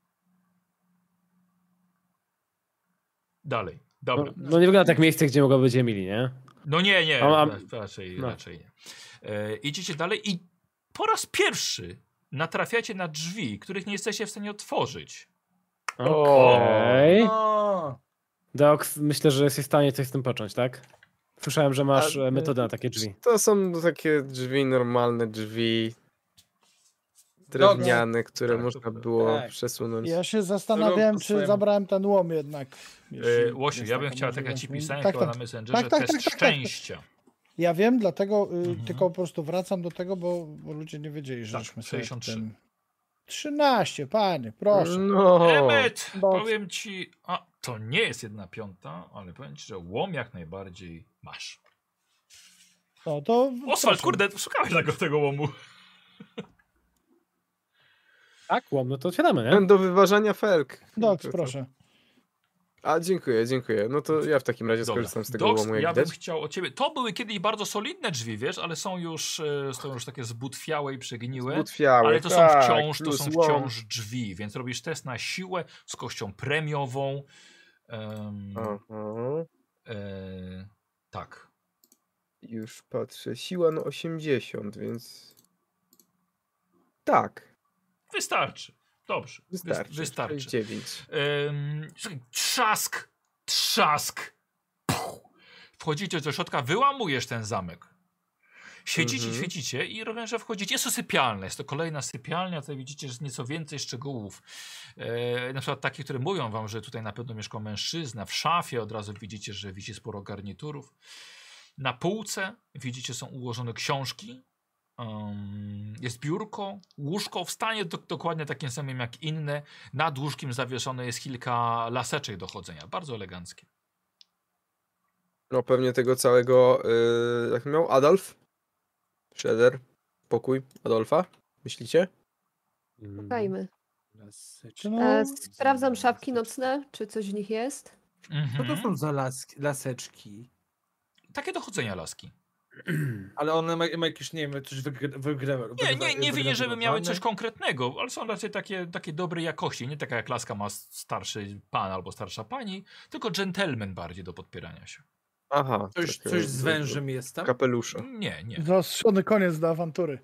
Dobra. No nie wygląda tak miejsce, gdzie mogłaby być Emily, nie? No nie. Raczej nie. Idziecie dalej i po raz pierwszy natrafiacie na drzwi, których nie jesteście w stanie otworzyć. Okej. Dox, myślę, że jesteś w stanie coś z tym począć, tak? Słyszałem, że masz metodę na takie drzwi. To są takie drzwi, normalne drzwi. Drewniane, które można było przesunąć. Ja się zastanawiałem, czy zabrałem ten łom jednak. Łosiu, ja bym chciał, tak jak ci pisałem chyba na Messengerze, test szczęścia. Ja wiem, dlatego tylko po prostu wracam do tego, bo ludzie nie wiedzieli, że żeśmy sobie 63. 13, panie, proszę. No. Emmet, powiem ci, to nie jest 1/5, ale powiem ci, że łom jak najbardziej masz. No to... Oswald, kurde, szukałeś tego łomu. Tak, łom, no to otwieramy, nie? Do wyważania felk. Dox, proszę. A, dziękuję. No to ja w takim razie skorzystam z tego łomu, jak ja widać. bym chciał od ciebie... To były kiedyś bardzo solidne drzwi, wiesz, ale są już takie zbutwiałe i przegniłe. Ale to są wciąż drzwi, więc robisz test na siłę z kością premiową. Tak. Już patrzę. Siła 80, więc... Tak. Wystarczy. Dobrze. Wystarczy. 9. Trzask. Puh. Wchodzicie do środka, wyłamujesz ten zamek. Świecicie i robią, że wchodzicie. Jest to sypialnia, jest to kolejna sypialnia. Tutaj widzicie, że jest nieco więcej szczegółów. Na przykład takie, które mówią wam, że tutaj na pewno mieszkał mężczyzna. W szafie od razu widzicie, że wisi sporo garniturów. Na półce widzicie, są ułożone książki. Jest biurko, łóżko w stanie dokładnie takim samym jak inne. Nad łóżkiem zawieszone jest kilka laseczek do chodzenia. Bardzo eleganckie. No pewnie tego całego, jak miał Adolf? Schroeder? Pokój Adolfa? Myślicie? Szukajmy. Sprawdzam szafki nocne, czy coś w nich jest. Co to są za laseczki? Takie do chodzenia laski. Ale one ma jakieś, nie wiem, coś wygrały. Nie widzę, żeby miały coś konkretnego, ale są raczej takie dobrej jakości. Nie taka jak laska ma starszy pan albo starsza pani, tylko dżentelmen bardziej do podpierania się. Aha. Coś z wężem jest tam? Kapelusza. Nie. Zaostrzony koniec do awantury.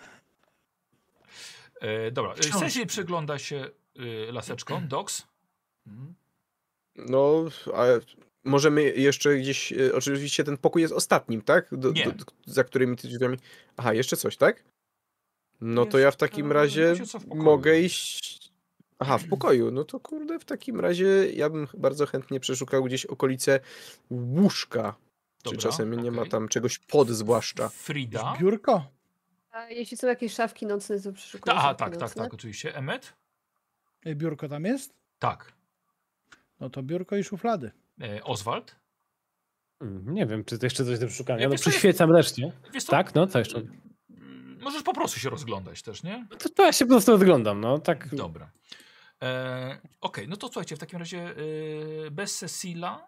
Dobra, Cecil przygląda się laseczką. Dox? No, ale możemy jeszcze gdzieś... Oczywiście ten pokój jest ostatnim, tak? Nie. Za którymi ty drzwiami... Aha, jeszcze coś, tak? No to ja w takim razie wiecie co, w pokoju. mogę iść... Aha, w pokoju. No to kurde, w takim razie ja bym bardzo chętnie przeszukał gdzieś okolice łóżka. Czy Dobra, czasem nie ma okej. tam czegoś pod zwłaszcza. Frida? Biurko? A jeśli są jakieś szafki nocne, to przeszukuję Aha, szafki tak, nocne. oczywiście. Emmet? Biurko tam jest? Tak. No to biurko i szuflady. Oswald? Nie wiem, czy to jeszcze coś do szukania. No Wiesz co, przyświecam reszcie. Wiesz co? Tak, no co jeszcze? Możesz po prostu się rozglądać też, nie? To ja się po prostu rozglądam, no tak. Dobra. Okej, no to słuchajcie, w takim razie bez Cecila.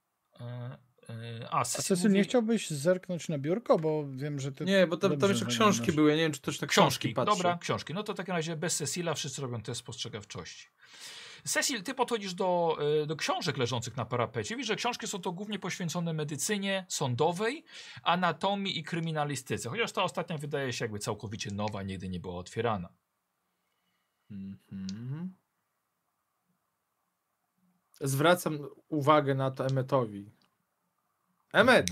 A Cecil Cecil, mówi... nie chciałbyś zerknąć na biurko, bo wiem, że ty... Nie, bo tam dobrze jeszcze książki zaglądasz. były, ja nie wiem, czy też na książki Książki, patrzę. dobra, książki. No to w takim razie bez Cecila wszyscy robią test spostrzegawczości. Cecil, ty podchodzisz do książek leżących na parapecie. Widzisz, że książki są to głównie poświęcone medycynie sądowej, anatomii i kryminalistyce. Chociaż ta ostatnia wydaje się jakby całkowicie nowa, nigdy nie była otwierana. Mhm. Zwracam uwagę na to Emmetowi. Emmet!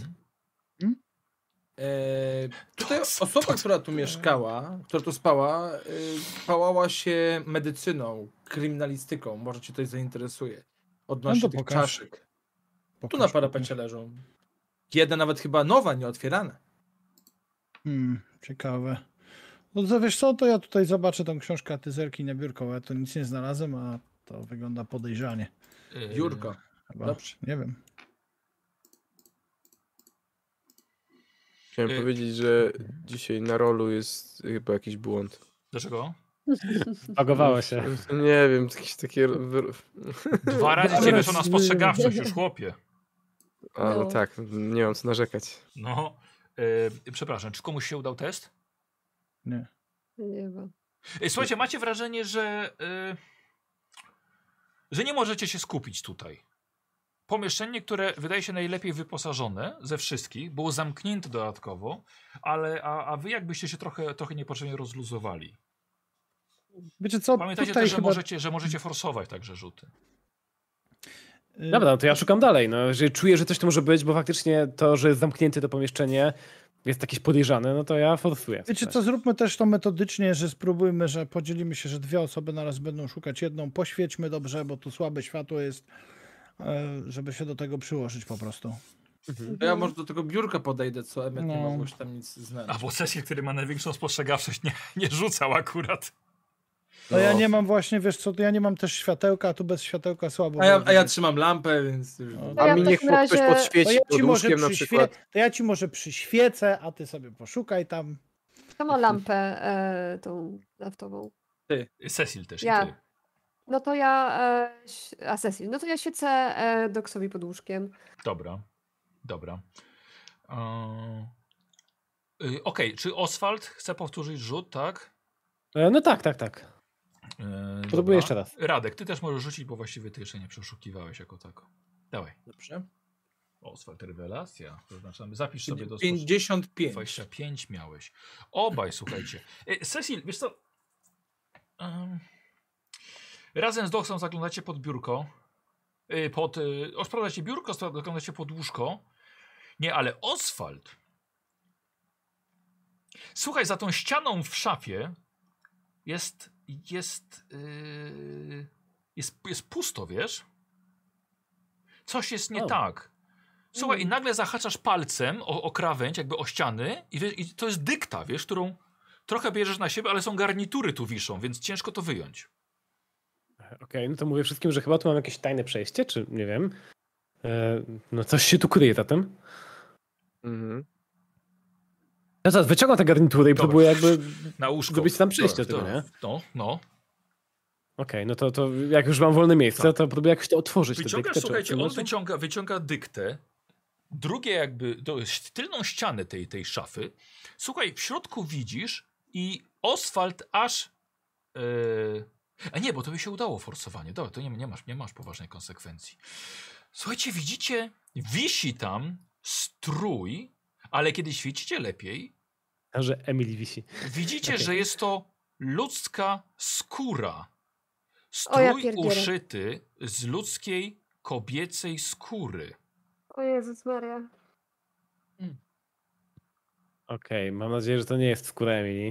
Tutaj osoba, która tu mieszkała, która tu spała, pałała się medycyną, kryminalistyką. Może cię coś zainteresuje. Odnośnie No to tych pokaż. czaszek. Tu Pokaż, na parapecie leżą. Jedna nawet chyba nowa, nieotwierana. Ciekawe. No to wiesz co, to ja tutaj zobaczę tą książkę, a ty zerknij na biurko, bo ja tu nic nie znalazłem, a to wygląda podejrzanie. Biurko. Chyba. Dobrze. Nie wiem. Chciałem powiedzieć, że dzisiaj na rolu jest chyba jakiś błąd. Dlaczego? Bagowało się. Nie wiem, jakieś takie... 2 razy cię weszło na spostrzegawczość już, chłopie. A, no No. tak, nie mam co narzekać. No. Przepraszam, czy komuś się udał test? Nie. Nie wiem. Słuchajcie, macie wrażenie, że nie możecie się skupić tutaj. Pomieszczenie, które wydaje się najlepiej wyposażone ze wszystkich, było zamknięte dodatkowo, ale a wy jakbyście się trochę niepotrzebnie rozluzowali. Wiecie co, Pamiętajcie tutaj też, chyba... że możecie forsować także rzuty. Dobra, no to ja szukam dalej. No, jeżeli czuję, że coś tu może być, bo faktycznie to, że jest zamknięte to pomieszczenie, jest jakieś podejrzane, no to ja forsuję. Wiecie co, zróbmy też to metodycznie, że spróbujmy, że podzielimy się, że 2 osoby naraz będą szukać jedną, poświećmy dobrze, bo tu słabe światło jest, żeby się do tego przyłożyć po prostu. To ja może do tego biurka podejdę, co Emmet nie No. mogłeś tam nic znaleźć. A bo Cecil, który ma największą spostrzegawczość, nie rzucał akurat. No ja nie mam właśnie, wiesz co, ja nie mam też światełka, a tu bez światełka słabo. A ja trzymam lampę, więc... To ja A mi w niech takim ktoś razie- podświeci pod łóżkiem na przykład. To ja ci może przyświecę, a ty sobie poszukaj tam. Kto ma lampę tą naftową? Cecil też Ja. i ty. No to ja... a Cecil, no to ja świecę Doksowi pod łóżkiem. Dobra. Okej, czy Oswald chce powtórzyć rzut, tak? No tak. Dobra. Próbuję jeszcze raz. Radek, ty też możesz rzucić, bo właściwie ty jeszcze nie przeszukiwałeś jako tako. Dawaj. Dobrze. Oswald, rewelacja. Zaznaczamy. Zapisz sobie do 55. 25 miałeś. Obaj, słuchajcie. Cecil, wiesz co? Razem z Doksą zaglądacie pod biurko. Sprawdzacie biurko, zaglądacie pod łóżko. Nie, ale Oswald. Słuchaj, za tą ścianą w szafie jest pusto, wiesz? Coś jest nie tak. Słuchaj, i nagle zahaczasz palcem o krawędź, jakby o ściany i to jest dykta, wiesz, którą trochę bierzesz na siebie, ale są garnitury tu wiszą, więc ciężko to wyjąć. Okej, no to mówię wszystkim, że chyba tu mam jakieś tajne przejście, czy nie wiem. No coś się tu kryje zatem. Mhm. Ja zaraz wyciągam tę garniturę i Dobra. próbuję jakby Na łóżko. zrobić tam przejście do Dobra, tego, nie? No. Okej, no to jak już mam wolne miejsce, Tak. to próbuję jakoś to otworzyć. Wyciągasz, tę dyktę, słuchajcie, czy on wyciąga dyktę, drugie jakby, tylną ścianę tej szafy. Słuchaj, w środku widzisz i Oswald aż... A nie, bo to by się udało forsowanie. Dobra, to nie masz poważnej konsekwencji. Słuchajcie, widzicie, wisi tam strój, ale kiedy świecicie lepiej, że Emily wisi. widzicie, Okej. że jest to ludzka skóra. O, ja Strój pierdzielę. uszyty z ludzkiej, kobiecej skóry. O Jezus Maria. Okej, mam nadzieję, że to nie jest skóra Emily.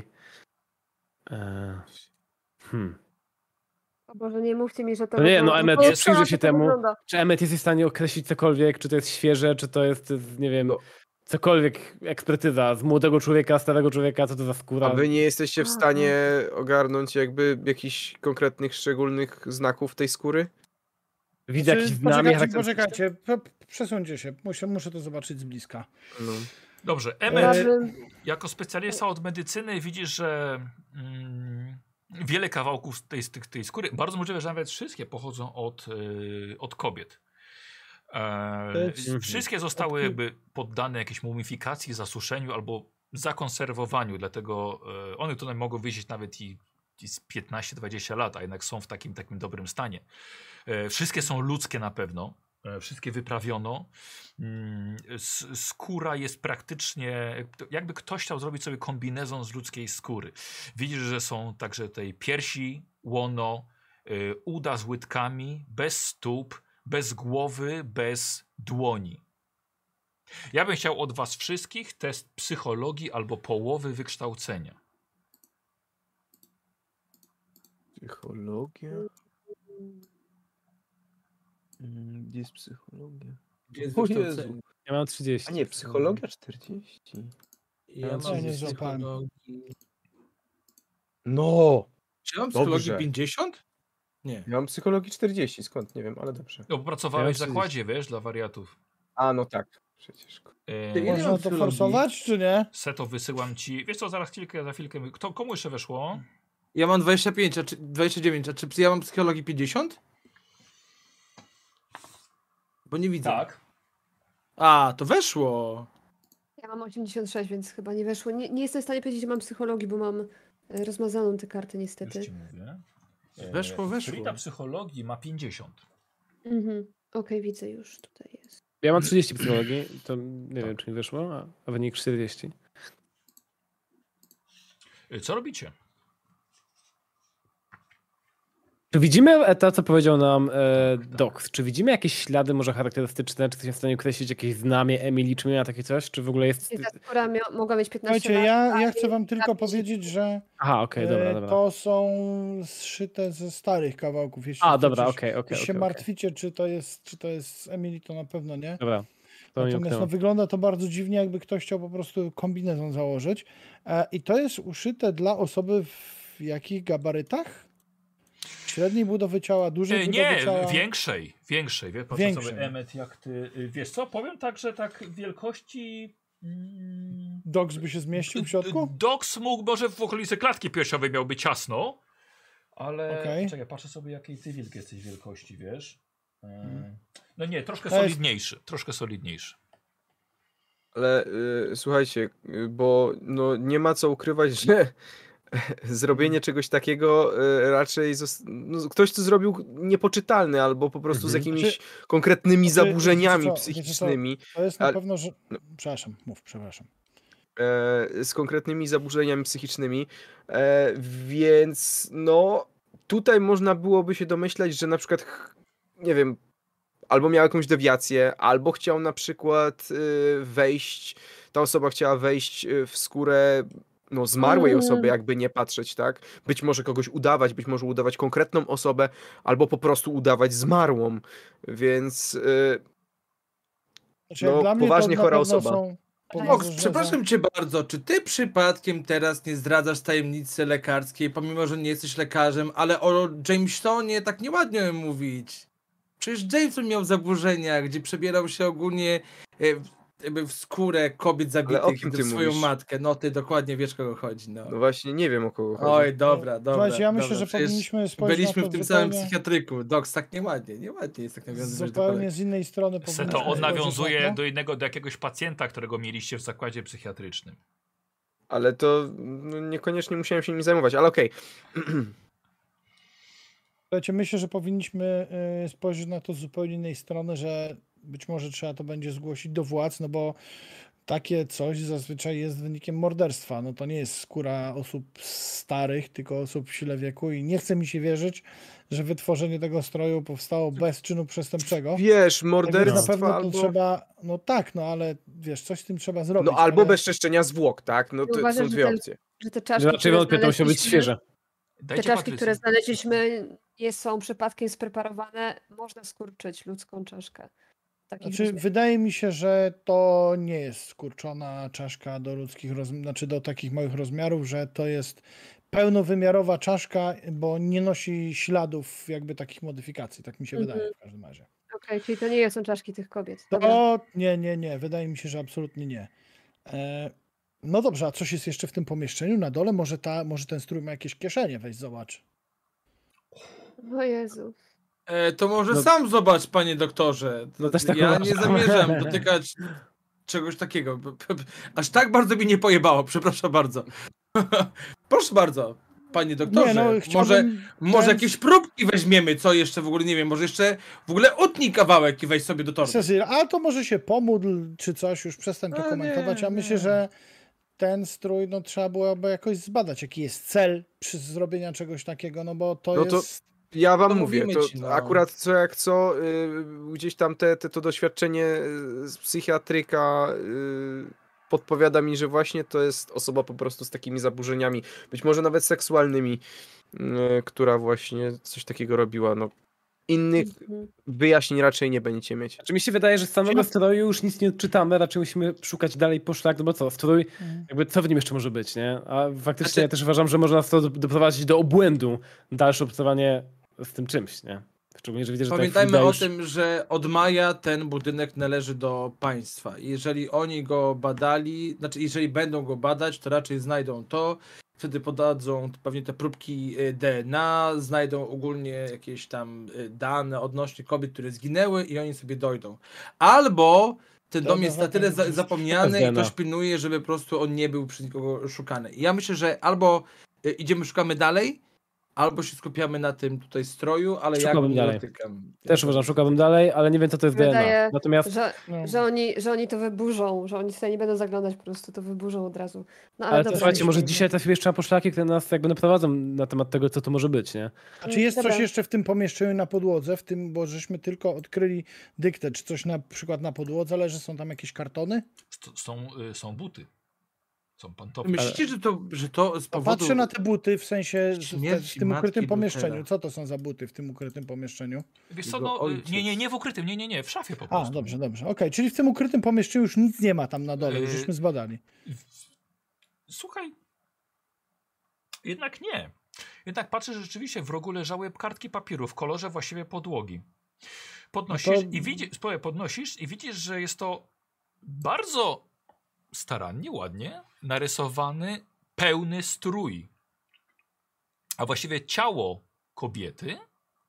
O Boże, nie mówcie mi, że to No nie, no wygląda- Emmet, to przyjrzyj tak się to temu. wygląda. Czy Emmet jesteś w stanie określić cokolwiek, czy to jest świeże, czy to jest, nie wiem, No. cokolwiek, ekspertyza z młodego człowieka, starego człowieka, co to za skóra? A wy nie jesteście w Aha. stanie ogarnąć jakby jakichś konkretnych, szczególnych znaków tej skóry? Widzę jakiś znamie charakterystyczne? Poczekajcie, przesuńcie się, muszę to zobaczyć z bliska. No. Dobrze, Ja Emmet, bym... jako specjalista od medycyny widzisz, że wiele kawałków tej skóry, bardzo możliwe, że nawet wszystkie pochodzą od kobiet. Wszystkie zostały jakby poddane jakiejś mumifikacji, zasuszeniu albo zakonserwowaniu, dlatego one tutaj mogą wisieć nawet i z 15-20 lat, a jednak są w takim dobrym stanie. Wszystkie są ludzkie na pewno. Wszystkie wyprawiono. Skóra jest praktycznie, jakby ktoś chciał zrobić sobie kombinezon z ludzkiej skóry. Widzisz, że są także tej piersi, łono, uda z łydkami, bez stóp, bez głowy, bez dłoni. Ja bym chciał od was wszystkich test psychologii albo połowy wykształcenia. Psychologia? Gdzie jest psychologia? Jest O wykształcenie. Jezu. Ja mam 30. A nie, psychologia 40. Ja Ja mam nie z złapałem. psychologii... No! Czy ja mam psychologii Dobrze. 50? Nie. Ja mam psychologii 40, skąd? Nie wiem, ale dobrze. No, bo pracowałeś w Ja mam zakładzie, wiesz, dla wariatów. A, no tak. Przecież. Ja nie Można mam to psychologii. forsować, czy nie? Seto wysyłam ci. Wiesz co, za chwilkę. Komu jeszcze weszło? Ja mam 25, 29, a czy ja mam psychologii 50? Bo nie widzę. Tak. A, to weszło. Ja mam 86, więc chyba nie weszło. Nie jestem w stanie powiedzieć, że mam psychologii, bo mam rozmazaną tę kartę niestety. Już ci mówię. Weszło. Frida psychologii ma 50. Okej, widzę już, tutaj jest. Ja mam 30 psychologii, to nie wiem, czy mi wyszło, a wynik 40. Co robicie? Czy widzimy to, co powiedział nam Dox? Czy widzimy jakieś ślady może charakterystyczne? Czy jesteśmy w stanie określić jakieś znamie Emily, czy miała takie coś? Czy w ogóle jest... I ta skóra mogła mieć 15 Słuchajcie, lat. ja chcę wam tylko powiedzieć, że Aha, okej, dobra. to są zszyte ze starych kawałków. Jeśli A, dobra, chcecie- okej. jeśli się martwicie, czy to jest Emily, to na pewno nie. Dobra, to mi Natomiast umknęło. no, wygląda to bardzo dziwnie, jakby ktoś chciał po prostu kombinezon założyć. I to jest uszyte dla osoby w jakich gabarytach? Średniej budowy ciała, dużej budowy Nie, ciała? większej. Patrzę Większej. sobie, Emmet, jak ty. Wiesz co, powiem tak, że tak wielkości. Dogs by się zmieścił w środku? Doks mógł, może w okolicy klatki piersiowej miałby ciasno, ale. Okej. Czekaj, patrzę sobie, jakiej ty wilk jesteś wielkości, wiesz? No nie, troszkę To jest- solidniejszy. Troszkę solidniejszy. Ale słuchajcie, bo no, nie ma co ukrywać, że zrobienie czegoś takiego raczej no, ktoś to zrobił niepoczytalny albo po prostu z jakimiś Znaczy- konkretnymi Znaczy, zaburzeniami wiecie co, psychicznymi. To jest na Ale- pewno, że... Przepraszam. Z konkretnymi zaburzeniami psychicznymi, więc no tutaj można byłoby się domyślać, że na przykład, nie wiem, albo miał jakąś dewiację, albo chciał na przykład ta osoba chciała wejść w skórę no, zmarłej osoby, jakby nie patrzeć, tak? Być może kogoś udawać, być może udawać konkretną osobę, albo po prostu udawać zmarłą, więc Znaczy, No, dla mnie poważnie to na chora pewno osoba. są Oks, Oks, poważne- przepraszam cię bardzo, czy ty przypadkiem teraz nie zdradzasz tajemnicy lekarskiej, pomimo że nie jesteś lekarzem, ale o Jamesonie tak nieładnie mówić. Przecież Jameson miał zaburzenia, gdzie przebierał się ogólnie jakby w skórę kobiet o zabitych kim do ty swoją mówisz? matkę. No ty dokładnie wiesz, kogo chodzi. No. no właśnie nie wiem o kogo chodzi. Oj, dobra. Słuchajcie, ja myślę, dobra. że Przecież powinniśmy spojrzeć byliśmy na w to tym samym zupełnie, psychiatryku. Doks, tak nieładnie jest tak nawiązywać do zupełnie kolegi. z innej strony. Se powinniśmy to on spojrzeć na nawiązuje to. do jakiegoś pacjenta, którego mieliście w zakładzie psychiatrycznym. Ale to no, niekoniecznie musiałem się nim zajmować, ale okej. Słuchajcie, myślę, że powinniśmy spojrzeć na to z zupełnie innej strony, że być może trzeba to będzie zgłosić do władz, no bo takie coś zazwyczaj jest wynikiem morderstwa. No to nie jest skóra osób starych, tylko osób w sile wieku i nie chce mi się wierzyć, że wytworzenie tego stroju powstało bez czynu przestępczego. Wiesz, Tak więc morderstwo na pewno to albo... trzeba, no tak, no ale wiesz, coś z tym trzeba zrobić. No albo ale... bezczeszczenia zwłok, tak? No to Uważam, są że dwie opcje. Że te czaszki, Raczej które wątpię, to musiało być znaleźliśmy, świeże. te Dajcie czaszki, Patrycji. które znaleźliśmy, są przypadkiem spreparowane, można skurczyć ludzką czaszkę. Takich Znaczy, rozmiarów. wydaje mi się, że to nie jest skurczona czaszka do ludzkich znaczy do takich małych rozmiarów, że to jest pełnowymiarowa czaszka, bo nie nosi śladów jakby takich modyfikacji, tak mi się wydaje w każdym razie. Okej, czyli to nie są czaszki tych kobiet. Dobra. To nie, wydaje mi się, że absolutnie nie. No dobrze, a coś jest jeszcze w tym pomieszczeniu na dole? Może ten strój ma jakieś kieszenie? Weź zobacz. O Jezu. To może No- sam zobacz, panie doktorze. No też tak Ja uważam. nie zamierzam dotykać czegoś takiego. Aż tak bardzo mi nie pojebało, przepraszam bardzo. Proszę bardzo, panie doktorze. Nie, no, Może jakieś próbki weźmiemy, co jeszcze w ogóle, nie wiem, może jeszcze w ogóle utnij kawałek i weź sobie do torby. Cezil, a to może się pomódl, czy coś, już przestań to A, komentować. nie, Ja myślę, nie. że ten strój, no trzeba byłoby jakoś zbadać, jaki jest cel przy zrobienia czegoś takiego, no bo to No to- jest... Ja wam To mówię, mówimy to ci, no. akurat co jak co, gdzieś tam to doświadczenie z psychiatryka podpowiada mi, że właśnie to jest osoba po prostu z takimi zaburzeniami, być może nawet seksualnymi, która właśnie coś takiego robiła. No, innych wyjaśnień raczej nie będziecie mieć. Znaczy mi się wydaje, że z samego stroju już nic nie odczytamy, raczej musimy szukać dalej po szlak, no bo co, strój, jakby co w nim jeszcze może być, nie? A faktycznie Znaczy- ja też uważam, że może nas to doprowadzić do obłędu, dalsze obcowanie z tym czymś, nie? Szczególnie, że widzę, że Pamiętajmy Frida o już... tym, że od maja ten budynek należy do państwa. Jeżeli oni go badali, znaczy jeżeli będą go badać, to raczej znajdą to, wtedy podadzą pewnie te próbki DNA, znajdą ogólnie jakieś tam dane odnośnie kobiet, które zginęły i oni sobie dojdą. Albo ten dom jest na tyle zapomniany i DNA. ktoś pilnuje, żeby po prostu on nie był przez nikogo szukany. I ja myślę, że albo szukamy dalej, albo się skupiamy na tym tutaj stroju, ale ja go Szukałbym nie dalej. dotykam. Też uważam, szukałbym dalej, ale nie wiem, co to jest Wydaje, DNA. Natomiast że oni to wyburzą, że oni tutaj nie będą zaglądać, po prostu to wyburzą od razu. No, ale to dobra, słuchajcie, może myślę, dzisiaj trafimy jeszcze na poszlaki, które nas jakby naprowadzą na temat tego, co to może być, nie? A czy jest Dobra. coś jeszcze w tym pomieszczeniu na podłodze, w tym, bo żeśmy tylko odkryli dyktę, czy coś na przykład na podłodze leży, są tam jakieś kartony? Są buty. Są pantofle. Myślicie, że to z powodu... Patrzę na te buty, w sensie w śmierci tym ukrytym matki pomieszczeniu. Luthera. Co to są za buty w tym ukrytym pomieszczeniu? Wiesz co, Jego no, ojciec. nie w ukrytym, nie, w szafie po A, prostu. dobrze. Okej, czyli w tym ukrytym pomieszczeniu już nic nie ma tam na dole, już żeśmy zbadali. Słuchaj, jednak nie. Jednak patrzę, że rzeczywiście w rogu leżały kartki papieru w kolorze właściwie podłogi. Podnosisz No to- i widzisz, podnosisz i widzisz, że jest to bardzo starannie, ładnie narysowany, pełny strój. A właściwie ciało kobiety,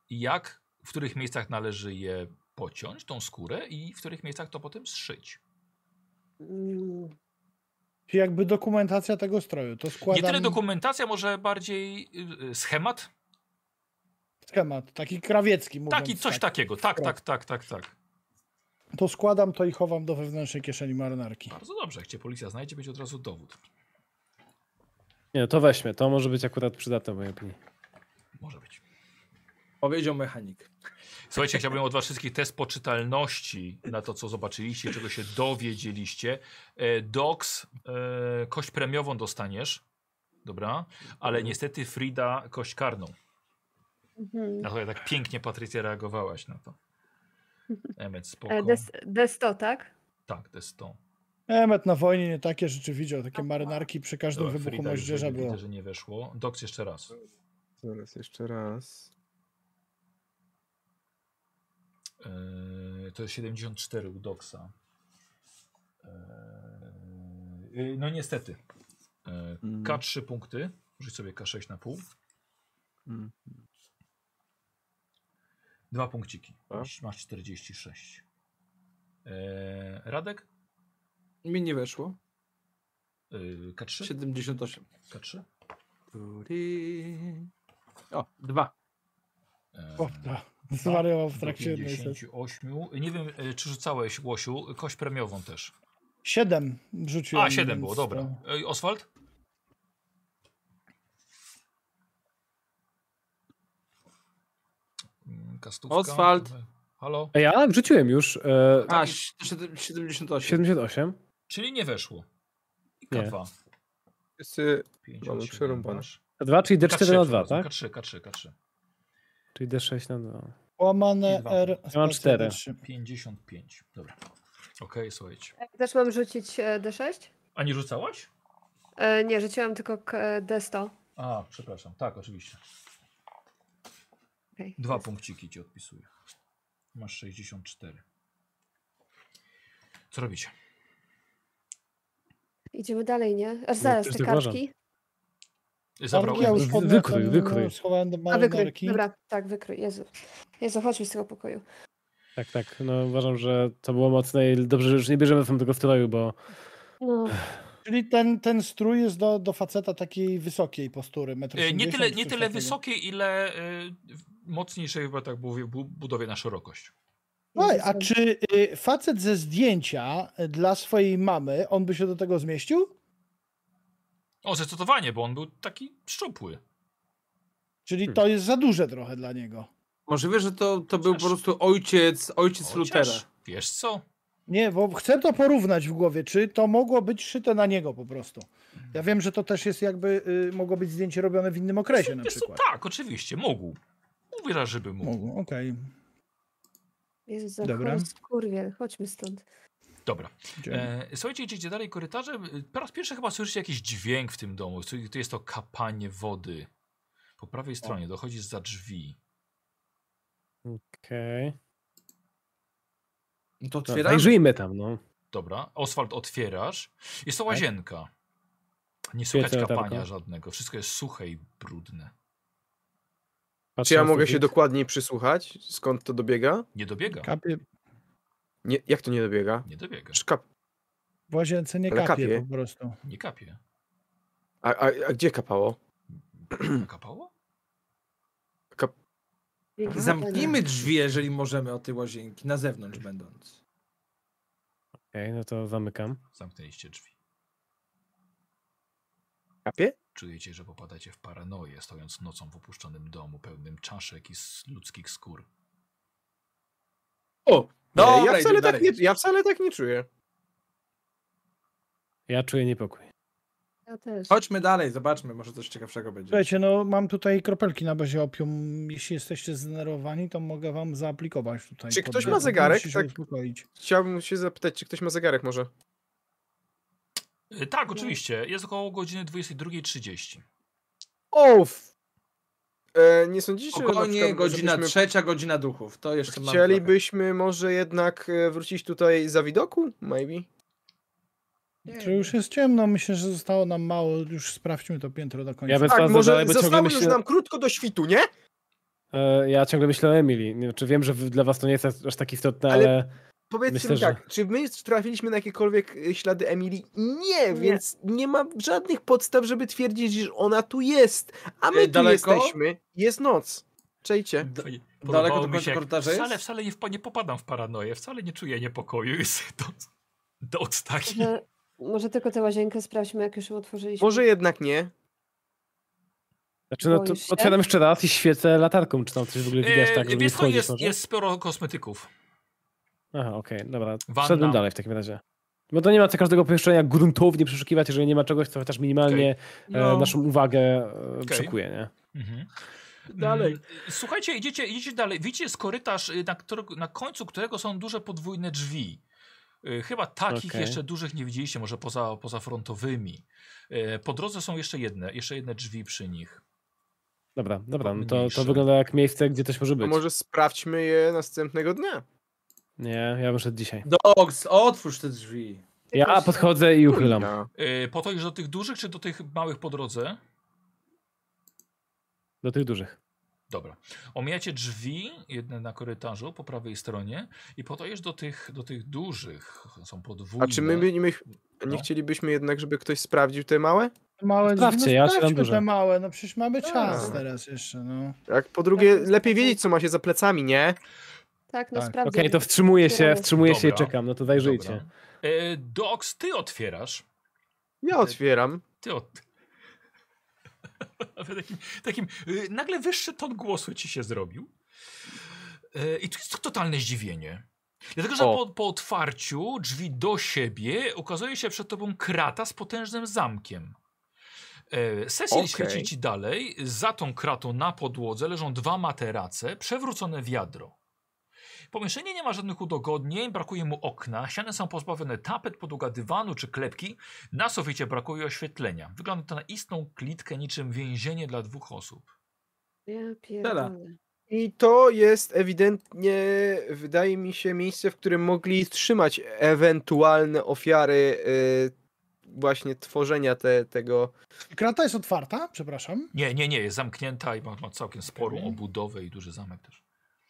w których miejscach należy je pociąć, tą skórę, i w których miejscach to potem zszyć. Czyli jakby dokumentacja tego stroju. To składam Nie tyle dokumentacja, może bardziej schemat. schemat, taki krawiecki mówiąc. Taki, coś tak. takiego. Tak. To składam to i chowam do wewnętrznej kieszeni marynarki. Bardzo dobrze. Jak cię policja znajdzie, będzie od razu dowód. Nie, to weźmy, to może być akurat przydatne w mojej opinii. Może być. Powiedział mechanik. Słuchajcie, chciałbym od was wszystkich test poczytalności na to, co zobaczyliście, czego się dowiedzieliście. Dox, kość premiową dostaniesz. Dobra? Ale niestety Frida kość karną. Na to tak pięknie, Patrycja, reagowałaś na to. Emet, spoko. D100, tak? Tak, to jest to. Emmet na wojnie nie takie rzeczy widział, takie marynarki przy każdym Dobra, wybuchu Frida, moździerza widzę, było. że nie weszło. Dox jeszcze raz. Zaraz jeszcze raz. To jest 74 u Doxa. No niestety. K3 punkty. Rzuć sobie K6 na pół. 2 punkciki. Masz 46. Radek? Mi nie weszło. K3? 78. K3? O, 2. Chłopca, zwariował w trakcie jednej sesji. 58. Nie wiem, czy rzucałeś, Łosiu, kość premiową też. 7 rzuciłem. A, 7 więc było, dobra. to- Oswald? Kastówka. Oswald. Halo? Ja wrzuciłem już. A, 78. 78. Czyli nie weszło. I Nie. K2. Wszyscy 5, mamy przerąbane. 2, czyli D4 na 2, K3, tak? K3. Czyli D6 na 2. Łamane Dwa. R. Ja mam spacja 4. D3. 55. Dobra. Okej, słuchajcie. Też mam rzucić D6? A nie rzucałaś? Nie, rzuciłam tylko D100. A, przepraszam. Tak, oczywiście. Okay. 2 punkciki ci odpisuję. Masz 64. Co robicie? Idziemy dalej, nie? Aż zaraz, też te tak uważam. kartki. Zabrałem. Ja już Wykrój, podniosłem, wykrój. schowałem do A, małej wykryj. narki. Dobra, tak, wykryj. Jezu, chodźmy z tego pokoju. Tak. No uważam, że to było mocne i dobrze, że już nie bierzemy tam tego stroju, bo No. Czyli ten strój jest do faceta takiej wysokiej postury, 1,80 Nie m. tyle wysokie, ile mocniejsze, chyba tak mówię, budowie na szerokość. Oj, a czy facet ze zdjęcia dla swojej mamy, on by się do tego zmieścił? O, zdecydowanie, bo on był taki szczupły. Czyli to jest za duże trochę dla niego. Możliwe, że to był po prostu ojciec Lutera. Chociaż, wiesz co? Nie, bo chcę to porównać w głowie, czy to mogło być szyte na niego po prostu. Ja wiem, że to też jest jakby, mogło być zdjęcie robione w innym okresie na Wiesz co, przykład. tak, oczywiście, mógł. Uwierzasz, żeby mógł. Mogło, okej. Jezu, za Dobra. chory skurwiel. Chodźmy stąd. Dobra. Idziemy. Słuchajcie, idziecie dalej korytarzem. Po raz pierwszy chyba słyszycie jakiś dźwięk w tym domu. To jest to kapanie wody. Po prawej stronie dochodzi zza drzwi. okej. No to No, otwieramy. zajrzyjmy tam, no. Dobra, Oswald, otwierasz. Jest to łazienka. Nie słychać Świecę kapania latarką. żadnego. Wszystko jest suche i brudne. Patrzę Czy ja na mogę sufit. się dokładniej przysłuchać? Skąd to dobiega? Nie dobiega. Kapie, Nie, jak to nie dobiega? Nie dobiega. Szkap. w łazience nie Ale kapie kapie. po prostu. Nie kapie. A gdzie kapało? Kapało? Zamknijmy drzwi, jeżeli możemy, od tej łazienki, na zewnątrz będąc. Okej, no to zamykam. Zamknęliście drzwi. Kapie? Czujecie, że popadacie w paranoję, stojąc nocą w opuszczonym domu, pełnym czaszek i ludzkich skór. O! Nie, Dobra, ja wcale tak nie czuję. Ja czuję niepokój. Ja też. Chodźmy dalej, zobaczmy, może coś ciekawszego będzie. Słuchajcie, no mam tutaj kropelki na bazie opium. Jeśli jesteście zdenerwowani, to mogę wam zaaplikować tutaj. Czy pod ktoś ma drzwi. zegarek? Musicie się Tak. uspokoić. Chciałbym się zapytać, czy ktoś ma zegarek może? Tak, oczywiście. Jest około godziny 22:30. Nie sądzicie, że na Spokojnie, przykład godzina żebyśmy- 3, godzina duchów. To jeszcze mam Chcielibyśmy może jednak wrócić tutaj za widoku? Maybe? To już jest ciemno, myślę, że zostało nam mało. Już sprawdźmy to piętro do końca. Ja bez Tak, was może dalej, bo ciągle zostało już myślę, nam krótko do świtu, nie? ja ciągle myślę o Emily. Nie, czy wiem, że dla was to nie jest aż tak istotne, Ale- ale Powiedzcie Myślę, mi że- tak, czy my trafiliśmy na jakiekolwiek ślady Emilii? Nie, więc nie ma żadnych podstaw, żeby twierdzić, że ona tu jest. A my tu Daleko? jesteśmy. Jest noc. Czejcie. Fajnie. Daleko Podobało do mi końca się, jak korytarza jest? wcale nie popadam w paranoję, wcale nie czuję niepokoju. Jest doc taki. Może tylko tę łazienkę sprawdźmy, jak już ją otworzyliśmy. Może jednak nie. znaczy, no to Boisz się? otwieram jeszcze raz i świecę latarką, czy tam coś w ogóle widać, tak, żeby nie Wiesz co, wchodzić może? jest sporo kosmetyków. Aha, okej, dobra. Wanna. Wszedłem dalej w takim razie. Bo to nie ma co każdego pomieszczenia gruntownie przeszukiwać, jeżeli nie ma czegoś, co chociaż minimalnie No. naszą uwagę przekuje, nie? Mhm. Dalej. Słuchajcie, idziecie dalej. Widzicie, jest korytarz, na końcu którego są duże podwójne drzwi. Chyba takich Okej. jeszcze dużych nie widzieliście, może poza frontowymi. Po drodze są jeszcze jedne drzwi przy nich. Dobra, no Mniejsze. to wygląda jak miejsce, gdzie coś może To być. może sprawdźmy je następnego dnia. Nie, ja bym szedł dzisiaj. Dogs, otwórz te drzwi. Ja podchodzę i uchylam. Ja. Po to już do tych dużych, czy do tych małych po drodze? Do tych dużych. Dobra. Omijacie drzwi, jedne na korytarzu po prawej stronie i po to już do tych dużych. Są podwójne. A czy my nie No. chcielibyśmy jednak, żeby ktoś sprawdził te małe? Małe Sprawdźcie, drzwi, ja no czytam sprawdźmy duże. te małe, no przecież mamy czas A. teraz jeszcze, no. Jak po drugie, Tak, lepiej tak. wiedzieć, co ma się za plecami, nie? Tak, no Tak. sprawdzę. Okej, to wstrzymuję się Dobra. i czekam, no to zajrzyjcie. Dobra. Dox, ty otwierasz. Ja otwieram. Ty takim nagle wyższy ton głosu ci się zrobił. I tu jest totalne zdziwienie. Dlatego, że po otwarciu drzwi do siebie ukazuje się przed tobą krata z potężnym zamkiem. Cecil świeci ci dalej. Za tą kratą na podłodze leżą 2 materace, przewrócone wiadro. Pomieszczenie nie ma żadnych udogodnień, brakuje mu okna, ściany są pozbawione tapet, podłoga dywanu czy klepki, na suficie brakuje oświetlenia. Wygląda to na istną klitkę niczym więzienie dla 2 osób. Ja pierdolę. I to jest ewidentnie, wydaje mi się, miejsce, w którym mogli trzymać ewentualne ofiary właśnie tworzenia tego. Krata jest otwarta? Przepraszam. Nie, jest zamknięta i ma całkiem sporą obudowę i duży zamek też.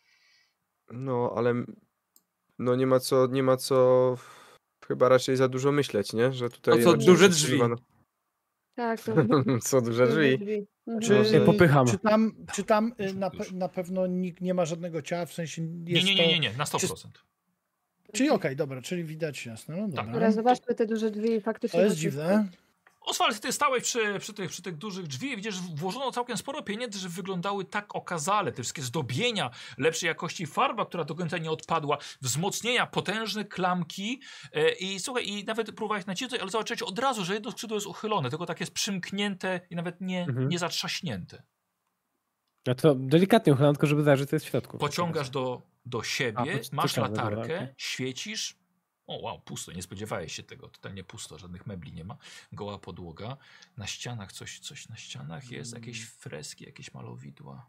No, ale no nie ma co chyba raczej za dużo myśleć, nie? Że tutaj co, duże drzwi. Tak, to Co duże drzwi. Popycham. Czy tam na pewno nikt nie ma żadnego ciała, w sensie jest Nie, na 100%. Czyli okej, dobra, czyli widać jasno. No, dobra. Teraz zobaczmy te duże drzwi faktycznie. To jest dziwne. Oswald, ty stałeś przy tych dużych drzwi i widzisz, że włożono całkiem sporo pieniędzy, że wyglądały tak okazale. Te wszystkie zdobienia, lepszej jakości farba, która do końca nie odpadła, wzmocnienia, potężne klamki i słuchaj, i nawet próbowałeś nacisnąć, ale zobaczyłeś od razu, że jedno skrzydło jest uchylone, tylko tak jest przymknięte i nawet nie zatrzaśnięte. No to delikatnie uchylam, tylko żeby zajrzeć, co jest w środku. Pociągasz do siebie, masz ciekawe, latarkę, dobra, okay. świecisz. O wow, pusto, nie spodziewałeś się tego, totalnie pusto, żadnych mebli nie ma, goła podłoga, na ścianach coś na ścianach jest, jakieś freski, jakieś malowidła.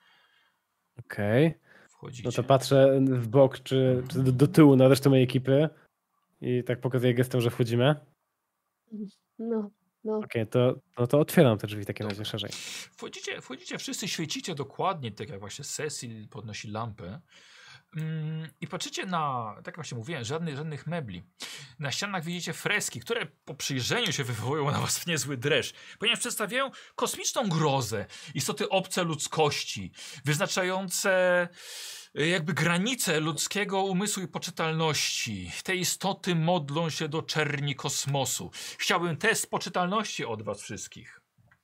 Okej, Wchodzicie. no to patrzę w bok, czy do tyłu na resztę mojej ekipy i tak pokazuję gestem, że wchodzimy. No. Okej, to otwieram te drzwi w takim razie szerzej. Wchodzicie, wszyscy świecicie dokładnie, tak jak właśnie Cecil podnosi lampę. I patrzycie na, tak jak właśnie mówiłem, żadnych mebli. Na ścianach widzicie freski, które po przyjrzeniu się wywołują na was niezły dreszcz, ponieważ przedstawiają kosmiczną grozę, istoty obce ludzkości, wyznaczające jakby granice ludzkiego umysłu i poczytalności. Te istoty modlą się do czerni kosmosu. Chciałbym test poczytalności od was wszystkich.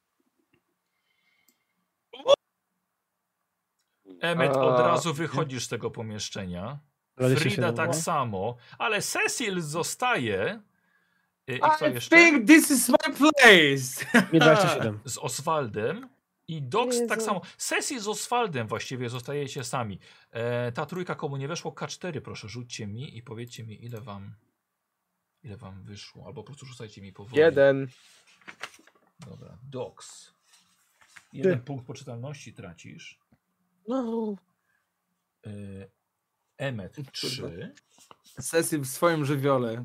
Emmet, od razu wychodzisz z tego pomieszczenia. Frida tak samo, ale Cecil zostaje. I kto jeszcze? I think this is my place! Nie 27. Z Oswaldem. I Dox tak samo. Cecil z Oswaldem właściwie zostajecie sami. Ta trójka, komu nie weszło, K4, proszę, rzućcie mi i powiedzcie mi, ile wam wyszło. Albo po prostu rzucajcie mi powoli. 1. Dobra, Dox. 1 punkt poczytalności tracisz. No. Emmet 3. Sesji w swoim żywiole.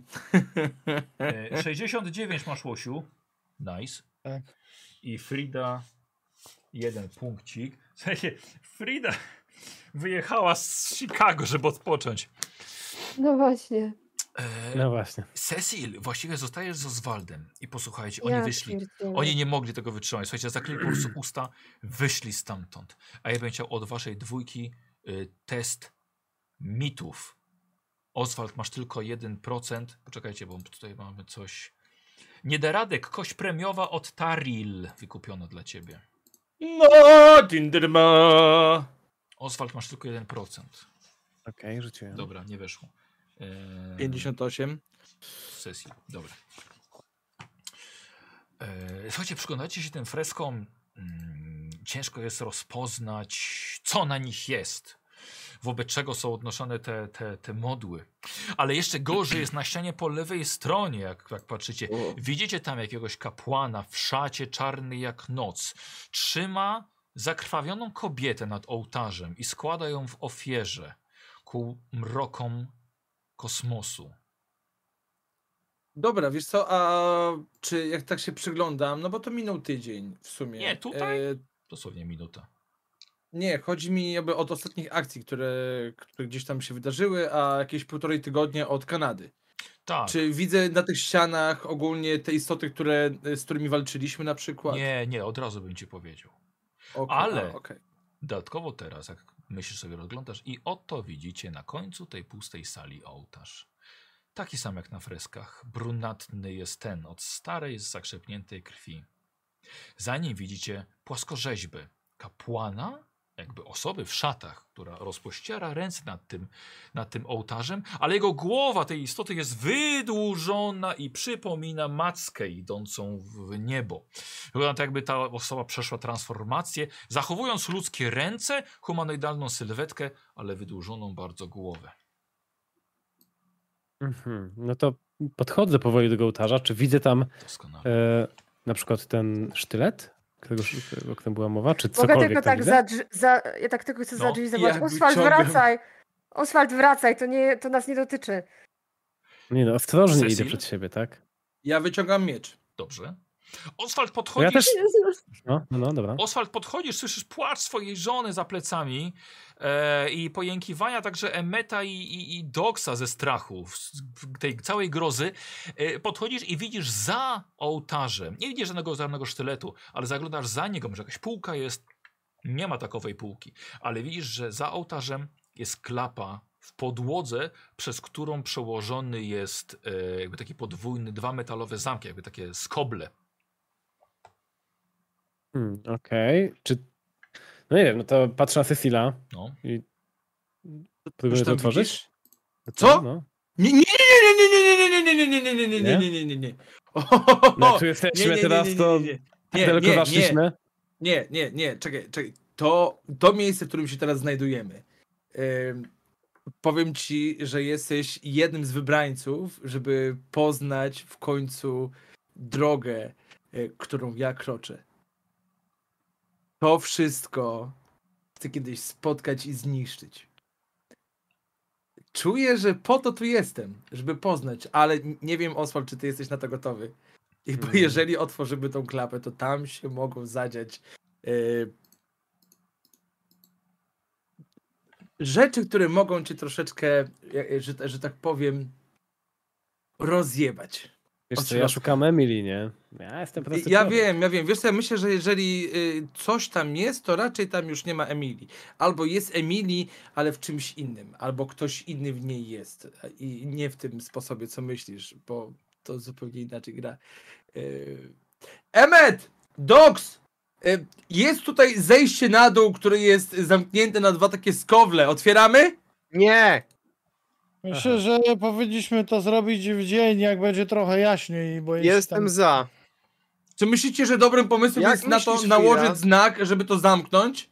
69 masz, Łosiu. Nice. Tak. I Frida 1 punkcik. Słuchajcie, Frida wyjechała z Chicago, żeby odpocząć. No właśnie. No właśnie. Cecil, właściwie zostajesz z Oswaldem. I posłuchajcie, Ja oni wyszli. pierdzielę. Oni nie mogli tego wytrzymać. Słuchajcie, zakryli po prostu usta, wyszli stamtąd. A ja bym chciał od waszej dwójki test mitów. Oswald, masz tylko 1%. Poczekajcie, bo tutaj mamy coś. Niederadek, kość premiowa od Taril wykupiona dla ciebie. No, Tinderma! Oswald, masz tylko 1%. Okej, rzuciłem. Dobra, nie weszło. 58. Sesji, dobra. Słuchajcie, przyglądacie się tym freskom. Ciężko jest rozpoznać, co na nich jest. Wobec czego są odnoszone te modły. Ale jeszcze gorzej jest na ścianie po lewej stronie, jak patrzycie. Widzicie tam jakiegoś kapłana w szacie czarny jak noc. Trzyma zakrwawioną kobietę nad ołtarzem i składa ją w ofierze ku mrokom kosmosu. Dobra, wiesz co, a czy jak tak się przyglądam, no bo to minął tydzień w sumie. Nie, tutaj dosłownie minuta. Nie, chodzi mi jakby od ostatnich akcji, które gdzieś tam się wydarzyły, a jakieś 1,5 tygodnia od Kanady. Tak. Czy widzę na tych ścianach ogólnie te istoty, z którymi walczyliśmy na przykład? Nie, od razu bym ci powiedział. Okay, ale dodatkowo teraz, jak myślisz sobie, rozglądasz i oto widzicie na końcu tej pustej sali ołtarz. Taki sam jak na freskach. Brunatny jest ten od starej, zakrzepniętej krwi. Za nim widzicie płaskorzeźby kapłana, jakby osoby w szatach, która rozpościera ręce nad tym ołtarzem, ale jego głowa tej istoty jest wydłużona i przypomina mackę idącą w niebo. Wygląda to, jakby ta osoba przeszła transformację, zachowując ludzkie ręce, humanoidalną sylwetkę, ale wydłużoną bardzo głowę. No to podchodzę powoli do tego ołtarza. Czy widzę tam Doskonale. na przykład ten sztylet, o którym była mowa, czy Mogę cokolwiek tylko tam tak widzę? ja tak tylko chcę No, za drzwi zobaczyć. ja Oswald, wyciągam. wracaj! Oswald, wracaj, to nas nie dotyczy. Nie no, ostrożnie Cecil? idę przed siebie, tak? Ja wyciągam miecz. Dobrze. Oswald, Ja podchodzisz. też... No, dobra. Oswald, podchodzisz, słyszysz płacz swojej żony za plecami i pojękiwania także Emmeta i Doxa ze strachu, tej całej grozy. Podchodzisz i widzisz za ołtarzem, nie widzisz żadnego sztyletu, ale zaglądasz za niego, może jakaś półka jest, nie ma takowej półki, ale widzisz, że za ołtarzem jest klapa w podłodze, przez którą przełożony jest jakby taki podwójny, 2 metalowe zamki, jakby takie skoble. Okej. Czy... No nie wiem, no to patrzę na Cecila No. i Coś próbuję to tam otworzyć. widzisz? No Co? No. Nie, nie, nie, nie, nie, nie, nie, nie, nie, nie, nie, nie, nie, nie, nie, nie, nie. No jak tu jesteśmy teraz, to nie, daleko nie, zaszliśmy. nie, czekaj. To miejsce, w którym się teraz znajdujemy. Powiem ci, że jesteś jednym z wybrańców, żeby poznać w końcu drogę, którą ja kroczę. To wszystko chcę kiedyś spotkać i zniszczyć. Czuję, że po to tu jestem, żeby poznać, ale nie wiem, Oswald, czy ty jesteś na to gotowy. Bo jeżeli otworzymy tą klapę, to tam się mogą zadziać rzeczy, które mogą cię troszeczkę, że tak powiem, rozjebać. Wiesz Od co, ja środka. szukam Emily, nie? Ja jestem prosty Ja człowiek. wiem. Wiesz co, ja myślę, że jeżeli coś tam jest, to raczej tam już nie ma Emilii. Albo jest Emilii, ale w czymś innym. Albo ktoś inny w niej jest. I nie w tym sposobie, co myślisz, bo to zupełnie inaczej gra. Emmet! Dox! Jest tutaj zejście na dół, które jest zamknięte na 2 takie skowle. Otwieramy? Nie! Myślę, że powinniśmy to zrobić w dzień, jak będzie trochę jaśniej, bo jeśli Jestem tam... za. Czy myślicie, że dobrym pomysłem Jak jest na to myślisz, nałożyć Fira? znak, żeby to zamknąć?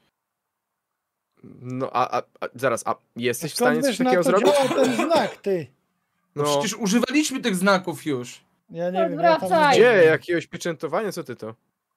No zaraz, jesteś w Skąd stanie coś wiesz, na takiego to zrobić? działa ten znak, ty? No No, przecież używaliśmy tych znaków już. Ja nie wiem, ja tam Wracaj! gdzie? Jakiegoś pieczętowania? Co ty to?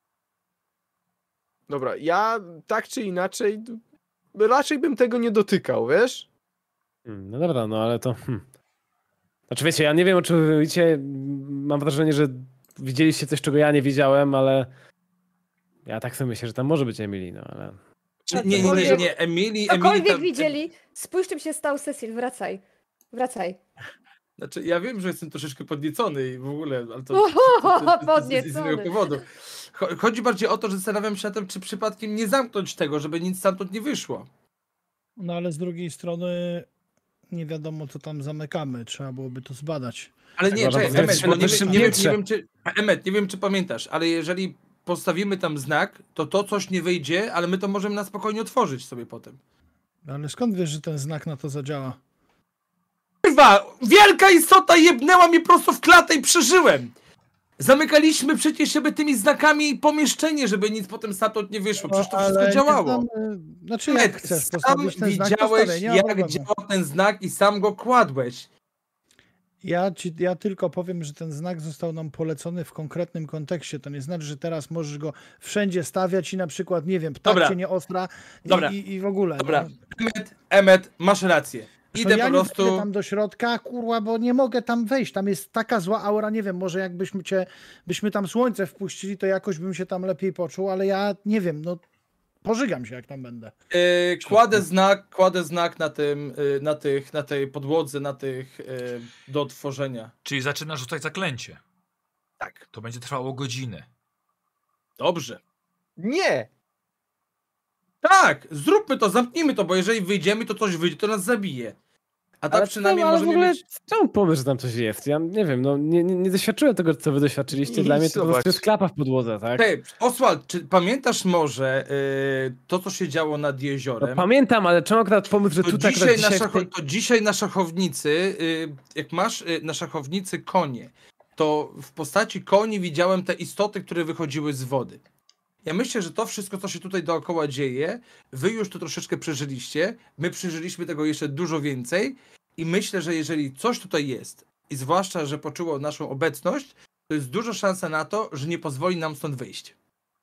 Dobra, ja tak czy inaczej raczej bym tego nie dotykał, wiesz? No dobra, no ale to... Znaczy wiecie, ja nie wiem, o czym wy mówicie. Mam wrażenie, że widzieliście coś, czego ja nie widziałem, ale ja tak sobie myślę, że tam może być Emily, no ale... Nie, Emilii Cokolwiek tam... widzieli, spójrz czym się stał Cecil, wracaj. Wracaj. Znaczy, ja wiem, że jestem troszeczkę podniecony i w ogóle, ale to z Podniecony. innego powodu. Chodzi bardziej o to, że zastanawiam się nad tym, czy przypadkiem nie zamknąć tego, żeby nic stamtąd nie wyszło. No ale z drugiej strony nie wiadomo, co tam zamykamy. Trzeba byłoby to zbadać. Ale nie, Można czekaj, powiedzieć, Emmet, że bo na nie wyższym wiem, czy... Emmet, nie wiem, czy pamiętasz, ale jeżeli postawimy tam znak, to coś nie wyjdzie, ale my to możemy na spokojnie otworzyć sobie potem. Ale skąd wiesz, że ten znak na to zadziała? Kurwa, wielka istota jebnęła mnie prosto w klatę i przeżyłem! Zamykaliśmy przecież sobie tymi znakami pomieszczenie, żeby nic potem stamtąd nie wyszło. Przecież to wszystko działało. Znaczy jak chcesz Sam postawić ten znak, widziałeś, postawię, nie ma jak problemu. działał ten znak i sam go kładłeś. Ja tylko powiem, że ten znak został nam polecony w konkretnym kontekście. To nie znaczy, że teraz możesz go wszędzie stawiać i na przykład, nie wiem, ptak Dobra. cię nie ostra Dobra. i w ogóle. Dobra, No. Emmet, masz rację. Zresztą Idę ja po nie wejdę prostu... tam do środka, kurwa, bo nie mogę tam wejść. Tam jest taka zła aura, nie wiem, może byśmy tam słońce wpuścili, to jakoś bym się tam lepiej poczuł, ale ja nie wiem, no pożygam się, jak tam będę. Kładę znak na tej podłodze, do otworzenia. Czyli zaczynasz rzucać zaklęcie. Tak. To będzie trwało godzinę. Dobrze. Nie! Tak, zróbmy to, zamknijmy to, bo jeżeli wyjdziemy, to coś wyjdzie, to nas zabije. A tak przynajmniej ale może w ogóle mieć... czemu pomysł, że tam coś jest? Ja nie wiem, no nie doświadczyłem tego, co wy doświadczyliście. Dla mnie to po prostu jest klapa w podłodze, tak? Hej, Oswald, czy pamiętasz może to, co się działo nad jeziorem? No, pamiętam, ale czemu akurat pomysł, że tutaj To dzisiaj na szachownicy, jak masz na szachownicy konie, to w postaci koni widziałem te istoty, które wychodziły z wody. Ja myślę, że to wszystko, co się tutaj dookoła dzieje, wy już to troszeczkę przeżyliście, my przeżyliśmy tego jeszcze dużo więcej i myślę, że jeżeli coś tutaj jest, i zwłaszcza, że poczuło naszą obecność, to jest duża szansa na to, że nie pozwoli nam stąd wyjść.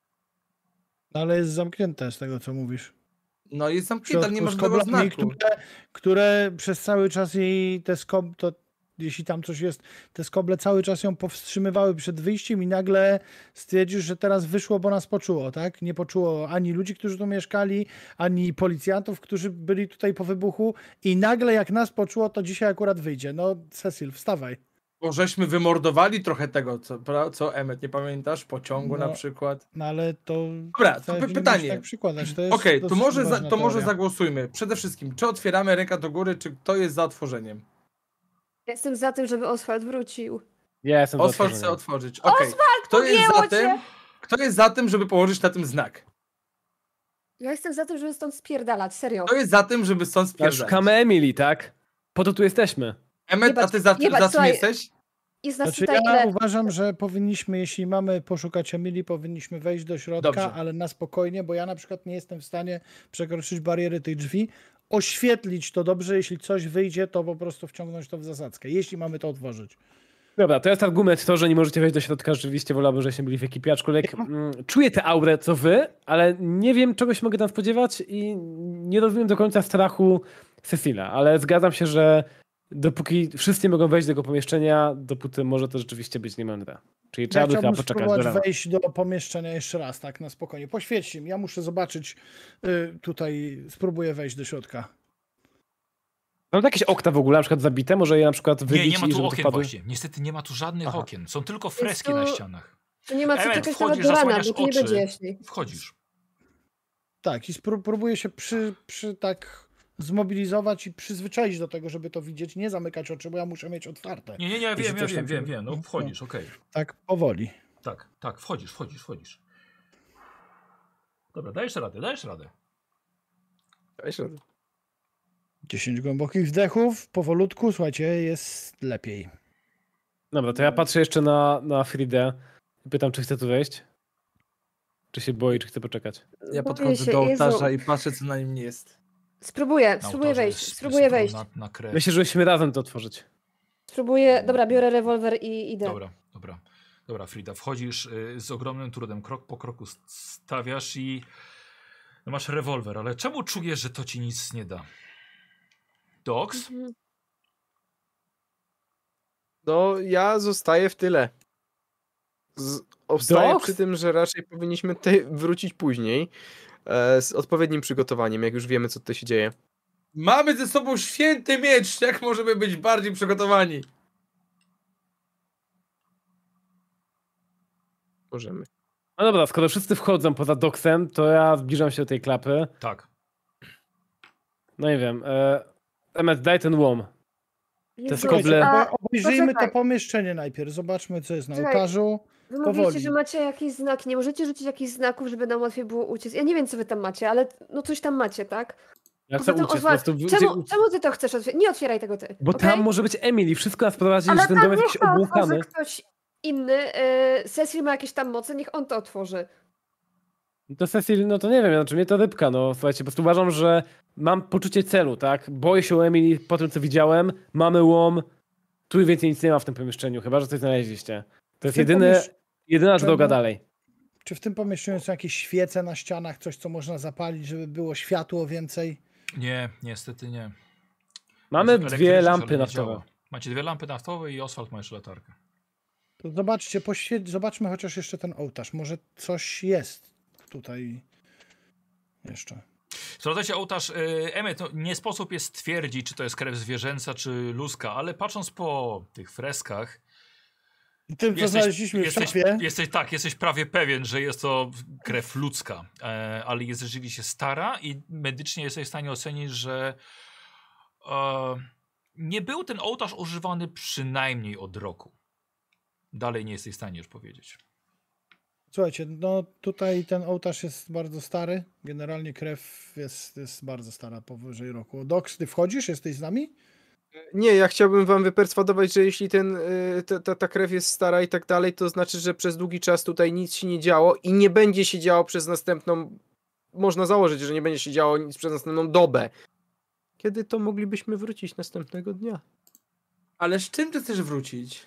Ale jest zamknięte z tego, co mówisz. No jest zamknięte, ale nie ma żadnego koblami, znaku. które przez cały czas jej te jeśli tam coś jest, te skoble cały czas ją powstrzymywały przed wyjściem i nagle stwierdzisz, że teraz wyszło, bo nas poczuło, tak? Nie poczuło ani ludzi, którzy tu mieszkali, ani policjantów, którzy byli tutaj po wybuchu i nagle jak nas poczuło, to dzisiaj akurat wyjdzie. No Cecil, wstawaj. Bo żeśmy wymordowali trochę tego, co Emmet, nie pamiętasz? Pociągu na przykład. No ale to... Dobra, to pytanie. Tak przykładać. To jest Okej, to może teoria. zagłosujmy. Przede wszystkim, czy otwieramy ręka do góry, czy kto jest za otworzeniem? Jestem za tym, żeby Oswald wrócił. Ja jestem Oswald chce otworzyć. Okej. Kto jest za tym, żeby położyć na tym znak? Ja jestem za tym, żeby stąd spierdalać, serio. Kto jest za tym, żeby stąd Ja spierdalać? szukamy Emily, tak? Po to tu jesteśmy. Emmet, a ty za tym jesteś? Jest nas Znaczy, tutaj ja ile? uważam, że powinniśmy, jeśli mamy poszukać Emilii, powinniśmy wejść do środka, Dobrze. ale na spokojnie, bo ja na przykład nie jestem w stanie przekroczyć bariery tych drzwi, oświetlić to dobrze, jeśli coś wyjdzie, to po prostu wciągnąć to w zasadzkę, jeśli mamy to otworzyć. Dobra, to jest argument to, że nie możecie wejść do środka, rzeczywiście wolałbym, żebyśmy byli w ekipie, aczkolwiek czuję tę aurę, co wy, ale nie wiem, czego się mogę tam spodziewać i nie rozumiem do końca strachu Cecila, ale zgadzam się, że dopóki wszyscy nie mogą wejść do tego pomieszczenia, dopóty może to rzeczywiście być niemądre. Czyli trzeba by chyba poczekać do rana. Wejść do pomieszczenia jeszcze raz, tak, na spokojnie. Poświećcie mi, ja muszę zobaczyć, tutaj spróbuję wejść do środka. Są jakieś okna w ogóle, na przykład zabite? Może je na przykład wybić? Nie ma i tu żeby okien wpadły? właśnie. Niestety nie ma tu żadnych okien. Są tylko freski na ścianach. To nie ma co Emmet, czekać wchodzisz, nawet do rana, zasłaniasz bo to nie oczy. będzie jaśniej. Wchodzisz. Tak, i próbuję się tak zmobilizować i przyzwyczaić do tego, żeby to widzieć, nie zamykać oczy, bo ja muszę mieć otwarte. Nie, Jeśli coś tam wiem. No wchodzisz, okej. Tak, powoli. Tak, wchodzisz. Dobra, dajesz radę. 10 głębokich wdechów, powolutku, słuchajcie, jest lepiej. Dobra, to ja patrzę jeszcze na Fridę i pytam, czy chce tu wejść? Czy się boi, czy chce poczekać? Ja Boję podchodzę się, do Jezu. ołtarza i patrzę, co na nim jest. Spróbuję Na wejść, ołtarzu spróbuję jest wejść. Na krew. Myślę, że musimy razem to otworzyć. Spróbuję, dobra, biorę rewolwer i idę. Dobra, Frida, wchodzisz z ogromnym trudem, krok po kroku stawiasz i no masz rewolwer, ale czemu czujesz, że to ci nic nie da? Dox? No, ja zostaję w tyle. Obstaję Dox? przy tym, że raczej powinniśmy wrócić później z odpowiednim przygotowaniem, jak już wiemy, co tutaj się dzieje. Mamy ze sobą święty miecz! Jak możemy być bardziej przygotowani? Możemy. No dobra, skoro wszyscy wchodzą poza Doxem, to ja zbliżam się do tej klapy. Tak. No nie wiem. Emmet, daj ten łom. Jezu, skoble- Obejrzyjmy to poczekaj. pomieszczenie najpierw, zobaczmy, co jest na Czekaj. ołtarzu. Wy powoli. mówicie, że macie jakieś znaki. Nie możecie rzucić jakichś znaków, żeby nam łatwiej było uciec. Ja nie wiem, co wy tam macie, ale no coś tam macie, tak? Ja chcę Poza tym, uciec. Po Oswald, prostu czemu ty to chcesz otwierać? Nie otwieraj tego ty. Bo okej? tam może być Emily. Wszystko nas prowadzi, Ale że ten tam dom jest niech jakiś to otworzy obłukany. ktoś inny. Cecil ma jakieś tam moce, niech on to otworzy. To Cecil, no to nie wiem, znaczy mnie to rybka, no słuchajcie, po prostu uważam, że mam poczucie celu, tak? Boję się o Emily po tym, co widziałem, mamy łom, tu więcej nic nie ma w tym pomieszczeniu, chyba że coś znaleźliście. To jest jedyna droga dalej. Czy w tym pomieszczeniu są jakieś świece na ścianach, coś, co można zapalić, żeby było światło więcej? Nie, niestety nie. Mamy Jest dwie elektryczne, lampy ale nie naftowe. działa. Macie dwie lampy naftowe i Oswald ma jeszcze latarkę. To zobaczcie, zobaczmy chociaż jeszcze ten ołtarz. Może coś jest tutaj jeszcze. Słuchajcie, ołtarz, Emmet, no, nie sposób jest stwierdzić, czy to jest krew zwierzęca, czy ludzka, ale patrząc po tych freskach, I tym, co znaleźliśmy w szafie. jesteś prawie pewien, że jest to krew ludzka, ale jest rzeczywiście stara i medycznie jesteś w stanie ocenić, że Nie był ten ołtarz używany przynajmniej od roku. Dalej nie jesteś w stanie już powiedzieć. Słuchajcie, no tutaj ten ołtarz jest bardzo stary. Generalnie krew jest bardzo stara, powyżej roku. Dox, ty wchodzisz? Jesteś z nami? Nie, ja chciałbym wam wyperswadować, że jeśli ta krew jest stara i tak dalej, to znaczy, że przez długi czas tutaj nic się nie działo i nie będzie się działo przez następną... Można założyć, że nie będzie się działo nic przez następną dobę. Kiedy to moglibyśmy wrócić następnego dnia? Ale z czym ty chcesz wrócić?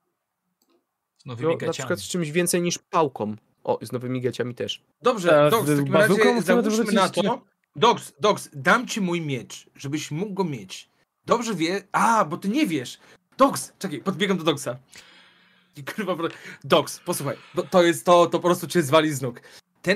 Z nowymi No, na gaciami. przykład z czymś więcej niż pałką. O, z nowymi gaciami też. Dobrze, Dox, w takim bazuką razie chcemy załóżmy wrócić, na czy- to. Dox, dam ci mój miecz, żebyś mógł go mieć. Dobrze wie... bo ty nie wiesz. Dox, czekaj, podbiegam do Doxa. I kurwa, Dox, posłuchaj, bo to jest to po prostu cię zwali z nóg.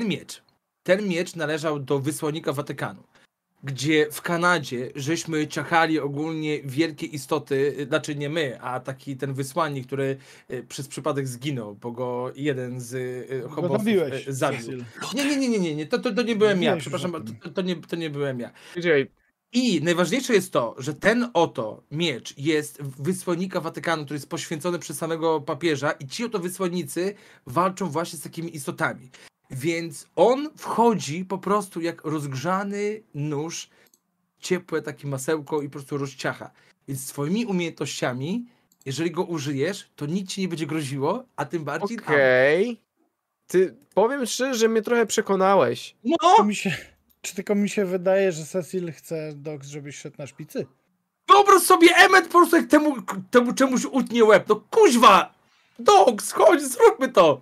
Ten miecz należał do wysłannika Watykanu, gdzie w Kanadzie żeśmy ciachali ogólnie wielkie istoty, znaczy nie my, a taki ten wysłannik, który przez przypadek zginął, bo go jeden z Go hobosów zabiłeś, zabił. Cecil. Nie, to nie byłem ja, Mówiłeś przepraszam, już o tym. to nie byłem ja. Wiedziej, I najważniejsze jest to, że ten oto miecz jest wysłannika Watykanu, który jest poświęcony przez samego papieża i ci oto wysłannicy walczą właśnie z takimi istotami. Więc on wchodzi po prostu jak rozgrzany nóż, ciepłe takie masełko i po prostu rozciacha. Więc swoimi umiejętnościami, jeżeli go użyjesz, to nic ci nie będzie groziło, a tym bardziej... okej. Ty, powiem szczerze, że mnie trochę przekonałeś. No! Czy tylko mi się wydaje, że Cecil chce, Dox, żebyś szedł na szpicy? Wyobraź sobie, Emmet po prostu jak temu czemuś utnie łeb. No kuźwa! Dox, chodź, zróbmy to!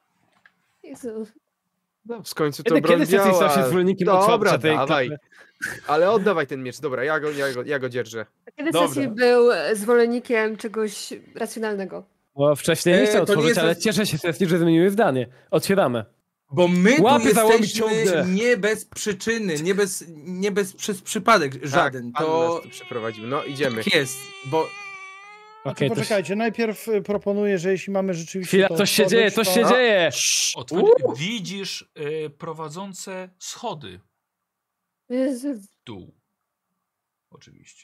Jezu. No, w końcu to Kiedy broń Cecil stał się działa. zwolennikiem Dobra, tej dawaj. klapy? Ale oddawaj ten miecz. Dobra, ja go dzierżę. A kiedy Dobra. Cecil był zwolennikiem czegoś racjonalnego? Bo wcześniej nie chciał to nie otworzyć, jest- ale cieszę się, Cecil, że zmieniły zdanie. Otwieramy. Bo my tu Łapy za łomi jesteśmy ciągnę. nie bez przyczyny, nie bez przez przypadek żaden. Tak, To Pan nas tu przeprowadził. No, idziemy. tak jest, bo Okej, to Poczekajcie, najpierw proponuję, że jeśli mamy rzeczywiście chwila, to coś się otworzyć, dzieje, coś to- się dzieje! Widzisz prowadzące schody Jezu. w dół. Oczywiście.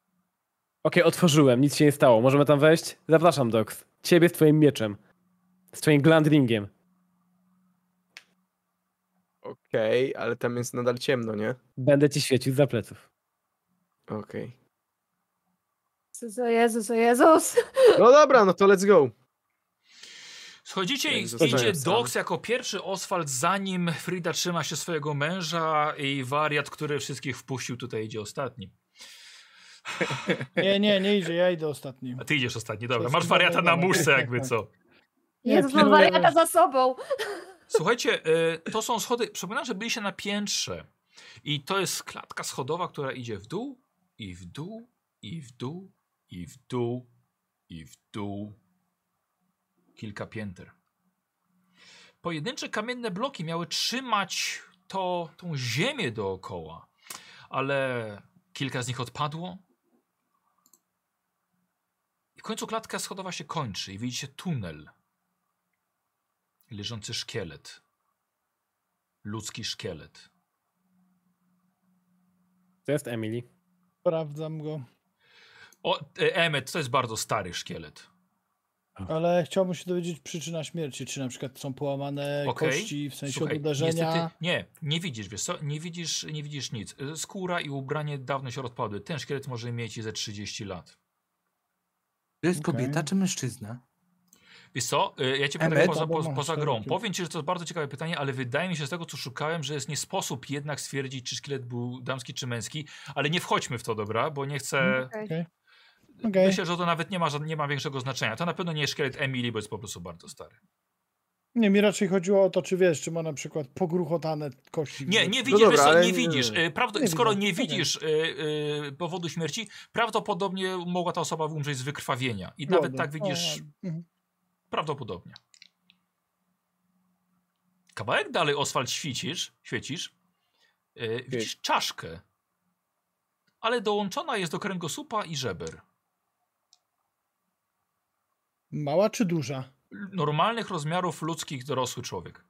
Okej, otworzyłem, nic się nie stało. Możemy tam wejść? Zapraszam, Dox. Ciebie z twoim mieczem. Z twoim glandringiem. Okej, ale tam jest nadal ciemno, nie? Będę ci świecił za pleców. Okej. O Jezus, o Jezus. No dobra, no to let's go. Schodzicie i Jak zostałem idzie sam. Dox jako pierwszy Oswald, zanim Frida trzyma się swojego męża i wariat, który wszystkich wpuścił, tutaj idzie ostatni. Nie idzie, ja idę ostatni. A ty idziesz ostatni, dobra. Przez Masz wariata na chwilę, muszce tak, jakby tak. co. Jezus, mam pilnuję. wariata za sobą. Słuchajcie, to są schody, przypominam, że byliście na piętrze i to jest klatka schodowa, która idzie w dół i w dół i w dół i w dół i w dół. Kilka pięter. Pojedyncze kamienne bloki miały trzymać tą ziemię dookoła, ale kilka z nich odpadło. I w końcu klatka schodowa się kończy i widzicie tunel. Leżący szkielet. Ludzki szkielet. To jest Emily. Sprawdzam go. Emmet, to jest bardzo stary szkielet. Ale chciałbym się dowiedzieć przyczyna śmierci, czy na przykład są połamane Okej. kości w sensie Słuchaj, od uderzenia. niestety nie widzisz, wiesz co? Nie widzisz nic. Skóra i ubranie dawno się rozpadły. Ten szkielet może mieć ze 30 lat. to jest Okej. kobieta czy mężczyzna? Wiesz co? Ja cię Emmet? pytam poza Masz, grą. tak. Powiem ci, że to jest bardzo ciekawe pytanie, ale wydaje mi się z tego, co szukałem, że jest nie sposób jednak stwierdzić, czy szkielet był damski, czy męski, ale nie wchodźmy w to, dobra? Bo nie chcę... Okej. Okej. Myślę, że to nawet nie ma większego znaczenia. To na pewno nie jest szkielet Emily, bo jest po prostu bardzo stary. Nie, mi raczej chodziło o to, czy wiesz, czy ma na przykład pogruchotane kości. Nie widoczne. widzisz, dobra, wiesz co, ale nie nie- widzisz. Nie Skoro widzę. nie Okej. widzisz powodu śmierci, prawdopodobnie mogła ta osoba umrzeć z wykrwawienia. I Głodu. nawet tak widzisz, Mhm. prawdopodobnie. Kawałek dalej, Oswald, świecisz. Widzisz czaszkę, ale dołączona jest do kręgosłupa i żeber. Mała czy duża? Normalnych rozmiarów ludzkich dorosły człowiek.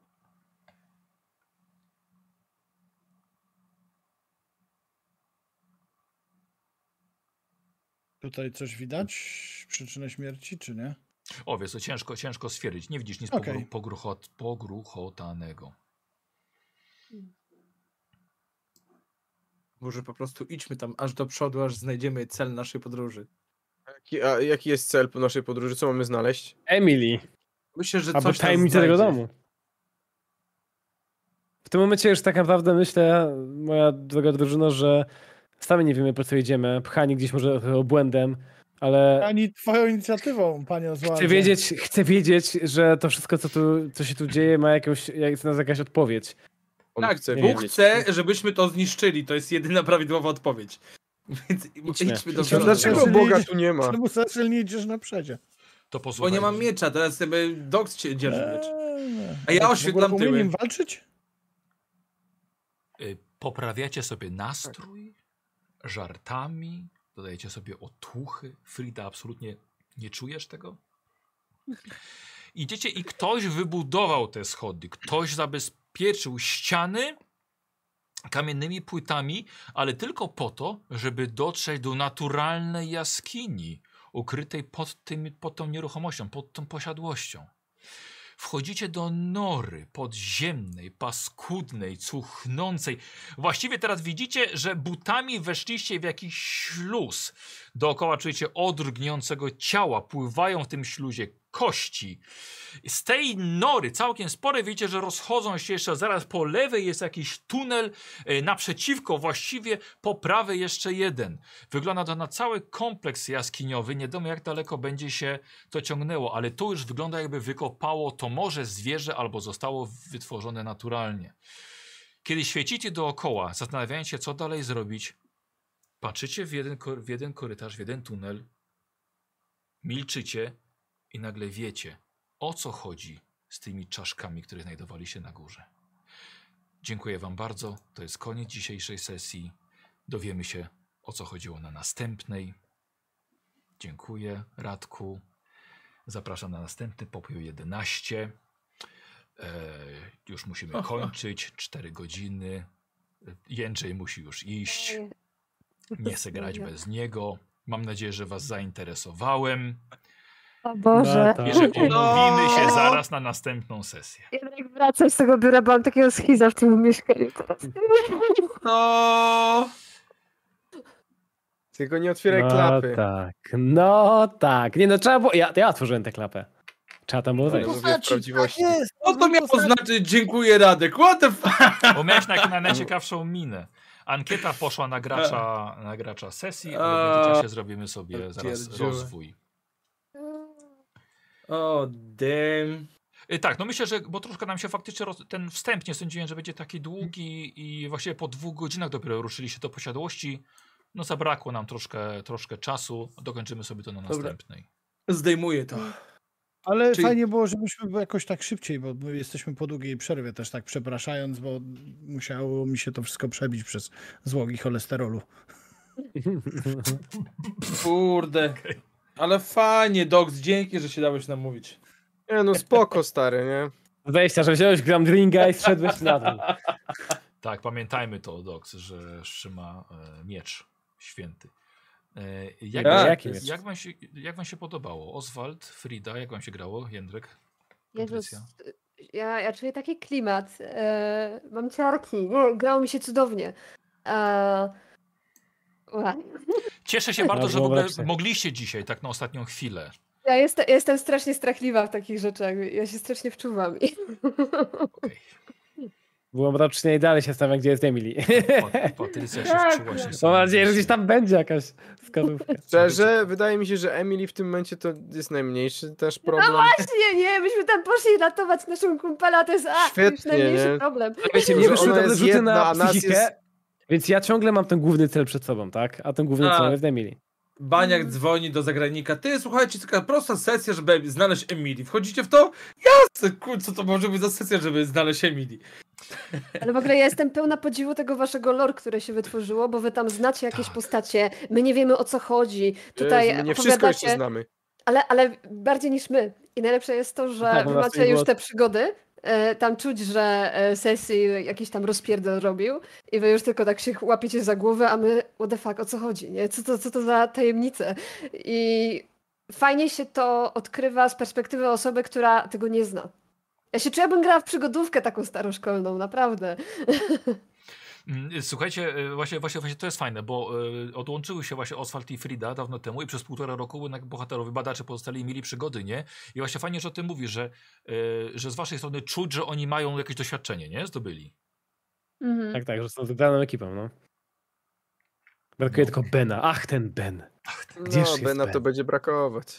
Tutaj coś widać? Przyczynę śmierci, czy nie? O, wiesz, to ciężko stwierdzić. Nie widzisz nic pogruchotanego. Może po prostu idźmy tam aż do przodu, aż znajdziemy cel naszej podróży. A jaki jest cel naszej podróży? Co mamy znaleźć? Emily. Myślę, że Albo coś tam tajemnicę tego znajdzie. domu. W tym momencie już tak naprawdę myślę, moja droga drużyno, że sami nie wiemy, po co jedziemy. Pchani gdzieś może obłędem, ale Ani twoją inicjatywą, panie Oswaldzie. chcę wiedzieć, że to wszystko, co się tu dzieje, ma jakaś odpowiedź. On Tak, chce Bóg wiedzieć. chce, żebyśmy to zniszczyli. To jest jedyna prawidłowa odpowiedź. Więc idźmy do To przodu. dlaczego Boga tu nie ma? Czemu Cecil nie idziesz na przedzie? To Bo posłuchaj. nie mam miecza, teraz sobie Dox cię dzierży miecz. Nie. A ja oświetlam w ogóle umiem tyły. nim walczyć? Poprawiacie sobie nastrój żartami, dodajecie sobie otuchy. Frida, absolutnie nie czujesz tego? Idziecie i ktoś wybudował te schody, ktoś zabezpieczył ściany kamiennymi płytami, ale tylko po to, żeby dotrzeć do naturalnej jaskini, ukrytej pod tą nieruchomością, pod tą posiadłością. Wchodzicie do nory podziemnej, paskudnej, cuchnącej. Właściwie teraz widzicie, że butami weszliście w jakiś śluz. Dookoła czujecie odór gnijącego ciała. Pływają w tym śluzie kości. Z tej nory, całkiem spore, widzicie, że rozchodzą się jeszcze zaraz po lewej jest jakiś tunel, naprzeciwko właściwie po prawej jeszcze jeden. Wygląda to na cały kompleks jaskiniowy. Nie wiadomo, jak daleko będzie się to ciągnęło, ale tu już wygląda, jakby wykopało to morze zwierzę albo zostało wytworzone naturalnie. Kiedy świecicie dookoła, zastanawiając się, co dalej zrobić, patrzycie w jeden korytarz, w jeden tunel, milczycie i nagle wiecie, o co chodzi z tymi czaszkami, które znajdowali się na górze. Dziękuję wam bardzo. To jest koniec dzisiejszej sesji. Dowiemy się, o co chodziło na następnej. Dziękuję, Radku. Zapraszam na następny Popiół 11. Już musimy kończyć. 4 godziny. Jędrzej musi już iść. Nie chcę grać bez niego. Mam nadzieję, że was zainteresowałem. O Boże. No I że umówimy się zaraz na następną sesję. Jak wracam z tego biura, bo mam takiego schiza w tym mieszkaniu teraz. No. Tylko nie otwieraj klapy. No tak. Nie no, trzeba było... Ja otworzyłem tę klapę. Trzeba tam było Ale wejść. mówię w prawdziwości. Co to miało znaczyć? Dziękuję, Radek. What the fuck? Bo miałeś na najciekawszą minę. Ankieta poszła na gracza sesji, ale w międzyczasie zrobimy sobie zaraz Pierdziele. rozwój. O, damn. Tak, no myślę, że bo troszkę nam się faktycznie ten wstęp nie sądziłem, że będzie taki długi i właściwie po 2 godzinach dopiero ruszyliśmy do posiadłości. No zabrakło nam troszkę czasu. Dokończymy sobie to na następnej. Zdejmuję to. Ale Czyli- fajnie było, żebyśmy jakoś tak szybciej, bo my jesteśmy po długiej przerwie też tak przepraszając, bo musiało mi się to wszystko przebić przez złogi cholesterolu. Kurde. Ale fajnie, Dox, dzięki, że się dałeś namówić. Nie no spoko stary, nie? Wejścia, że wziąłeś gram drinka i zszedłeś na dół. Tak, pamiętajmy to, Dox, że trzyma miecz święty. Jak wam się podobało? Oswald, Frida, jak wam się grało? Jędrek? Jezus, Patrycja? ja czuję taki klimat. Mam ciarki. Nie, grało mi się cudownie. Cieszę się bardzo, że w było ogóle lepsze. mogliście dzisiaj, tak na ostatnią chwilę. Ja jestem strasznie strachliwa w takich rzeczach. Ja się strasznie wczuwam. Okay. Było mrocznie i dalej się zastanawiam, gdzie jest Emily. Patrycja się wczuła się. Mam nadzieję, że gdzieś tam będzie jakaś wskazówka. Szczerze, wydaje mi się, że Emily w tym momencie to jest najmniejszy też problem. Właśnie, nie, myśmy tam poszli ratować naszą kumpela, to jest już Świetnie, najmniejszy nie? problem. Wiecie, mnie Że wyszły ona dobre jest rzuty jedna, na a nas psychikę, jest- więc ja ciągle mam ten główny cel przed sobą, tak? A ten główny cel jest Emily. Baniak dzwoni do zagranika. Ty, słuchajcie, taka prosta sesja, żeby znaleźć Emily. Wchodzicie w to? Jasne, co to może być za sesja, żeby znaleźć Emily? Ale w ogóle ja jestem pełna podziwu tego waszego lore, które się wytworzyło, bo wy tam znacie jakieś Tak. postacie, my nie wiemy o co chodzi. Tutaj Jezu, my nie wszystko jeszcze znamy. ale bardziej niż my. I najlepsze jest to, że Tak, wy u nas macie nie już było- te przygody, tam czuć, że sesji jakiś tam rozpierdol robił i wy już tylko tak się łapiecie za głowę, a my what the fuck, o co chodzi, nie? Co to za tajemnice? I fajnie się to odkrywa z perspektywy osoby, która tego nie zna. Ja się czuję, jakbym grała w przygodówkę taką staroszkolną, naprawdę. Słuchajcie, właśnie to jest fajne, bo odłączyły się właśnie Oswald i Frida dawno temu i przez 1,5 roku bohaterowie, badacze pozostali i mieli przygody, nie? I właśnie fajnie, że o tym mówisz, że z waszej strony czuć, że oni mają jakieś doświadczenie, nie? Zdobyli. Tak, że są wybraną ekipą, no. Brakuje tylko Bena. Ach, ten Ben. Gdzież jest Bena Ben? to będzie brakować.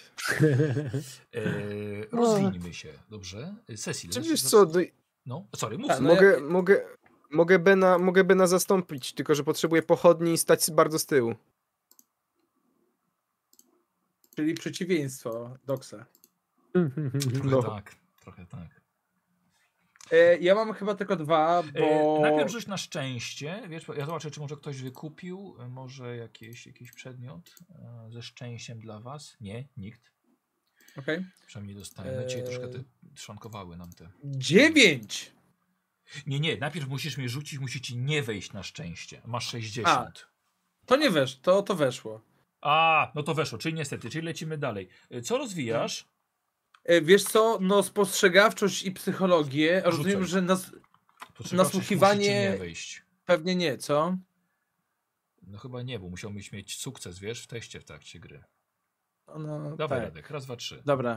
Rozwinijmy się, dobrze? Sesji. Czy wiesz co, No, sorry, mów. mogę Bena zastąpić, tylko że potrzebuję pochodni i stać bardzo z tyłu. Czyli przeciwieństwo Doxa. Trochę tak. Ja mam chyba tylko 2, bo... Najpierw rzuć na szczęście. Wiesz, ja zobaczę, czy może ktoś wykupił może jakiś przedmiot ze szczęściem dla was. Nie, nikt. Okej. Przynajmniej dostajemy. Dzisiaj troszkę te szwankowały nam te. 9! Nie, najpierw musisz mnie rzucić, musi ci nie wejść na szczęście. Masz 60. To nie weszło, to weszło. No to weszło, czyli niestety, czyli lecimy dalej. Co rozwijasz? Wiesz co, no spostrzegawczość i psychologię, rozumiem, że nasłuchiwanie nie wejść. pewnie nie, co? No chyba nie, bo musiałbyś mieć sukces, wiesz, w teście w trakcie gry. No, Dawaj, tak. Radek, raz, dwa, trzy. Dobra.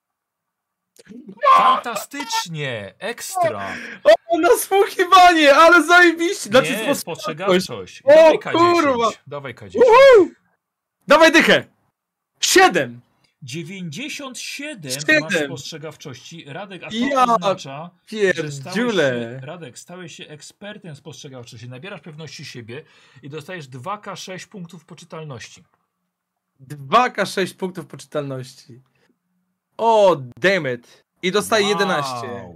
Fantastycznie, ekstra. O, nasłuchiwanie, ale zajebiście. Nie, spostrzegawczość. O, Dawaj K10. kurwa. Dawaj K10. Dawaj dychę. 7. 97 7. masz spostrzegawczości. Radek, a to oznacza, że Radek, stałeś się ekspertem spostrzegawczości. Nabierasz pewności siebie i dostajesz 2K6 punktów poczytalności. 2K6 punktów poczytalności. O, damn it. I dostaję 11.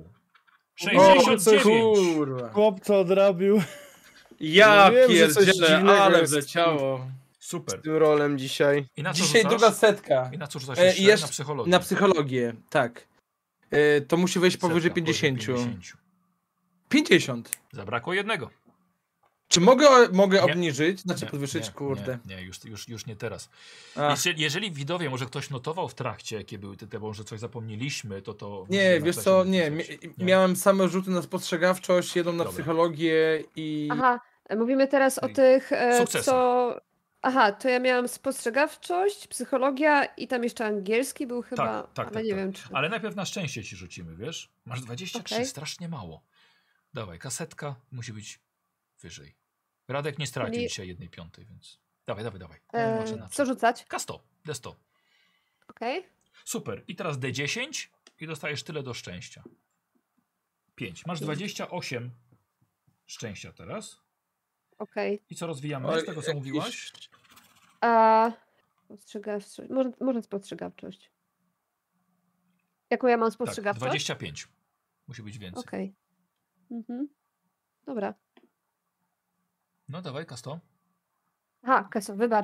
69. Kurwa. Chłopco odrobił. Ja wiem, że coś pierdzielę, dziwnego ale jest wleciało. Super. Z tym rolem dzisiaj. I na co Dzisiaj rzucasz? druga setka. I na co rzucasz jeszcze? Jeszcze Na psychologię. Na psychologię, tak. To musi wejść powyżej Setka, 50. 50. 50. Zabrakło jednego. Czy mogę Nie. obniżyć? Znaczy Nie, podwyższyć? nie, Kurde. Nie, już nie teraz. Ach. Jeżeli widowie, może ktoś notował w trakcie, jakie były te, może coś zapomnieliśmy, to... Nie, wiesz co, nie. Nie. Miałem same rzuty na spostrzegawczość, jedną na Dobra. psychologię i... Aha, mówimy teraz o tych, Sukcesy. co... Aha, to ja miałam spostrzegawczość, psychologia i tam jeszcze angielski był chyba, ale nie wiem czy... Ale najpierw na szczęście ci rzucimy, wiesz? Masz 23, Okej. strasznie mało. Dawaj, kasetka musi być wyżej. Radek nie stracił Czyli- dzisiaj 1/5, więc... Dawaj. Zobaczę na co rzucać? K100, D100. Okej. Super. I teraz D10 i dostajesz tyle do szczęścia. 5. Masz 28 szczęścia teraz. Okej. I co rozwijamy Oj, z tego, co mówiłaś? A spostrzegawczość. Może spostrzegawczość. Jaką ja mam Tak, spostrzegawczość? 25. Musi być więcej. Okej. Mhm. Dobra. No dawaj, K100. Aha, Keso, wybacz.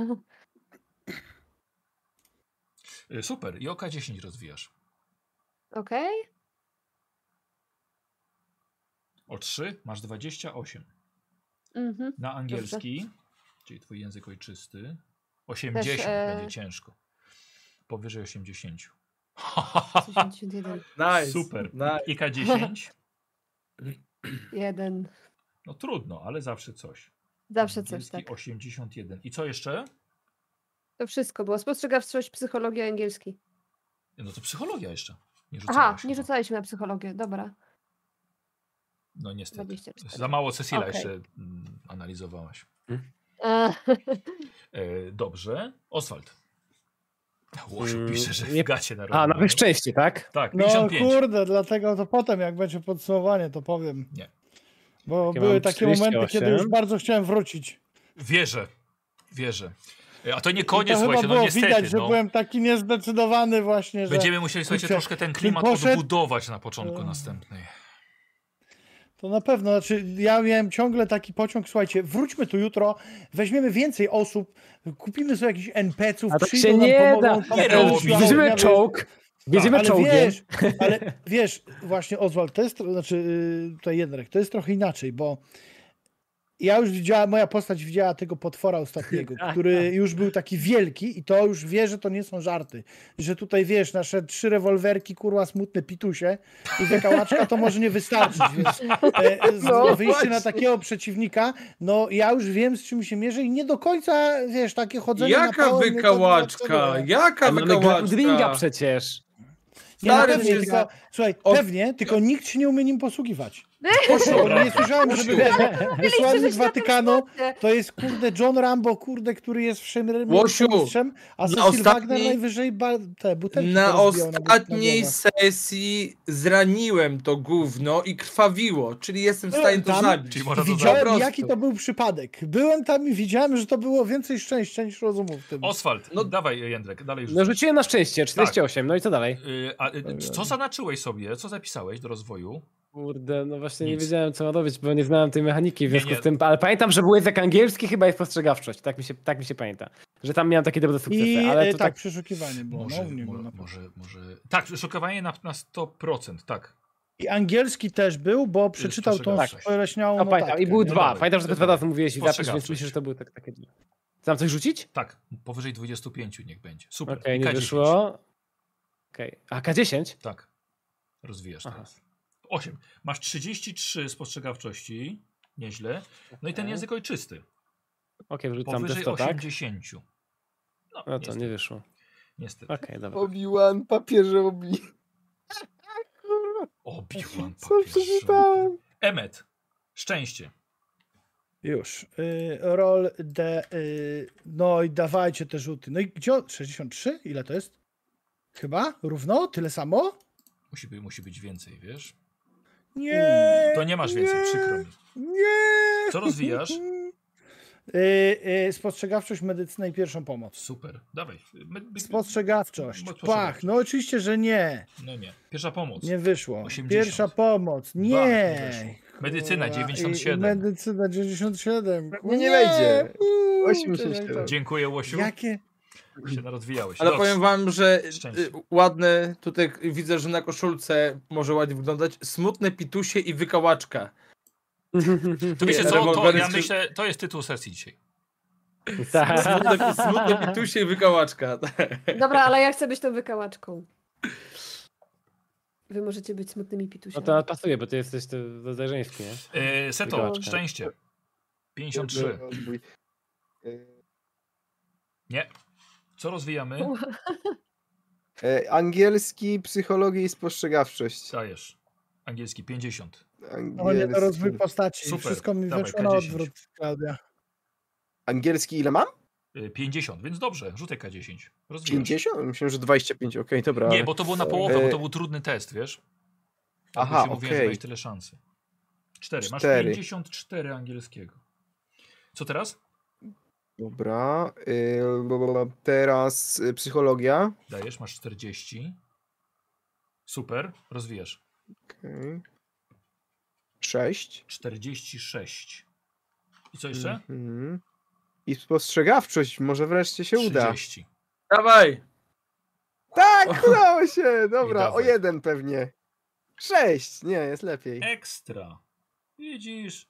Super. I OK10 rozwijasz. Okej. O 3 masz 28. Mhm. Na angielski, czyli twój język ojczysty, 80 Też, będzie ciężko. Powyżej 80. 61. Nice. Super. Nice. I K10? 1. No trudno, ale zawsze coś. Zawsze coś, Angielski tak. 81. I co jeszcze? To wszystko było. Spostrzegawczość, psychologia, angielski. No to psychologia jeszcze. Nie Aha, rzucałaś nie chyba. rzucaliśmy na psychologię. Dobra. No niestety. 24. Za mało Cecila Okej. jeszcze analizowałaś. E, Dobrze. Oswald. Łosiu Mm, pisze, że nie- w gacie na A, na szczęście, tak? Tak, No 55. kurde, dlatego to potem, jak będzie podsumowanie, to powiem. Nie. Bo Ja były mam takie momenty, 48. kiedy już bardzo chciałem wrócić. Wierzę. A to nie I to koniec, chyba słuchajcie, no było niestety. widać, że No. byłem taki niezdecydowany właśnie, że Będziemy musieli, słuchajcie, kurczę, troszkę ten klimat poszedł- odbudować na początku następnej. to na pewno, znaczy ja miałem ciągle taki pociąg, słuchajcie, wróćmy tu jutro, weźmiemy więcej osób, kupimy sobie jakichś NPC-ów, A tak przyjdą się nam nie pomogą, da. tam Nie będą robi. światła, Weźmiemy wiesz, czołg, Wiedziemy Ale czołgiem. wiesz, właśnie Oswald, to jest, tutaj Jędrek, to jest trochę inaczej, bo ja już widziałem, moja postać widziała tego potwora ostatniego, który już był taki wielki i to już wie, że to nie są żarty. Że tutaj, wiesz, nasze 3 rewolwerki, kurwa, smutne pitusie i wykałaczka to może nie wystarczyć, więc wyjście na takiego przeciwnika, no ja już wiem, z czym się mierzę i nie do końca, wiesz, takie chodzenie na Jaka pałę... wykałaczka? Jaka Mamy wykałaczka? Gladwinga przecież. Nie, no Stary, pewnie, wszystko- tylko, słuchaj, pewnie, tylko nikt się nie umie nim posługiwać. Dobra. Nie słyszałem, żeby wysłannik Watykanu to jest, kurde, John Rambo, kurde, który jest wszędzie Łosiu, mistrzem, a na Cecil Wagner ostatniej- najwyżej te butelki Na porozbijał ostatniej głowę. sesji zraniłem to gówno i krwawiło, czyli jestem w Byłem stanie to tam, zabić. Czyli można to Po Widziałem, prostu. jaki to był przypadek. Byłem tam i widziałem, że to było więcej szczęścia niż rozumu w tym. Oswald, No- dawaj Jędrek, dalej No rzucaj. rzuciłem na szczęście, 48, no i co dalej? Co zaznaczyłeś sobie? Co zapisałeś do rozwoju? Kurde, no właśnie nie Nic. wiedziałem co ma robić, bo nie znałem tej mechaniki w związku nie. z tym, ale pamiętam, że był język angielski chyba jest spostrzegawczość, tak mi się pamięta. Że tam miałem takie dobre sukcesy, I ale to tak, tak... przeszukiwanie było. Może, No, nie było na może. Tak, przeszukiwanie na 100%, tak. I angielski też był, bo przeczytał tą spostrzegawczość. spoleśniałą No, pamiętam, notatkę. i były nie? dwa. dawaj, Pamiętam, że tylko dawaj. 2 razy mówiłeś i zapisz, więc Spostrzegawczość. myślę, że to były takie dwie. Chcę coś rzucić? Tak, powyżej 25 niech będzie. Super. Okej, I nie K10. wyszło. Okej. A K10? Tak. Rozwijasz Aha. teraz. 8. Masz 33 spostrzegawczości. Nieźle. No i ten język ojczysty. Okej, wrzucam Powyżej też to, tak? 80. No to niestety. nie wyszło. Niestety. Okej, dobra. Obi-Wan, papieżobi. Obi-Wan Co papież. przeczytałem? Emmet. Szczęście. Już. Roll D. No i dawajcie te rzuty. No i gdzie? 63? Ile to jest? Chyba? Równo? Tyle samo? Musi być więcej, wiesz? Nie. To nie masz więcej, przykro mi. Nie. Co rozwijasz? Spostrzegawczość, medycyna i pierwszą pomoc. Super. Dawaj. Spostrzegawczość. Spostrzegawczość. Pach. No oczywiście, że nie. No nie. Pierwsza pomoc. Nie wyszło. 80. Pierwsza pomoc. Dwa, Nie. weszło. Medycyna, Kurwa, 97. Medycyna 97. Pewnie nie wejdzie. Uuu, 87. czekaj, Dziękuję, Łosiu. Jakie? Się narozwijałeś. Ale Dobrze. powiem wam, że Szczęście. ładne, tutaj widzę, że na koszulce może ładnie wyglądać, smutne pitusie i wykałaczka. To wiecie co, to Rewolwery ja z- myślę, to jest tytuł sesji dzisiaj. Tak. Smutne pitusie i wykałaczka. Dobra, ale ja chcę być tą wykałaczką. Wy możecie być smutnymi No pitusiami. to pasuje, bo ty jesteś rodzaj żeński, nie? Seto, Wykałaczka. szczęście. 53. Nie. Co rozwijamy? Angielski, psychologia i spostrzegawczość. Dajesz. Angielski 50. No nie, to rozwój postaci. Super. Wszystko mi Dawaj, wyszło na K10. odwrót, Klaudia. Angielski ile mam? 50, więc dobrze, rzucaj K10. Rozwijasz. 50? Myślałem, że 25, okej, dobra. Nie, bo to było na połowę, bo to był trudny test, wiesz? Aha, Mówiłem, że okej. miałeś tyle szansy. 4. Masz 4. 54 angielskiego. Co teraz? Dobra. Teraz psychologia. Dajesz, masz 40. Super, rozwijasz. Okay. 6. 46. I co jeszcze? Mhm. I spostrzegawczość, może wreszcie się uda. 30. Dawaj! Tak, udało się! Dobra, dawaj. o 1 pewnie. 6, nie, jest lepiej. Ekstra. Widzisz?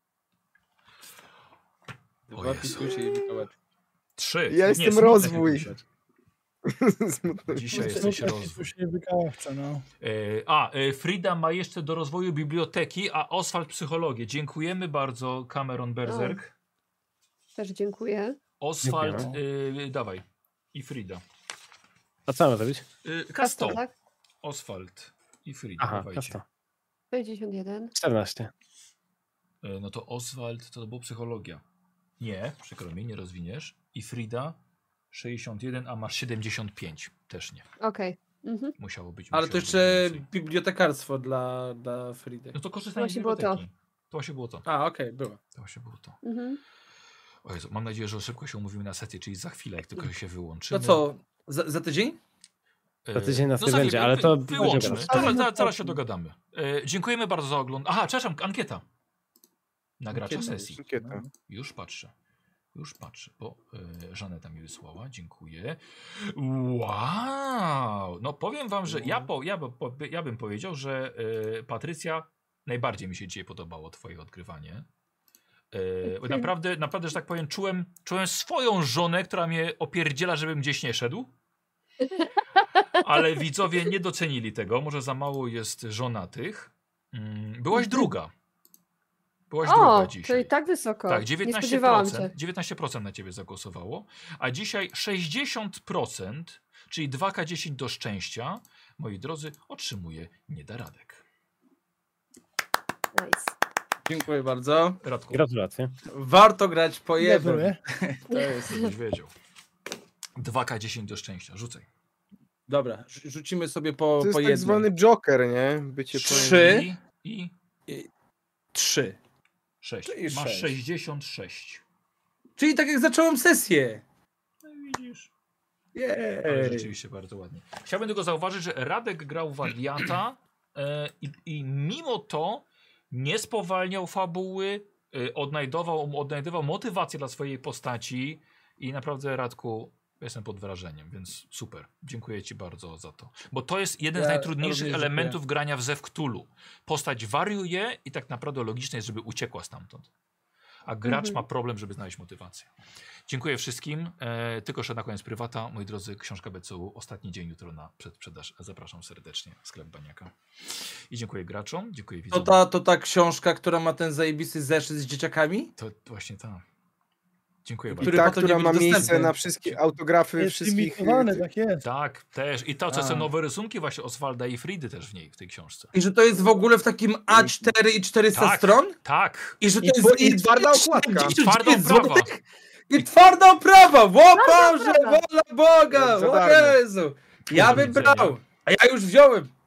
O Dwa Jezu. pitusie i wykałaczka. 3. Ja jestem rozwój. Smutno. Dzisiaj jesteś rozwój. Coś nie wykaławca, no. Frida ma jeszcze do rozwoju biblioteki, a Oswald psychologię. Dziękujemy bardzo, Cameron Berserk. Też dziękuję. Oswald, Dziękujemy. dawaj. I Frida. A co mamy zrobić? Kasto. Tak? Oswald i Frida. Aha, dawajcie. kasto. 61. 14. No to Oswald to była psychologia. Nie, przykro mi, nie rozwiniesz. I Frida 61, a masz 75. Też nie. Okej. Mhm. Musiało być. Ale musiało to być jeszcze więcej. bibliotekarstwo dla Fridy. No to korzystanie z Właśnie było to. biblioteki. To właśnie było to. A, okej, było. To właśnie było to. Mhm. O Jezu, mam nadzieję, że szybko się umówimy na sesję, czyli za chwilę, jak tylko się wyłączymy. No co, za tydzień? Za tydzień nas nie za będzie, chwilę, ale to wyłączmy. będzie Zaraz się dogadamy. Dziękujemy bardzo za oglądanie. Aha, przepraszam, ankieta. Na gracza Ankieta. sesji. Ankieta. Już patrzę. Już patrzę, bo Żaneta mi wysłała, dziękuję. Wow! No powiem wam, że ja bym powiedział, że Patrycja, najbardziej mi się dzisiaj podobało twoje odgrywanie. Naprawdę, że tak powiem, czułem swoją żonę, która mnie opierdziela, żebym gdzieś nie szedł. Ale widzowie nie docenili tego, może za mało jest żonatych. Byłaś druga. Byłaś druga dzisiaj. Czyli tak wysoko. Tak, Nie spodziewałam się. 19% na ciebie zagłosowało, a dzisiaj 60%, czyli 2K10 do szczęścia, moi drodzy, otrzymuje Niedaradek. Nice. Dziękuję bardzo. Radku, Gratulacje. Warto grać po jednym. Dziękuję. to jest, żebyś wiedział. 2K10 do szczęścia, rzucaj. Dobra, rzucimy sobie To jest po tak jednym. zwany Joker, nie? Bycie 3 I 3. 6. To i Masz 6. 66. Czyli tak jak zacząłem sesję. No widzisz. Yeah. Ale rzeczywiście bardzo ładnie. Chciałbym tylko zauważyć, że Radek grał wariata i mimo to nie spowalniał fabuły, odnajdował motywację dla swojej postaci i naprawdę, Radku, jestem pod wrażeniem, więc super. Dziękuję ci bardzo za to. Bo to jest jeden z najtrudniejszych również elementów grania w Zew Cthulhu. Postać wariuje i tak naprawdę logiczne jest, żeby uciekła stamtąd. A gracz ma problem, żeby znaleźć motywację. Dziękuję wszystkim. Tylko jeszcze na koniec prywata. Moi drodzy, książka BCU. Ostatni dzień jutro na przedsprzedaż. Zapraszam serdecznie. Sklep Baniaka. I dziękuję graczom. Dziękuję widzom. To ta książka, która ma ten zajebisty zeszyt z dzieciakami? To właśnie ta. Dziękuję I bardzo. ta, potem nie która ma będzie miejsce dostępny. na wszystkie autografy Jest wszystkich... limitowane, tak jest. Tak, też. I to, co są nowe rysunki właśnie Oswalda i Fridy też w tej książce. I że to jest w ogóle w takim A4 i 400 Tak. stron? Tak. I że to I jest twarda okładka. I twarda oprawa. I twarda oprawa! O Boże, oprawa. wola Boga! Jak za O darmo. Jezu! Ja Do bym widzenia. brał! A ja już wziąłem!